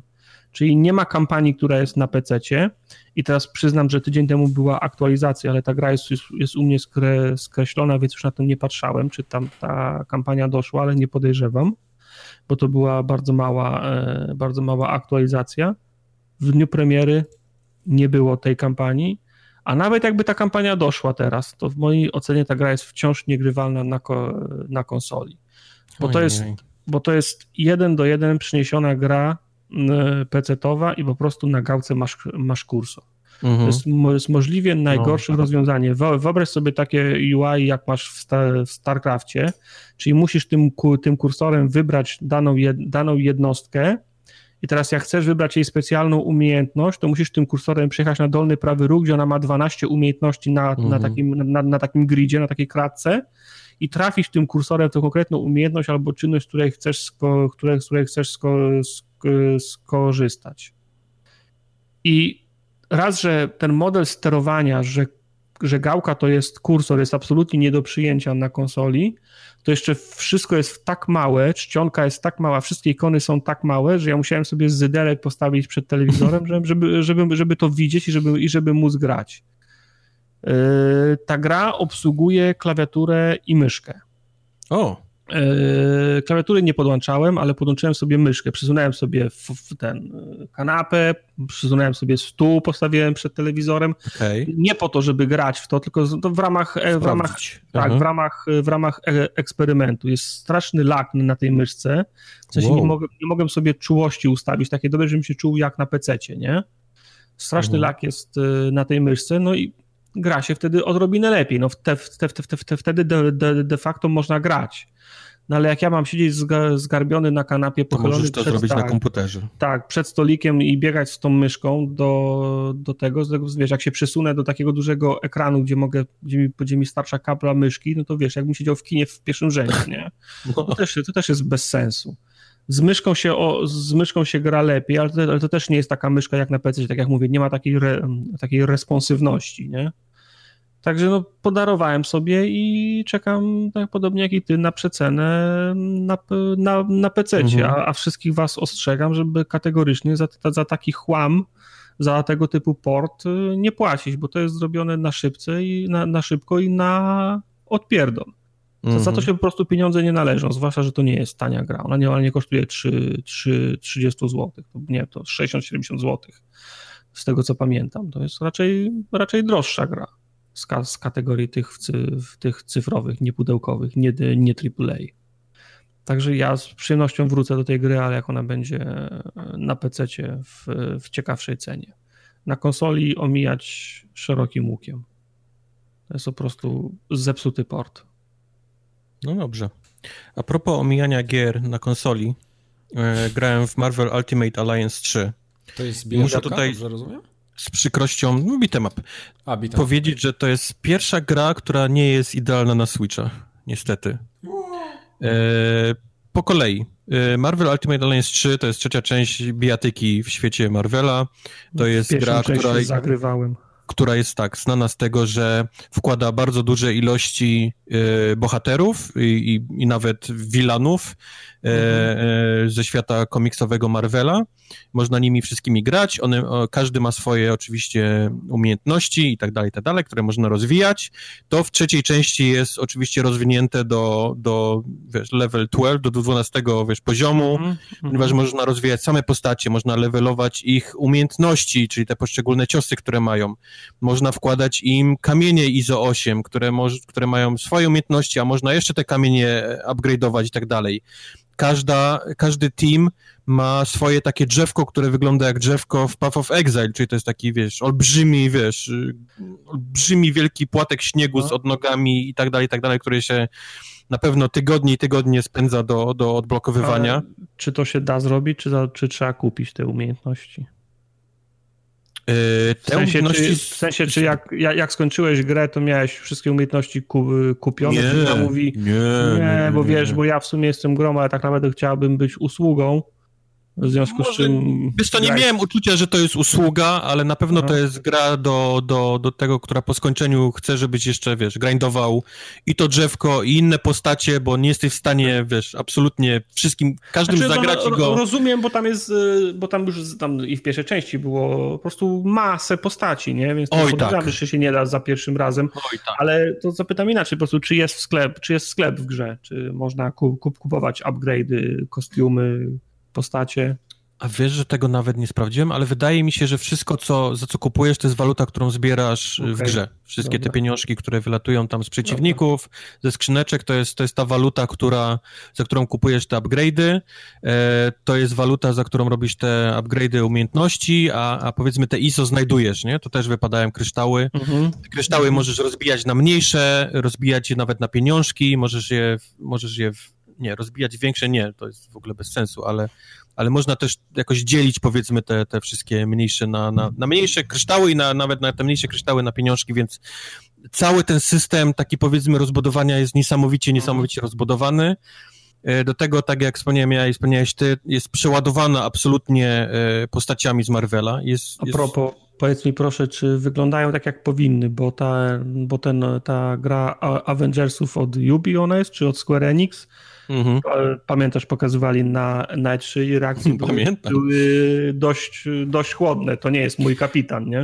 Czyli nie ma kampanii, która jest na pececie i teraz przyznam, że tydzień temu była aktualizacja, ale ta gra jest, jest u mnie skre, skreślona, więc już na to nie patrzałem, czy tam ta kampania doszła, ale nie podejrzewam, bo to była bardzo mała, bardzo mała aktualizacja. W dniu premiery nie było tej kampanii, a nawet jakby ta kampania doszła teraz, to w mojej ocenie ta gra jest wciąż niegrywalna na, ko, na konsoli, bo to, jest, bo to jest jeden do jeden przyniesiona gra pecetowa i po prostu na gałce masz, masz kursor. Mhm. To jest, jest możliwie najgorsze no. rozwiązanie. Wyobraź sobie takie U I, jak masz w, Star, w StarCrafcie, czyli musisz tym, tym kursorem wybrać daną, jed, daną jednostkę i teraz jak chcesz wybrać jej specjalną umiejętność, to musisz tym kursorem przejechać na dolny prawy róg, gdzie ona ma dwanaście umiejętności na, mhm. na, takim, na, na takim gridzie, na takiej kratce i trafisz tym kursorem w tę konkretną umiejętność albo czynność, z której chcesz, sko, której, z której chcesz sko, sko, skorzystać. I raz, że ten model sterowania, że, że gałka to jest kursor, jest absolutnie nie do przyjęcia na konsoli, to jeszcze wszystko jest tak małe, czcionka jest tak mała, wszystkie ikony są tak małe, że ja musiałem sobie zydelek postawić przed telewizorem, żeby, żeby, żeby to widzieć i żeby, i żeby móc grać. Yy, ta gra obsługuje klawiaturę i myszkę. O! Yy, klawiatury nie podłączałem, ale podłączyłem sobie myszkę, przesunąłem sobie w, w ten kanapę, przesunąłem sobie stół, postawiłem przed telewizorem. Okay. Nie po to, żeby grać w to, tylko to w ramach, w ramach, tak, w ramach, w ramach eksperymentu. Jest straszny lag na tej myszce, w sensie wow. nie, mogę, nie mogłem sobie czułości ustawić, takie dobre, żebym się czuł jak na pececie, nie? Straszny mhm. lag jest na tej myszce, no i gra się wtedy odrobinę lepiej, no te, te, te, te, wtedy de, de, de facto można grać. No ale jak ja mam siedzieć zgarbiony na kanapie, pochylony... To możesz to przed, zrobić tak, na komputerze. Tak, przed stolikiem i biegać z tą myszką do, do tego, do tego, wiesz, jak się przesunę do takiego dużego ekranu, gdzie mogę, gdzie mi, gdzie mi starcza kabla myszki, no to wiesz, jakbym siedział w kinie w pierwszym rzędzie, nie? No. To, też, to też jest bez sensu. Z myszką się, o, z myszką się gra lepiej, ale to, ale to też nie jest taka myszka jak na P C, tak jak mówię, nie ma takiej, re, takiej responsywności, nie? Także no, podarowałem sobie i czekam, tak podobnie jak i ty, na przecenę na, na, na pececie, mhm. a, a wszystkich was ostrzegam, żeby kategorycznie za, za taki chłam, za tego typu port nie płacić, bo to jest zrobione na szybce i na, na szybko i na odpierdol. Mhm. Za to się po prostu pieniądze nie należą, zwłaszcza, że to nie jest tania gra. Ona nie, ona nie kosztuje trzydzieści złotych, nie, to sześćdziesiąt siedemdziesiąt złotych, z tego co pamiętam. To jest raczej, raczej droższa gra. Z, ka- z kategorii tych, tych cyfrowych, niepudełkowych, nie, nie triple A. Także ja z przyjemnością wrócę do tej gry, ale jak ona będzie na pececie w, w ciekawszej cenie. Na konsoli omijać szerokim łukiem. To jest po prostu zepsuty port. No dobrze. A propos omijania gier na konsoli, e, grałem w Marvel Ultimate Alliance trzy. To jest Bioshock, tutaj dobrze rozumiem? Z przykrością, no beat'em up, A, beat powiedzieć, że to jest pierwsza gra, która nie jest idealna na Switcha, niestety. E, po kolei. E, Marvel Ultimate Alliance trzy to jest trzecia część bijatyki w świecie Marvela. To jest gra, która... zagrywałem. która jest tak znana z tego, że wkłada bardzo duże ilości e, bohaterów i, i, i nawet wilanów e, e, ze świata komiksowego Marvela. Można nimi wszystkimi grać, one, o, każdy ma swoje oczywiście umiejętności i tak dalej, i tak dalej, które można rozwijać. To w trzeciej części jest oczywiście rozwinięte do, do wiesz, level dwanaście, do dwunastego wiesz, poziomu, mm-hmm. ponieważ można rozwijać same postacie, można levelować ich umiejętności, czyli te poszczególne ciosy, które mają. Można wkładać im kamienie I Z O osiem, które, moż, które mają swoje umiejętności, a można jeszcze te kamienie upgrade'ować i tak dalej. Każda, każdy team ma swoje takie drzewko, które wygląda jak drzewko w Path of Exile, czyli to jest taki, wiesz, olbrzymi, wiesz, olbrzymi wielki płatek śniegu z odnogami i tak dalej, i tak dalej, który się na pewno tygodnie i tygodnie spędza do, do odblokowywania. Ale czy to się da zrobić, czy, za, czy trzeba kupić te umiejętności? Yy, w, sensie, umiejętności... czy, w sensie, czy jak, jak, jak skończyłeś grę, to miałeś wszystkie umiejętności ku, kupione? Nie, czy mówi, nie, nie, nie, bo nie, wiesz, nie. bo ja w sumie jestem grom, ale tak naprawdę chciałbym być usługą, W związku Może, z czym... Wiesz, to nie miałem uczucia, że to jest usługa, ale na pewno to jest gra do, do, do tego, która po skończeniu chce, żebyś jeszcze, wiesz, grindował i to drzewko, i inne postacie, bo nie jesteś w stanie, wiesz, absolutnie wszystkim, każdym znaczy, zagrać no, i go... Rozumiem, bo tam jest, bo tam już tam i w pierwszej części było po prostu masę postaci, nie? Więc Oj, podejrzewam, tak. że się nie da za pierwszym razem. Oj, tak. Ale to zapytam inaczej, po prostu, czy jest w sklep, czy jest sklep w grze? Czy można kup, kupować upgrade'y, kostiumy, postacie? A wiesz, że tego nawet nie sprawdziłem, ale wydaje mi się, że wszystko, co, za co kupujesz, to jest waluta, którą zbierasz okay. w grze. Wszystkie Dobra. te pieniążki, które wylatują tam z przeciwników, Dobra. ze skrzyneczek, to jest, to jest ta waluta, która, za którą kupujesz te upgrade'y, e, to jest waluta, za którą robisz te upgrade'y umiejętności, a, a powiedzmy te I S O znajdujesz, nie? To też wypadają kryształy. Mhm. Te kryształy mhm. możesz rozbijać na mniejsze, rozbijać je nawet na pieniążki, możesz je, możesz je w, nie, rozbijać większe nie, to jest w ogóle bez sensu, ale ale można też jakoś dzielić, powiedzmy, te, te wszystkie mniejsze na, na, na mniejsze kryształy i na, nawet na te mniejsze kryształy na pieniążki, więc cały ten system taki, powiedzmy, rozbudowania jest niesamowicie, niesamowicie rozbudowany. Do tego, tak jak wspomniałem ja i wspomniałeś ty, jest przeładowana absolutnie postaciami z Marvela. Jest, A jest... propos, powiedz mi proszę, czy wyglądają tak jak powinny, bo ta, bo ten, ta gra Avengersów od Ubi ona jest, czy od Square Enix? Mhm. Pamiętasz, pokazywali na, na E trzy i reakcje były, były dość, dość chłodne. To nie jest mój kapitan, nie?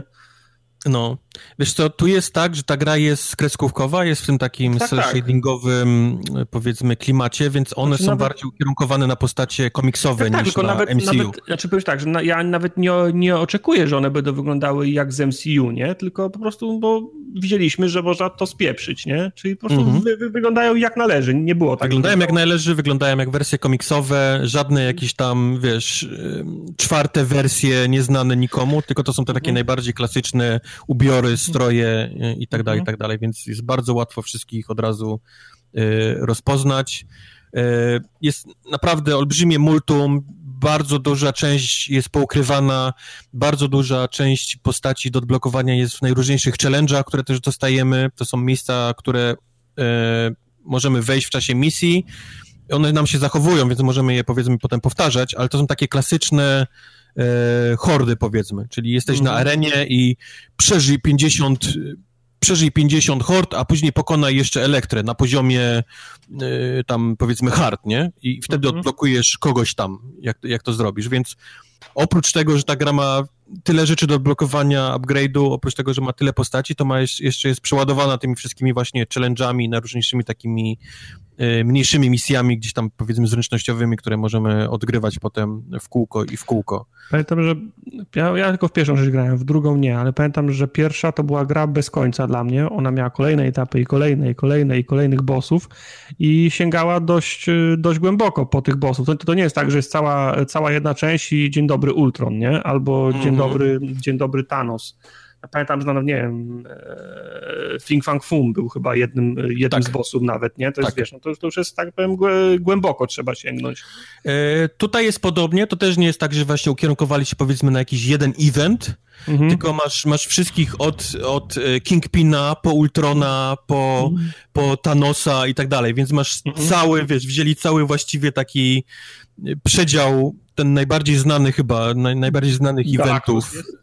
No, wiesz co, tu jest tak, że ta gra jest kreskówkowa, jest w tym takim tak, cel-shadingowym, tak. powiedzmy, klimacie, więc one znaczy, są nawet... bardziej ukierunkowane na postacie komiksowe tak, niż tak, na nawet, M C U. Nawet, znaczy powiem tak, że na, ja nawet nie, nie oczekuję, że one będą wyglądały jak z M C U, nie? Tylko po prostu, bo widzieliśmy, że można to spieprzyć, nie? Czyli po prostu mm-hmm. wy, wy, wyglądają jak należy, nie było tak. Wyglądają jak należy, wyglądają jak wersje komiksowe, żadne jakieś tam, wiesz, czwarte wersje nieznane nikomu, tylko to są te takie mm-hmm. najbardziej klasyczne ubiory, stroje i tak dalej, i tak dalej, więc jest bardzo łatwo wszystkich od razu y, rozpoznać. Y, jest naprawdę olbrzymie multum, bardzo duża część jest poukrywana, bardzo duża część postaci do odblokowania jest w najróżniejszych challenge'ach, które też dostajemy. To są miejsca, które y, możemy wejść w czasie misji. One nam się zachowują, więc możemy je, powiedzmy, potem powtarzać, ale to są takie klasyczne E, hordy, powiedzmy, czyli jesteś mm. na arenie i przeżyj pięćdziesiąt, przeżyj pięćdziesiąt hord, a później pokonaj jeszcze Elektrę na poziomie e, tam, powiedzmy, hard, nie? I wtedy mm-hmm. odblokujesz kogoś tam, jak, jak to zrobisz, więc oprócz tego, że ta gra ma tyle rzeczy do odblokowania, upgrade'u, oprócz tego, że ma tyle postaci, to ma jeszcze jest przeładowana tymi wszystkimi właśnie challenge'ami, najróżniejszymi takimi y, mniejszymi misjami, gdzieś tam, powiedzmy, zręcznościowymi, które możemy odgrywać potem w kółko i w kółko. Pamiętam, że ja, ja tylko w pierwszą rzecz grałem, w drugą nie, ale pamiętam, że pierwsza to była gra bez końca dla mnie. Ona miała kolejne etapy i kolejne, i kolejne, i kolejnych bossów i sięgała dość, dość głęboko po tych bossów. To, to nie jest tak, że jest cała, cała jedna część i dzień dobry Ultron, nie? Albo mm-hmm. dzień dobry, dzień dobry Thanos. Ja pamiętam, że no, nie wiem, e, Fing Fang Fum był chyba jednym, jednym tak. z bossów nawet, nie? To jest, tak. wiesz, no to, to już jest, tak powiem, głęboko trzeba sięgnąć. E, tutaj jest podobnie, to też nie jest tak, że właśnie ukierunkowali się, powiedzmy, na jakiś jeden event, mhm. tylko masz, masz wszystkich od, od Kingpina po Ultrona, po, mhm. po Thanosa i tak dalej, więc masz mhm. cały, wiesz, wzięli cały właściwie taki przedział, ten najbardziej znany chyba, naj, najbardziej znanych Galactus eventów. Jest?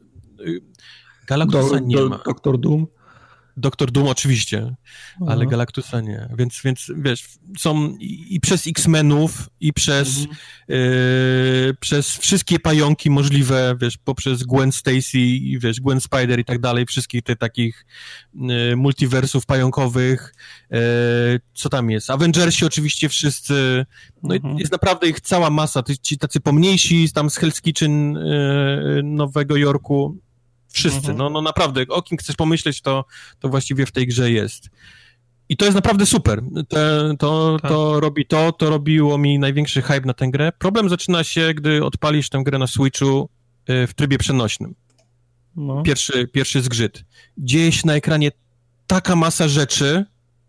Galactusa do, nie do, ma. Doktor Doom? Doktor Doom oczywiście, Aha. ale Galactusa nie. Więc, więc wiesz, są i, i przez X-Menów, i przez, mhm. y, przez wszystkie pająki możliwe, wiesz, poprzez Gwen Stacy, i wiesz, Gwen Spider i tak dalej, wszystkich tych takich y, multiversów pająkowych. Y, co tam jest? Avengersi oczywiście wszyscy. No mhm. i jest naprawdę ich cała masa. Ci tacy pomniejsi, tam z Hell's Kitchen y, Nowego Jorku. Wszyscy, mhm. no, no naprawdę, o kim chcesz pomyśleć, to, to właściwie w tej grze jest. I to jest naprawdę super. Te, to, tak. to robi to, to robiło mi największy hype na tę grę. Problem zaczyna się, gdy odpalisz tę grę na Switchu w trybie przenośnym. No. Pierwszy, pierwszy zgrzyt. Dzieje się na ekranie taka masa rzeczy,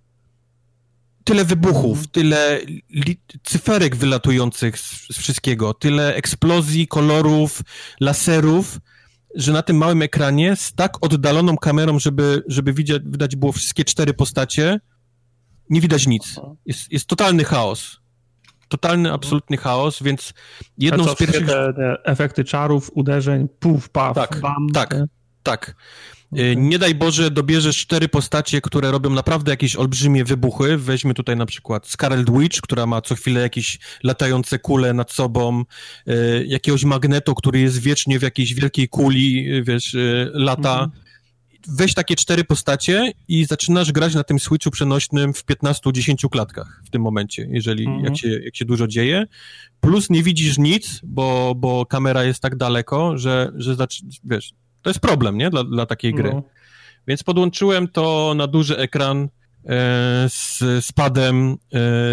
tyle wybuchów, mhm. tyle li- cyferek wylatujących z, z wszystkiego, tyle eksplozji, kolorów, laserów, że na tym małym ekranie z tak oddaloną kamerą, żeby, żeby widzieć, widać było wszystkie cztery postacie, nie widać nic. Jest, jest totalny chaos. Totalny, absolutny chaos, więc jedną z pierwszych... Te, te efekty czarów, uderzeń, puf, paf, tak, bam. Tak, tak, tak. Okay. Nie daj Boże, dobierzesz cztery postacie, które robią naprawdę jakieś olbrzymie wybuchy. Weźmy tutaj na przykład Scarlet Witch, która ma co chwilę jakieś latające kule nad sobą, y, jakiegoś Magneto, który jest wiecznie w jakiejś wielkiej kuli, wiesz, y, lata. Mm. Weź takie cztery postacie i zaczynasz grać na tym Switchu przenośnym w piętnastu dziesięciu klatkach w tym momencie, jeżeli mm. jak, się, jak się dużo dzieje. Plus nie widzisz nic, bo, bo kamera jest tak daleko, że, że zacz, wiesz... To jest problem, nie? Dla, dla takiej gry. No. Więc podłączyłem to na duży ekran e, z, z padem, e,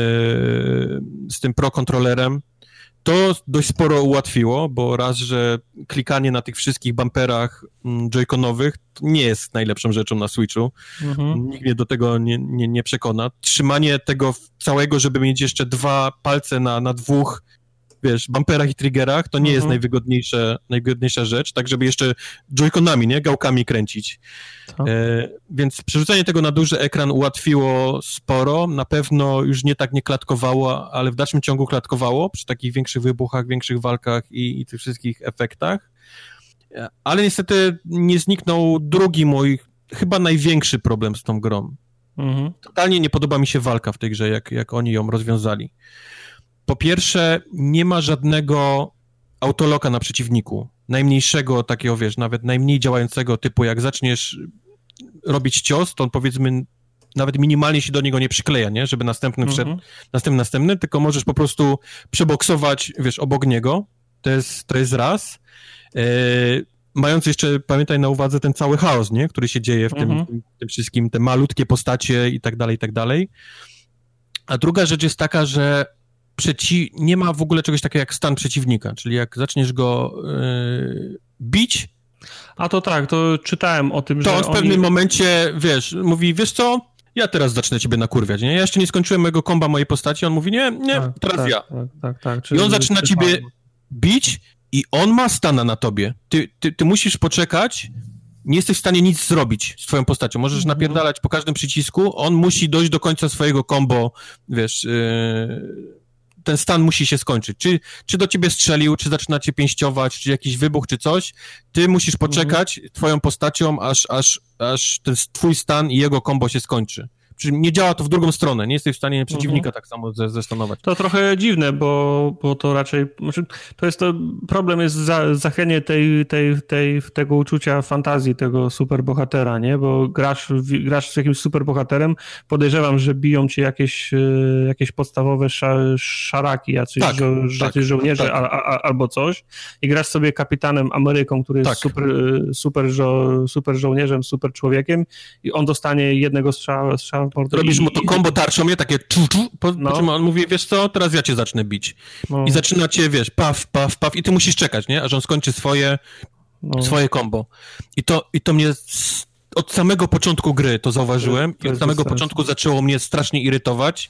z tym Pro kontrolerem. To dość sporo ułatwiło, bo raz, że klikanie na tych wszystkich bumperach mm, joyconowych nie jest najlepszą rzeczą na Switchu. Mhm. Nikt mnie do tego nie, nie, nie przekona. Trzymanie tego całego, żeby mieć jeszcze dwa palce na, na dwóch wiesz, bumperach i triggerach, to nie mhm. jest najwygodniejsza, najwygodniejsza rzecz, tak żeby jeszcze joyconami, nie, gałkami kręcić. E, więc przerzucenie tego na duży ekran ułatwiło sporo, na pewno już nie tak nie klatkowało, ale w dalszym ciągu klatkowało przy takich większych wybuchach, większych walkach i, i tych wszystkich efektach. E, ale niestety nie zniknął drugi mój, chyba największy problem z tą grą. Mhm. Totalnie nie podoba mi się walka w tej grze, jak, jak oni ją rozwiązali. Po pierwsze, nie ma żadnego autoloka na przeciwniku. Najmniejszego takiego, wiesz, nawet najmniej działającego typu, jak zaczniesz robić cios, to on powiedzmy nawet minimalnie się do niego nie przykleja, nie? Żeby następny wszedł, mm-hmm. następny, następny, tylko możesz po prostu przeboksować, wiesz, obok niego. To jest, to jest raz. E, mając jeszcze, pamiętaj na uwadze ten cały chaos, nie? Który się dzieje w mm-hmm. tym, tym, tym wszystkim, te malutkie postacie i tak dalej, i tak dalej. A druga rzecz jest taka, że Przeci... nie ma w ogóle czegoś takiego jak stan przeciwnika, czyli jak zaczniesz go yy, bić... A to tak, to czytałem o tym, to że on w oni... pewnym momencie, wiesz, mówi, wiesz co, ja teraz zacznę ciebie nakurwiać, nie? Ja jeszcze nie skończyłem mojego komba mojej postaci, on mówi, nie, nie, tak, teraz tak, ja. Tak, tak, tak. Czyli I on zaczyna ciebie pan... bić i on ma stana na tobie. Ty, ty, ty musisz poczekać, nie jesteś w stanie nic zrobić z twoją postacią. Możesz mhm. napierdalać po każdym przycisku, on musi dojść do końca swojego combo, wiesz... Yy... ten stan musi się skończyć. Czy, czy do ciebie strzelił, czy zaczyna cię pięściować, czy jakiś wybuch, czy coś, ty musisz poczekać mm. twoją postacią, aż, aż, aż ten twój stan i jego combo się skończy. Czyli nie działa to w drugą stronę, nie jesteś w stanie przeciwnika mm. tak samo zestanować. To trochę dziwne, bo, bo to raczej, znaczy, to jest to, problem jest za, zachwianie tej, tej, tej, tego uczucia fantazji, tego superbohatera, nie? Bo grasz, grasz z jakimś superbohaterem, podejrzewam, że biją cię jakieś, jakieś podstawowe sza, szaraki, jacyś, tak, żo, tak, jacyś żołnierze tak. a, a, albo coś i grasz sobie kapitanem Ameryką, który jest tak. super, super, żo, super żołnierzem, super człowiekiem i on dostanie jednego strzała, strzała robisz mu to combo tarczą, nie? Takie czu, czu, po, no. po czym on mówi, wiesz co, teraz ja cię zacznę bić. No. I zaczyna cię, wiesz, paf, paf, paf i ty musisz czekać, nie? Aż on skończy swoje, no. swoje combo. I to, i to mnie z, od samego początku gry to zauważyłem to, to i od samego początku zaczęło mnie strasznie irytować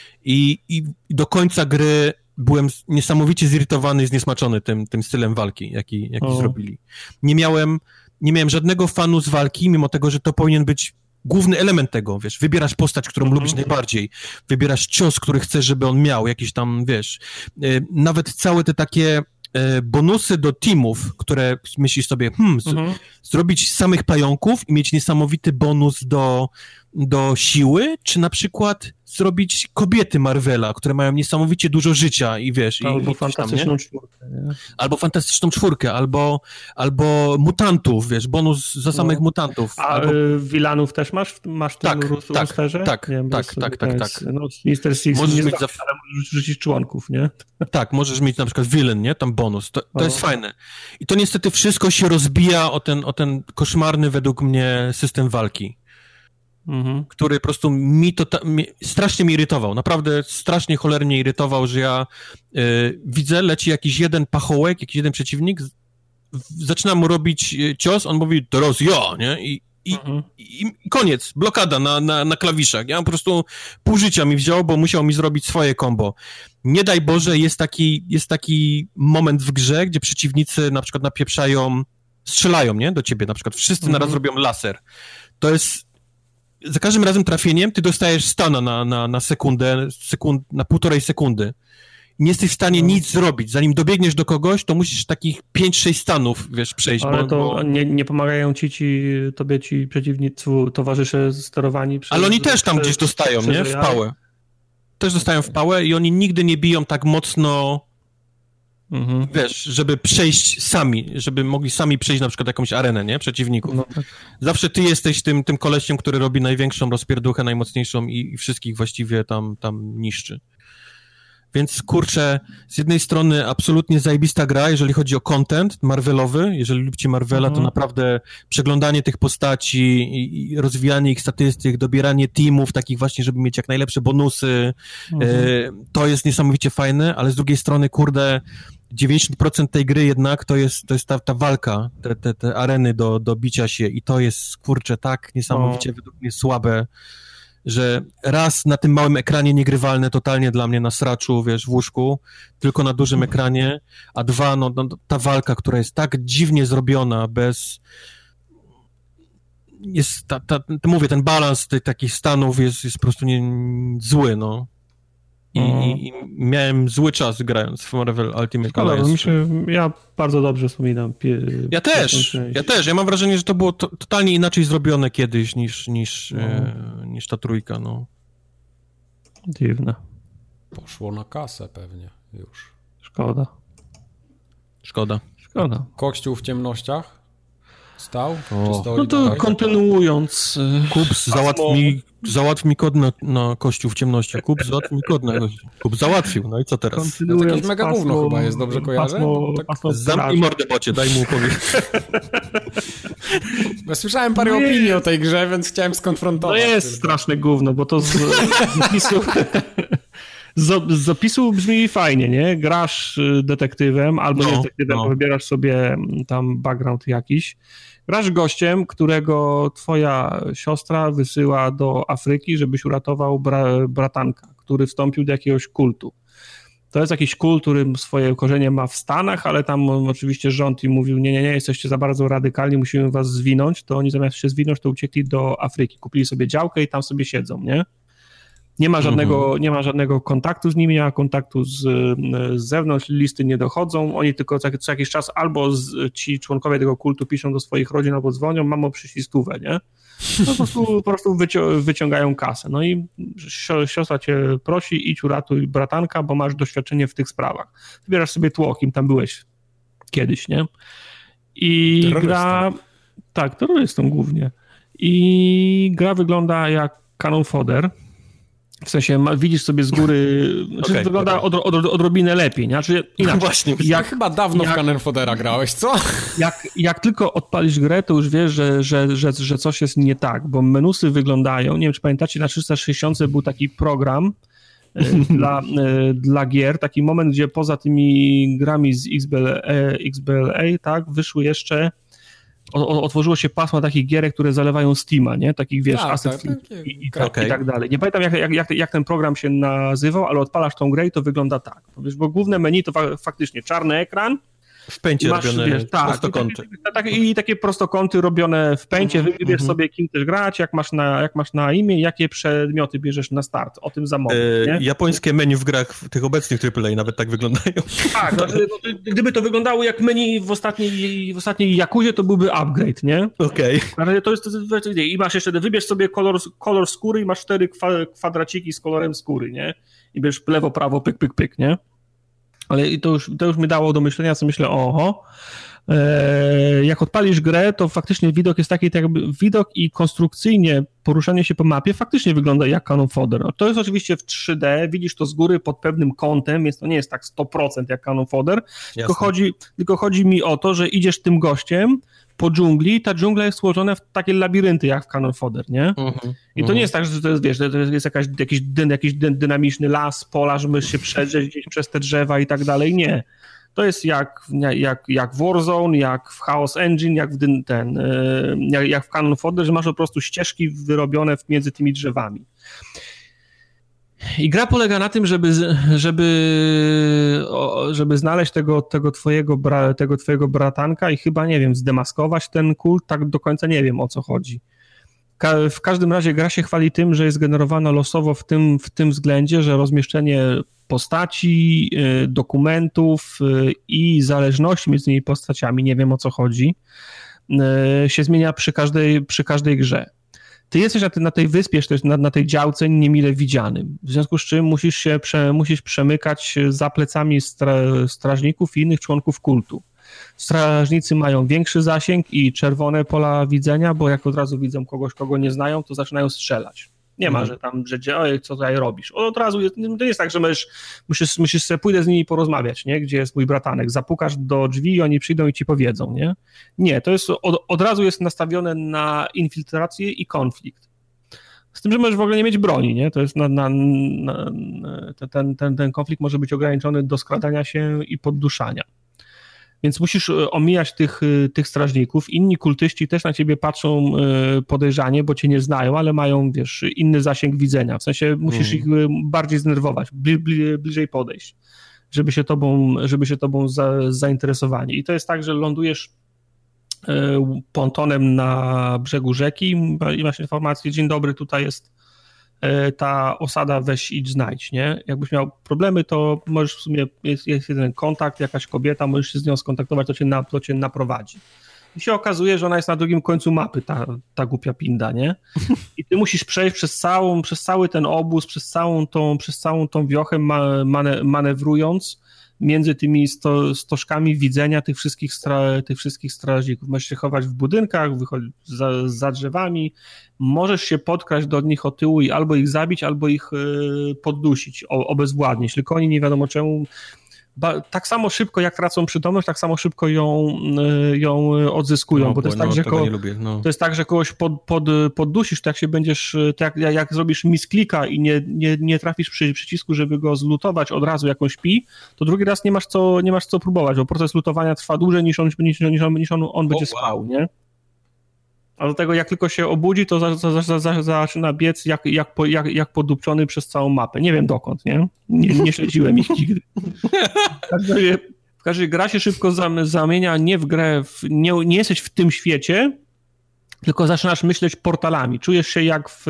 i, i do końca gry byłem niesamowicie zirytowany i zniesmaczony tym, tym stylem walki, jaki, jaki o. zrobili. Nie miałem, nie miałem żadnego fanu z walki, mimo tego, że to powinien być główny element tego, wiesz, wybierasz postać, którą mm-hmm. lubisz najbardziej, wybierasz cios, który chcesz, żeby on miał, jakiś tam, wiesz, y, nawet całe te takie y, bonusy do teamów, które myślisz sobie, hmm, mm-hmm. z, zrobić samych pająków i mieć niesamowity bonus do, do siły, czy na przykład zrobić kobiety Marvela, które mają niesamowicie dużo życia i wiesz... Albo i, fantastyczną tam, czwórkę, nie? Albo fantastyczną czwórkę, albo, albo mutantów, wiesz, bonus za samych no. mutantów. A albo... wilanów też masz, masz w tym tak, rosterze? Tak, tak, wiem, tak, tak, tak, tak. No, Mister Six możesz nie mieć zawsze, za... ale możesz rzucić członków, nie? Tak, możesz mieć na przykład villain, nie? Tam bonus. To, to jest fajne. I to niestety wszystko się rozbija o ten, o ten koszmarny według mnie system walki. Mhm. Który po prostu mi to ta, mi, strasznie mi irytował, naprawdę strasznie cholernie irytował, że ja y, widzę, leci jakiś jeden pachołek, jakiś jeden przeciwnik, z, w, zaczynam mu robić cios, on mówi teraz ja, nie? I, i, mhm. i, i koniec, blokada na, na, na klawiszach. Ja po prostu pół życia mi wziął, bo musiał mi zrobić swoje combo. Nie daj Boże, jest taki, jest taki moment w grze, gdzie przeciwnicy na przykład napieprzają, strzelają, nie? Do ciebie na przykład, wszyscy mhm. naraz robią laser. To jest za każdym razem trafieniem ty dostajesz stana na, na, na sekundę, sekund, na półtorej sekundy. nie jesteś w stanie no. nic zrobić. Zanim dobiegniesz do kogoś, to musisz takich pięć sześć stanów, wiesz, przejść. Ale bo, to bo... Nie, nie pomagają ci, ci, tobie ci przeciwnicy, towarzysze sterowani przez... Ale oni też tam przez, gdzieś dostają, nie? W pałę. Też dostają w pałę i oni nigdy nie biją tak mocno, mhm. wiesz, żeby przejść sami, żeby mogli sami przejść na przykład jakąś arenę, nie? Przeciwników. No tak. Zawsze ty jesteś tym, tym kolesiem, który robi największą rozpierduchę, najmocniejszą i, i wszystkich właściwie tam, tam niszczy. Więc kurczę, z jednej strony absolutnie zajebista gra, jeżeli chodzi o content Marvelowy, jeżeli lubicie Marvela, mhm. to naprawdę przeglądanie tych postaci i, i rozwijanie ich statystyk, dobieranie teamów takich właśnie, żeby mieć jak najlepsze bonusy, mhm. e, to jest niesamowicie fajne, ale z drugiej strony, kurde, dziewięćdziesiąt procent tej gry jednak to jest, to jest ta, ta walka, te, te, te areny do, do bicia się i to jest, kurczę, tak niesamowicie no. według mnie słabe, że raz na tym małym ekranie niegrywalne totalnie dla mnie na sraczu, wiesz, w łóżku, tylko na dużym ekranie, a dwa, no, no ta walka, która jest tak dziwnie zrobiona, bez... jest, ta, ta, ta, mówię, ten balans tych takich stanów jest, jest po prostu nie, zły, no. I, mm. i, i miałem zły czas grając w Marvel Ultimate Alliance. Mi się, ja bardzo dobrze wspominam. Pie, ja też, ja też. Ja mam wrażenie, że to było to, totalnie inaczej zrobione kiedyś niż, niż, no. e, niż ta trójka, no. Dziwne. Poszło na kasę pewnie już. Szkoda. Szkoda. Szkoda. Kościół w ciemnościach? Stał? Czy no to tak? Kontynuując... Kups, załatw mi, załatw mi kod na, na kościół w ciemności. Kups, załatw mi kod na kościół. Kups załatwił, no i co teraz? No to jakieś mega gówno chyba jest, dobrze kojarzę? Pasmo, tak... pasmo Zamknij mordę, bocie, daj mu powiedzieć. Ja słyszałem parę no opinii jest... o tej grze, więc chciałem skonfrontować. To jest tylko. Straszne gówno, bo to z zapisu... Z, z zapisu brzmi fajnie, nie? Grasz detektywem, albo no, nie detektywem, no. wybierasz sobie tam background jakiś. Grasz gościem, którego twoja siostra wysyła do Afryki, żebyś uratował bra- bratanka, który wstąpił do jakiegoś kultu. To jest jakiś kult, który swoje korzenie ma w Stanach, ale tam oczywiście rząd im mówił, nie, nie, nie, jesteście za bardzo radykalni, musimy was zwinąć, to oni zamiast się zwinąć, to uciekli do Afryki. Kupili sobie działkę i tam sobie siedzą, nie? Nie ma żadnego, mhm. nie ma żadnego kontaktu z nimi, nie ma kontaktu z, z zewnątrz, listy nie dochodzą, oni tylko co, co jakiś czas albo z, ci członkowie tego kultu piszą do swoich rodzin, albo dzwonią, mamo przyślij stówę, nie? No po prostu, po prostu wycią- wyciągają kasę. No i siostra cię prosi, idź uratuj bratanka, bo masz doświadczenie w tych sprawach. Wybierasz sobie tło, kim tam byłeś kiedyś, nie? I terrorystą. Gra... Tak, terrorystą głównie. I gra wygląda jak Cannon Fodder. W sensie ma, widzisz sobie z góry, znaczy okay, wygląda okay. Od, od, odrobinę lepiej, nie? Znaczy, inaczej, właśnie, jak, chyba dawno jak, w Cannon Foddera grałeś, co? Jak, jak tylko odpalisz grę, to już wiesz, że, że, że, że coś jest nie tak, bo menusy wyglądają, nie wiem, czy pamiętacie, na trzysta sześćdziesiąt był taki program dla, dla gier, taki moment, gdzie poza tymi grami z X B L A, X B L A tak, wyszły jeszcze otworzyło się pasma takich gierek, które zalewają Steama, nie? Takich, wiesz, tak, asset tak, i, i, tak, okay. i tak dalej. Nie pamiętam, jak, jak, jak ten program się nazywał, ale odpalasz tą grę i to wygląda tak. Wiesz, bo główne menu to fa- faktycznie czarny ekran. W pęcie masz, robione wiesz, tak, prostokąty. I takie, tak, I takie prostokąty robione w pęcie. Mm-hmm. Wybierz mm-hmm. sobie, kim chcesz grać, jak masz, na, jak masz na imię, jakie przedmioty bierzesz na start. O tym za moment. E, japońskie menu w grach w tych obecnych triple A nawet tak wyglądają. Tak, no, no, gdyby to wyglądało jak menu w ostatniej, w ostatniej Yakuzie, to byłby upgrade, nie? Okej. Okay. To jest, to jest, i masz jeszcze, wybierz sobie kolor, kolor skóry i masz cztery kwadraciki z kolorem skóry, nie? I bierz lewo, prawo, pyk, pyk, pyk, nie? Ale to już, to już mi dało do myślenia, co myślę, oho, e, jak odpalisz grę, to faktycznie widok jest taki, tak jakby widok i konstrukcyjnie poruszanie się po mapie faktycznie wygląda jak Cannon Fodder. No, to jest oczywiście w trzy D, widzisz to z góry pod pewnym kątem, więc to nie jest tak sto procent jak Cannon Fodder, tylko chodzi, tylko chodzi mi o to, że idziesz tym gościem po dżungli, ta dżungla jest złożona w takie labirynty jak w Cannon Fodder, nie? Uh-huh, I to uh-huh. nie jest tak, że to jest, wiesz, że to jest jakaś, jakiś, dy, jakiś dy, dynamiczny las, pola, że możesz się przedrzeć gdzieś przez te drzewa i tak dalej, nie. To jest jak, jak, jak w Warzone, jak w Chaos Engine, jak w, ten, jak, jak w Cannon Fodder, że masz po prostu ścieżki wyrobione między tymi drzewami. I gra polega na tym, żeby, żeby, żeby znaleźć tego, tego, twojego, tego twojego bratanka i chyba, nie wiem, zdemaskować ten kult, tak do końca nie wiem, o co chodzi. ka- w każdym razie gra się chwali tym, że jest generowana losowo w tym, w tym względzie, że rozmieszczenie postaci, y, dokumentów y, i zależności między tymi postaciami, nie wiem o co chodzi, y, się zmienia przy każdej, przy każdej grze. Ty jesteś na, ty, na tej wyspie, czy też na, na tej działce niemile widzianym, w związku z czym musisz się prze, musisz przemykać za plecami stra, strażników i innych członków kultu. Strażnicy mają większy zasięg i czerwone pola widzenia, bo jak od razu widzą kogoś, kogo nie znają, to zaczynają strzelać. Nie ma, że tam, że oj, co tutaj robisz. Od razu jest, to nie jest tak, że możesz, musisz, musisz sobie pójdę z nimi porozmawiać, nie? Gdzie jest mój bratanek. Zapukasz do drzwi i oni przyjdą i ci powiedzą, nie? Nie, to jest od, od razu jest nastawione na infiltrację i konflikt. Z tym, że możesz w ogóle nie mieć broni, nie? To jest na, na, na, ten, ten, ten konflikt może być ograniczony do skradania się i podduszania. Więc musisz omijać tych, tych strażników. Inni kultyści też na ciebie patrzą podejrzanie, bo cię nie znają, ale mają, wiesz, inny zasięg widzenia. W sensie musisz mm. ich bardziej zdenerwować, bli, bli, bliżej podejść, żeby się tobą, żeby się tobą za, zainteresowali. I to jest tak, że lądujesz pontonem na brzegu rzeki i masz informację, dzień dobry, tutaj jest ta osada, weź idź znajdź, nie? Jakbyś miał problemy, to możesz w sumie, jest, jest jeden kontakt, jakaś kobieta, możesz się z nią skontaktować, to cię, na, to cię naprowadzi. I się okazuje, że ona jest na drugim końcu mapy, ta, ta głupia pinda, nie? I ty musisz przejść przez całą, przez cały ten obóz, przez całą tą, przez całą tą wiochę mane, manewrując między tymi sto, stożkami widzenia tych wszystkich, stra, tych wszystkich strażników. Możesz się chować w budynkach, wychodzić za, za drzewami, możesz się podkraść do nich od tyłu i albo ich zabić, albo ich y, poddusić, o, obezwładnić, tylko oni nie wiadomo czemu. Ba, tak samo szybko jak tracą przytomność, tak samo szybko ją, y, ją odzyskują, no, bo to jest, no, tak, że ko- lubię, no. to jest tak, że kogoś pod, pod, poddusisz, to jak się będziesz, to jak, jak zrobisz misklika i nie, nie, nie trafisz przy przycisku, żeby go zlutować od razu jak on śpi, to drugi raz nie masz co, nie masz co próbować, bo proces lutowania trwa dłużej niż on, niż, niż on, niż on, on będzie oh, wow. spał, nie? A do tego jak tylko się obudzi, to za, za, za, za, zaczyna biec jak, jak, po, jak, jak podupczony przez całą mapę. Nie wiem dokąd, nie? Nie, nie śledziłem ich nigdy. W każdej, w każdej gra się szybko zamienia nie w grę, w, nie, nie jesteś w tym świecie, tylko zaczynasz myśleć portalami. Czujesz się jak w...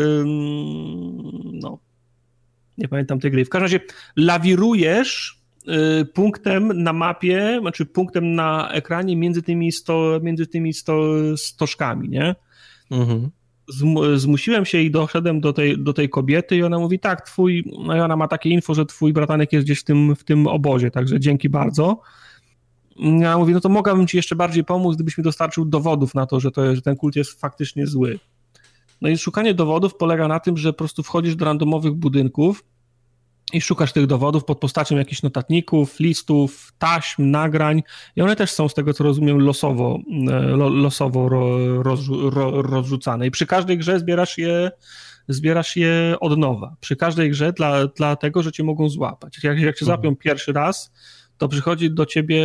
no... Nie pamiętam tej gry. W każdym razie lawirujesz punktem na mapie, znaczy punktem na ekranie między tymi, sto, między tymi sto, stożkami, nie? Mhm. Zm- zmusiłem się i doszedłem do tej, do tej kobiety i ona mówi, tak, twój, no i ona ma takie info, że twój bratanek jest gdzieś w tym, w tym obozie, także dzięki bardzo. I ona mówi, no to mogłabym ci jeszcze bardziej pomóc, gdybyś mi dostarczył dowodów na to, że, to, że ten kult jest faktycznie zły. No i szukanie dowodów polega na tym, że po prostu wchodzisz do randomowych budynków i szukasz tych dowodów pod postacią jakichś notatników, listów, taśm, nagrań i one też są, z tego co rozumiem, losowo, lo, losowo ro, roz, ro, rozrzucane. I przy każdej grze zbierasz je, zbierasz je od nowa. Przy każdej grze dla, dla tego, że cię mogą złapać. Jak, jak cię złapią pierwszy raz, to przychodzi do ciebie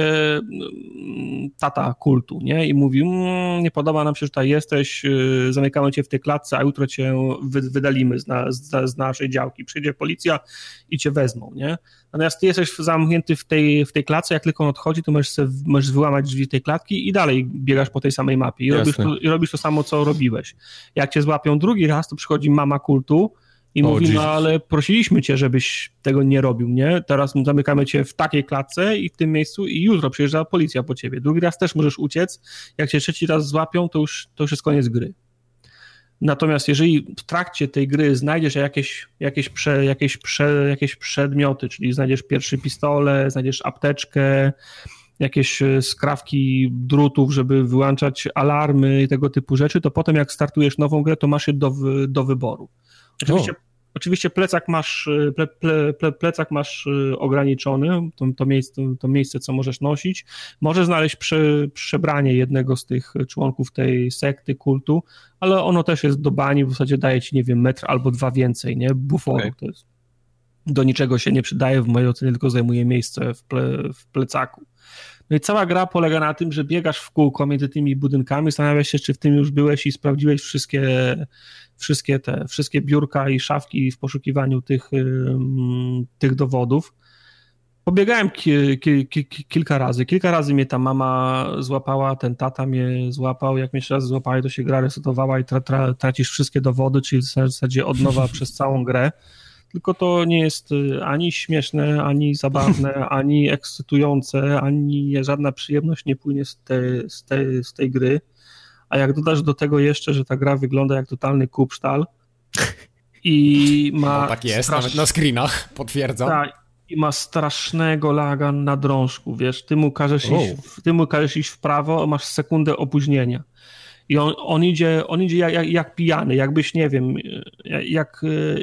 tata kultu, nie? I mówi, mmm, nie podoba nam się, że tutaj jesteś, yy, zamykamy cię w tej klatce, a jutro cię wy, wydalimy z, na, z, z naszej działki. Przyjdzie policja i cię wezmą, nie? Natomiast ty jesteś zamknięty w tej, w tej klatce, jak tylko on odchodzi, to możesz, sobie, możesz wyłamać drzwi tej klatki i dalej biegasz po tej samej mapie i robisz to, i robisz to samo, co robiłeś. Jak cię złapią drugi raz, to przychodzi mama kultu i oh, mówi, Jesus. no ale prosiliśmy cię, żebyś tego nie robił, nie? Teraz zamykamy cię w takiej klatce i w tym miejscu i jutro przyjeżdża policja po ciebie. Drugi raz też możesz uciec. Jak cię trzeci raz złapią, to już, to już jest koniec gry. Natomiast jeżeli w trakcie tej gry znajdziesz jakieś, jakieś, prze, jakieś, prze, jakieś przedmioty, czyli znajdziesz pierwszy pistolet, znajdziesz apteczkę, jakieś skrawki drutów, żeby wyłączać alarmy i tego typu rzeczy, to potem jak startujesz nową grę, to masz je do, do wyboru. Oczywiście, oczywiście plecak masz, ple, ple, ple, plecak masz ograniczony, to, to, miejsce, to miejsce, co możesz nosić. Możesz znaleźć prze, przebranie jednego z tych członków tej sekty, kultu, ale ono też jest do bani, w zasadzie daje ci, nie wiem, metr albo dwa więcej, nie? Buforu, okay. To jest, do niczego się nie przydaje, w mojej ocenie tylko zajmuje miejsce w, ple, w plecaku. No i cała gra polega na tym, że biegasz w kółko między tymi budynkami, zastanawiasz się, czy w tym już byłeś i sprawdziłeś wszystkie, wszystkie te, wszystkie biurka i szafki w poszukiwaniu tych, tych dowodów. Pobiegałem ki, ki, ki, kilka razy. Kilka razy mnie ta mama złapała, ten tata mnie złapał. Jak mnie jeszcze raz złapali, to się gra resetowała i tra, tra, tracisz wszystkie dowody, czyli w zasadzie od nowa przez całą grę. Tylko to nie jest ani śmieszne, ani zabawne, ani ekscytujące, ani żadna przyjemność nie płynie z, te, z, te, z tej gry. A jak dodasz do tego jeszcze, że ta gra wygląda jak totalny kupsztal i ma... No tak jest, strasz... nawet na screenach, potwierdzam. Tak. I ma strasznego laga na drążku, wiesz, ty mu każesz, iść, ty mu każesz iść w prawo, masz sekundę opóźnienia. I on, on idzie, on idzie jak, jak, jak pijany, jakbyś, nie wiem, jak, jak,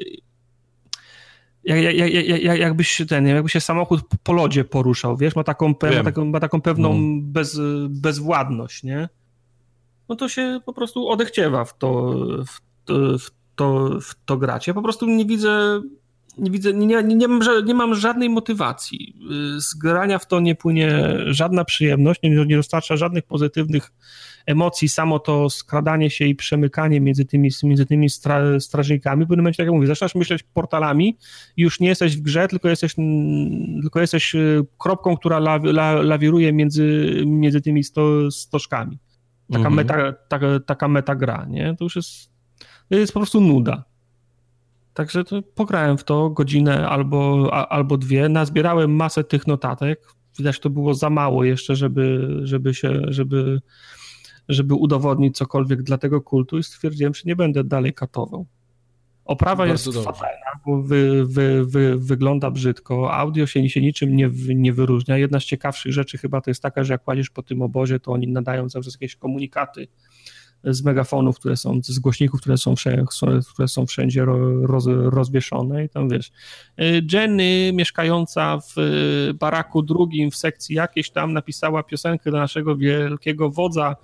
jak, jak, jak, jakbyś ten, jakby się samochód po lodzie poruszał, wiesz, ma taką, pe, ma taką, ma taką pewną no. bez, bezwładność, nie? No to się po prostu odechciewa w to, w to, w to, w to grać. Ja po prostu nie widzę Nie widzę, nie, nie, nie, mam, nie mam żadnej motywacji. Z grania w to nie płynie żadna przyjemność, nie, nie dostarcza żadnych pozytywnych emocji. Samo to skradanie się i przemykanie między tymi, między tymi stra, strażnikami. W pewnym momencie, tak jak mówię, zaczynasz myśleć portalami i już nie jesteś w grze, tylko jesteś, tylko jesteś kropką, która la, la, lawiruje między, między tymi sto, stożkami. Taka, mhm. meta, taka, taka meta gra, nie? To już jest, to jest po prostu nuda. Także to pograłem w to godzinę albo, a, albo dwie, nazbierałem masę tych notatek, widać to było za mało jeszcze, żeby, żeby się, żeby, żeby udowodnić cokolwiek dla tego kultu i stwierdziłem, że nie będę dalej katował. Oprawa Bardzo jest fatalna, bo wy, wy, wy, wygląda brzydko, audio się, się niczym nie, nie wyróżnia. Jedna z ciekawszych rzeczy chyba to jest taka, że jak kładziesz po tym obozie, to oni nadają cały czas jakieś komunikaty z megafonów, które są, z głośników, które są, wszędzie, które są wszędzie roz, rozwieszone i tam wiesz, Jenny mieszkająca w baraku drugim w sekcji jakiejś tam napisała piosenkę dla naszego wielkiego wodza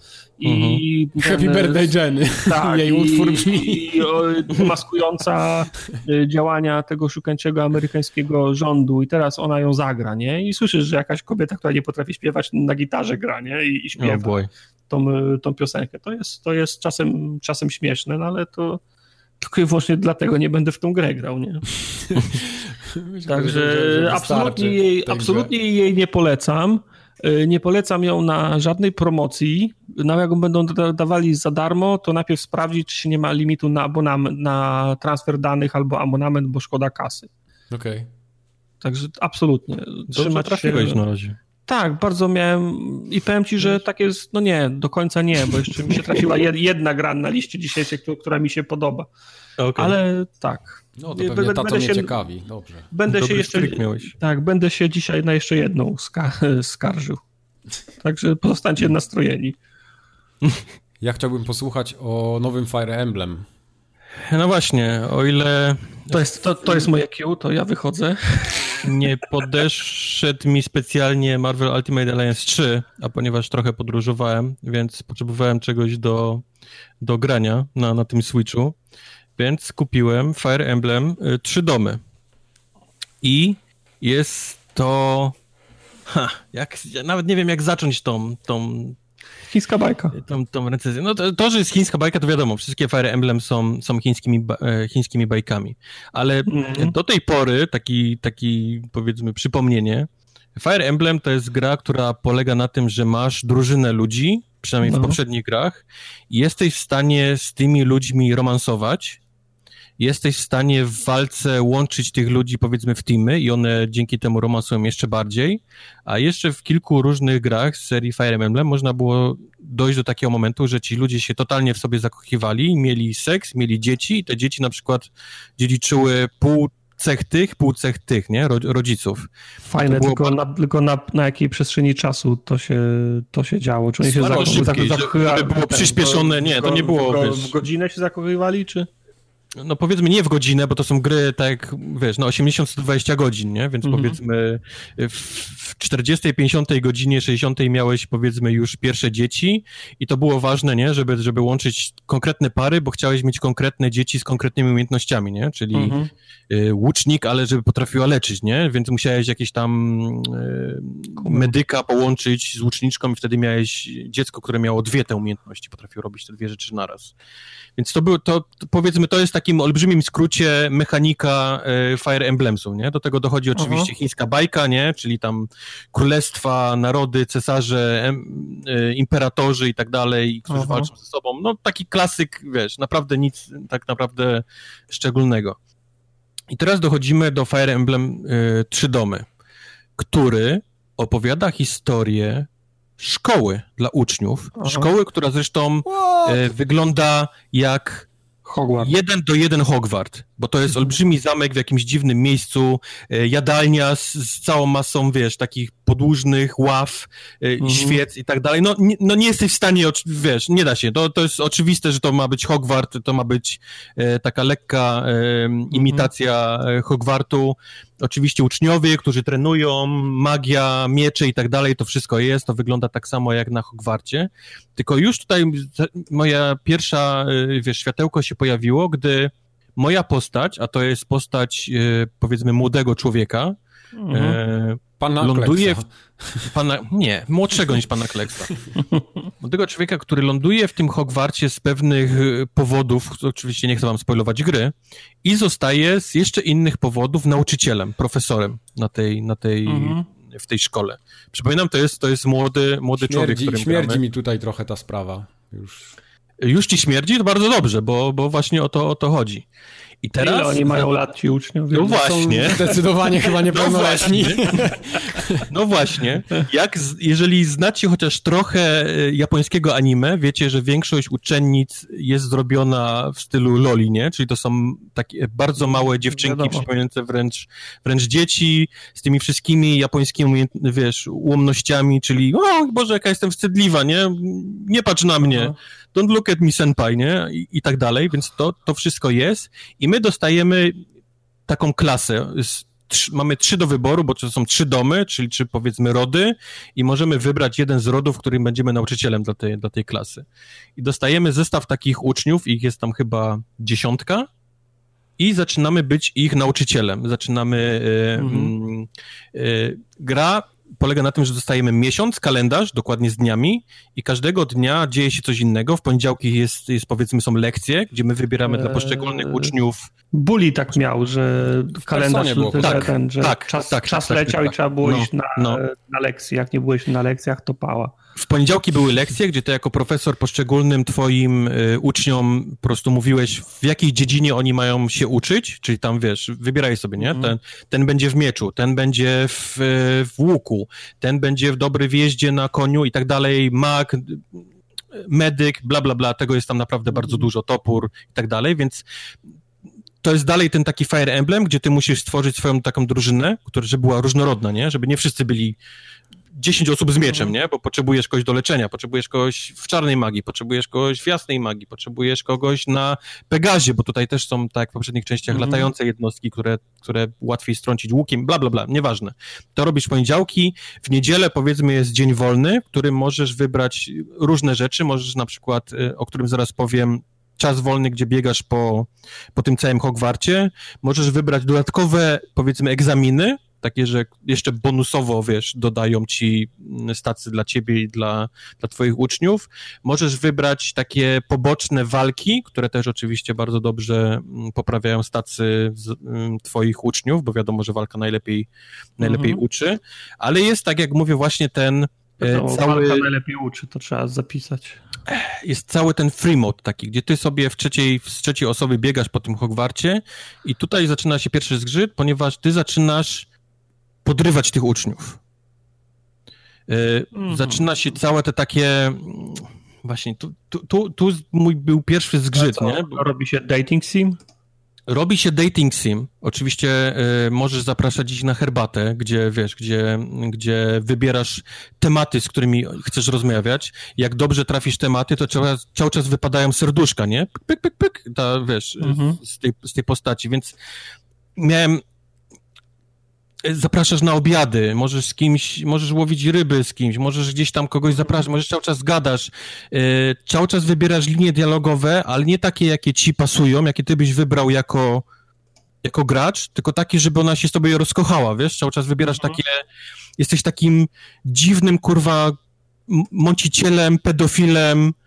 i mhm. ten, Happy birthday Jenny. Tak, jej utwór brzmi. I, i maskująca działania tego szukańczego amerykańskiego rządu i teraz ona ją zagra, nie? I słyszysz, że jakaś kobieta, która nie potrafi śpiewać, na gitarze gra, nie? I, i śpiewa. Oh boy. Tą, tą piosenkę. To jest, to jest czasem, czasem śmieszne, no ale to tylko i wyłącznie dlatego nie będę w tą grę grał, nie? Myślę, Także że, że absolutnie, jej, absolutnie jej nie polecam. Nie polecam ją na żadnej promocji. Nawet jak ją będą dawali za darmo, to najpierw sprawdzić, czy się nie ma limitu na abonament, na transfer danych albo abonament, bo szkoda kasy. Okej. Okay. Także absolutnie. Dobrze trafiłeś się na razie. Tak, bardzo miałem i powiem ci, że tak jest, no nie, do końca nie, bo jeszcze mi się trafiła jedna gra na liście dzisiejszej, która mi się podoba, okay. Ale tak. No to pewnie będę, ta, co mnie się, ciekawi, dobrze. Będę Dobry się jeszcze, tak, będę się dzisiaj na jeszcze jedną ska, skarżył, także pozostańcie nastrojeni. Ja chciałbym posłuchać o nowym Fire Emblem. No właśnie, o ile... To jest, to, to jest moje Q, to ja wychodzę. Nie podeszedł mi specjalnie Marvel Ultimate Alliance trzy, a ponieważ trochę podróżowałem, więc potrzebowałem czegoś do, do grania na, na tym Switchu, więc kupiłem Fire Emblem Trzy Domy. I jest to... Ha, jak, ja nawet nie wiem, jak zacząć tą... tą chińska bajka. Tą, tą recenzję. No to, to, że jest chińska bajka, to wiadomo, wszystkie Fire Emblem są, są chińskimi, chińskimi bajkami. Ale mm. do tej pory, taki, taki powiedzmy przypomnienie, Fire Emblem to jest gra, która polega na tym, że masz drużynę ludzi, przynajmniej no. w poprzednich grach, i jesteś w stanie z tymi ludźmi romansować, jesteś w stanie w walce łączyć tych ludzi, powiedzmy, w teamy i one dzięki temu romansują jeszcze bardziej, a jeszcze w kilku różnych grach z serii Fire Emblem można było dojść do takiego momentu, że ci ludzie się totalnie w sobie zakochiwali, mieli seks, mieli dzieci i te dzieci na przykład dziedziczyły pół cech tych, pół cech tych, nie? Rodziców. Fajne, było... tylko, na, tylko na, na jakiej przestrzeni czasu to się, to się działo? Czy oni się zakochywali? Żeby było przyspieszone, nie, to nie było, w, wiesz... W godzinę się zakochywali, czy... No powiedzmy nie w godzinę, bo to są gry tak, wiesz, no osiemdziesiąt do stu dwudziestu godzin, nie? Więc mhm. powiedzmy w, w czterdziestej, pięćdziesiątej godzinie, sześćdziesiątej miałeś powiedzmy już pierwsze dzieci i to było ważne, nie? Żeby, żeby łączyć konkretne pary, bo chciałeś mieć konkretne dzieci z konkretnymi umiejętnościami, nie? Czyli mhm. y, łucznik, ale żeby potrafiła leczyć, nie? Więc musiałeś jakieś tam y, medyka połączyć z łuczniczką i wtedy miałeś dziecko, które miało dwie te umiejętności, potrafiło robić te dwie rzeczy naraz. Więc to było, to, to powiedzmy, to jest takim olbrzymim skrócie mechanika y, Fire Emblemsów, nie? Do tego dochodzi oczywiście Aha. chińska bajka, nie? Czyli tam królestwa, narody, cesarze, em, y, imperatorzy i tak dalej, którzy Aha. walczą ze sobą. No taki klasyk, wiesz, naprawdę nic tak naprawdę szczególnego. I teraz dochodzimy do Fire Emblem y, Trzy Domy, który opowiada historię szkoły dla uczniów. Aha. Szkoły, która zresztą y, wygląda jak Hogwart. Jeden do jeden Hogwart, bo to jest olbrzymi zamek w jakimś dziwnym miejscu, y, jadalnia z, z całą masą, wiesz, takich podłużnych ław, y, mhm. świec i tak dalej. No nie, no nie jesteś w stanie, wiesz, nie da się. To, to jest oczywiste, że to ma być Hogwart, to ma być y, taka lekka y, imitacja mhm. Hogwartu. Oczywiście uczniowie, którzy trenują, magia, miecze i tak dalej, to wszystko jest, to wygląda tak samo jak na Hogwarcie, tylko już tutaj moja pierwsza, wiesz, światełko się pojawiło, gdy moja postać, a to jest postać, powiedzmy, młodego człowieka, mhm. e, pana ląduje w, pana, nie, młodszego niż pana Kleksa. Młodego człowieka, który ląduje w tym Hogwarcie z pewnych powodów, oczywiście nie chcę wam spoilować gry, i zostaje z jeszcze innych powodów nauczycielem, profesorem na tej, na tej, mhm. w tej szkole. Przypominam, to jest, to jest młody, młody śmierdzi, człowiek, którym Śmierdzi gramy. mi tutaj trochę ta sprawa. Już, Już ci śmierdzi? To bardzo dobrze, bo, bo właśnie o to, o to chodzi. I teraz... Ile oni mają lat, ci uczniowie? No właśnie. Są zdecydowanie chyba niepełnoletni. No właśnie. No właśnie. Jak z, jeżeli znacie chociaż trochę japońskiego anime, wiecie, że większość uczennic jest zrobiona w stylu loli, nie? Czyli to są takie bardzo małe dziewczynki, przypominające wręcz, wręcz dzieci z tymi wszystkimi japońskimi, wiesz, ułomnościami, czyli o Boże, jaka jestem wstydliwa, nie? Nie patrz na mnie. Aha. Don't look at me, senpai, nie? I, i tak dalej, więc to, to wszystko jest. I my dostajemy taką klasę. Trz, mamy trzy do wyboru, bo to są trzy domy, czyli trzy, powiedzmy, rody i możemy wybrać jeden z rodów, w którym będziemy nauczycielem dla tej, dla tej klasy. I dostajemy zestaw takich uczniów, ich jest tam chyba dziesiątka i zaczynamy być ich nauczycielem. Zaczynamy... E, mhm. e, gra polega na tym, że dostajemy miesiąc, kalendarz, dokładnie z dniami i każdego dnia dzieje się coś innego. W poniedziałki jest, jest powiedzmy, są lekcje, gdzie my wybieramy eee... dla poszczególnych uczniów. Bully tak miał, że kalendarz, było, że, tak, ten, że tak, czas, tak, czas tak, leciał tak, i tak. trzeba było no, iść na, no. na lekcje. Jak nie byłeś na lekcjach, to pała. W poniedziałki były lekcje, gdzie ty jako profesor poszczególnym twoim y, uczniom po prostu mówiłeś, w jakiej dziedzinie oni mają się uczyć, czyli tam, wiesz, wybieraj sobie, nie? Mm. Ten, ten będzie w mieczu, ten będzie w, w łuku, ten będzie w dobrej wjeździe na koniu i tak dalej, mag, medyk, bla, bla, bla, tego jest tam naprawdę bardzo dużo, topór i tak dalej, więc to jest dalej ten taki Fire Emblem, gdzie ty musisz stworzyć swoją taką drużynę, która żeby była różnorodna, nie? Żeby nie wszyscy byli dziesięć osób z mieczem, nie? Bo potrzebujesz kogoś do leczenia, potrzebujesz kogoś w czarnej magii, potrzebujesz kogoś w jasnej magii, potrzebujesz kogoś na Pegazie, bo tutaj też są, tak jak w poprzednich częściach, mm-hmm. latające jednostki, które, które łatwiej strącić łukiem, bla, bla, bla, nieważne. To robisz w poniedziałki, w niedzielę powiedzmy jest dzień wolny, w którym możesz wybrać różne rzeczy, możesz na przykład, o którym zaraz powiem, czas wolny, gdzie biegasz po, po tym całym Hogwarcie, możesz wybrać dodatkowe, powiedzmy, egzaminy, takie, że jeszcze bonusowo, wiesz, dodają ci stacy dla ciebie i dla, dla twoich uczniów. Możesz wybrać takie poboczne walki, które też oczywiście bardzo dobrze poprawiają stacy z, twoich uczniów, bo wiadomo, że walka najlepiej, najlepiej mhm. uczy, ale jest, tak jak mówię, właśnie ten no, cały... Walka najlepiej uczy, to trzeba zapisać. Jest cały ten free mode taki, gdzie ty sobie w trzeciej, z trzeciej osoby biegasz po tym Hogwarcie i tutaj zaczyna się pierwszy zgrzyt, ponieważ ty zaczynasz podrywać tych uczniów. Yy, mm-hmm. Zaczyna się całe te takie... Właśnie, tu, tu, tu, tu mój był pierwszy zgrzyt, co, nie? Bo... Robi się dating sim? Robi się dating sim. Oczywiście y, możesz zapraszać ich na herbatę, gdzie, wiesz, gdzie, gdzie wybierasz tematy, z którymi chcesz rozmawiać. Jak dobrze trafisz tematy, to cały, cały czas wypadają serduszka, nie? Pyk, pyk, pyk, ta, wiesz, mm-hmm. z, tej, z tej postaci, więc miałem... Zapraszasz na obiady, możesz z kimś, możesz łowić ryby z kimś, możesz gdzieś tam kogoś zapraszać, możesz cały czas gadasz, yy, cały czas wybierasz linie dialogowe, ale nie takie, jakie ci pasują, jakie ty byś wybrał jako, jako gracz, tylko takie, żeby ona się z tobą rozkochała, wiesz, cały czas wybierasz mhm. takie, jesteś takim dziwnym, kurwa, mącicielem, pedofilem,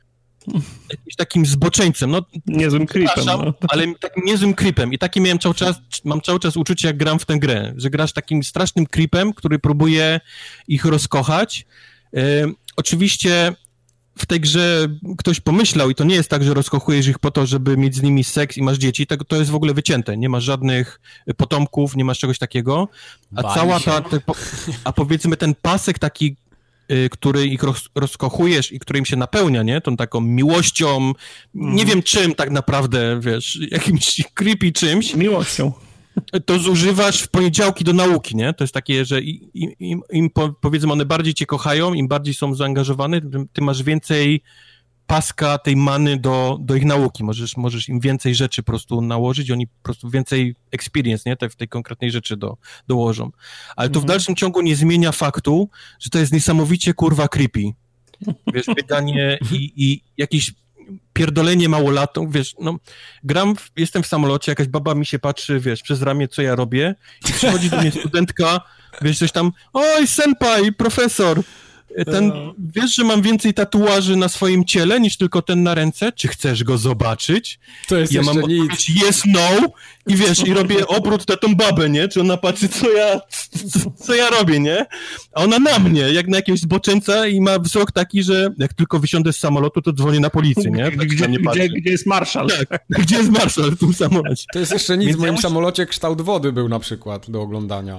jakimś takim zboczeńcem, no niezłym creepem, no. ale takim niezłym creepem i takie miałem cały czas, mam cały czas uczucie, jak gram w tę grę, że grasz takim strasznym creepem, który próbuje ich rozkochać. Yy, oczywiście w tej grze ktoś pomyślał i to nie jest tak, że rozkochujesz ich po to, żeby mieć z nimi seks i masz dzieci, to, to jest w ogóle wycięte, nie masz żadnych potomków, nie masz czegoś takiego, a Bali cała ta, te, a powiedzmy ten pasek taki, y, który ich roz, rozkochujesz i który im się napełnia, nie, tą taką miłością, mm. nie wiem czym tak naprawdę, wiesz, jakimś creepy czymś. Miłością. To zużywasz w poniedziałki do nauki, nie? To jest takie, że im, im, im powiedzmy one bardziej cię kochają, im bardziej są zaangażowane, ty masz więcej paska tej many do, do ich nauki. Możesz, możesz im więcej rzeczy po prostu nałożyć, oni po prostu więcej experience, nie? Te, w tej konkretnej rzeczy do, dołożą. Ale to mhm. w dalszym ciągu nie zmienia faktu, że to jest niesamowicie kurwa creepy. Wiesz, bieganie i, i jakiś pierdolenie małolatów, wiesz, no, gram, w, jestem w samolocie, jakaś baba mi się patrzy, wiesz, przez ramię, co ja robię i przychodzi do mnie studentka, wiesz, coś tam, oj, senpai, profesor, ten, wiesz, że mam więcej tatuaży na swoim ciele niż tylko ten na ręce? Czy chcesz go zobaczyć? To jest ja jeszcze mam nic. Yes, no i wiesz, i robię obrót na tą babę, nie? Czy ona patrzy, co ja, co, co ja robię, nie? A ona na mnie, jak na jakiegoś zboczeńca i ma wzrok taki, że jak tylko wysiądę z samolotu, to dzwonię na policję, nie? Tak gdzie, gdzie, gdzie jest marszał? Tak, gdzie jest marszał w tym samolocie? To jest jeszcze nic, w moim samolocie kształt wody był na przykład do oglądania.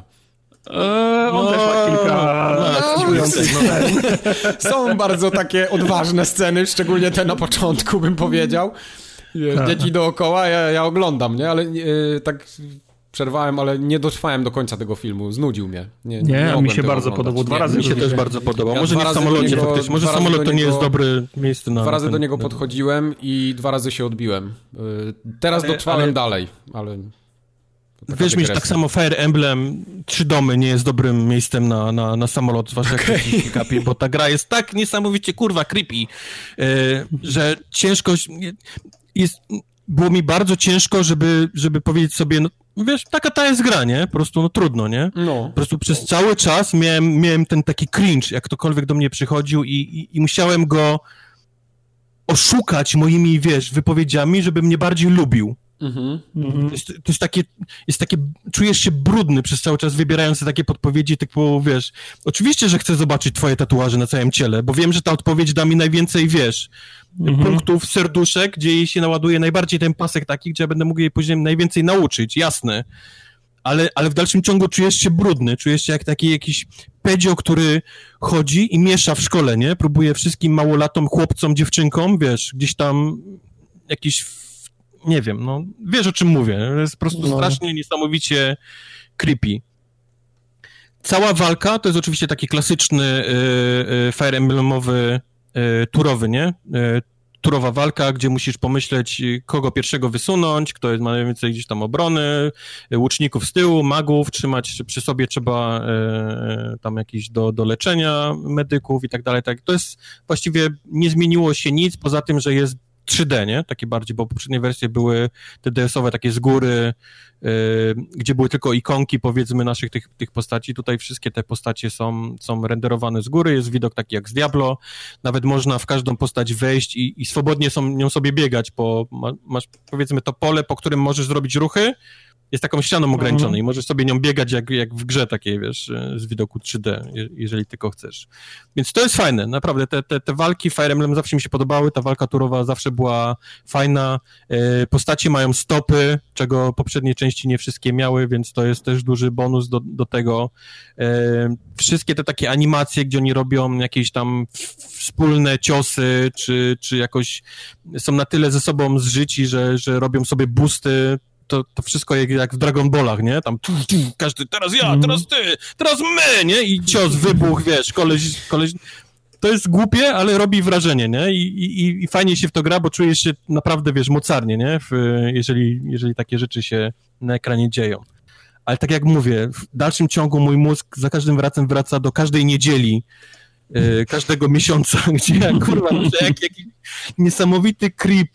Eee, on no, też ma kilka... No, no, są bardzo takie odważne sceny, szczególnie te na początku, bym powiedział. Wiesz, dzieci dookoła, ja, ja oglądam, nie? Ale yy, tak przerwałem, ale nie dotrwałem do końca tego filmu. Znudził mnie. Nie, nie, nie mi się bardzo oglądać. podobał. Dwa razy mi się też bardzo podobał. Ja Może nie w samolocie niego, faktycznie. Może samolot to nie niego, jest dobre miejsce na... Dwa razy ten, do niego ten... podchodziłem i dwa razy się odbiłem. Yy, teraz ale, dotrwałem ale... dalej, ale... Wiesz mi, że tak samo Fire Emblem Trzy Domy nie jest dobrym miejscem na, na, na samolot, zwłaszcza okay. jak kapi, bo ta gra jest tak niesamowicie, kurwa, creepy, yy, że ciężko jest, było mi bardzo ciężko, żeby, żeby powiedzieć sobie, no wiesz, taka ta jest gra, nie? Po prostu, no trudno, nie? No. Po prostu przez cały czas miałem, miałem ten taki cringe, jak ktokolwiek do mnie przychodził i, i, i musiałem go oszukać moimi, wiesz, wypowiedziami, żeby mnie bardziej lubił. Mm-hmm. To, jest, to jest takie, jest takie, czujesz się brudny przez cały czas, wybierając te takie podpowiedzi, typu, wiesz, oczywiście, że chcę zobaczyć twoje tatuaże na całym ciele, bo wiem, że ta odpowiedź da mi najwięcej, wiesz, mm-hmm. punktów, serduszek, gdzie jej się naładuje najbardziej ten pasek taki, gdzie ja będę mógł jej później najwięcej nauczyć, jasne, ale, ale w dalszym ciągu czujesz się brudny, czujesz się jak taki jakiś pedzio, który chodzi i miesza w szkole, nie? Próbuje wszystkim małolatom, chłopcom, dziewczynkom, wiesz, gdzieś tam jakiś nie wiem, no, wiesz o czym mówię, jest po prostu no. strasznie, niesamowicie creepy. Cała walka to jest oczywiście taki klasyczny y, y, Fire Emblemowy, y, turowy, nie? Y, turowa walka, gdzie musisz pomyśleć, kogo pierwszego wysunąć, kto jest, ma najwięcej gdzieś tam obrony, y, łuczników z tyłu, magów, trzymać przy sobie trzeba y, tam jakiś do, do leczenia medyków i tak dalej, tak. To jest, właściwie nie zmieniło się nic, poza tym, że jest trzy D, nie? Takie bardziej, bo poprzednie wersje były te D S-owe takie z góry, yy, gdzie były tylko ikonki, powiedzmy, naszych tych, tych postaci. Tutaj wszystkie te postacie są, są renderowane z góry, jest widok taki jak z Diablo. Nawet można w każdą postać wejść i, i swobodnie są, nią sobie biegać, bo ma, masz, powiedzmy, to pole, po którym możesz zrobić ruchy, jest taką ścianą ograniczoną mhm. i możesz sobie nią biegać jak, jak w grze takiej, wiesz, z widoku trzy D, jeżeli tylko chcesz. Więc to jest fajne, naprawdę. Te, te, te walki Fire Emblem zawsze mi się podobały, ta walka turowa zawsze była fajna. E, postacie mają stopy, czego poprzednie części nie wszystkie miały, więc to jest też duży bonus do, do tego. E, wszystkie te takie animacje, gdzie oni robią jakieś tam wspólne ciosy, czy, czy jakoś są na tyle ze sobą zżyci, że, że robią sobie boosty. To, to wszystko jak, jak w Dragon Ballach, nie? Tam tu, tu, każdy, teraz ja, teraz ty, teraz my, nie? I cios, wybuch, wiesz, koleś, koleś... To jest głupie, ale robi wrażenie, nie? I, i, i fajnie się w to gra, bo czujesz się naprawdę, wiesz, mocarnie, nie? W, jeżeli, jeżeli takie rzeczy się na ekranie dzieją. Ale tak jak mówię, w dalszym ciągu mój mózg za każdym razem wraca do każdej niedzieli, yy, każdego miesiąca, gdzie ja, kurwa, muszę jak, jak niesamowity creep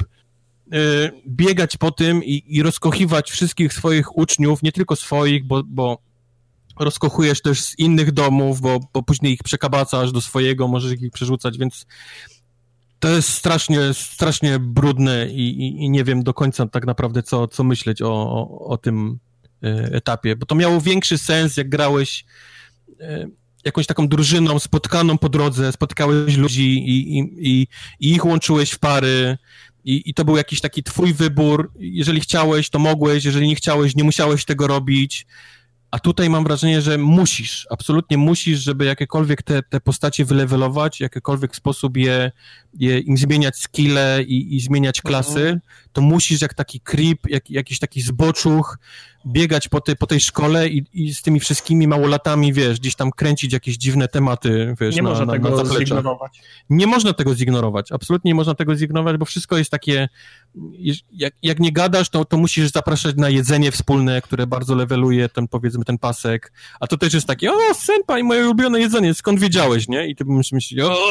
biegać po tym i, i rozkochiwać wszystkich swoich uczniów, nie tylko swoich, bo, bo rozkochujesz też z innych domów, bo, bo później ich przekabacasz do swojego, możesz ich przerzucać, więc To jest strasznie, strasznie brudne i, i, i nie wiem do końca tak naprawdę, co, co myśleć o, o, o tym etapie, bo to miało większy sens, jak grałeś jakąś taką drużyną spotkaną po drodze, spotkałeś ludzi i, i, i, i ich łączyłeś w pary i, i to był jakiś taki twój wybór. Jeżeli chciałeś, to mogłeś, jeżeli nie chciałeś, nie musiałeś tego robić. A tutaj mam wrażenie, że musisz, absolutnie musisz, żeby jakiekolwiek te, te postacie wylewelować, w jakikolwiek sposób je, je im zmieniać skille i, i zmieniać klasy, to musisz jak taki creep, jak, jakiś taki zboczuch biegać po, te, po tej szkole i, i z tymi wszystkimi małolatami, wiesz, gdzieś tam kręcić jakieś dziwne tematy, wiesz, nie na, można na, tego na zignorować. Nie można tego zignorować, absolutnie nie można tego zignorować, bo wszystko jest takie, jak, jak nie gadasz, to, to musisz zapraszać na jedzenie wspólne, które bardzo leveluje ten, powiedzmy, ten pasek, a to też jest takie, o, senpai, moje ulubione jedzenie, skąd wiedziałeś, nie? I ty musisz myśleć, o,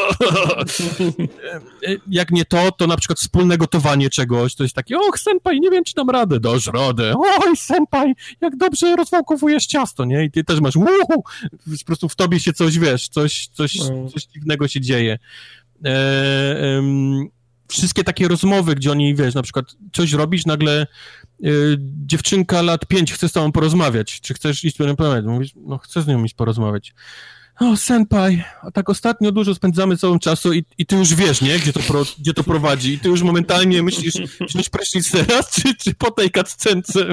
jak nie to, to na przykład wspólne gotowanie czegoś, to jest takie, och, senpai, nie wiem, czy dam radę, dasz radę, oj, senpai, jak dobrze rozwałkowujesz ciasto, nie? I ty też masz, uhu, po prostu w tobie się coś, wiesz, coś, coś, coś dziwnego się dzieje. E, um, wszystkie takie rozmowy, gdzie oni, wiesz, na przykład coś robisz, nagle y, dziewczynka lat pięć chce z tobą porozmawiać, czy chcesz iść z nią porozmawiać? Mówisz, no chcę z nią iść porozmawiać. O, senpai, a tak ostatnio dużo spędzamy całą czasu i, i ty już wiesz, nie, gdzie to, pro, gdzie to prowadzi i ty już momentalnie myślisz, wziąć prysznic teraz, czy, czy po tej cutscence.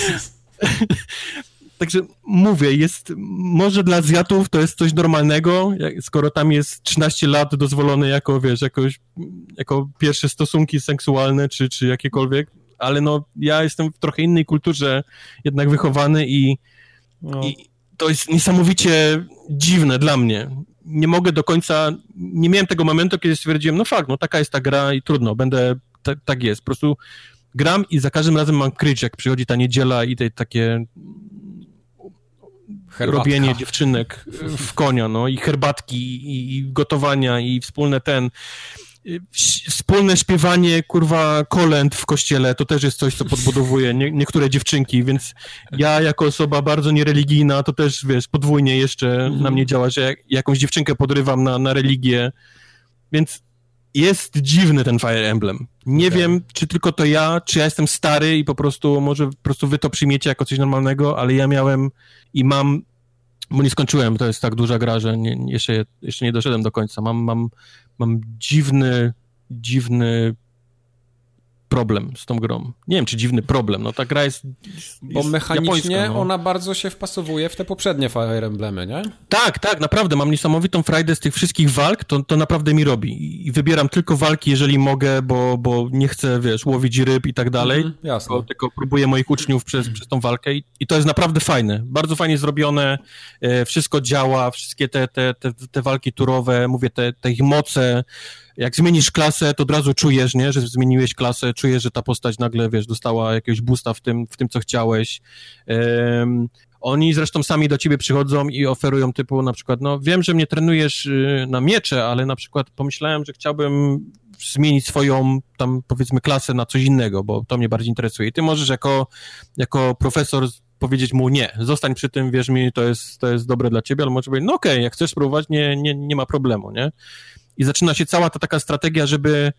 Także mówię, jest, może dla Azjatów to jest coś normalnego, skoro tam jest trzynaście lat dozwolone jako, wiesz, jakoś, jako pierwsze stosunki seksualne, czy, czy jakiekolwiek, ale no, ja jestem w trochę innej kulturze jednak wychowany i, no. i to jest niesamowicie dziwne dla mnie. Nie mogę do końca, nie miałem tego momentu, kiedy stwierdziłem, no fakt, no taka jest ta gra i trudno, będę, t- tak jest, po prostu gram i za każdym razem mam krycz, jak przychodzi ta niedziela i te takie herbatka. Robienie dziewczynek w konia, no i herbatki i, i gotowania i wspólne ten, wspólne śpiewanie, kurwa, kolęd w kościele, to też jest coś, co podbudowuje nie, niektóre dziewczynki, więc ja jako osoba bardzo niereligijna, to też, wiesz, podwójnie jeszcze mhm. na mnie działa, że jak, jakąś dziewczynkę podrywam na, na religię, więc jest dziwny ten Fire Emblem. Nie okay. wiem, czy tylko to ja, czy ja jestem stary i po prostu, może po prostu wy to przyjmiecie jako coś normalnego, ale ja miałem i mam, bo nie skończyłem, to jest tak duża gra, że nie, jeszcze, jeszcze nie doszedłem do końca. Mam, mam, mam dziwny, dziwny problem z tą grą. Nie wiem, czy dziwny problem, no ta gra jest, jest Bo mechanicznie japońska, no. ona bardzo się wpasowuje w te poprzednie Fire Emblemy, nie? Tak, tak, naprawdę, mam niesamowitą frajdę z tych wszystkich walk, to, to naprawdę mi robi. I wybieram tylko walki, jeżeli mogę, bo, bo nie chcę, wiesz, łowić ryb i tak dalej, mm, jasne. Tylko, tylko próbuję moich uczniów przez, przez tą walkę i, i to jest naprawdę fajne, bardzo fajnie zrobione, e, wszystko działa, wszystkie te, te, te, te walki turowe, mówię, te, te ich moce. Jak zmienisz klasę, to od razu czujesz, nie, że zmieniłeś klasę, czujesz, że ta postać nagle, wiesz, dostała jakiegoś boosta w tym, w tym co chciałeś. Um, oni zresztą sami do ciebie przychodzą i oferują typu na przykład, no wiem, że mnie trenujesz y, na miecze, ale na przykład pomyślałem, że chciałbym zmienić swoją tam, powiedzmy, klasę na coś innego, bo to mnie bardziej interesuje. I ty możesz jako, jako profesor powiedzieć mu nie, zostań przy tym, wierz mi, to jest, to jest dobre dla ciebie, ale może powiedzieć, no okej, okay, jak chcesz spróbować, nie, nie, nie ma problemu, nie? I zaczyna się cała ta taka strategia, żeby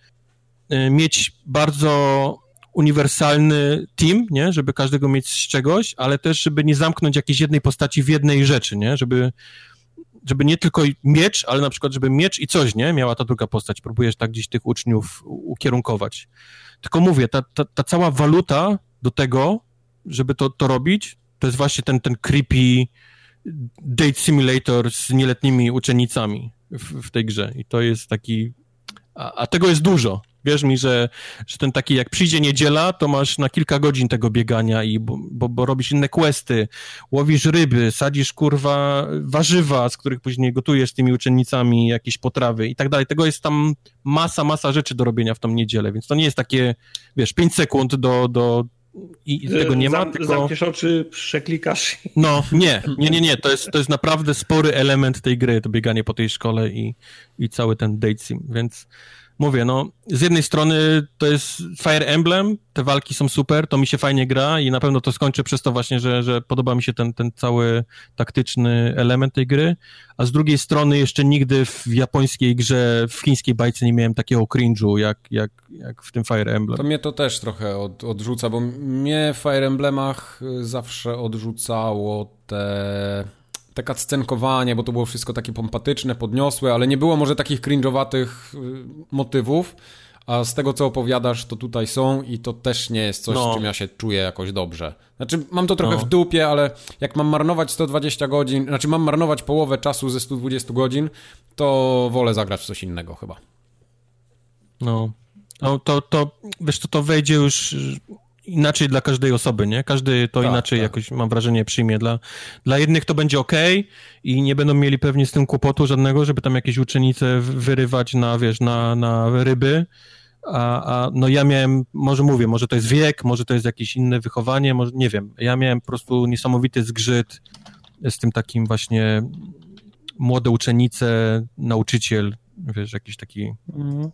mieć bardzo uniwersalny team, nie? Żeby każdego mieć z czegoś, ale też, żeby nie zamknąć jakiejś jednej postaci w jednej rzeczy, nie? Żeby, żeby nie tylko miecz, ale na przykład, żeby miecz i coś, nie? Miała ta druga postać. Próbujesz tak gdzieś tych uczniów ukierunkować. Tylko mówię, ta, ta, ta cała waluta do tego, żeby to, to robić, to jest właśnie ten, ten creepy date simulator z nieletnimi uczennicami w, w tej grze. I to jest taki... A, a tego jest dużo. Wierz mi, że, że ten taki, jak przyjdzie niedziela, to masz na kilka godzin tego biegania, i bo, bo, bo robisz inne questy, łowisz ryby, sadzisz, kurwa, warzywa, z których później gotujesz z tymi uczennicami jakieś potrawy i tak dalej. Tego jest tam masa, masa rzeczy do robienia w tą niedzielę, więc to nie jest takie, wiesz, pięć sekund do... do i tego nie ma, Zam, tylko... Zamkniesz oczy, przeklikasz. No, nie, nie, nie, nie, to jest, to jest naprawdę spory element tej gry, to bieganie po tej szkole i, i cały ten date sim, więc mówię, no, z jednej strony to jest Fire Emblem, te walki są super, to mi się fajnie gra i na pewno to skończę przez to właśnie, że, że podoba mi się ten, ten cały taktyczny element tej gry, a z drugiej strony jeszcze nigdy w japońskiej grze, w chińskiej bajce nie miałem takiego cringe'u, jak, jak, jak w tym Fire Emblem. To mnie to też trochę od, odrzuca, bo mnie w Fire Emblemach zawsze odrzucało te... te cutscenkowanie, bo to było wszystko takie pompatyczne, podniosłe, ale nie było może takich cringe'owatych motywów, a z tego, co opowiadasz, to tutaj są i to też nie jest coś, no. z czym ja się czuję jakoś dobrze. Znaczy, mam to trochę no. w dupie, ale jak mam marnować sto dwadzieścia godzin, znaczy mam marnować połowę czasu ze stu dwudziestu godzin, to wolę zagrać w coś innego chyba. No, no to, to wiesz, to, to wejdzie już... inaczej dla każdej osoby, nie? Każdy to tak, inaczej tak. jakoś, mam wrażenie, przyjmie. Dla, dla jednych to będzie okej okay i nie będą mieli pewnie z tym kłopotu żadnego, żeby tam jakieś uczennice wyrywać na, wiesz, na, na ryby, a, a no ja miałem, może mówię, może to jest wiek, może to jest jakieś inne wychowanie, może nie wiem. Ja miałem po prostu niesamowity zgrzyt z tym takim właśnie młode uczennice, nauczyciel, wiesz, jakiś taki... Mhm.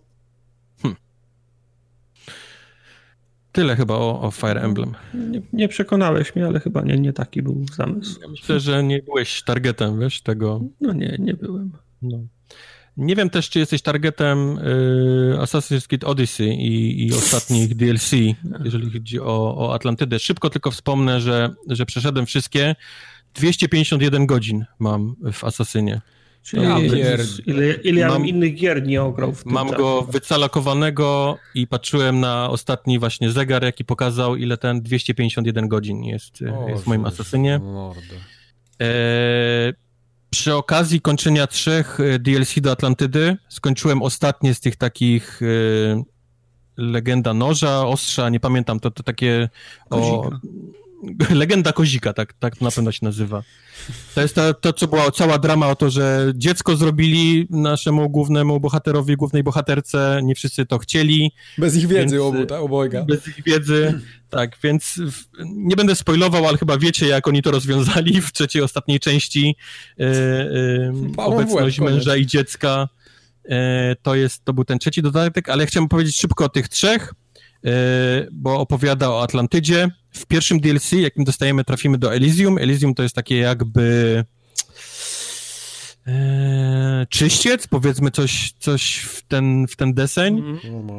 Tyle chyba o, o Fire Emblem. Nie, nie przekonałeś mnie, ale chyba nie, nie taki był zamysł. Ja myślę, że nie byłeś targetem, wiesz, tego... No nie, nie byłem. No. Nie wiem też, czy jesteś targetem y, Assassin's Creed Odyssey i, i ostatnich D L C, jeżeli chodzi o, o Atlantydę. Szybko tylko wspomnę, że, że przeszedłem wszystkie. dwieście pięćdziesiąt jeden godzin mam w Asasynie. Czyli ja ile, ile ja mam innych gier nie ograł w tym Mam czasie. go wycalakowanego i patrzyłem na ostatni właśnie zegar, jaki pokazał, ile ten dwieście pięćdziesiąt jeden godzin jest, o, jest w moim Asasynie. E, przy okazji kończenia trzech D L C do Atlantydy skończyłem ostatnie z tych takich e, Legenda Noża, Ostrza, nie pamiętam, to, to takie... O, Legenda Kozika, tak, tak na pewno się nazywa. To jest to, to, co była cała drama o to, że dziecko zrobili naszemu głównemu bohaterowi, głównej bohaterce, nie wszyscy to chcieli. Bez ich wiedzy więc, obu, tak, obojga. Bez ich wiedzy, tak, więc w, nie będę spoilował, ale chyba wiecie, jak oni to rozwiązali w trzeciej, ostatniej części. Yy, yy, obecność łeb, męża i dziecka. Yy, to jest, to był ten trzeci dodatek, ale ja chciałem powiedzieć szybko o tych trzech, yy, bo opowiada o Atlantydzie. W pierwszym D L C, jakim dostajemy, trafimy do Elysium. Elysium to jest takie jakby e, czyściec, powiedzmy coś, coś w ten, w ten deseń. Mm.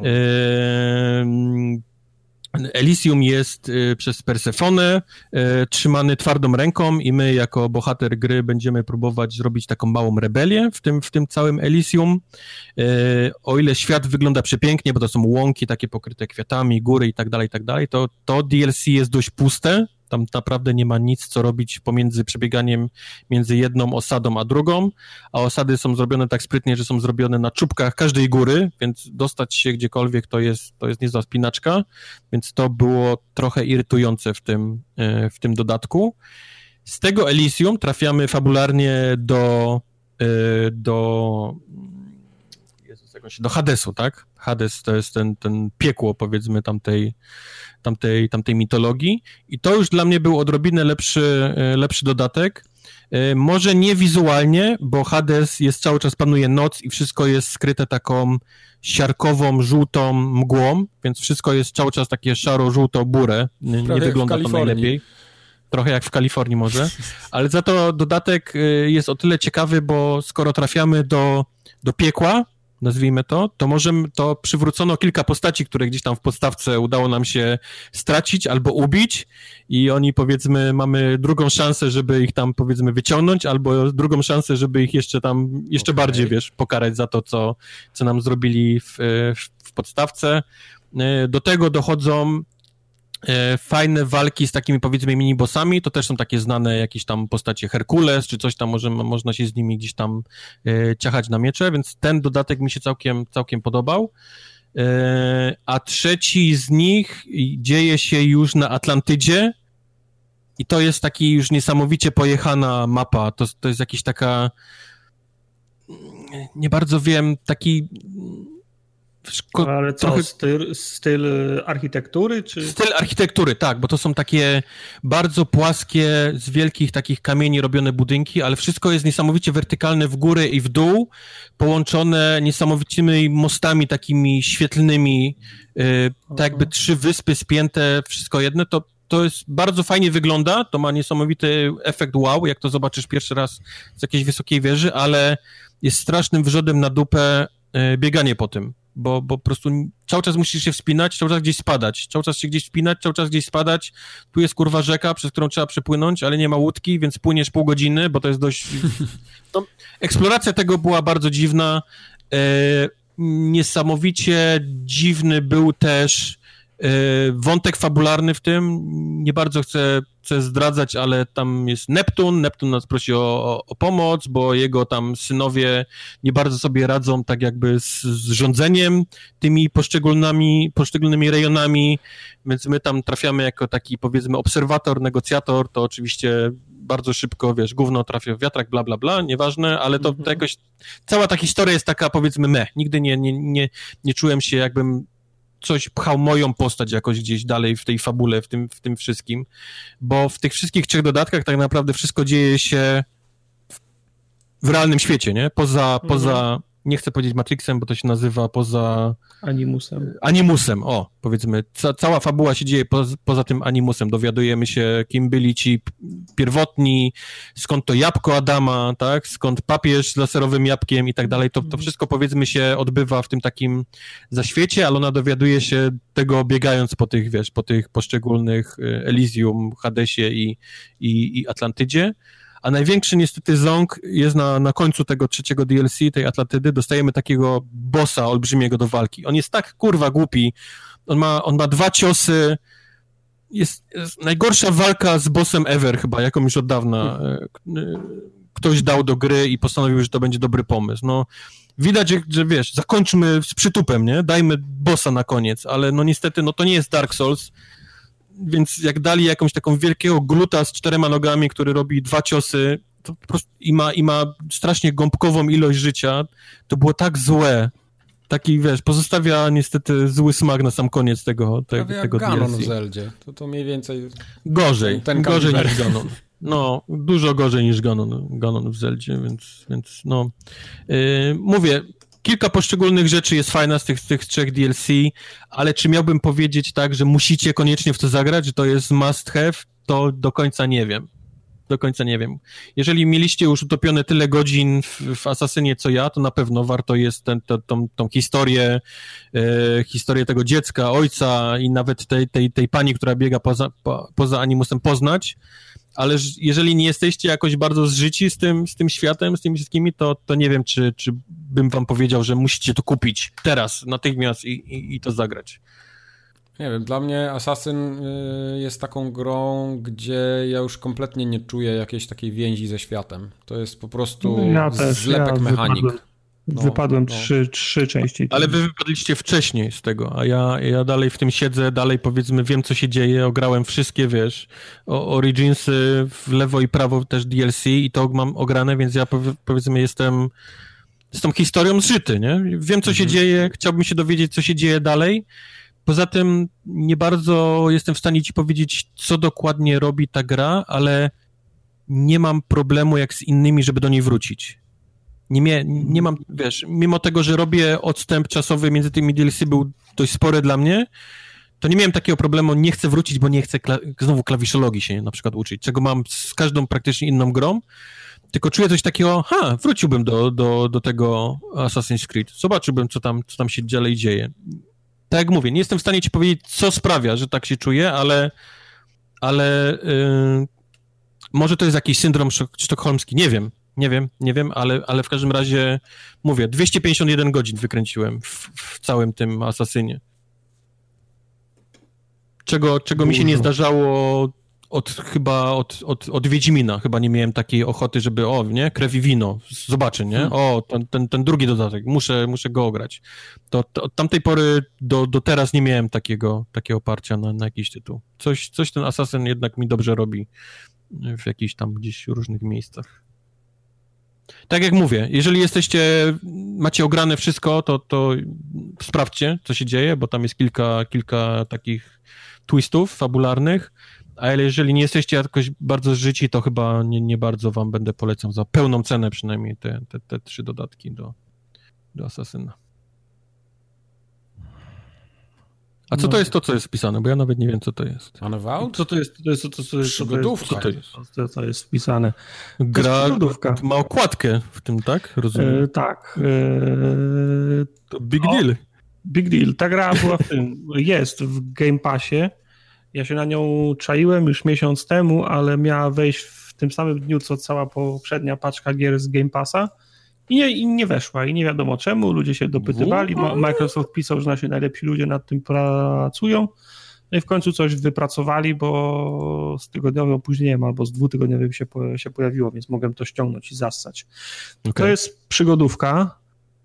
E, Elysium jest y, przez Persefonę y, trzymany twardą ręką i my jako bohater gry będziemy próbować zrobić taką małą rebelię w tym, w tym całym Elysium. Y, o ile świat wygląda przepięknie, bo to są łąki takie pokryte kwiatami, góry i tak dalej, i tak dalej, to to D L C jest dość puste. Tam naprawdę nie ma nic, co robić pomiędzy przebieganiem między jedną osadą a drugą, a osady są zrobione tak sprytnie, że są zrobione na czubkach każdej góry, więc dostać się gdziekolwiek to jest, to jest niezła spinaczka, więc to było trochę irytujące w tym, w tym dodatku. Z tego Elysium trafiamy fabularnie do do Jezus, jak on się, do Hadesu, tak? Hades to jest ten, ten piekło, powiedzmy, tamtej Tamtej, tamtej mitologii i to już dla mnie był odrobinę lepszy, lepszy dodatek. Może nie wizualnie, bo Hades jest cały czas, panuje noc i wszystko jest skryte taką siarkową, żółtą mgłą, więc wszystko jest cały czas takie szaro-żółto-burę. Nie, nie wygląda to najlepiej. Trochę jak w Kalifornii może, ale za to dodatek jest o tyle ciekawy, bo skoro trafiamy do, do piekła, nazwijmy to, to możemy, to przywrócono kilka postaci, które gdzieś tam w podstawce udało nam się stracić albo ubić i oni, powiedzmy, mamy drugą szansę, żeby ich tam, powiedzmy, wyciągnąć, albo drugą szansę, żeby ich jeszcze tam, jeszcze okay. bardziej, wiesz, pokarać za to, co, co nam zrobili w, w podstawce. Do tego dochodzą fajne walki z takimi, powiedzmy, minibossami, to też są takie znane jakieś tam postacie Herkules, czy coś tam, może, można się z nimi gdzieś tam e, ciachać na miecze, więc ten dodatek mi się całkiem, całkiem podobał. E, a trzeci z nich dzieje się już na Atlantydzie i to jest taki już niesamowicie pojechana mapa, to, to jest jakiś taka, nie bardzo wiem, taki... Szko- Ale co, trochę... styl, styl architektury? Czy... Styl architektury, tak, bo to są takie bardzo płaskie, z wielkich takich kamieni robione budynki, ale wszystko jest niesamowicie wertykalne w górę i w dół, połączone niesamowitymi mostami takimi świetlnymi, yy, tak jakby trzy wyspy spięte, wszystko jedno, to to jest bardzo fajnie wygląda, to ma niesamowity efekt wow, jak to zobaczysz pierwszy raz z jakiejś wysokiej wieży, ale jest strasznym wyrzodem na dupę yy, bieganie po tym. Bo, bo po prostu cały czas musisz się wspinać, cały czas gdzieś spadać, cały czas się gdzieś wspinać, cały czas gdzieś spadać. Tu jest kurwa rzeka, przez którą trzeba przepłynąć, ale nie ma łódki, więc płyniesz pół godziny, bo to jest dość... No, eksploracja tego była bardzo dziwna. E, niesamowicie dziwny był też e, wątek fabularny w tym. Nie bardzo chcę, chcę zdradzać, ale tam jest Neptun. Neptun nas prosi o, o, o pomoc, bo jego tam synowie nie bardzo sobie radzą tak jakby z, z rządzeniem tymi poszczególnymi, poszczególnymi rejonami, więc my tam trafiamy jako taki, powiedzmy, obserwator, negocjator, to oczywiście bardzo szybko, wiesz, gówno trafia w wiatrak, bla, bla, bla, nieważne, ale to, to jakoś, cała ta historia jest taka, powiedzmy, meh. Nigdy nie, nie, nie, nie czułem się, jakbym coś pchał moją postać jakoś gdzieś dalej w tej fabule, w tym, w tym wszystkim, bo w tych wszystkich trzech dodatkach tak naprawdę wszystko dzieje się w, w realnym świecie, nie? Poza, mhm. poza, nie chcę powiedzieć Matrixem, bo to się nazywa poza... Animusem. Animusem, o, powiedzmy. Ca, cała fabuła się dzieje po, poza tym Animusem. Dowiadujemy się, kim byli ci pierwotni, skąd to jabłko Adama, tak? Skąd papież z laserowym jabłkiem i tak dalej. To, to wszystko, powiedzmy, się odbywa w tym takim zaświecie, ale ona dowiaduje się tego biegając po tych, wiesz, po tych poszczególnych Elysium, Hadesie i, i, i Atlantydzie. A największy niestety ząg jest na, na końcu tego trzeciego D L C, tej Atlantydy. Dostajemy takiego bossa olbrzymiego do walki. On jest tak, kurwa, głupi. On ma, on ma dwa ciosy. Jest, jest najgorsza walka z bossem ever chyba, jaką już od dawna ktoś dał do gry i postanowił, że to będzie dobry pomysł. No, widać, że, że wiesz, zakończmy z przytupem, nie? Dajmy bossa na koniec, ale no niestety, no to nie jest Dark Souls. Więc jak dali jakąś taką wielkiego gluta z czterema nogami, który robi dwa ciosy to po prostu i ma, i ma strasznie gąbkową ilość życia, to było tak złe. Taki, wiesz, pozostawia niestety zły smak na sam koniec tego, te, Prawie tego jak Ganon D L C. w Zeldzie. To, to mniej więcej... Gorzej, ten gorzej kaliber. niż Ganon. No, dużo gorzej niż Ganon, Ganon w Zeldzie, więc, więc no... Yy, mówię, kilka poszczególnych rzeczy jest fajna z tych, z tych trzech D L C, ale czy miałbym powiedzieć tak, że musicie koniecznie w to zagrać, że to jest must have, to do końca nie wiem. Do końca nie wiem. Jeżeli mieliście już utopione tyle godzin w, w Asasynie, co ja, to na pewno warto jest ten, to, tą, tą historię, e, historię tego dziecka, ojca i nawet tej, tej, tej pani, która biega poza, po, poza Animusem, poznać, ale jeżeli nie jesteście jakoś bardzo zżyci z tym, z tym światem, z tymi wszystkimi, to, to nie wiem, czy, czy bym wam powiedział, że musicie to kupić teraz, natychmiast i, i, i to zagrać. Nie wiem, dla mnie Assassin jest taką grą, gdzie ja już kompletnie nie czuję jakiejś takiej więzi ze światem. To jest po prostu ja też, zlepek ja mechanik. Wypadłem, no, wypadłem no. Trzy, trzy części. Ale wy wypadliście wcześniej z tego, a ja, ja dalej w tym siedzę, dalej powiedzmy wiem, co się dzieje, ograłem wszystkie, wiesz, o, Originsy w lewo i prawo też D L C i to mam ograne, więc ja powiedzmy jestem z tą historią zżyty, nie? Wiem, co się mhm. dzieje, chciałbym się dowiedzieć, co się dzieje dalej. Poza tym nie bardzo jestem w stanie ci powiedzieć, co dokładnie robi ta gra, ale nie mam problemu jak z innymi, żeby do niej wrócić. Nie, mie, nie mam, wiesz, mimo tego, że robię odstęp czasowy między tymi D L C był dość spory dla mnie, to nie miałem takiego problemu, nie chcę wrócić, bo nie chcę kla- znowu klawiszologii się na przykład uczyć, czego mam z każdą praktycznie inną grą, tylko czuję coś takiego, ha, wróciłbym do, do, do tego Assassin's Creed, zobaczyłbym, co tam, co tam się dalej dzieje. Tak jak mówię, nie jestem w stanie ci powiedzieć, co sprawia, że tak się czuję, ale ale yy, może to jest jakiś syndrom szok- sztokholmski, nie wiem, nie wiem, nie wiem, ale, ale w każdym razie mówię, dwieście pięćdziesiąt jeden godzin wykręciłem w, w całym tym Asasynie. Czego, czego mi się nie zdarzało od chyba od, od, od Wiedźmina. Chyba nie miałem takiej ochoty, żeby o, nie, krew i wino, zobaczę, nie? O, ten, ten, ten drugi dodatek, muszę, muszę go ograć. To, to od tamtej pory do, do teraz nie miałem takiego, takiego oparcia na, na jakiś tytuł. Coś, coś ten Assassin jednak mi dobrze robi w jakichś tam gdzieś różnych miejscach. Tak jak mówię, jeżeli jesteście, macie ograne wszystko, to, to sprawdźcie, co się dzieje, bo tam jest kilka, kilka takich twistów fabularnych, a jeżeli nie jesteście jakoś bardzo życi, to chyba nie, nie bardzo wam będę polecał za pełną cenę przynajmniej te, te, te trzy dodatki do, do Asasyna. A co no. to jest to, co jest wpisane? Bo ja nawet nie wiem, co to jest. Unavowed? Co to jest? To jest, to, to, to jest przygodówka. Co to jest, co to jest wpisane? To Gra jest ma okładkę w tym, tak? Rozumiem. E, tak. E, to big o, deal. Big deal. Ta gra była w tym, jest w Game Passie. Ja się na nią czaiłem już miesiąc temu, ale miała wejść w tym samym dniu, co cała poprzednia paczka gier z Game Passa. I nie, I nie weszła i nie wiadomo czemu, ludzie się dopytywali, Ma- Microsoft pisał, że nasi najlepsi ludzie nad tym pracują, no i w końcu coś wypracowali, bo z tygodniowym opóźnieniem albo z dwutygodniowym się, po, się pojawiło, więc mogłem to ściągnąć i zassać. Okay. To jest przygodówka,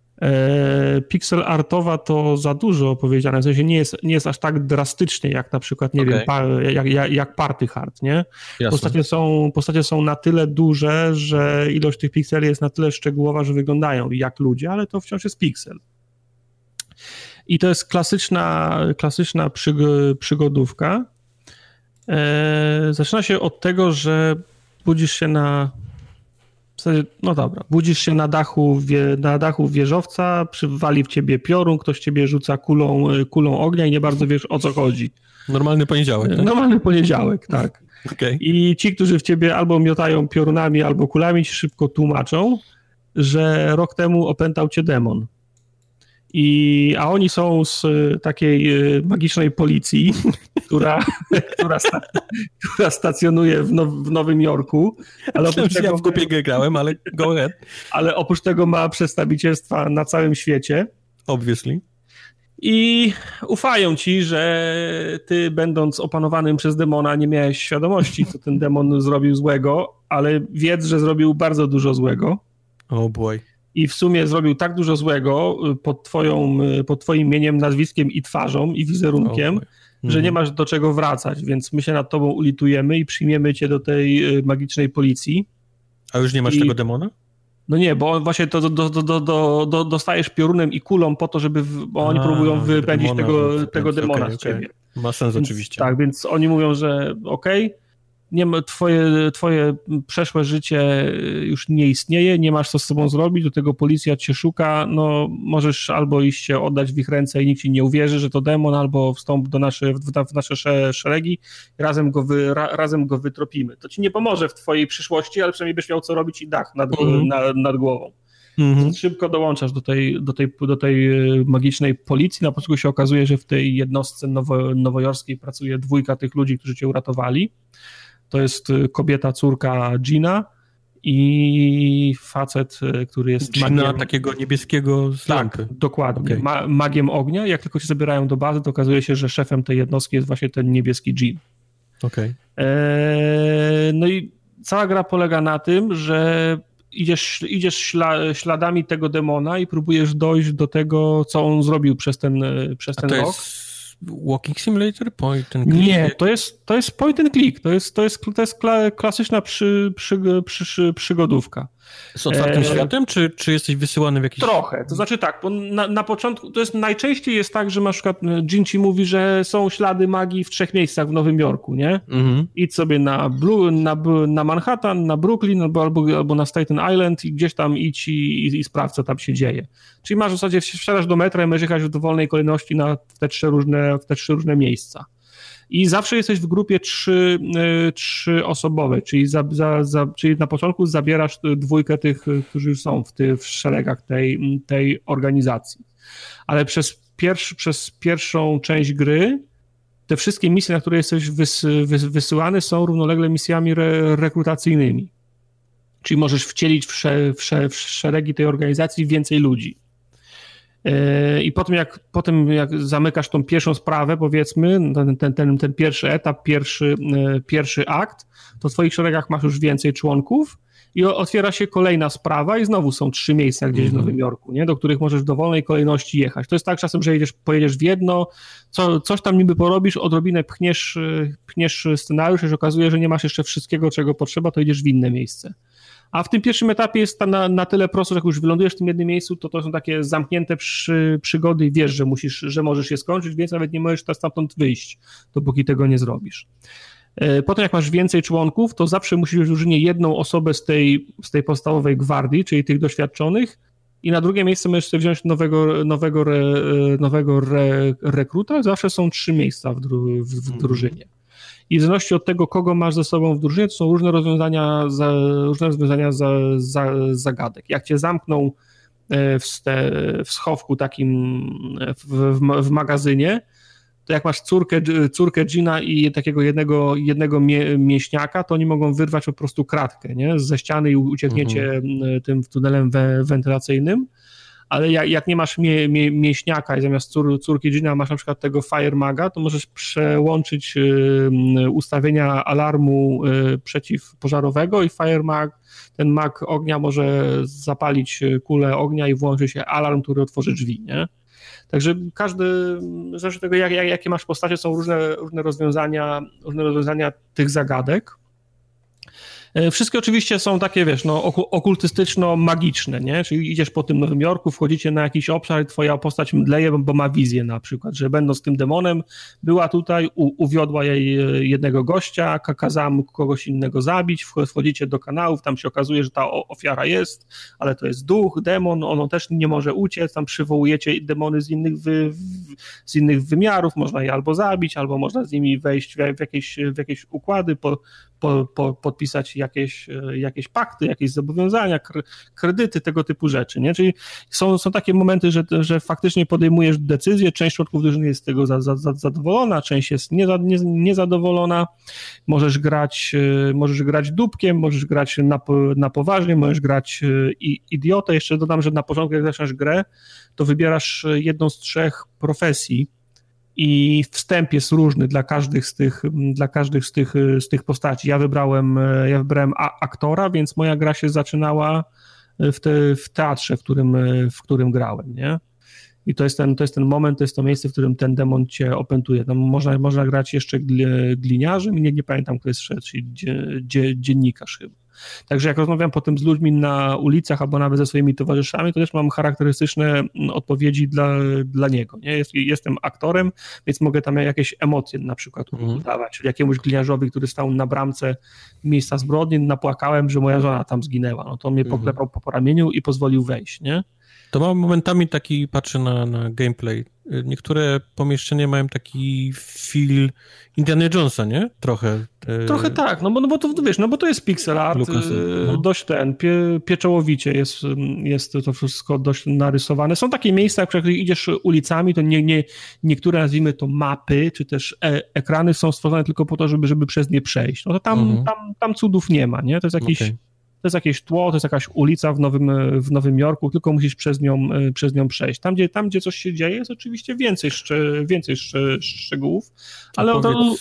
e, pixel artowa to za dużo powiedziane, w sensie nie jest, nie jest aż tak drastycznie jak na przykład, nie okay. wiem, pa, jak, jak, jak Party Hard, nie? Postacie są, postacie są na tyle duże, że ilość tych pikseli jest na tyle szczegółowa, że wyglądają jak ludzie, ale to wciąż jest piksel. I to jest klasyczna, klasyczna przyg- przygodówka. E, zaczyna się od tego, że budzisz się na no dobra, budzisz się na dachu, wie, na dachu wieżowca, przywali w ciebie piorun, ktoś ciebie rzuca kulą, kulą ognia i nie bardzo wiesz, o co chodzi. Normalny poniedziałek, tak? Normalny poniedziałek, tak. Okay. I ci, którzy w ciebie albo miotają piorunami, albo kulami, ci szybko tłumaczą, że rok temu opętał cię demon. I, a oni są z takiej magicznej policji, która, która, sta, która stacjonuje w, now, w Nowym Jorku. Ale oprócz tego, ja w głupie grałem, ale go ahead. Ale oprócz tego ma przedstawicielstwa na całym świecie. Obviously. I ufają ci, że ty, będąc opanowanym przez demona, nie miałeś świadomości, co ten demon zrobił złego, ale wiedz, że zrobił bardzo dużo złego. Oh boy. I w sumie zrobił tak dużo złego pod, twoją, pod twoim imieniem, nazwiskiem i twarzą i wizerunkiem, oh że mm. nie masz do czego wracać, więc my się nad tobą ulitujemy i przyjmiemy cię do tej magicznej policji. A już nie masz I... tego demona? No nie, bo on właśnie to do, do, do, do, do, dostajesz piorunem i kulą po to, żeby, w, bo oni A, próbują wypędzić tego, tego demona okay, z ciebie. Okay. Ma sens więc, oczywiście. Tak, więc oni mówią, że okej, okay, nie ma, twoje, twoje przeszłe życie już nie istnieje, nie masz co z sobą zrobić, do tego policja cię szuka, no możesz albo iść się oddać w ich ręce i nikt ci nie uwierzy, że to demon, albo wstąp do nasze, w, w nasze szeregi i razem go, wy, ra, razem go wytropimy. To ci nie pomoże w twojej przyszłości, ale przynajmniej byś miał co robić i dach nad, mm-hmm. na, nad głową. Mm-hmm. Szybko dołączasz do tej, do, tej, do tej magicznej policji. Na początku się okazuje, że w tej jednostce nowo, nowojorskiej pracuje dwójka tych ludzi, którzy cię uratowali. To jest kobieta, córka Gina i facet, który jest Gina magiem... takiego niebieskiego z lampy. Tak, dokładnie. Okay. Ma, magiem ognia. Jak tylko się zabierają do bazy, to okazuje się, że szefem tej jednostki jest właśnie ten niebieski Jean. Okay. Eee, no i cała gra polega na tym, że idziesz, idziesz śla, śladami tego demona i próbujesz dojść do tego, co on zrobił przez ten, przez ten rok. Jest... Walking Simulator? Point and click? Nie, to jest, to jest point and click. To jest, to jest, to jest klasyczna przy, przy, przy, przy, przygodówka. Z otwartym e... światem, czy, czy jesteś wysyłany w jakiś... Trochę, to znaczy tak, bo na, na początku, to jest najczęściej jest tak, że na przykład Jin ci mówi, że są ślady magii w trzech miejscach w Nowym Jorku, nie? Mhm. Idź sobie na, Blue, na, na Manhattan, na Brooklyn albo, albo, albo na Staten Island i gdzieś tam idź i, i, i sprawdź, co tam się dzieje. Czyli masz w zasadzie, wsiadasz do metra i możesz jechać w dowolnej kolejności na w te trzy różne, w te trzy różne miejsca. I zawsze jesteś w grupie trzy, y, trzyosobowej, czyli, za, za, za, czyli na początku zabierasz dwójkę tych, którzy są w, ty, w szeregach tej, tej organizacji. Ale przez, pierwszy, przez pierwszą część gry te wszystkie misje, na które jesteś wys, wys, wysyłany, są równolegle misjami re, rekrutacyjnymi. Czyli możesz wcielić w, sze, w, sze, w szeregi tej organizacji więcej ludzi. I potem jak, potem jak zamykasz tą pierwszą sprawę, powiedzmy, ten, ten, ten, ten pierwszy etap, pierwszy, pierwszy akt, to w twoich szeregach masz już więcej członków i otwiera się kolejna sprawa i znowu są trzy miejsca gdzieś mm-hmm. w Nowym Jorku, nie? Do których możesz w dowolnej kolejności jechać. To jest tak czasem, że jedziesz, pojedziesz w jedno, co, coś tam niby porobisz, odrobinę pchniesz, pchniesz scenariusz i się okazuje, że nie masz jeszcze wszystkiego, czego potrzeba, to idziesz w inne miejsce. A w tym pierwszym etapie jest na, na tyle prosto, że jak już wylądujesz w tym jednym miejscu, to to są takie zamknięte przy, przygody i wiesz, że musisz, że możesz je skończyć, więc nawet nie możesz stamtąd wyjść, dopóki tego nie zrobisz. Potem jak masz więcej członków, to zawsze musisz mieć w drużynie jedną osobę z tej, z tej podstawowej gwardii, czyli tych doświadczonych, i na drugie miejsce możesz sobie wziąć nowego, nowego, re, nowego re, rekruta. Zawsze są trzy miejsca w, dru, w, w drużynie. I w zależności od tego, kogo masz ze sobą w drużynie, to są różne rozwiązania, za, różne rozwiązania za, za, zagadek. Jak cię zamkną w, ste, w schowku takim w, w, w magazynie, to jak masz córkę, córkę Gina i takiego jednego, jednego mie, mięśniaka, to oni mogą wyrwać po prostu kratkę, nie? Ze ściany i uciekniecie mhm. tym tunelem we, wentylacyjnym, ale jak, jak nie masz mie, mie, mięśniaka i zamiast cór, córki Gina masz na przykład tego Fire Maga, to możesz przełączyć y, ustawienia alarmu y, przeciwpożarowego i Fire Mag, ten mag ognia może zapalić kulę ognia i włączy się alarm, który otworzy drzwi, nie? Także każdy, zależy od tego, jak, jak, jakie masz postacie, są różne, różne rozwiązania, różne rozwiązania tych zagadek. Wszystkie oczywiście są takie, wiesz, no, okultystyczno-magiczne, nie? Czyli idziesz po tym Nowym Jorku, wchodzicie na jakiś obszar i twoja postać mdleje, bo ma wizję na przykład, że będąc tym demonem, była tutaj, u, uwiodła jej jednego gościa, kazała mu kogoś innego zabić, wchodzicie do kanałów, tam się okazuje, że ta ofiara jest, ale to jest duch, demon, ono też nie może uciec, tam przywołujecie demony z innych, wy, z innych wymiarów, można je albo zabić, albo można z nimi wejść w, w, jakieś, w jakieś układy, po, po, po, podpisać jakieś, jakieś pakty, jakieś zobowiązania, kredyty, tego typu rzeczy, nie? Czyli są, są takie momenty, że, że faktycznie podejmujesz decyzję, część środków drużyny jest z tego za, za, za, zadowolona, część jest nie, nie, niezadowolona, możesz grać, możesz grać dupkiem, możesz grać na, na poważnie, możesz grać idiotę. Jeszcze dodam, że na początku, jak zaczynasz grę, to wybierasz jedną z trzech profesji, i wstęp jest różny dla każdych z tych, dla każdych z tych, z tych postaci. Ja wybrałem, ja wybrałem a, aktora, więc moja gra się zaczynała w, te, w teatrze, w którym, w którym grałem, nie? I to jest, ten, to jest ten moment, to jest to miejsce, w którym ten demon cię opętuje. Tam można, można grać jeszcze gliniarzem i nie, nie pamiętam, kto jest szedł, czyli dzie, dzie, dziennikarz chyba. Także jak rozmawiam potem z ludźmi na ulicach albo nawet ze swoimi towarzyszami, to też mam charakterystyczne odpowiedzi dla, dla niego. Nie? Jest, jestem aktorem, więc mogę tam jakieś emocje na przykład mm. udawać. Czyli jakiemuś gliniarzowi, który stał na bramce miejsca zbrodni, napłakałem, że moja żona tam zginęła. No to mnie mm. poklepał po, po ramieniu i pozwolił wejść, nie? To mam momentami taki, patrzę na, na gameplay, niektóre pomieszczenia mają taki feel Indiana Jonesa, nie? Trochę. Trochę tak, no bo, no bo to wiesz, no bo to jest pixel art, Lucas, no. dość ten, pie, pieczołowicie jest, jest to wszystko dość narysowane. Są takie miejsca, w których idziesz ulicami, to nie, nie, niektóre, nazwijmy to mapy, czy też e, ekrany są stworzone tylko po to, żeby, żeby przez nie przejść. No to tam, mhm. tam, tam cudów nie ma, nie? To jest jakiś... Okay. To jest jakieś tło, to jest jakaś ulica w Nowym, w Nowym Jorku, tylko musisz przez nią, przez nią przejść. Tam gdzie, tam, gdzie coś się dzieje, jest oczywiście więcej, szcze, więcej szcze, szczegółów, ale powiedz, to...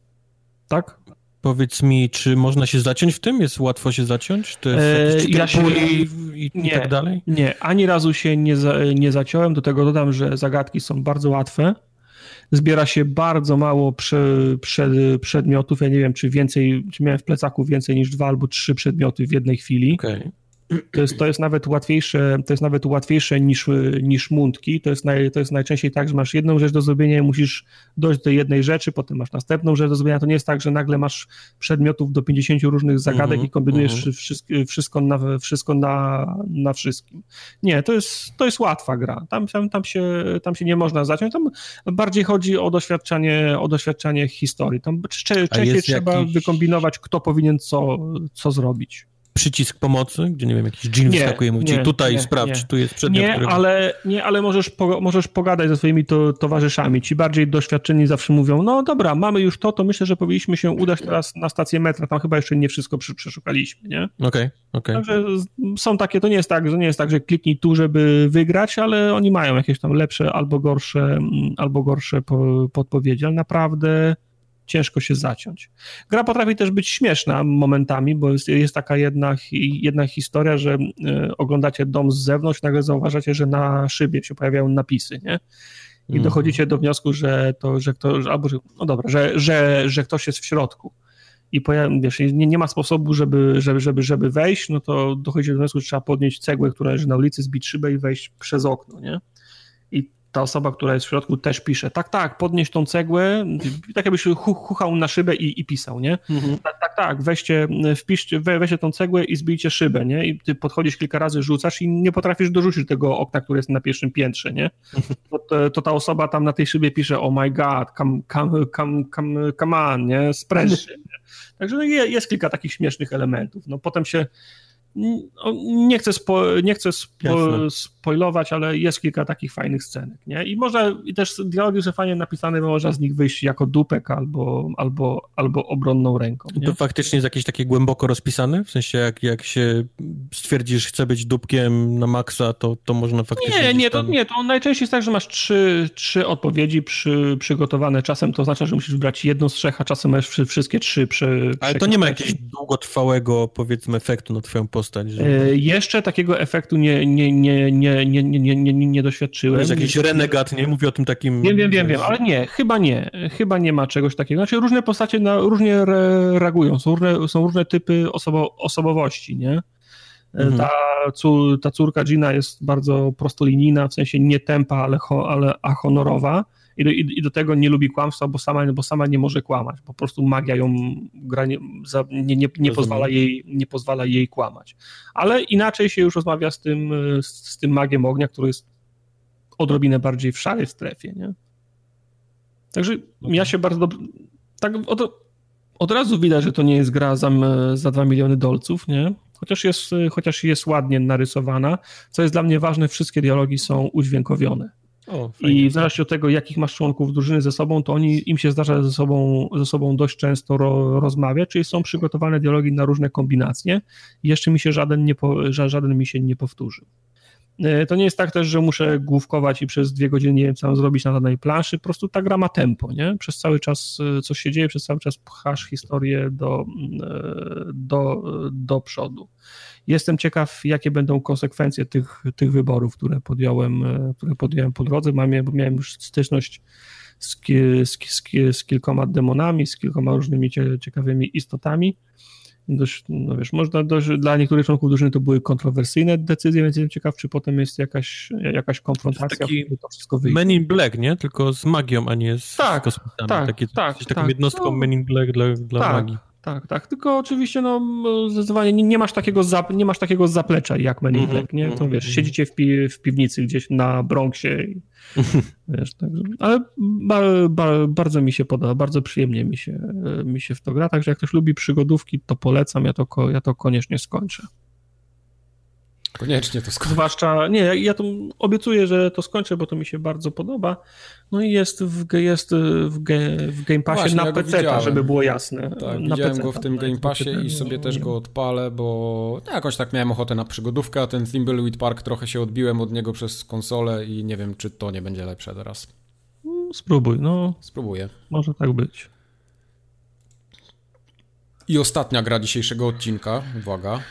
Tak? Powiedz mi, czy można się zaciąć w tym? Jest łatwo się zaciąć? To jest eee, ja się, i, i, nie, i tak dalej? Nie, ani razu się nie, za, nie zaciąłem, do tego dodam, że zagadki są bardzo łatwe. Zbiera się bardzo mało prze, prze, przedmiotów. Ja nie wiem, czy więcej, czy miałem w plecaku więcej niż dwa albo trzy przedmioty w jednej chwili. Okay. To jest, to jest nawet łatwiejsze, to jest nawet łatwiejsze niż, niż mundki. To jest, naj, to jest najczęściej tak, że masz jedną rzecz do zrobienia i musisz dojść do jednej rzeczy, potem masz następną rzecz do zrobienia. To nie jest tak, że nagle masz przedmiotów do pięćdziesięciu różnych zagadek mm-hmm, i kombinujesz mm-hmm. wszystko, wszystko, na, wszystko na, na wszystkim. Nie, to jest, to jest łatwa gra. Tam, tam, tam, się, tam się nie można zaciąć. Tam bardziej chodzi o doświadczanie, o doświadczanie historii. Tam częściej trzeba jakiś... wykombinować, kto powinien co, co zrobić. Przycisk pomocy, gdzie nie wiem, jakiś dżin wskakuje, mówi ci tutaj nie, sprawdź, nie. tu jest przedmiot. Nie, którego... ale, nie ale możesz, po, możesz pogadać ze swoimi to, towarzyszami. Ci bardziej doświadczeni zawsze mówią, no dobra, mamy już to, to myślę, że powinniśmy się udać teraz na stację metra, tam chyba jeszcze nie wszystko przeszukaliśmy, nie? Okej, okay, okej. Okay. Także są takie, to nie jest tak, że nie jest tak, że kliknij tu, żeby wygrać, ale oni mają jakieś tam lepsze albo gorsze, albo gorsze po, podpowiedzi, ale naprawdę ciężko się zaciąć. Gra potrafi też być śmieszna momentami, bo jest, jest taka jedna, jedna historia, że y, oglądacie dom z zewnątrz, nagle zauważacie, że na szybie się pojawiają napisy, nie? I mm. dochodzicie do wniosku, że to, że ktoś, albo, że, no dobra, że, że, że ktoś jest w środku. i pojawi, wiesz, nie, nie ma sposobu, żeby, żeby, żeby, żeby wejść, no to dochodzi do wniosku, że trzeba podnieść cegłę, która leży na ulicy, zbić szybę i wejść przez okno, nie? I ta osoba, która jest w środku, też pisze, tak, tak, podnieś tą cegłę, tak jakbyś chuchał na szybę i, i pisał, nie? Mhm. Tak, tak, tak, weźcie, wpiszcie, we, weźcie tą cegłę i zbijcie szybę, nie? I ty podchodzisz kilka razy, rzucasz i nie potrafisz dorzucić tego okna, które jest na pierwszym piętrze, nie? To, to ta osoba tam na tej szybie pisze, oh my god, come, come, come, come, come on, nie? Spręż się, nie? Także no jest kilka takich śmiesznych elementów. No potem się nie chcę, spo, nie chcę spo, spoilować, ale jest kilka takich fajnych scenek, nie? I można, i też dialogi są fajnie napisane, bo można z nich wyjść jako dupek albo, albo, albo obronną ręką. Nie? To faktycznie jest jakieś takie głęboko rozpisane? W sensie jak, jak się stwierdzisz, chce być dupkiem na maksa, to, to można faktycznie... Nie, nie, to, tam... nie, to najczęściej jest tak, że masz trzy, trzy odpowiedzi przy, przygotowane. Czasem to oznacza, że musisz wybrać jedną z trzech, a czasem masz wszystkie trzy przy, Ale to nie ma jakiegoś długotrwałego, powiedzmy, efektu na twoją postać. Że... E, jeszcze takiego efektu nie, nie, nie, nie, nie, nie, nie, nie, nie doświadczyłem. To jest jakiś renegat, nie? Mówię o tym takim... Wiem, wiem, wiem, wiem, ale nie, chyba nie. Chyba nie ma czegoś takiego. Znaczy różne postacie na, różnie re, reagują. Są różne, są różne typy osobo, osobowości, nie? Mhm. Ta, cu, ta córka Gina jest bardzo prostolinijna, w sensie nie tempa, ale, ho, ale a honorowa. I do, i do tego nie lubi kłamstwa, bo sama, bo sama nie może kłamać. Po prostu magia ją gra nie, nie, nie, nie, pozwala jej, nie pozwala jej kłamać. Ale inaczej się już rozmawia z tym, z, z tym magiem ognia, który jest odrobinę bardziej w szarej strefie. Nie? Także okay. Ja się bardzo dobrze... Tak od, od razu widać, że to nie jest gra za, za dwa miliony dolców, nie? Chociaż jest, chociaż jest ładnie narysowana. Co jest dla mnie ważne, wszystkie dialogi są udźwiękowione. O, i w zależności od tego, jakich masz członków drużyny ze sobą, to oni, im się zdarza ze sobą, ze sobą dość często ro, rozmawiać, czyli są przygotowane dialogi na różne kombinacje i jeszcze mi się żaden, nie po, żaden mi się nie powtórzył. To nie jest tak też, że muszę główkować i przez dwie godziny nie wiem, co mam zrobić na danej planszy, po prostu ta gra ma tempo, nie? Przez cały czas coś się dzieje, przez cały czas pchasz historię do, do, do przodu. Jestem ciekaw, jakie będą konsekwencje tych, tych wyborów, które podjąłem, które podjąłem po drodze. Mam, miałem już styczność z, z, z, z kilkoma demonami, z kilkoma różnymi ciekawymi istotami. Dość, no wiesz, można dość, dla niektórych członków drużyny to były kontrowersyjne decyzje, więc jestem ciekaw, czy potem jest jakaś, jakaś konfrontacja, to taki w to wszystko wyjdzie. Men in Black, nie? Tylko z magią, a nie z tak, kosmitami. Tak, Takie, tak, taką tak, jednostką no, Men in Black dla, dla tak, magii. Tak, tak, tylko oczywiście no zdecydowanie nie, nie, masz, takiego zap, nie masz takiego zaplecza jak Men in mm-hmm, Black, nie? To mm-hmm. wiesz, siedzicie w, pi, w piwnicy gdzieś na Bronxie i wiesz, tak, ale ba, ba, bardzo mi się podoba, bardzo przyjemnie mi się, mi się w to gra, także jak ktoś lubi przygodówki, to polecam, ja to, ja to koniecznie skończę. Koniecznie to skończę. Zwłaszcza, nie, ja, ja to obiecuję, że to skończę, bo to mi się bardzo podoba. No i jest w, jest w, w Game Passie. Właśnie, na ja peceta, żeby było jasne. Tak, na widziałem peceta. go w tym Game Passie i sobie też go odpalę, bo jakoś tak miałem ochotę na przygodówkę, a ten Thimbleweed Park trochę się odbiłem od niego przez konsolę i nie wiem, czy to nie będzie lepsze teraz. Spróbuj, no. Spróbuję. Może tak być. I ostatnia gra dzisiejszego odcinka, uwaga.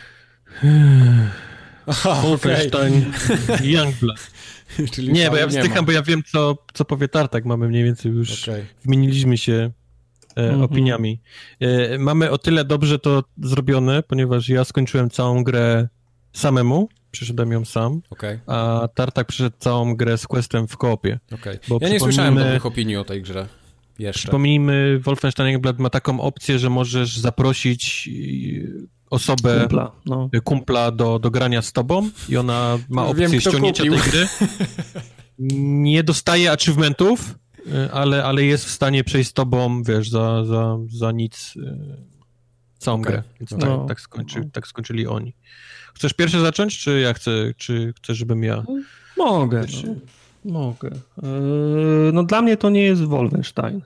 Wolfenstein Youngblood. Czyli nie, bo ja wzdycham, bo ja wiem, co, co powie Tartak. Mamy mniej więcej już, okay. Wymieniliśmy się e, mm-hmm. opiniami. E, mamy o tyle dobrze to zrobione, ponieważ ja skończyłem całą grę samemu, przeszedłem ją sam, okay. a Tartak przeszedł całą grę z questem w koopie. Okay. Bo ja nie słyszałem dobrych opinii o tej grze. Jeszcze. Przypomnijmy, Wolfenstein Youngblood ma taką opcję, że możesz zaprosić osobę, kumpla, no. kumpla do, do grania z tobą i ona ma opcję Wiem, ściągnięcia kupił. tej gry. Nie dostaje achievementów, ale, ale jest w stanie przejść z tobą, wiesz, za, za, za nic całą okay. grę. Więc no. tak, tak, skończy, tak skończyli oni. Chcesz pierwszy zacząć, czy ja chcę, czy chcesz, żebym ja... Mogę, no. Mogę. No dla mnie to nie jest Wolfenstein.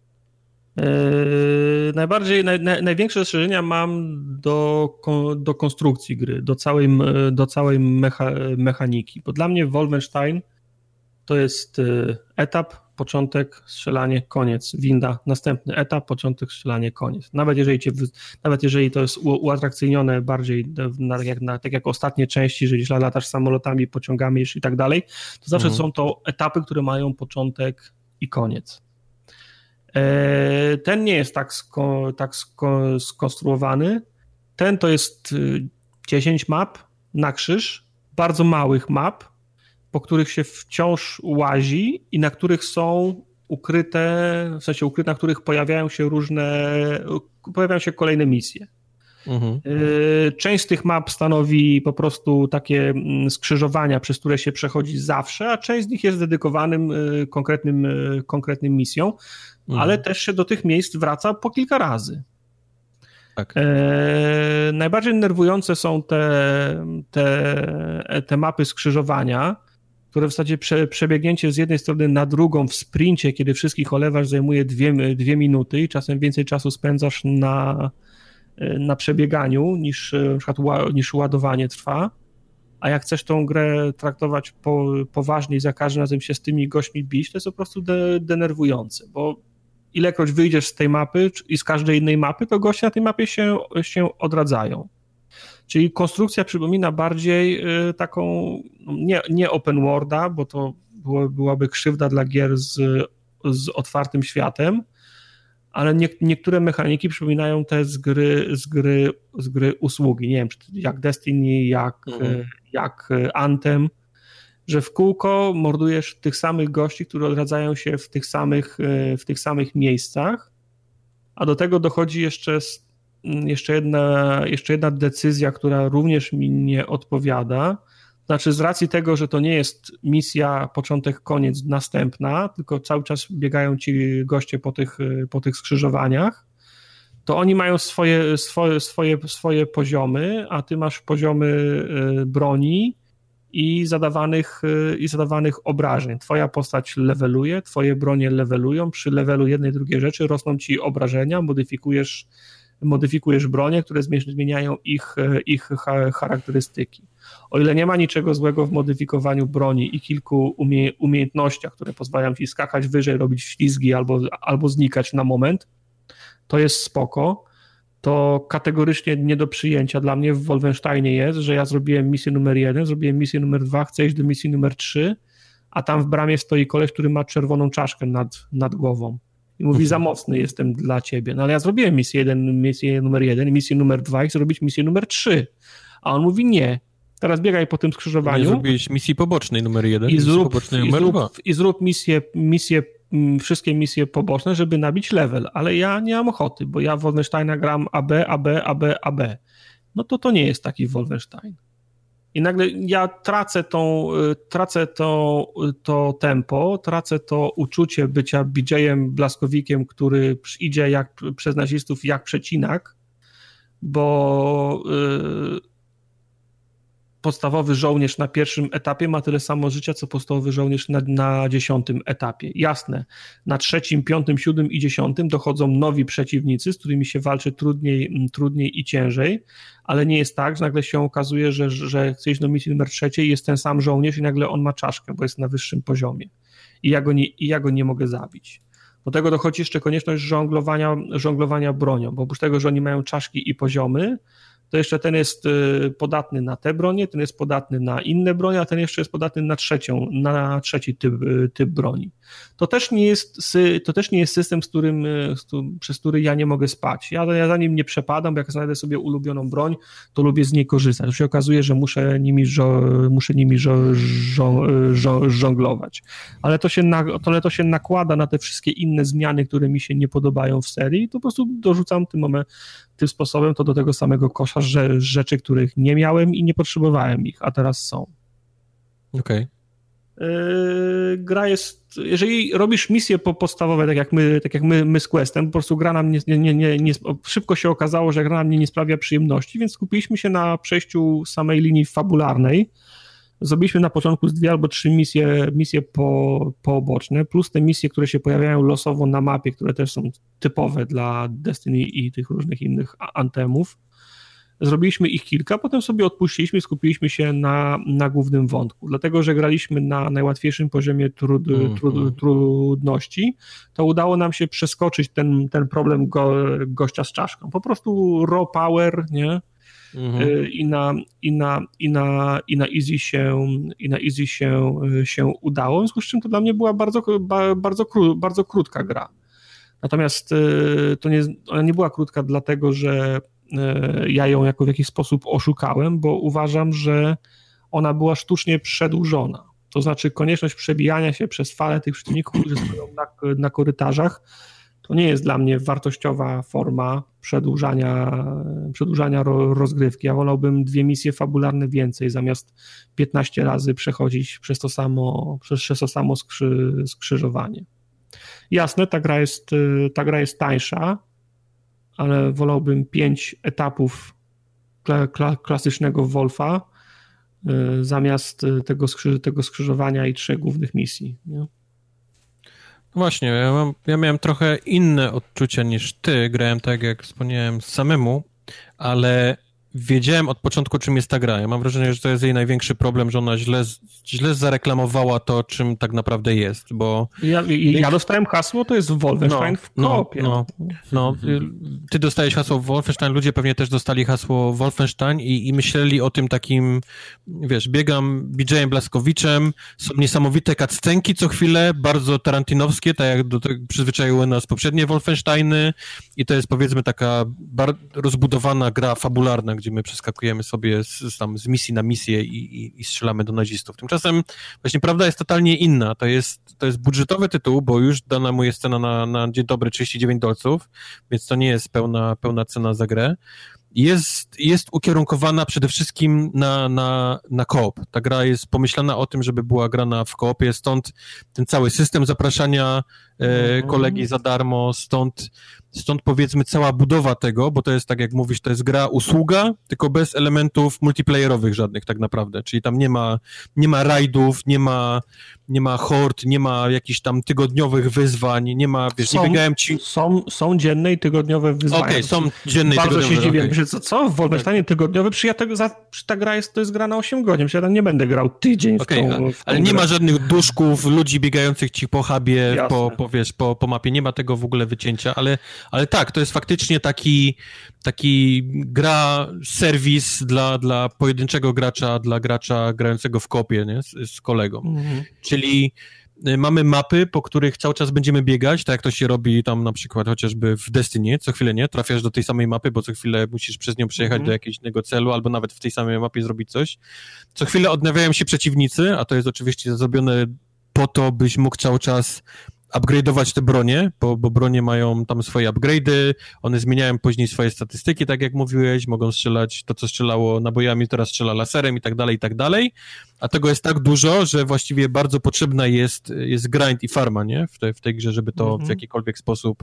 Yy, najbardziej, naj, naj, największe zastrzeżenia mam do, do konstrukcji gry, do całej, do całej mecha, mechaniki, bo dla mnie Wolfenstein to jest etap, początek, strzelanie, koniec, winda, następny etap, początek, strzelanie, koniec. Nawet jeżeli, cię, nawet jeżeli to jest uatrakcyjnione bardziej na, jak, na, tak jak ostatnie części, że gdzieś latasz samolotami, pociągami i tak dalej, to zawsze mhm. są to etapy, które mają początek i koniec. Ten nie jest tak, sko, tak sko, skonstruowany. Ten to jest dziesięć map na krzyż, bardzo małych map, po których się wciąż łazi i na których są ukryte, w sensie ukryte, na których pojawiają się różne, pojawiają się kolejne misje. Mhm. Część z tych map stanowi po prostu takie skrzyżowania, przez które się przechodzi zawsze, a część z nich jest dedykowanym konkretnym, konkretnym misjom, mhm. ale też się do tych miejsc wraca po kilka razy. Tak. E, najbardziej denerwujące są te, te, te mapy skrzyżowania, które w zasadzie prze, przebiegnięcie z jednej strony na drugą w sprincie, kiedy wszystkich olewasz, zajmuje dwie, dwie minuty i czasem więcej czasu spędzasz na, na przebieganiu niż, na przykład, niż ładowanie trwa. A jak chcesz tą grę traktować po, poważnie i za każdym razem się z tymi gośćmi bić, to jest po prostu de, denerwujące, bo ilekroć wyjdziesz z tej mapy i z każdej innej mapy, to goście na tej mapie się, się odradzają. Czyli konstrukcja przypomina bardziej y, taką, nie, nie open worlda, bo to było, byłaby krzywda dla gier z, z otwartym światem, ale nie, niektóre mechaniki przypominają te z gry, z gry, z gry usługi. Nie wiem, jak Destiny, jak, mhm. jak Anthem, że w kółko mordujesz tych samych gości, którzy odradzają się w tych samych, w tych samych miejscach, a do tego dochodzi jeszcze, jeszcze, jedna, jeszcze jedna decyzja, która również mi nie odpowiada. Znaczy z racji tego, że to nie jest misja początek, koniec, następna, tylko cały czas biegają ci goście po tych, po tych skrzyżowaniach, to oni mają swoje, swoje, swoje, swoje poziomy, a ty masz poziomy broni i zadawanych, i zadawanych obrażeń. Twoja postać leveluje, twoje bronie levelują, przy levelu jednej, drugiej rzeczy rosną ci obrażenia, modyfikujesz, modyfikujesz bronie, które zmieniają ich, ich charakterystyki. O ile nie ma niczego złego w modyfikowaniu broni i kilku umie, umiejętnościach, które pozwalają ci skakać wyżej, robić ślizgi albo, albo znikać na moment, to jest spoko. To kategorycznie nie do przyjęcia dla mnie w Wolfensteinie jest, że ja zrobiłem misję numer jeden, zrobiłem misję numer dwa, chcę iść do misji numer trzy, a tam w bramie stoi koleś, który ma czerwoną czaszkę nad, nad głową i mówi, za mocny jestem dla ciebie. No ale ja zrobiłem misję, jeden, misję numer jeden, misję numer dwa i chcę robić misję numer trzy, a on mówi nie. Teraz biegaj po tym skrzyżowaniu. Nie zrobiłeś misji pobocznej numer jeden i zrób, pobocznej i numer zrób, dwa. I zrób misję, misję wszystkie misje poboczne, żeby nabić level, ale ja nie mam ochoty, bo ja w Wolfensteina gram A B, A B, A B, A B. No to to nie jest taki Wolfenstein. I nagle ja tracę tą, tracę to, to tempo, tracę to uczucie bycia B J-em blaskowikiem, który idzie jak przez nazistów jak przecinak, bo yy, podstawowy żołnierz na pierwszym etapie ma tyle samo życia, co podstawowy żołnierz na, na dziesiątym etapie. Jasne, na trzecim, piątym, siódmym i dziesiątym dochodzą nowi przeciwnicy, z którymi się walczy trudniej, trudniej i ciężej, ale nie jest tak, że nagle się okazuje, że, że chce iść do misji numer trzeciej i jest ten sam żołnierz i nagle on ma czaszkę, bo jest na wyższym poziomie i ja go nie, i ja go nie mogę zabić. Do tego dochodzi jeszcze konieczność żonglowania, żonglowania bronią, bo oprócz tego, że oni mają czaszki i poziomy, to jeszcze ten jest podatny na te bronie, ten jest podatny na inne bronie, a ten jeszcze jest podatny na trzecią, na trzeci typ, typ broni. To też nie jest, to też nie jest system, z którym, przez który ja nie mogę spać. Ja, ja za nim nie przepadam, bo jak znajdę sobie ulubioną broń, to lubię z niej korzystać. To się okazuje, że muszę nimi, żo, muszę nimi żo, żo, żo, żonglować. Ale to, się na, to, to się nakłada na te wszystkie inne zmiany, które mi się nie podobają w serii i to po prostu dorzucam tym moment, tym sposobem to do tego samego kosza że, rzeczy, których nie miałem i nie potrzebowałem ich, a teraz są. Okej. Okay. Yy, gra jest, jeżeli robisz misje podstawowe, tak jak my, tak jak my, my z Questem, po prostu gra nam nie, nie, nie, nie, szybko się okazało, że gra nam nie, nie sprawia przyjemności, więc skupiliśmy się na przejściu samej linii fabularnej. Zrobiliśmy na początku z dwie albo trzy misje, misje po, pooboczne, plus te misje, które się pojawiają losowo na mapie, które też są typowe dla Destiny i tych różnych innych antemów. Zrobiliśmy ich kilka, potem sobie odpuściliśmy i skupiliśmy się na, na głównym wątku. Dlatego, że graliśmy na najłatwiejszym poziomie trud, mm-hmm. trud, trudności, to udało nam się przeskoczyć ten, ten problem go, gościa z czaszką. Po prostu raw power, nie? Mhm. I na, i na, i na, i na easy się, i na easy się, się udało, w związku z czym to dla mnie była bardzo, bardzo, kró, bardzo krótka gra. Natomiast y, to nie, ona nie była krótka dlatego, że y, ja ją jako w jakiś sposób oszukałem, bo uważam, że ona była sztucznie przedłużona. To znaczy konieczność przebijania się przez falę tych przeciwników, którzy stoją na, na korytarzach, to nie jest dla mnie wartościowa forma przedłużania, przedłużania ro, rozgrywki. Ja wolałbym dwie misje fabularne więcej, zamiast piętnaście razy przechodzić przez to samo, przez, przez to samo skrzy, skrzyżowanie. Jasne, ta gra jest, ta gra jest tańsza, ale wolałbym pięć etapów kla, kla, klasycznego Wolfa y, zamiast tego, skrzy, tego skrzyżowania i trzech głównych misji. Nie? Właśnie, ja, mam, ja miałem trochę inne odczucia niż ty, grałem tak jak wspomniałem samemu, ale wiedziałem od początku, czym jest ta gra. Ja mam wrażenie, że to jest jej największy problem, że ona źle, źle zareklamowała to, czym tak naprawdę jest, bo... Ja, ja dostałem hasło, to jest Wolfenstein no, w koopie. No, no, no, ty dostałeś hasło Wolfenstein, ludzie pewnie też dostali hasło Wolfenstein i, i myśleli o tym takim, wiesz, biegam B J-em Blaskowiczem, są niesamowite cutscenki co chwilę, bardzo tarantinowskie, tak jak do tego przyzwyczaiły nas poprzednie Wolfensteiny i to jest powiedzmy taka bar- rozbudowana gra fabularna, gdzie my przeskakujemy sobie z, z, tam, z misji na misję i, i, i strzelamy do nazistów. Tymczasem właśnie prawda jest totalnie inna. To jest, to jest budżetowy tytuł, bo już dana mu jest cena na, na dzień dobry trzydzieści dziewięć dolców, więc to nie jest pełna, pełna cena za grę. Jest, jest ukierunkowana przede wszystkim na, na, na koop. Ta gra jest pomyślana o tym, żeby była grana w koopie, stąd ten cały system zapraszania e, kolegi za darmo, stąd, stąd powiedzmy cała budowa tego, bo to jest tak jak mówisz, to jest gra usługa, tylko bez elementów multiplayerowych żadnych tak naprawdę, czyli tam nie ma, nie ma rajdów, nie ma, nie ma hord, nie ma jakichś tam tygodniowych wyzwań, nie ma, wiesz, są, nie biegałem ci... Są, są dzienne i tygodniowe wyzwania. Okej, okay, są dzienne i bardzo tygodniowe. Bardzo się dziwię, okay. że co, co? W Wolfensteinie tygodniowy? Przecież ja tego, za, ta gra jest, to jest gra na osiem godzin, przecież ja tam nie będę grał tydzień okay, w tą, a, w tą Ale grę. nie ma żadnych duszków, ludzi biegających ci po hubie, po, po, wiesz, po, po mapie, nie ma tego w ogóle wycięcia, ale, ale tak, to jest faktycznie taki, taki gra, serwis dla, dla pojedynczego gracza, dla gracza grającego w kopie, nie? Z, z kolegą. Mhm. Czyli mamy mapy, po których cały czas będziemy biegać, tak jak to się robi tam na przykład chociażby w Destiny, co chwilę nie, trafiasz do tej samej mapy, bo co chwilę musisz przez nią przejechać mm. do jakiegoś innego celu, albo nawet w tej samej mapie zrobić coś. Co chwilę odnawiają się przeciwnicy, a to jest oczywiście zrobione po to, byś mógł cały czas upgrade'ować te bronie, bo, bo bronie mają tam swoje upgrade'y, one zmieniają później swoje statystyki, tak jak mówiłeś, mogą strzelać to, co strzelało nabojami, teraz strzela laserem i tak dalej, i tak dalej, a tego jest tak dużo, że właściwie bardzo potrzebna jest, jest grind i farma, nie, w, te, w tej grze, żeby to mhm. w jakikolwiek sposób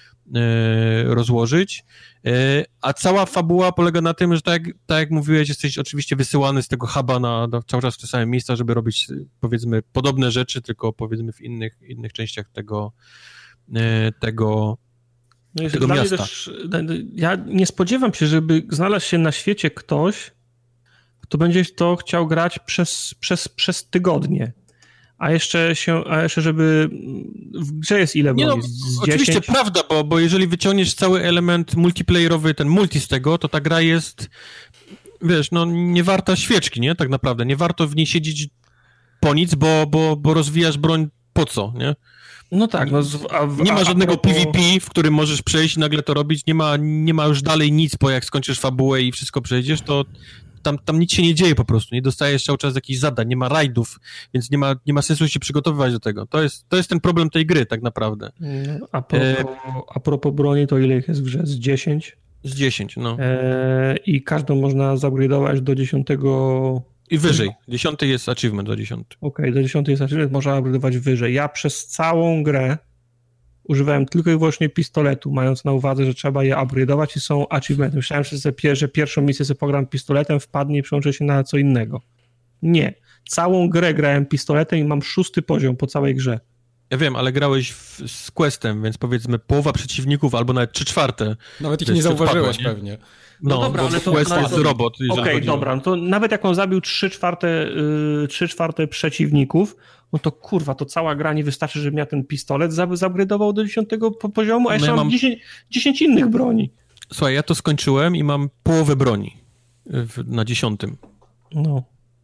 e, rozłożyć, e, a cała fabuła polega na tym, że tak, tak jak mówiłeś, jesteś oczywiście wysyłany z tego huba na, na cały czas w te same miejsca, żeby robić, powiedzmy, podobne rzeczy, tylko powiedzmy w innych, innych częściach tego, e, tego, no tego miasta. Też, ja nie spodziewam się, żeby znalazł się na świecie ktoś, kto będzie to chciał grać przez, przez, przez tygodnie. A jeszcze się, a jeszcze żeby w grze jest ile broni? Nie no, z oczywiście dziesięć? Prawda, bo, bo jeżeli wyciągniesz cały element multiplayerowy, ten multi z tego, to ta gra jest, wiesz, no nie warta świeczki, nie? Tak naprawdę. Nie warto w niej siedzieć po nic, bo, bo, bo rozwijasz broń po co, nie? No tak. No, a w, nie ma a, żadnego a propos... PvP, w którym możesz przejść i nagle to robić. Nie ma, nie ma już dalej nic, bo jak skończysz fabułę i wszystko przejdziesz, to Tam, tam nic się nie dzieje po prostu, nie dostajesz cały czas jakichś zadań, nie ma rajdów, więc nie ma, nie ma sensu się przygotowywać do tego. To jest, to jest ten problem tej gry tak naprawdę. No, a, propos, e... a propos broni, to ile ich jest w grze? Z dziesięć? Z dziesięć, no. E... I każdą można zupgrade'ować do dziesiątego... I wyżej. Dziesiąty jest achievement do dziesiąty. Okej, okay, do dziesiąty jest achievement, można upgrade'ować wyżej. Ja przez całą grę używałem tylko i wyłącznie pistoletu, mając na uwadze, że trzeba je upgrade'ować i są achievementy. Myślałem, że, sobie, że pierwszą misję sobie pogram pistoletem, wpadnie i przełączę się na co innego. Nie. Całą grę grałem pistoletem i mam szósty poziom po całej grze. Ja wiem, ale grałeś w, z questem, więc powiedzmy połowa przeciwników albo nawet trzy czwarte. Nawet ich nie zauważyłeś wpadło, nie? Pewnie. No, no dobra, ale to quest no, jest to, robot. Okej, okay, dobra, no to nawet jak on zabił trzy czwarte, yy, trzy czwarte przeciwników, no to kurwa, to cała gra nie wystarczy, żebym ja ten pistolet zupgrade'ował do dziesiątego poziomu, a jeszcze no ja mam dziesięć, dziesięć innych broni. Słuchaj, ja to skończyłem i mam połowę broni w, na dziesiątym. No.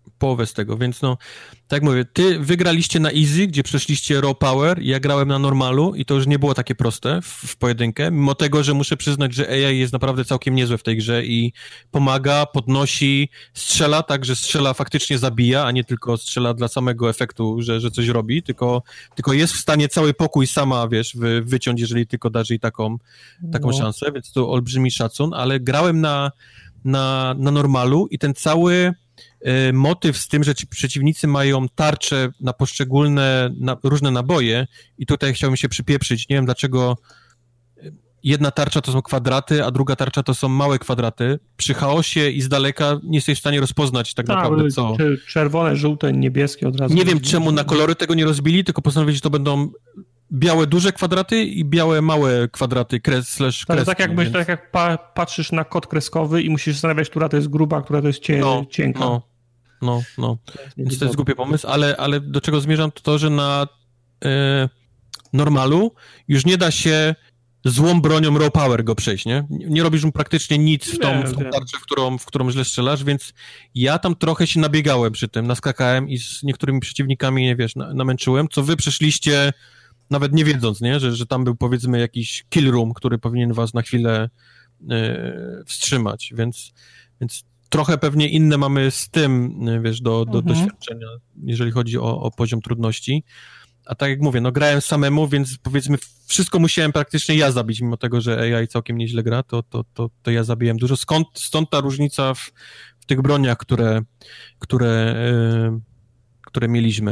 połowę z tego, więc no, tak jak mówię, ty wygraliście na easy, gdzie przeszliście raw power, ja grałem na normalu i to już nie było takie proste w, w pojedynkę, mimo tego, że muszę przyznać, że A I jest naprawdę całkiem niezłe w tej grze i pomaga, podnosi, strzela tak, że strzela faktycznie zabija, a nie tylko strzela dla samego efektu, że, że coś robi, tylko, tylko jest w stanie cały pokój sama, wiesz, wy, wyciąć, jeżeli tylko dasz jej taką, taką no. szansę, więc to olbrzymi szacun, ale grałem na, na, na normalu i ten cały motyw z tym, że ci przeciwnicy mają tarcze na poszczególne, na różne naboje i tutaj chciałbym się przypieprzyć, nie wiem dlaczego jedna tarcza to są kwadraty, a druga tarcza to są małe kwadraty. Przy chaosie i z daleka nie jesteś w stanie rozpoznać tak, tak naprawdę co. Czerwone, żółte, niebieskie od razu. Nie wiem czemu na kolory tego nie rozbili, tylko postanowili, że to będą białe duże kwadraty i białe małe kwadraty, kres, slash tak, kreski. Tak jakbyś, więc... tak jak pa, patrzysz na kod kreskowy i musisz zastanawiać, która to jest gruba, a która to jest cie, no, cienka. No, no, no. Więc to jest głupi pomysł, ale, ale do czego zmierzam, to to, że na e, normalu już nie da się złą bronią raw power go przejść, nie? Nie robisz mu praktycznie nic w tą, nie, w tą nie. tarczę, w którą, w którą źle strzelasz, więc ja tam trochę się nabiegałem przy tym, naskakałem i z niektórymi przeciwnikami, nie wiesz, na, namęczyłem, co wy przeszliście nawet nie wiedząc, nie? Że, że tam był powiedzmy jakiś kill room, który powinien was na chwilę e, wstrzymać, więc, więc trochę pewnie inne mamy z tym, wiesz, do, do mhm. doświadczenia, jeżeli chodzi o, o poziom trudności. A tak jak mówię, no grałem samemu, więc powiedzmy wszystko musiałem praktycznie ja zabić, mimo tego, że A I całkiem nieźle gra, to, to, to, to ja zabiłem dużo. Skąd, stąd ta różnica w, w tych broniach, które, które, yy, które mieliśmy.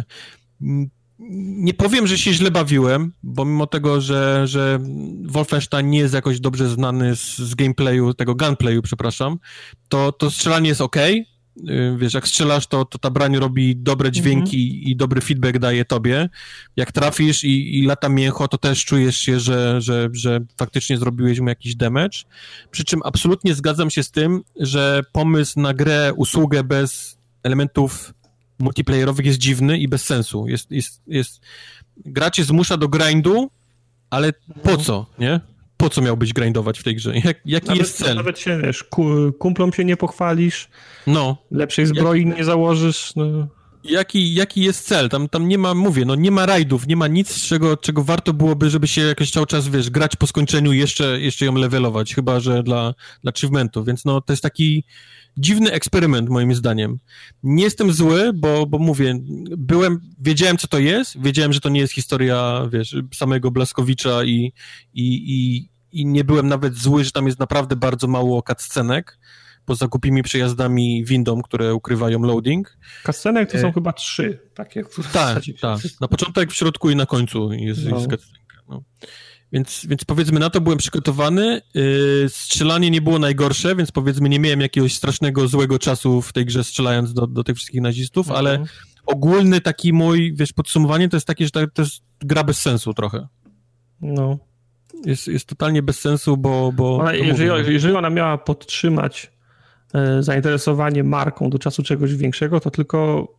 Nie powiem, że się źle bawiłem, bo mimo tego, że, że Wolfenstein nie jest jakoś dobrze znany z, z gameplayu, tego gunplayu, przepraszam, to, to strzelanie jest okej. Wiesz, jak strzelasz, to, to ta broń robi dobre dźwięki mm-hmm. i dobry feedback daje tobie. Jak trafisz i, i lata mięcho, to też czujesz się, że, że, że faktycznie zrobiłeś mu jakiś damage. Przy czym absolutnie zgadzam się z tym, że pomysł na grę, usługę bez elementów multiplayerowych jest dziwny i bez sensu. Jest, jest, jest... Gra cię zmusza do grindu, ale po co, nie? Po co miałbyś grindować w tej grze? Jak, jaki nawet, jest cel? Nawet się, wiesz, kumplom się nie pochwalisz, no. lepszej zbroi jak, nie założysz. No. Jaki, jaki jest cel? Tam, tam nie ma, mówię, no nie ma rajdów, nie ma nic, czego, czego warto byłoby, żeby się jakoś cały czas, wiesz, grać po skończeniu i jeszcze, jeszcze ją levelować, chyba że dla, dla achievementu, więc no to jest taki dziwny eksperyment moim zdaniem. Nie jestem zły, bo, bo mówię, byłem, wiedziałem co to jest, wiedziałem, że to nie jest historia, wiesz, samego Blaskowicza i, i, i, i nie byłem nawet zły, że tam jest naprawdę bardzo mało cutscenek, poza głupimi przejazdami windą, które ukrywają loading. Cutscenek to są e... chyba trzy, takie, które tak, tak. Na początek, w środku i na końcu jest, no. jest cutscenka. No. Więc, więc powiedzmy, na to byłem przygotowany. Yy, strzelanie nie było najgorsze, więc powiedzmy, nie miałem jakiegoś strasznego, złego czasu w tej grze strzelając do, do tych wszystkich nazistów, mhm. ale ogólny taki mój, wiesz, podsumowanie to jest takie, że to jest gra bez sensu trochę. No. Jest, jest totalnie bez sensu, bo... bo ale jeżeli, mówię, jeżeli ona miała podtrzymać e, zainteresowanie marką do czasu czegoś większego, to tylko...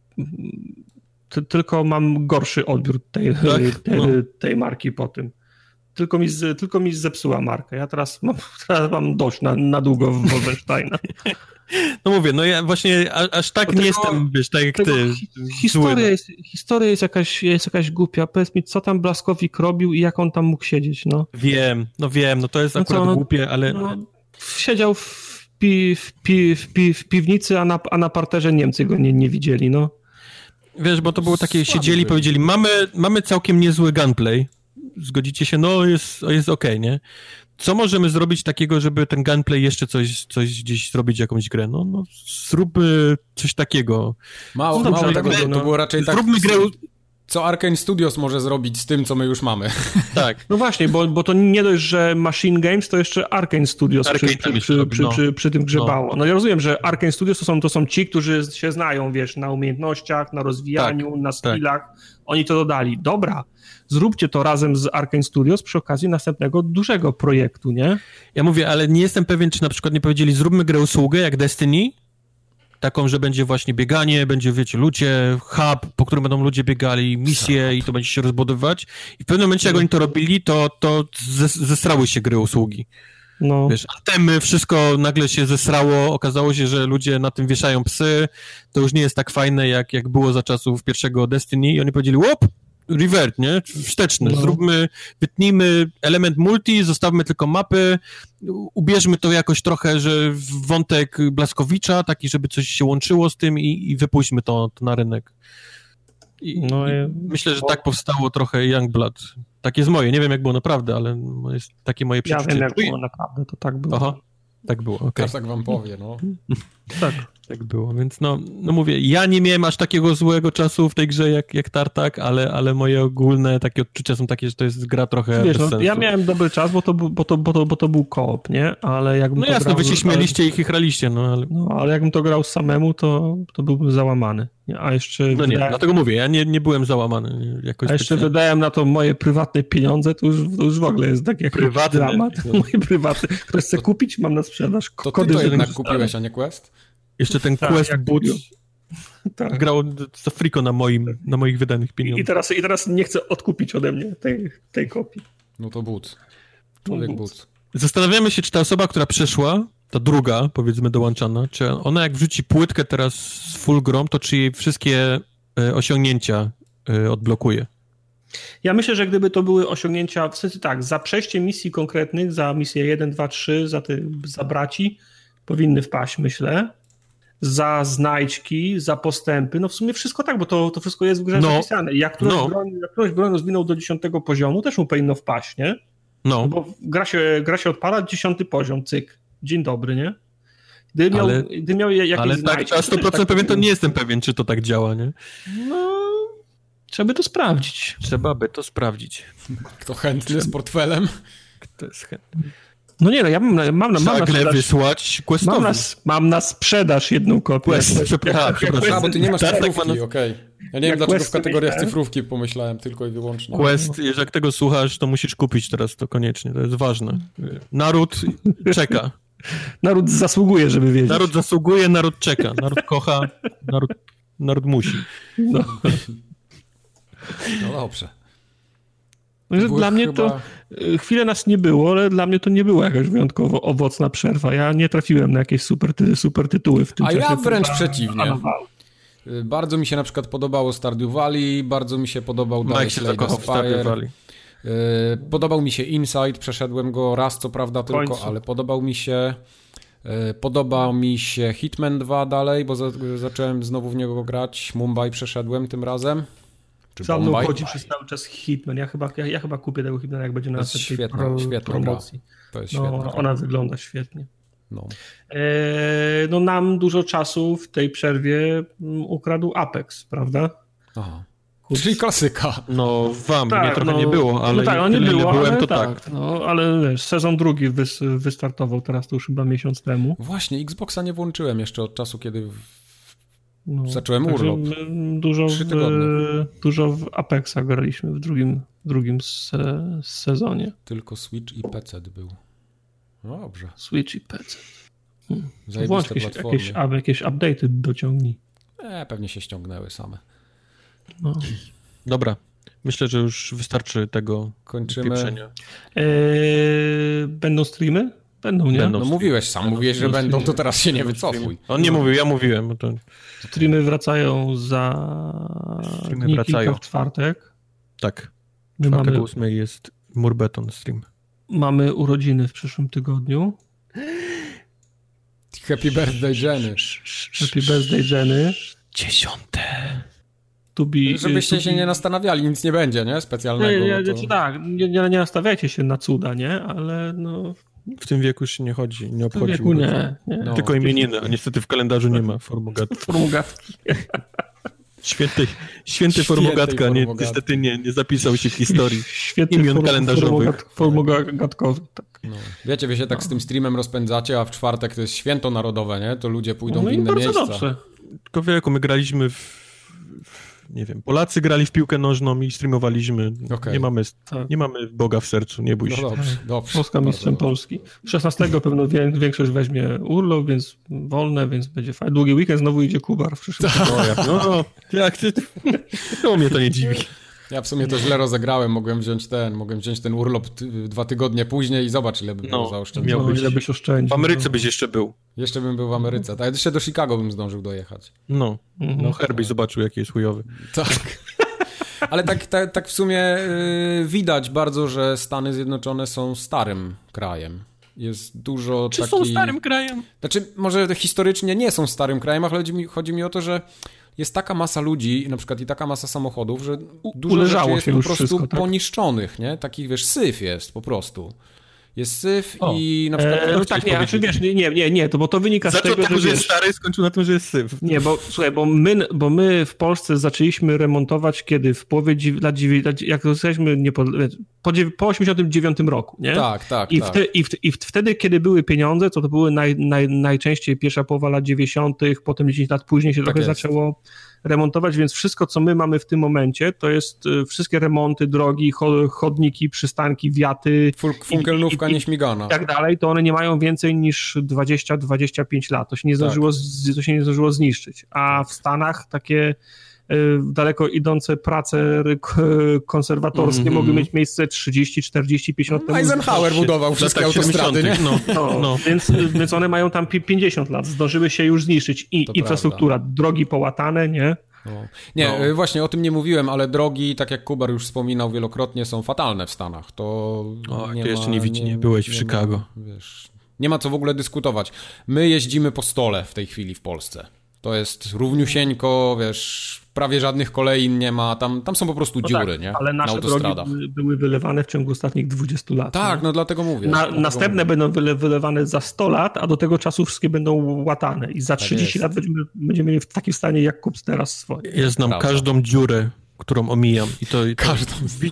Ty, tylko mam gorszy odbiór tej, tak? tej, no. tej marki po tym. Tylko mi, z, tylko mi zepsuła markę. Ja teraz mam, teraz mam dość na, na długo w Wolfensteina. No mówię, no ja właśnie aż, aż tak nie jestem, wiesz, tak jak ty. Historia jest, historia jest jakaś, jest jakaś głupia. Powiedz mi, co tam Blaskowik robił i jak on tam mógł siedzieć, no. Wiem, no wiem, no to jest no akurat co, no, głupie, ale... No, siedział w, pi, w, pi, w, pi, w piwnicy, a na, a na parterze Niemcy go nie, nie widzieli, no. Wiesz, bo to było takie, Słaby siedzieli i powiedzieli, mamy, mamy całkiem niezły gunplay, zgodzicie się, no jest, jest okej, okay, nie? Co możemy zrobić takiego, żeby ten gunplay jeszcze coś, coś gdzieś zrobić, jakąś grę? No, no zróbmy coś takiego. Mało, no, mało tego, to, to było raczej tak... Zróbmy grę... Co Arkane Studios może zrobić z tym, co my już mamy. Tak. No właśnie, bo, bo to nie dość, że Machine Games, to jeszcze Arkane Studios Arkane przy, przy, przy, przy, no. przy, przy tym grzebało. No. no ja rozumiem, że Arkane Studios to są, to są ci, którzy się znają, wiesz, na umiejętnościach, na rozwijaniu, tak, na skillach. Tak. Oni to dodali. Dobra, zróbcie to razem z Arkane Studios przy okazji następnego dużego projektu, nie? Ja mówię, ale nie jestem pewien, czy na przykład nie powiedzieli, zróbmy grę usługę jak Destiny, taką, że będzie właśnie bieganie, będzie, wiecie, ludzie, hub, po którym będą ludzie biegali, misje i to będzie się rozbudowywać. I w pewnym momencie, jak oni to robili, to, to zesrały się gry usługi. No. Wiesz, temy, wszystko nagle się zesrało, okazało się, że ludzie na tym wieszają psy, to już nie jest tak fajne, jak, jak było za czasów pierwszego Destiny i oni powiedzieli, łop, revert, nie? Wsteczny, No. zróbmy, wytnijmy element multi, zostawmy tylko mapy, ubierzmy to jakoś trochę, że w wątek Blaskowicza, taki, żeby coś się łączyło z tym i, i wypuśćmy to, to na rynek. I, No i i- myślę, że tak powstało trochę Youngblood. Tak jest moje, nie wiem jak było naprawdę, ale jest takie moje Ja przeczucie. wiem, jak było naprawdę, to tak było. Aha, tak było, okej. Tartak wam powie, no. Tak. Tak było, więc no, no mówię, ja nie miałem aż takiego złego czasu w tej grze jak, jak Tartak, ale, ale moje ogólne takie odczucia są takie, że to jest gra trochę Wiesz, bez no, sensu. ja miałem dobry czas, bo to, był- bo to, bo to, bo to był koop, nie? Ale jakbym No to jasno, grał, wy się śmieliście i chichraliście, no ale... Ale, no, ale jakbym to grał samemu, to, to byłbym załamany. Nie? A jeszcze, No nie, wydałem, dlatego mówię, ja nie, nie byłem załamany nie, jakoś a jeszcze specjalnie. wydałem na to moje prywatne pieniądze, to już, to już w ogóle jest tak jak Prywatne? dramat. Moje prywatne. Ktoś chce kupić, mam na sprzedaż. To ty Kody to jednak zostały. kupiłeś, a nie Quest? Jeszcze ten Tak, Quest jak Boots Tak. grał za friko na moim, na moich wydanych I, pieniądzach. teraz, I teraz nie chcę odkupić ode mnie tej, tej kopii. No to Boots. Człowiek No, Boots. Zastanawiamy się, czy ta osoba, która przeszła, ta druga, powiedzmy dołączana, czy ona jak wrzuci płytkę teraz z full grą, to czy jej wszystkie e, osiągnięcia e, odblokuje? Ja myślę, że gdyby to były osiągnięcia, w sensie tak, za przejście misji konkretnych, za misję jeden, dwa, trzy, za, te, za braci, powinny wpaść, myślę. Za znajdźki, za postępy, no w sumie wszystko tak, bo to, to wszystko jest w grze No. zapisane. Jak któraś, No. broń, jak któraś broń rozwinął do dziesiątego poziomu, też mu powinno wpaść, nie? No, No bo gra się, gra się odpala, dziesiąty poziom, cyk. Dzień dobry, nie? Gdyby miał, Ale- gdyby miał jakieś ale tak, znajdźki, a sto procent tak- pewien to nie jestem pewien, czy to tak działa, nie? No, trzeba by to sprawdzić. Trzeba by to sprawdzić. Kto chętny z portfelem? Kto jest chętny? No nie no, ja mam, na- mam, na- mam, na, Nagle sprzedaż, wysłać Questowi. mam, na, mam na sprzedaż jedną kopię. Quest, Jak- przepraszam, jak- przepraszam. jak A, bo ty nie masz Tartak cyfrówki, ma na- okej. Ja nie wiem, Jak dlaczego w Questy kategoriach myślałem. cyfrówki pomyślałem tylko i wyłącznie. Quest, jeżeli jak tego słuchasz, to musisz kupić teraz to koniecznie, to jest ważne. Naród czeka. Naród zasługuje, żeby wiedzieć. Naród zasługuje, naród czeka. Naród kocha, naród, naród musi. No. No dobrze. No, że Były dla mnie chyba- to y, chwilę nas nie było, ale dla mnie to nie była jakaś wyjątkowo owocna przerwa. Ja nie trafiłem na jakieś super, ty, super tytuły w tym A czasie. ja wręcz Chyba przeciwnie. panowałem. Y, Bardzo mi się na przykład podobało Stardew Valley, bardzo mi się podobał Mike dalej się Slay the zakochał w Stardew Spire. Valley. Y, Podobał mi się Inside, przeszedłem go raz co prawda tylko, końcu. ale podobał mi się. y, Podobał mi się Hitman dwa dalej, bo za, zacząłem znowu w niego grać. Mumbai przeszedłem tym razem. Czy Za mną Bombay? chodzi przez cały czas Hitman. Ja chyba, ja, ja chyba kupię tego Hitmana, jak będzie na To jest następnej świetna, pro, świetna promocji. To jest No, świetne. ona, ona wygląda świetnie. No. Eee, no nam dużo czasu w tej przerwie mm, ukradł Apex, prawda? Aha. Kurczę. Czyli klasyka. No wam, mnie trochę nie było, ale no tak, no nie tyle, ile było, byłem, ale to tak. tak. No, ale wiesz, sezon drugi wys, wystartował teraz, to już chyba miesiąc temu. Właśnie, Xboxa nie włączyłem jeszcze od czasu, kiedy w... No, Zacząłem także urlop. my Dużo Trzy w, tygodnie. dużo w Apexa graliśmy w drugim, drugim se, sezonie. tylko Switch i P C był. No dobrze. Switch i P C. Włącz Zajebiste jakieś, platformy. jakieś, a, jakieś update'y dociągnij. E, pewnie się ściągnęły same. No. Dobra, myślę, że już wystarczy tego Kończymy. pieprzenia. Eee, będą streamy? Będą, nie? Będą. No mówiłeś sam, mówiłeś, że będą, to teraz się nie wycofuj. On nie mówił, ja mówiłem. bo To... Streamy wracają za Streamy dni wracają. kilka w czwartek. Tak, My czwartek mamy, ósmej jest Murbeton stream. mamy urodziny w przyszłym tygodniu. Happy birthday Jenny. Happy birthday Jenny. Dziesiąte. To be, Żebyście to się be- nie nastanawiali, nic nie będzie, nie? Nie, Specjalnego. nie, no to... znaczy tak, nie, nie, nie nastawiajcie się na cuda, nie? Ale no, W tym wieku już się nie chodzi, nie w obchodzi. wieku nie. nie. No. Tylko imieniny, a niestety w kalendarzu nie ma formogatka. Formugatki. Święty, święty Świętej formogatka, nie, formogatki. niestety nie, nie zapisał się w historii. Świetny Imion form- kalendarzowych. formugat- Formogatkowy, tak. No. Wiecie, wy się tak z tym streamem rozpędzacie, a w czwartek to jest święto narodowe, nie? To ludzie pójdą No w i inne bardzo miejsca. dobrze. Tylko wieku, my graliśmy w, w... Nie wiem, Polacy grali w piłkę nożną i streamowaliśmy. Okej. Nie, mamy, Tak. nie mamy Boga w sercu, nie bój No się. dobrze, dobrze. Polska Bardzo mistrzem dobrze. Polski. szesnastego pewno wie, większość weźmie urlop, więc wolne, więc będzie fajnie. Długi weekend, znowu idzie Kubar w przyszłym tygodniu. No, jak, no, jak ty... No mnie to nie dziwi. Ja w sumie to źle rozegrałem, mogłem wziąć ten, mogłem wziąć ten urlop ty, dwa tygodnie później i zobacz, ile bym no, zaoszczędził. Miał być, ile byś oszczędził. W Ameryce byś jeszcze był. Jeszcze bym był w Ameryce, a jeszcze do Chicago bym zdążył dojechać. No, no Herbie zobaczył, jaki jest chujowy. Tak. Ale tak, tak, tak w sumie yy, widać bardzo, że Stany Zjednoczone są starym krajem. Jest dużo Czy taki... są starym krajem? Znaczy, może historycznie nie są starym krajem, ale chodzi mi, chodzi mi o to, że jest taka masa ludzi, na przykład i taka masa samochodów, że dużo rzeczy jest po prostu wszystko, tak? poniszczonych, nie? Takich, wiesz, syf jest po prostu. Jest syf o. i na przykład... Eee, tak, nie, znaczy, wiesz, nie, nie, nie, to bo to wynika Zaczął z tego, tego, że, że wiesz, jest stary, skończył na tym, że jest syf. Nie, bo słuchaj, bo my, bo my w Polsce zaczęliśmy remontować kiedy? W połowie lat dziewięćdziesiątych, jak jesteśmy nie po, po, po osiemdziesiątym dziewiątym roku, nie? Tak, tak, I, tak. wte, i, w, I wtedy, kiedy były pieniądze, to to były naj, naj, najczęściej pierwsza połowa lat dziewięćdziesiątych, potem dziesięć lat później się tak trochę jest. zaczęło remontować, więc wszystko, co my mamy w tym momencie, to jest wszystkie remonty, drogi, chodniki, przystanki, wiaty. Funkelnówka nieśmigana. I tak dalej, to one nie mają więcej niż dwadzieścia do dwudziestu pięciu lat. To się nie zdążyło, tak. to się nie zdążyło zniszczyć. A w Stanach takie y, daleko idące prace konserwatorskie mm-hmm. mogły mieć miejsce trzydzieści, czterdzieści, pięćdziesiąt lat temu. Eisenhower budował wszystkie autostrady, nie? No, no, no. Więc, więc one mają tam pięćdziesiąt lat. Zdążyły się już zniszczyć. I to infrastruktura, prawda. Drogi połatane, nie? No. Nie, no. właśnie o tym nie mówiłem, ale drogi, tak jak Kubar już wspominał wielokrotnie, są fatalne w Stanach. To o, nie ty ma, jeszcze nie, widzi, nie, nie byłeś w nie Chicago. Ma, wiesz, nie ma co w ogóle dyskutować. My jeździmy po stole w tej chwili w Polsce. To jest równiusieńko, wiesz, prawie żadnych kolejn nie ma, tam, tam są po prostu no dziury, tak, nie? Ale nasze na autostradach. drogi były wylewane w ciągu ostatnich dwudziestu lat. Tak, nie? no dlatego mówię. Na, dlatego następne mówię. będą wyle, wylewane za sto lat, a do tego czasu wszystkie będą łatane i za tak trzydzieści jest. lat będziemy, będziemy mieli w takim stanie jak kup teraz swoje. Ja znam Prawda. każdą dziurę, którą omijam i to... I to każdą. Wi-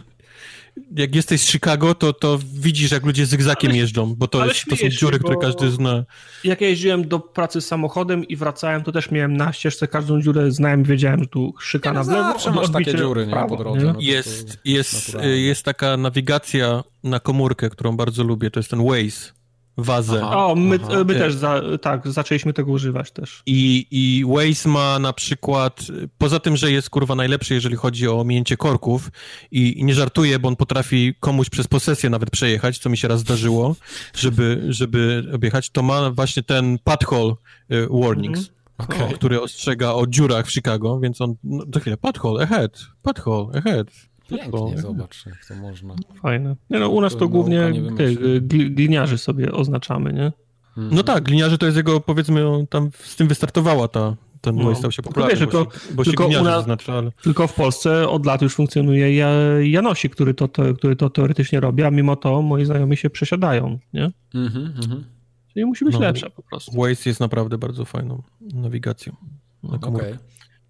jak jesteś z Chicago, to, to widzisz, jak ludzie zygzakiem ale, jeżdżą, bo to, jest, to są dziury, które każdy zna. Jak ja jeździłem do pracy samochodem i wracałem, to też miałem na ścieżce każdą dziurę, znałem, wiedziałem, że tu szykana no, w lewo. Zawsze masz takie dziury, nie, prawo, po drodze. nie? No, to, jest, to jest, jest taka nawigacja na komórkę, którą bardzo lubię, to jest ten Waze. Wazę. Aha, o, my, aha. my też, za, tak, zaczęliśmy tego używać też. I, I Waze ma na przykład, poza tym, że jest kurwa najlepszy, jeżeli chodzi o ominięcie korków i, i nie żartuję, bo on potrafi komuś przez posesję nawet przejechać, co mi się raz zdarzyło, żeby, żeby objechać, to ma właśnie ten pothole y, warnings, mhm. okay. który ostrzega o dziurach w Chicago, więc on, no, za chwilę, pothole ahead, pothole ahead. Pięknie, zobacz, jak to można. Fajne. Nie no, u nas to, to głównie ty, gliniarzy sobie oznaczamy, nie? Hmm. No tak, gliniarzy to jest jego, powiedzmy, on tam z tym wystartowała ta, ten no. stał się popularny, wiesz, bo, tylko, się, bo tylko się gliniarzy nas, zaznacza, ale... Tylko w Polsce od lat już funkcjonuje Janosi, który to, to, który to teoretycznie robi, a mimo to moi znajomi się przesiadają, nie? Mhm, mhm. Czyli musi być no, lepsza po prostu. Waze jest naprawdę bardzo fajną nawigacją na komórkę. Okay.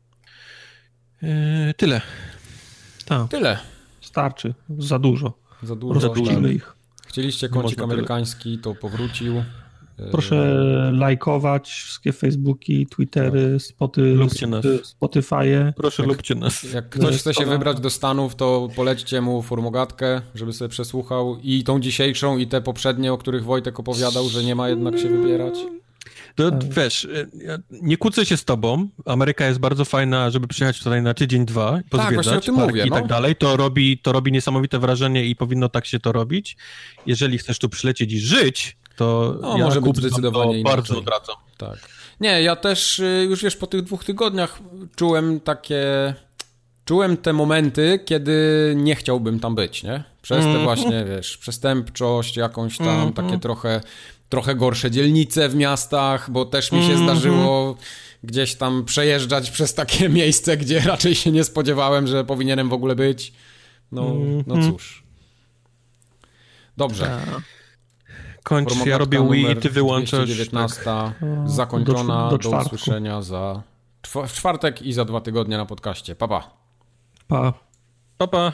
Yy, tyle. Tak. Tyle. Starczy. Za dużo. Za dużo. Rozpuścimy ich. Chcieliście kącik amerykański, to powrócił. Proszę lajkować wszystkie Facebooki, Twittery, spoty, Spotify'e. Proszę, jak, lubcie nas. Jak ktoś chce się wybrać do Stanów, to polećcie mu Formogatkę, żeby sobie przesłuchał i tą dzisiejszą, i te poprzednie, o których Wojtek opowiadał, że nie ma jednak się wybierać. To, wiesz, ja nie kłócę się z tobą. Ameryka jest bardzo fajna, żeby przyjechać tutaj na tydzień, dwa, pozwiedzać tak, o tym parki mówię, i no. tak dalej. To robi, to robi niesamowite wrażenie i powinno tak się to robić. Jeżeli chcesz tu przylecieć i żyć, to no, ja może być zdecydowanie to bardzo odradzam. Tak. Nie, ja też już wiesz, po tych dwóch tygodniach czułem takie... Czułem te momenty, kiedy nie chciałbym tam być, nie? Przez te właśnie, wiesz, przestępczość jakąś tam, takie trochę... trochę gorsze dzielnice w miastach, bo też mi się mm-hmm. zdarzyło gdzieś tam przejeżdżać przez takie miejsce, gdzie raczej się nie spodziewałem, że powinienem w ogóle być. No, mm-hmm. no cóż. Dobrze. Kończ, Formogatka ja robię Wii, ty wyłączasz. dwieście dziewiętnaście tak. zakończona, do, do, do usłyszenia za w czwartek i za dwa tygodnie na podcaście. Pa, pa. Pa. Pa, pa.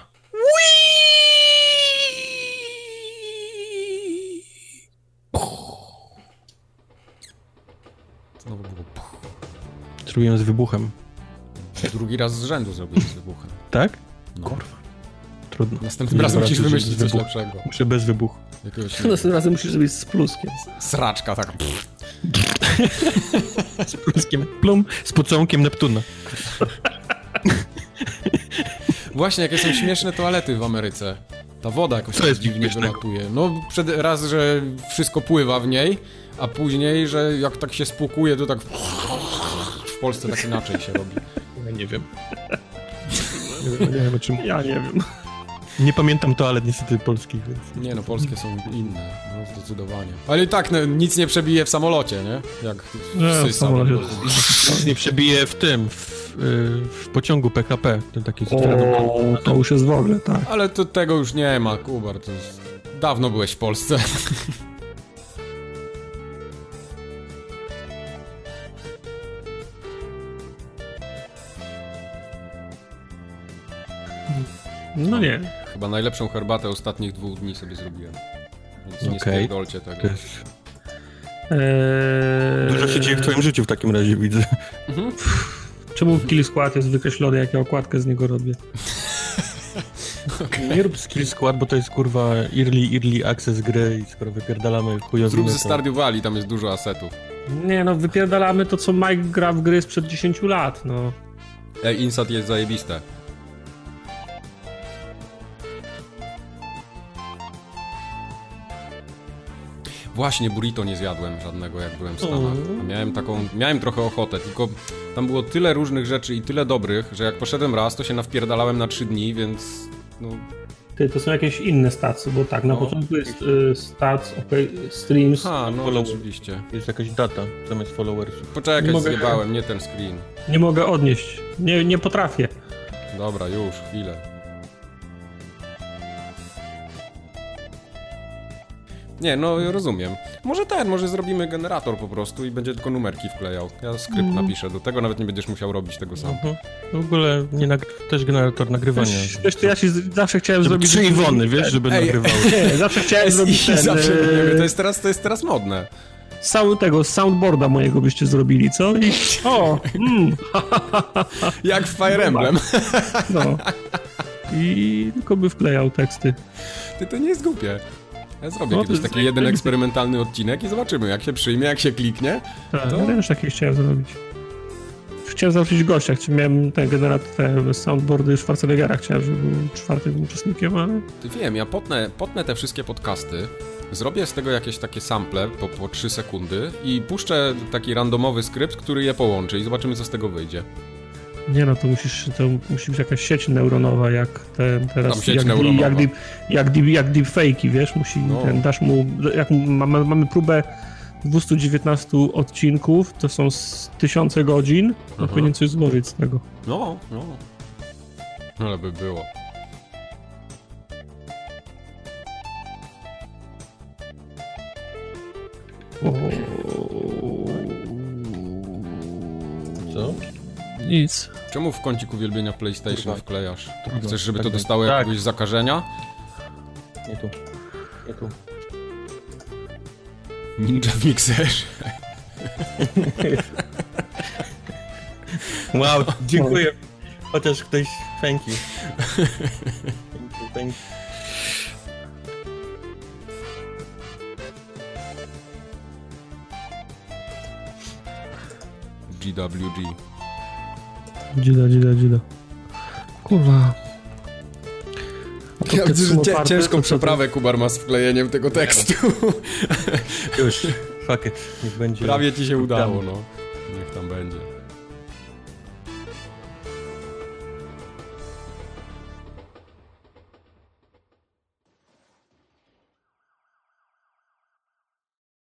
Znowu było puch. Zrobiłem z wybuchem. Drugi raz z rzędu zrobiłem z wybuchem. Tak? No. Kurwa. Trudno. Następnym razem musisz wymyślić coś lepszego. Muszę bez wybuchu. Następnym razem musisz zrobić z pluskiem. Sraczka, tak. Z pluskiem. Plum. Z pocałunkiem Neptuna. Właśnie, jakie są śmieszne toalety w Ameryce. Ta woda jakoś Co tak jest dziwnie śmiesznego? wylatuje. No, przed, raz, że wszystko pływa w niej, a później, że jak tak się spłukuje, to tak... W Polsce tak inaczej się robi. Ja nie wiem. Nie wiem, nie wiem o czym... Ja nie wiem. Nie pamiętam toalet niestety polskich, więc... Nie no, polskie są inne, no zdecydowanie. Ale i tak no, nic nie przebije w samolocie, nie? Jak Nie, w wysysam. samolocie. Nic nie przebije w tym, w, y, w pociągu P K P, ten taki... O, to już jest w ogóle, tak. Ale to tego już nie ma, Kubar, to jest... Dawno byłeś w Polsce. No nie. Chyba najlepszą herbatę ostatnich dwóch dni sobie zrobiłem. Więc nie Okej. spierdolcie tego. To jest... Eee, Dużo się dzieje w twoim życiu w takim razie, widzę. Czemu Kill Squad jest wykreślony, jak ja okładkę z niego robię? Okay. Nie rób Skill Squad, bo to jest kurwa early, early access gry i skoro wypierdalamy chujowinę, Zrób ze to... Stardew Valley, tam jest dużo asetów. Nie no, wypierdalamy to, co Mike gra w gry sprzed dziesięciu lat, no. Ej, Insat jest zajebiste. Właśnie burrito nie zjadłem żadnego, jak byłem w Stanach. A miałem taką, miałem trochę ochotę, tylko tam było tyle różnych rzeczy i tyle dobrych, że jak poszedłem raz, to się nawpierdalałem na trzy dni, więc no... Ty, to są jakieś inne statsy, bo tak, na No. początku jest y, stats, okej, streams. A, no Follow- oczywiście. Jest jakaś data zamiast followersów. Poczekaj, Nie mogę- zjebałem, nie ten screen. Nie mogę odnieść, nie, nie potrafię. Dobra, już, chwilę. Nie, no ja rozumiem. Może ten, może zrobimy generator po prostu i będzie tylko numerki wklejał. Ja skrypt Mm. napiszę do tego, nawet nie będziesz musiał robić tego sam. Mhm. W ogóle nie nagry- też generator nagrywania. Wiesz, wiesz, to ja się z, zawsze chciałem Żeby zrobić... trzy Iwony, wiesz, żeby Ej, nagrywały. Nie, zawsze chciałem zrobić ten... zawsze e, będziemy, to jest teraz, to jest teraz modne. Sound tego, soundboarda mojego byście zrobili, co? I, o, mm, Jak w Fire Emblem. no. I tylko by wklejał teksty. Ty, to nie jest głupie. Ja zrobię No, to kiedyś jest taki jak- jeden eksperymentalny odcinek i zobaczymy, jak się przyjmie, jak się kliknie. Tak, To- ja też takie chciałem zrobić. Chciałem zaprosić gościa, chcia- miałem ten generator, te soundboardy Schwarzeneggera, chciałem, żeby był czwartym uczestnikiem, ale... Ty wiem, ja potnę, potnę te wszystkie podcasty, zrobię z tego jakieś takie sample po, po trzy sekundy i puszczę taki randomowy skrypt, który je połączy i zobaczymy, co z tego wyjdzie. Nie no, to musisz, to musi być jakaś sieć neuronowa, jak ten teraz... Tam sieć jak, neuronowa. Jak, deep, jak, deep, jak deepfake'i, wiesz, musi, No. ten, dasz mu... Jak mamy, mamy próbę dwieście dziewiętnaście odcinków, to są z tysiące godzin, no Mhm. powinien coś złożyć z tego. No, no. Ale by było. Co? Nic. Czemu w kącik uwielbienia PlayStation Kurwa. wklejasz? Trudno. Chcesz, żeby Tak to będzie. dostało Tak. jakiegoś zakażenia? Nie tu. Nie tu. Ninja w mikserze. Wow, dziękuję. Chociaż ktoś... Thank you. Thank you, thank you. G W G. Dzida, dzida, dzida. Kurwa. Ja widzę, że cie, Oparte, ciężką to co przeprawę Kubar ma z wklejeniem tego tekstu. Już. Fuck it. Niech będzie... Prawie ci się udało, no. Niech tam będzie.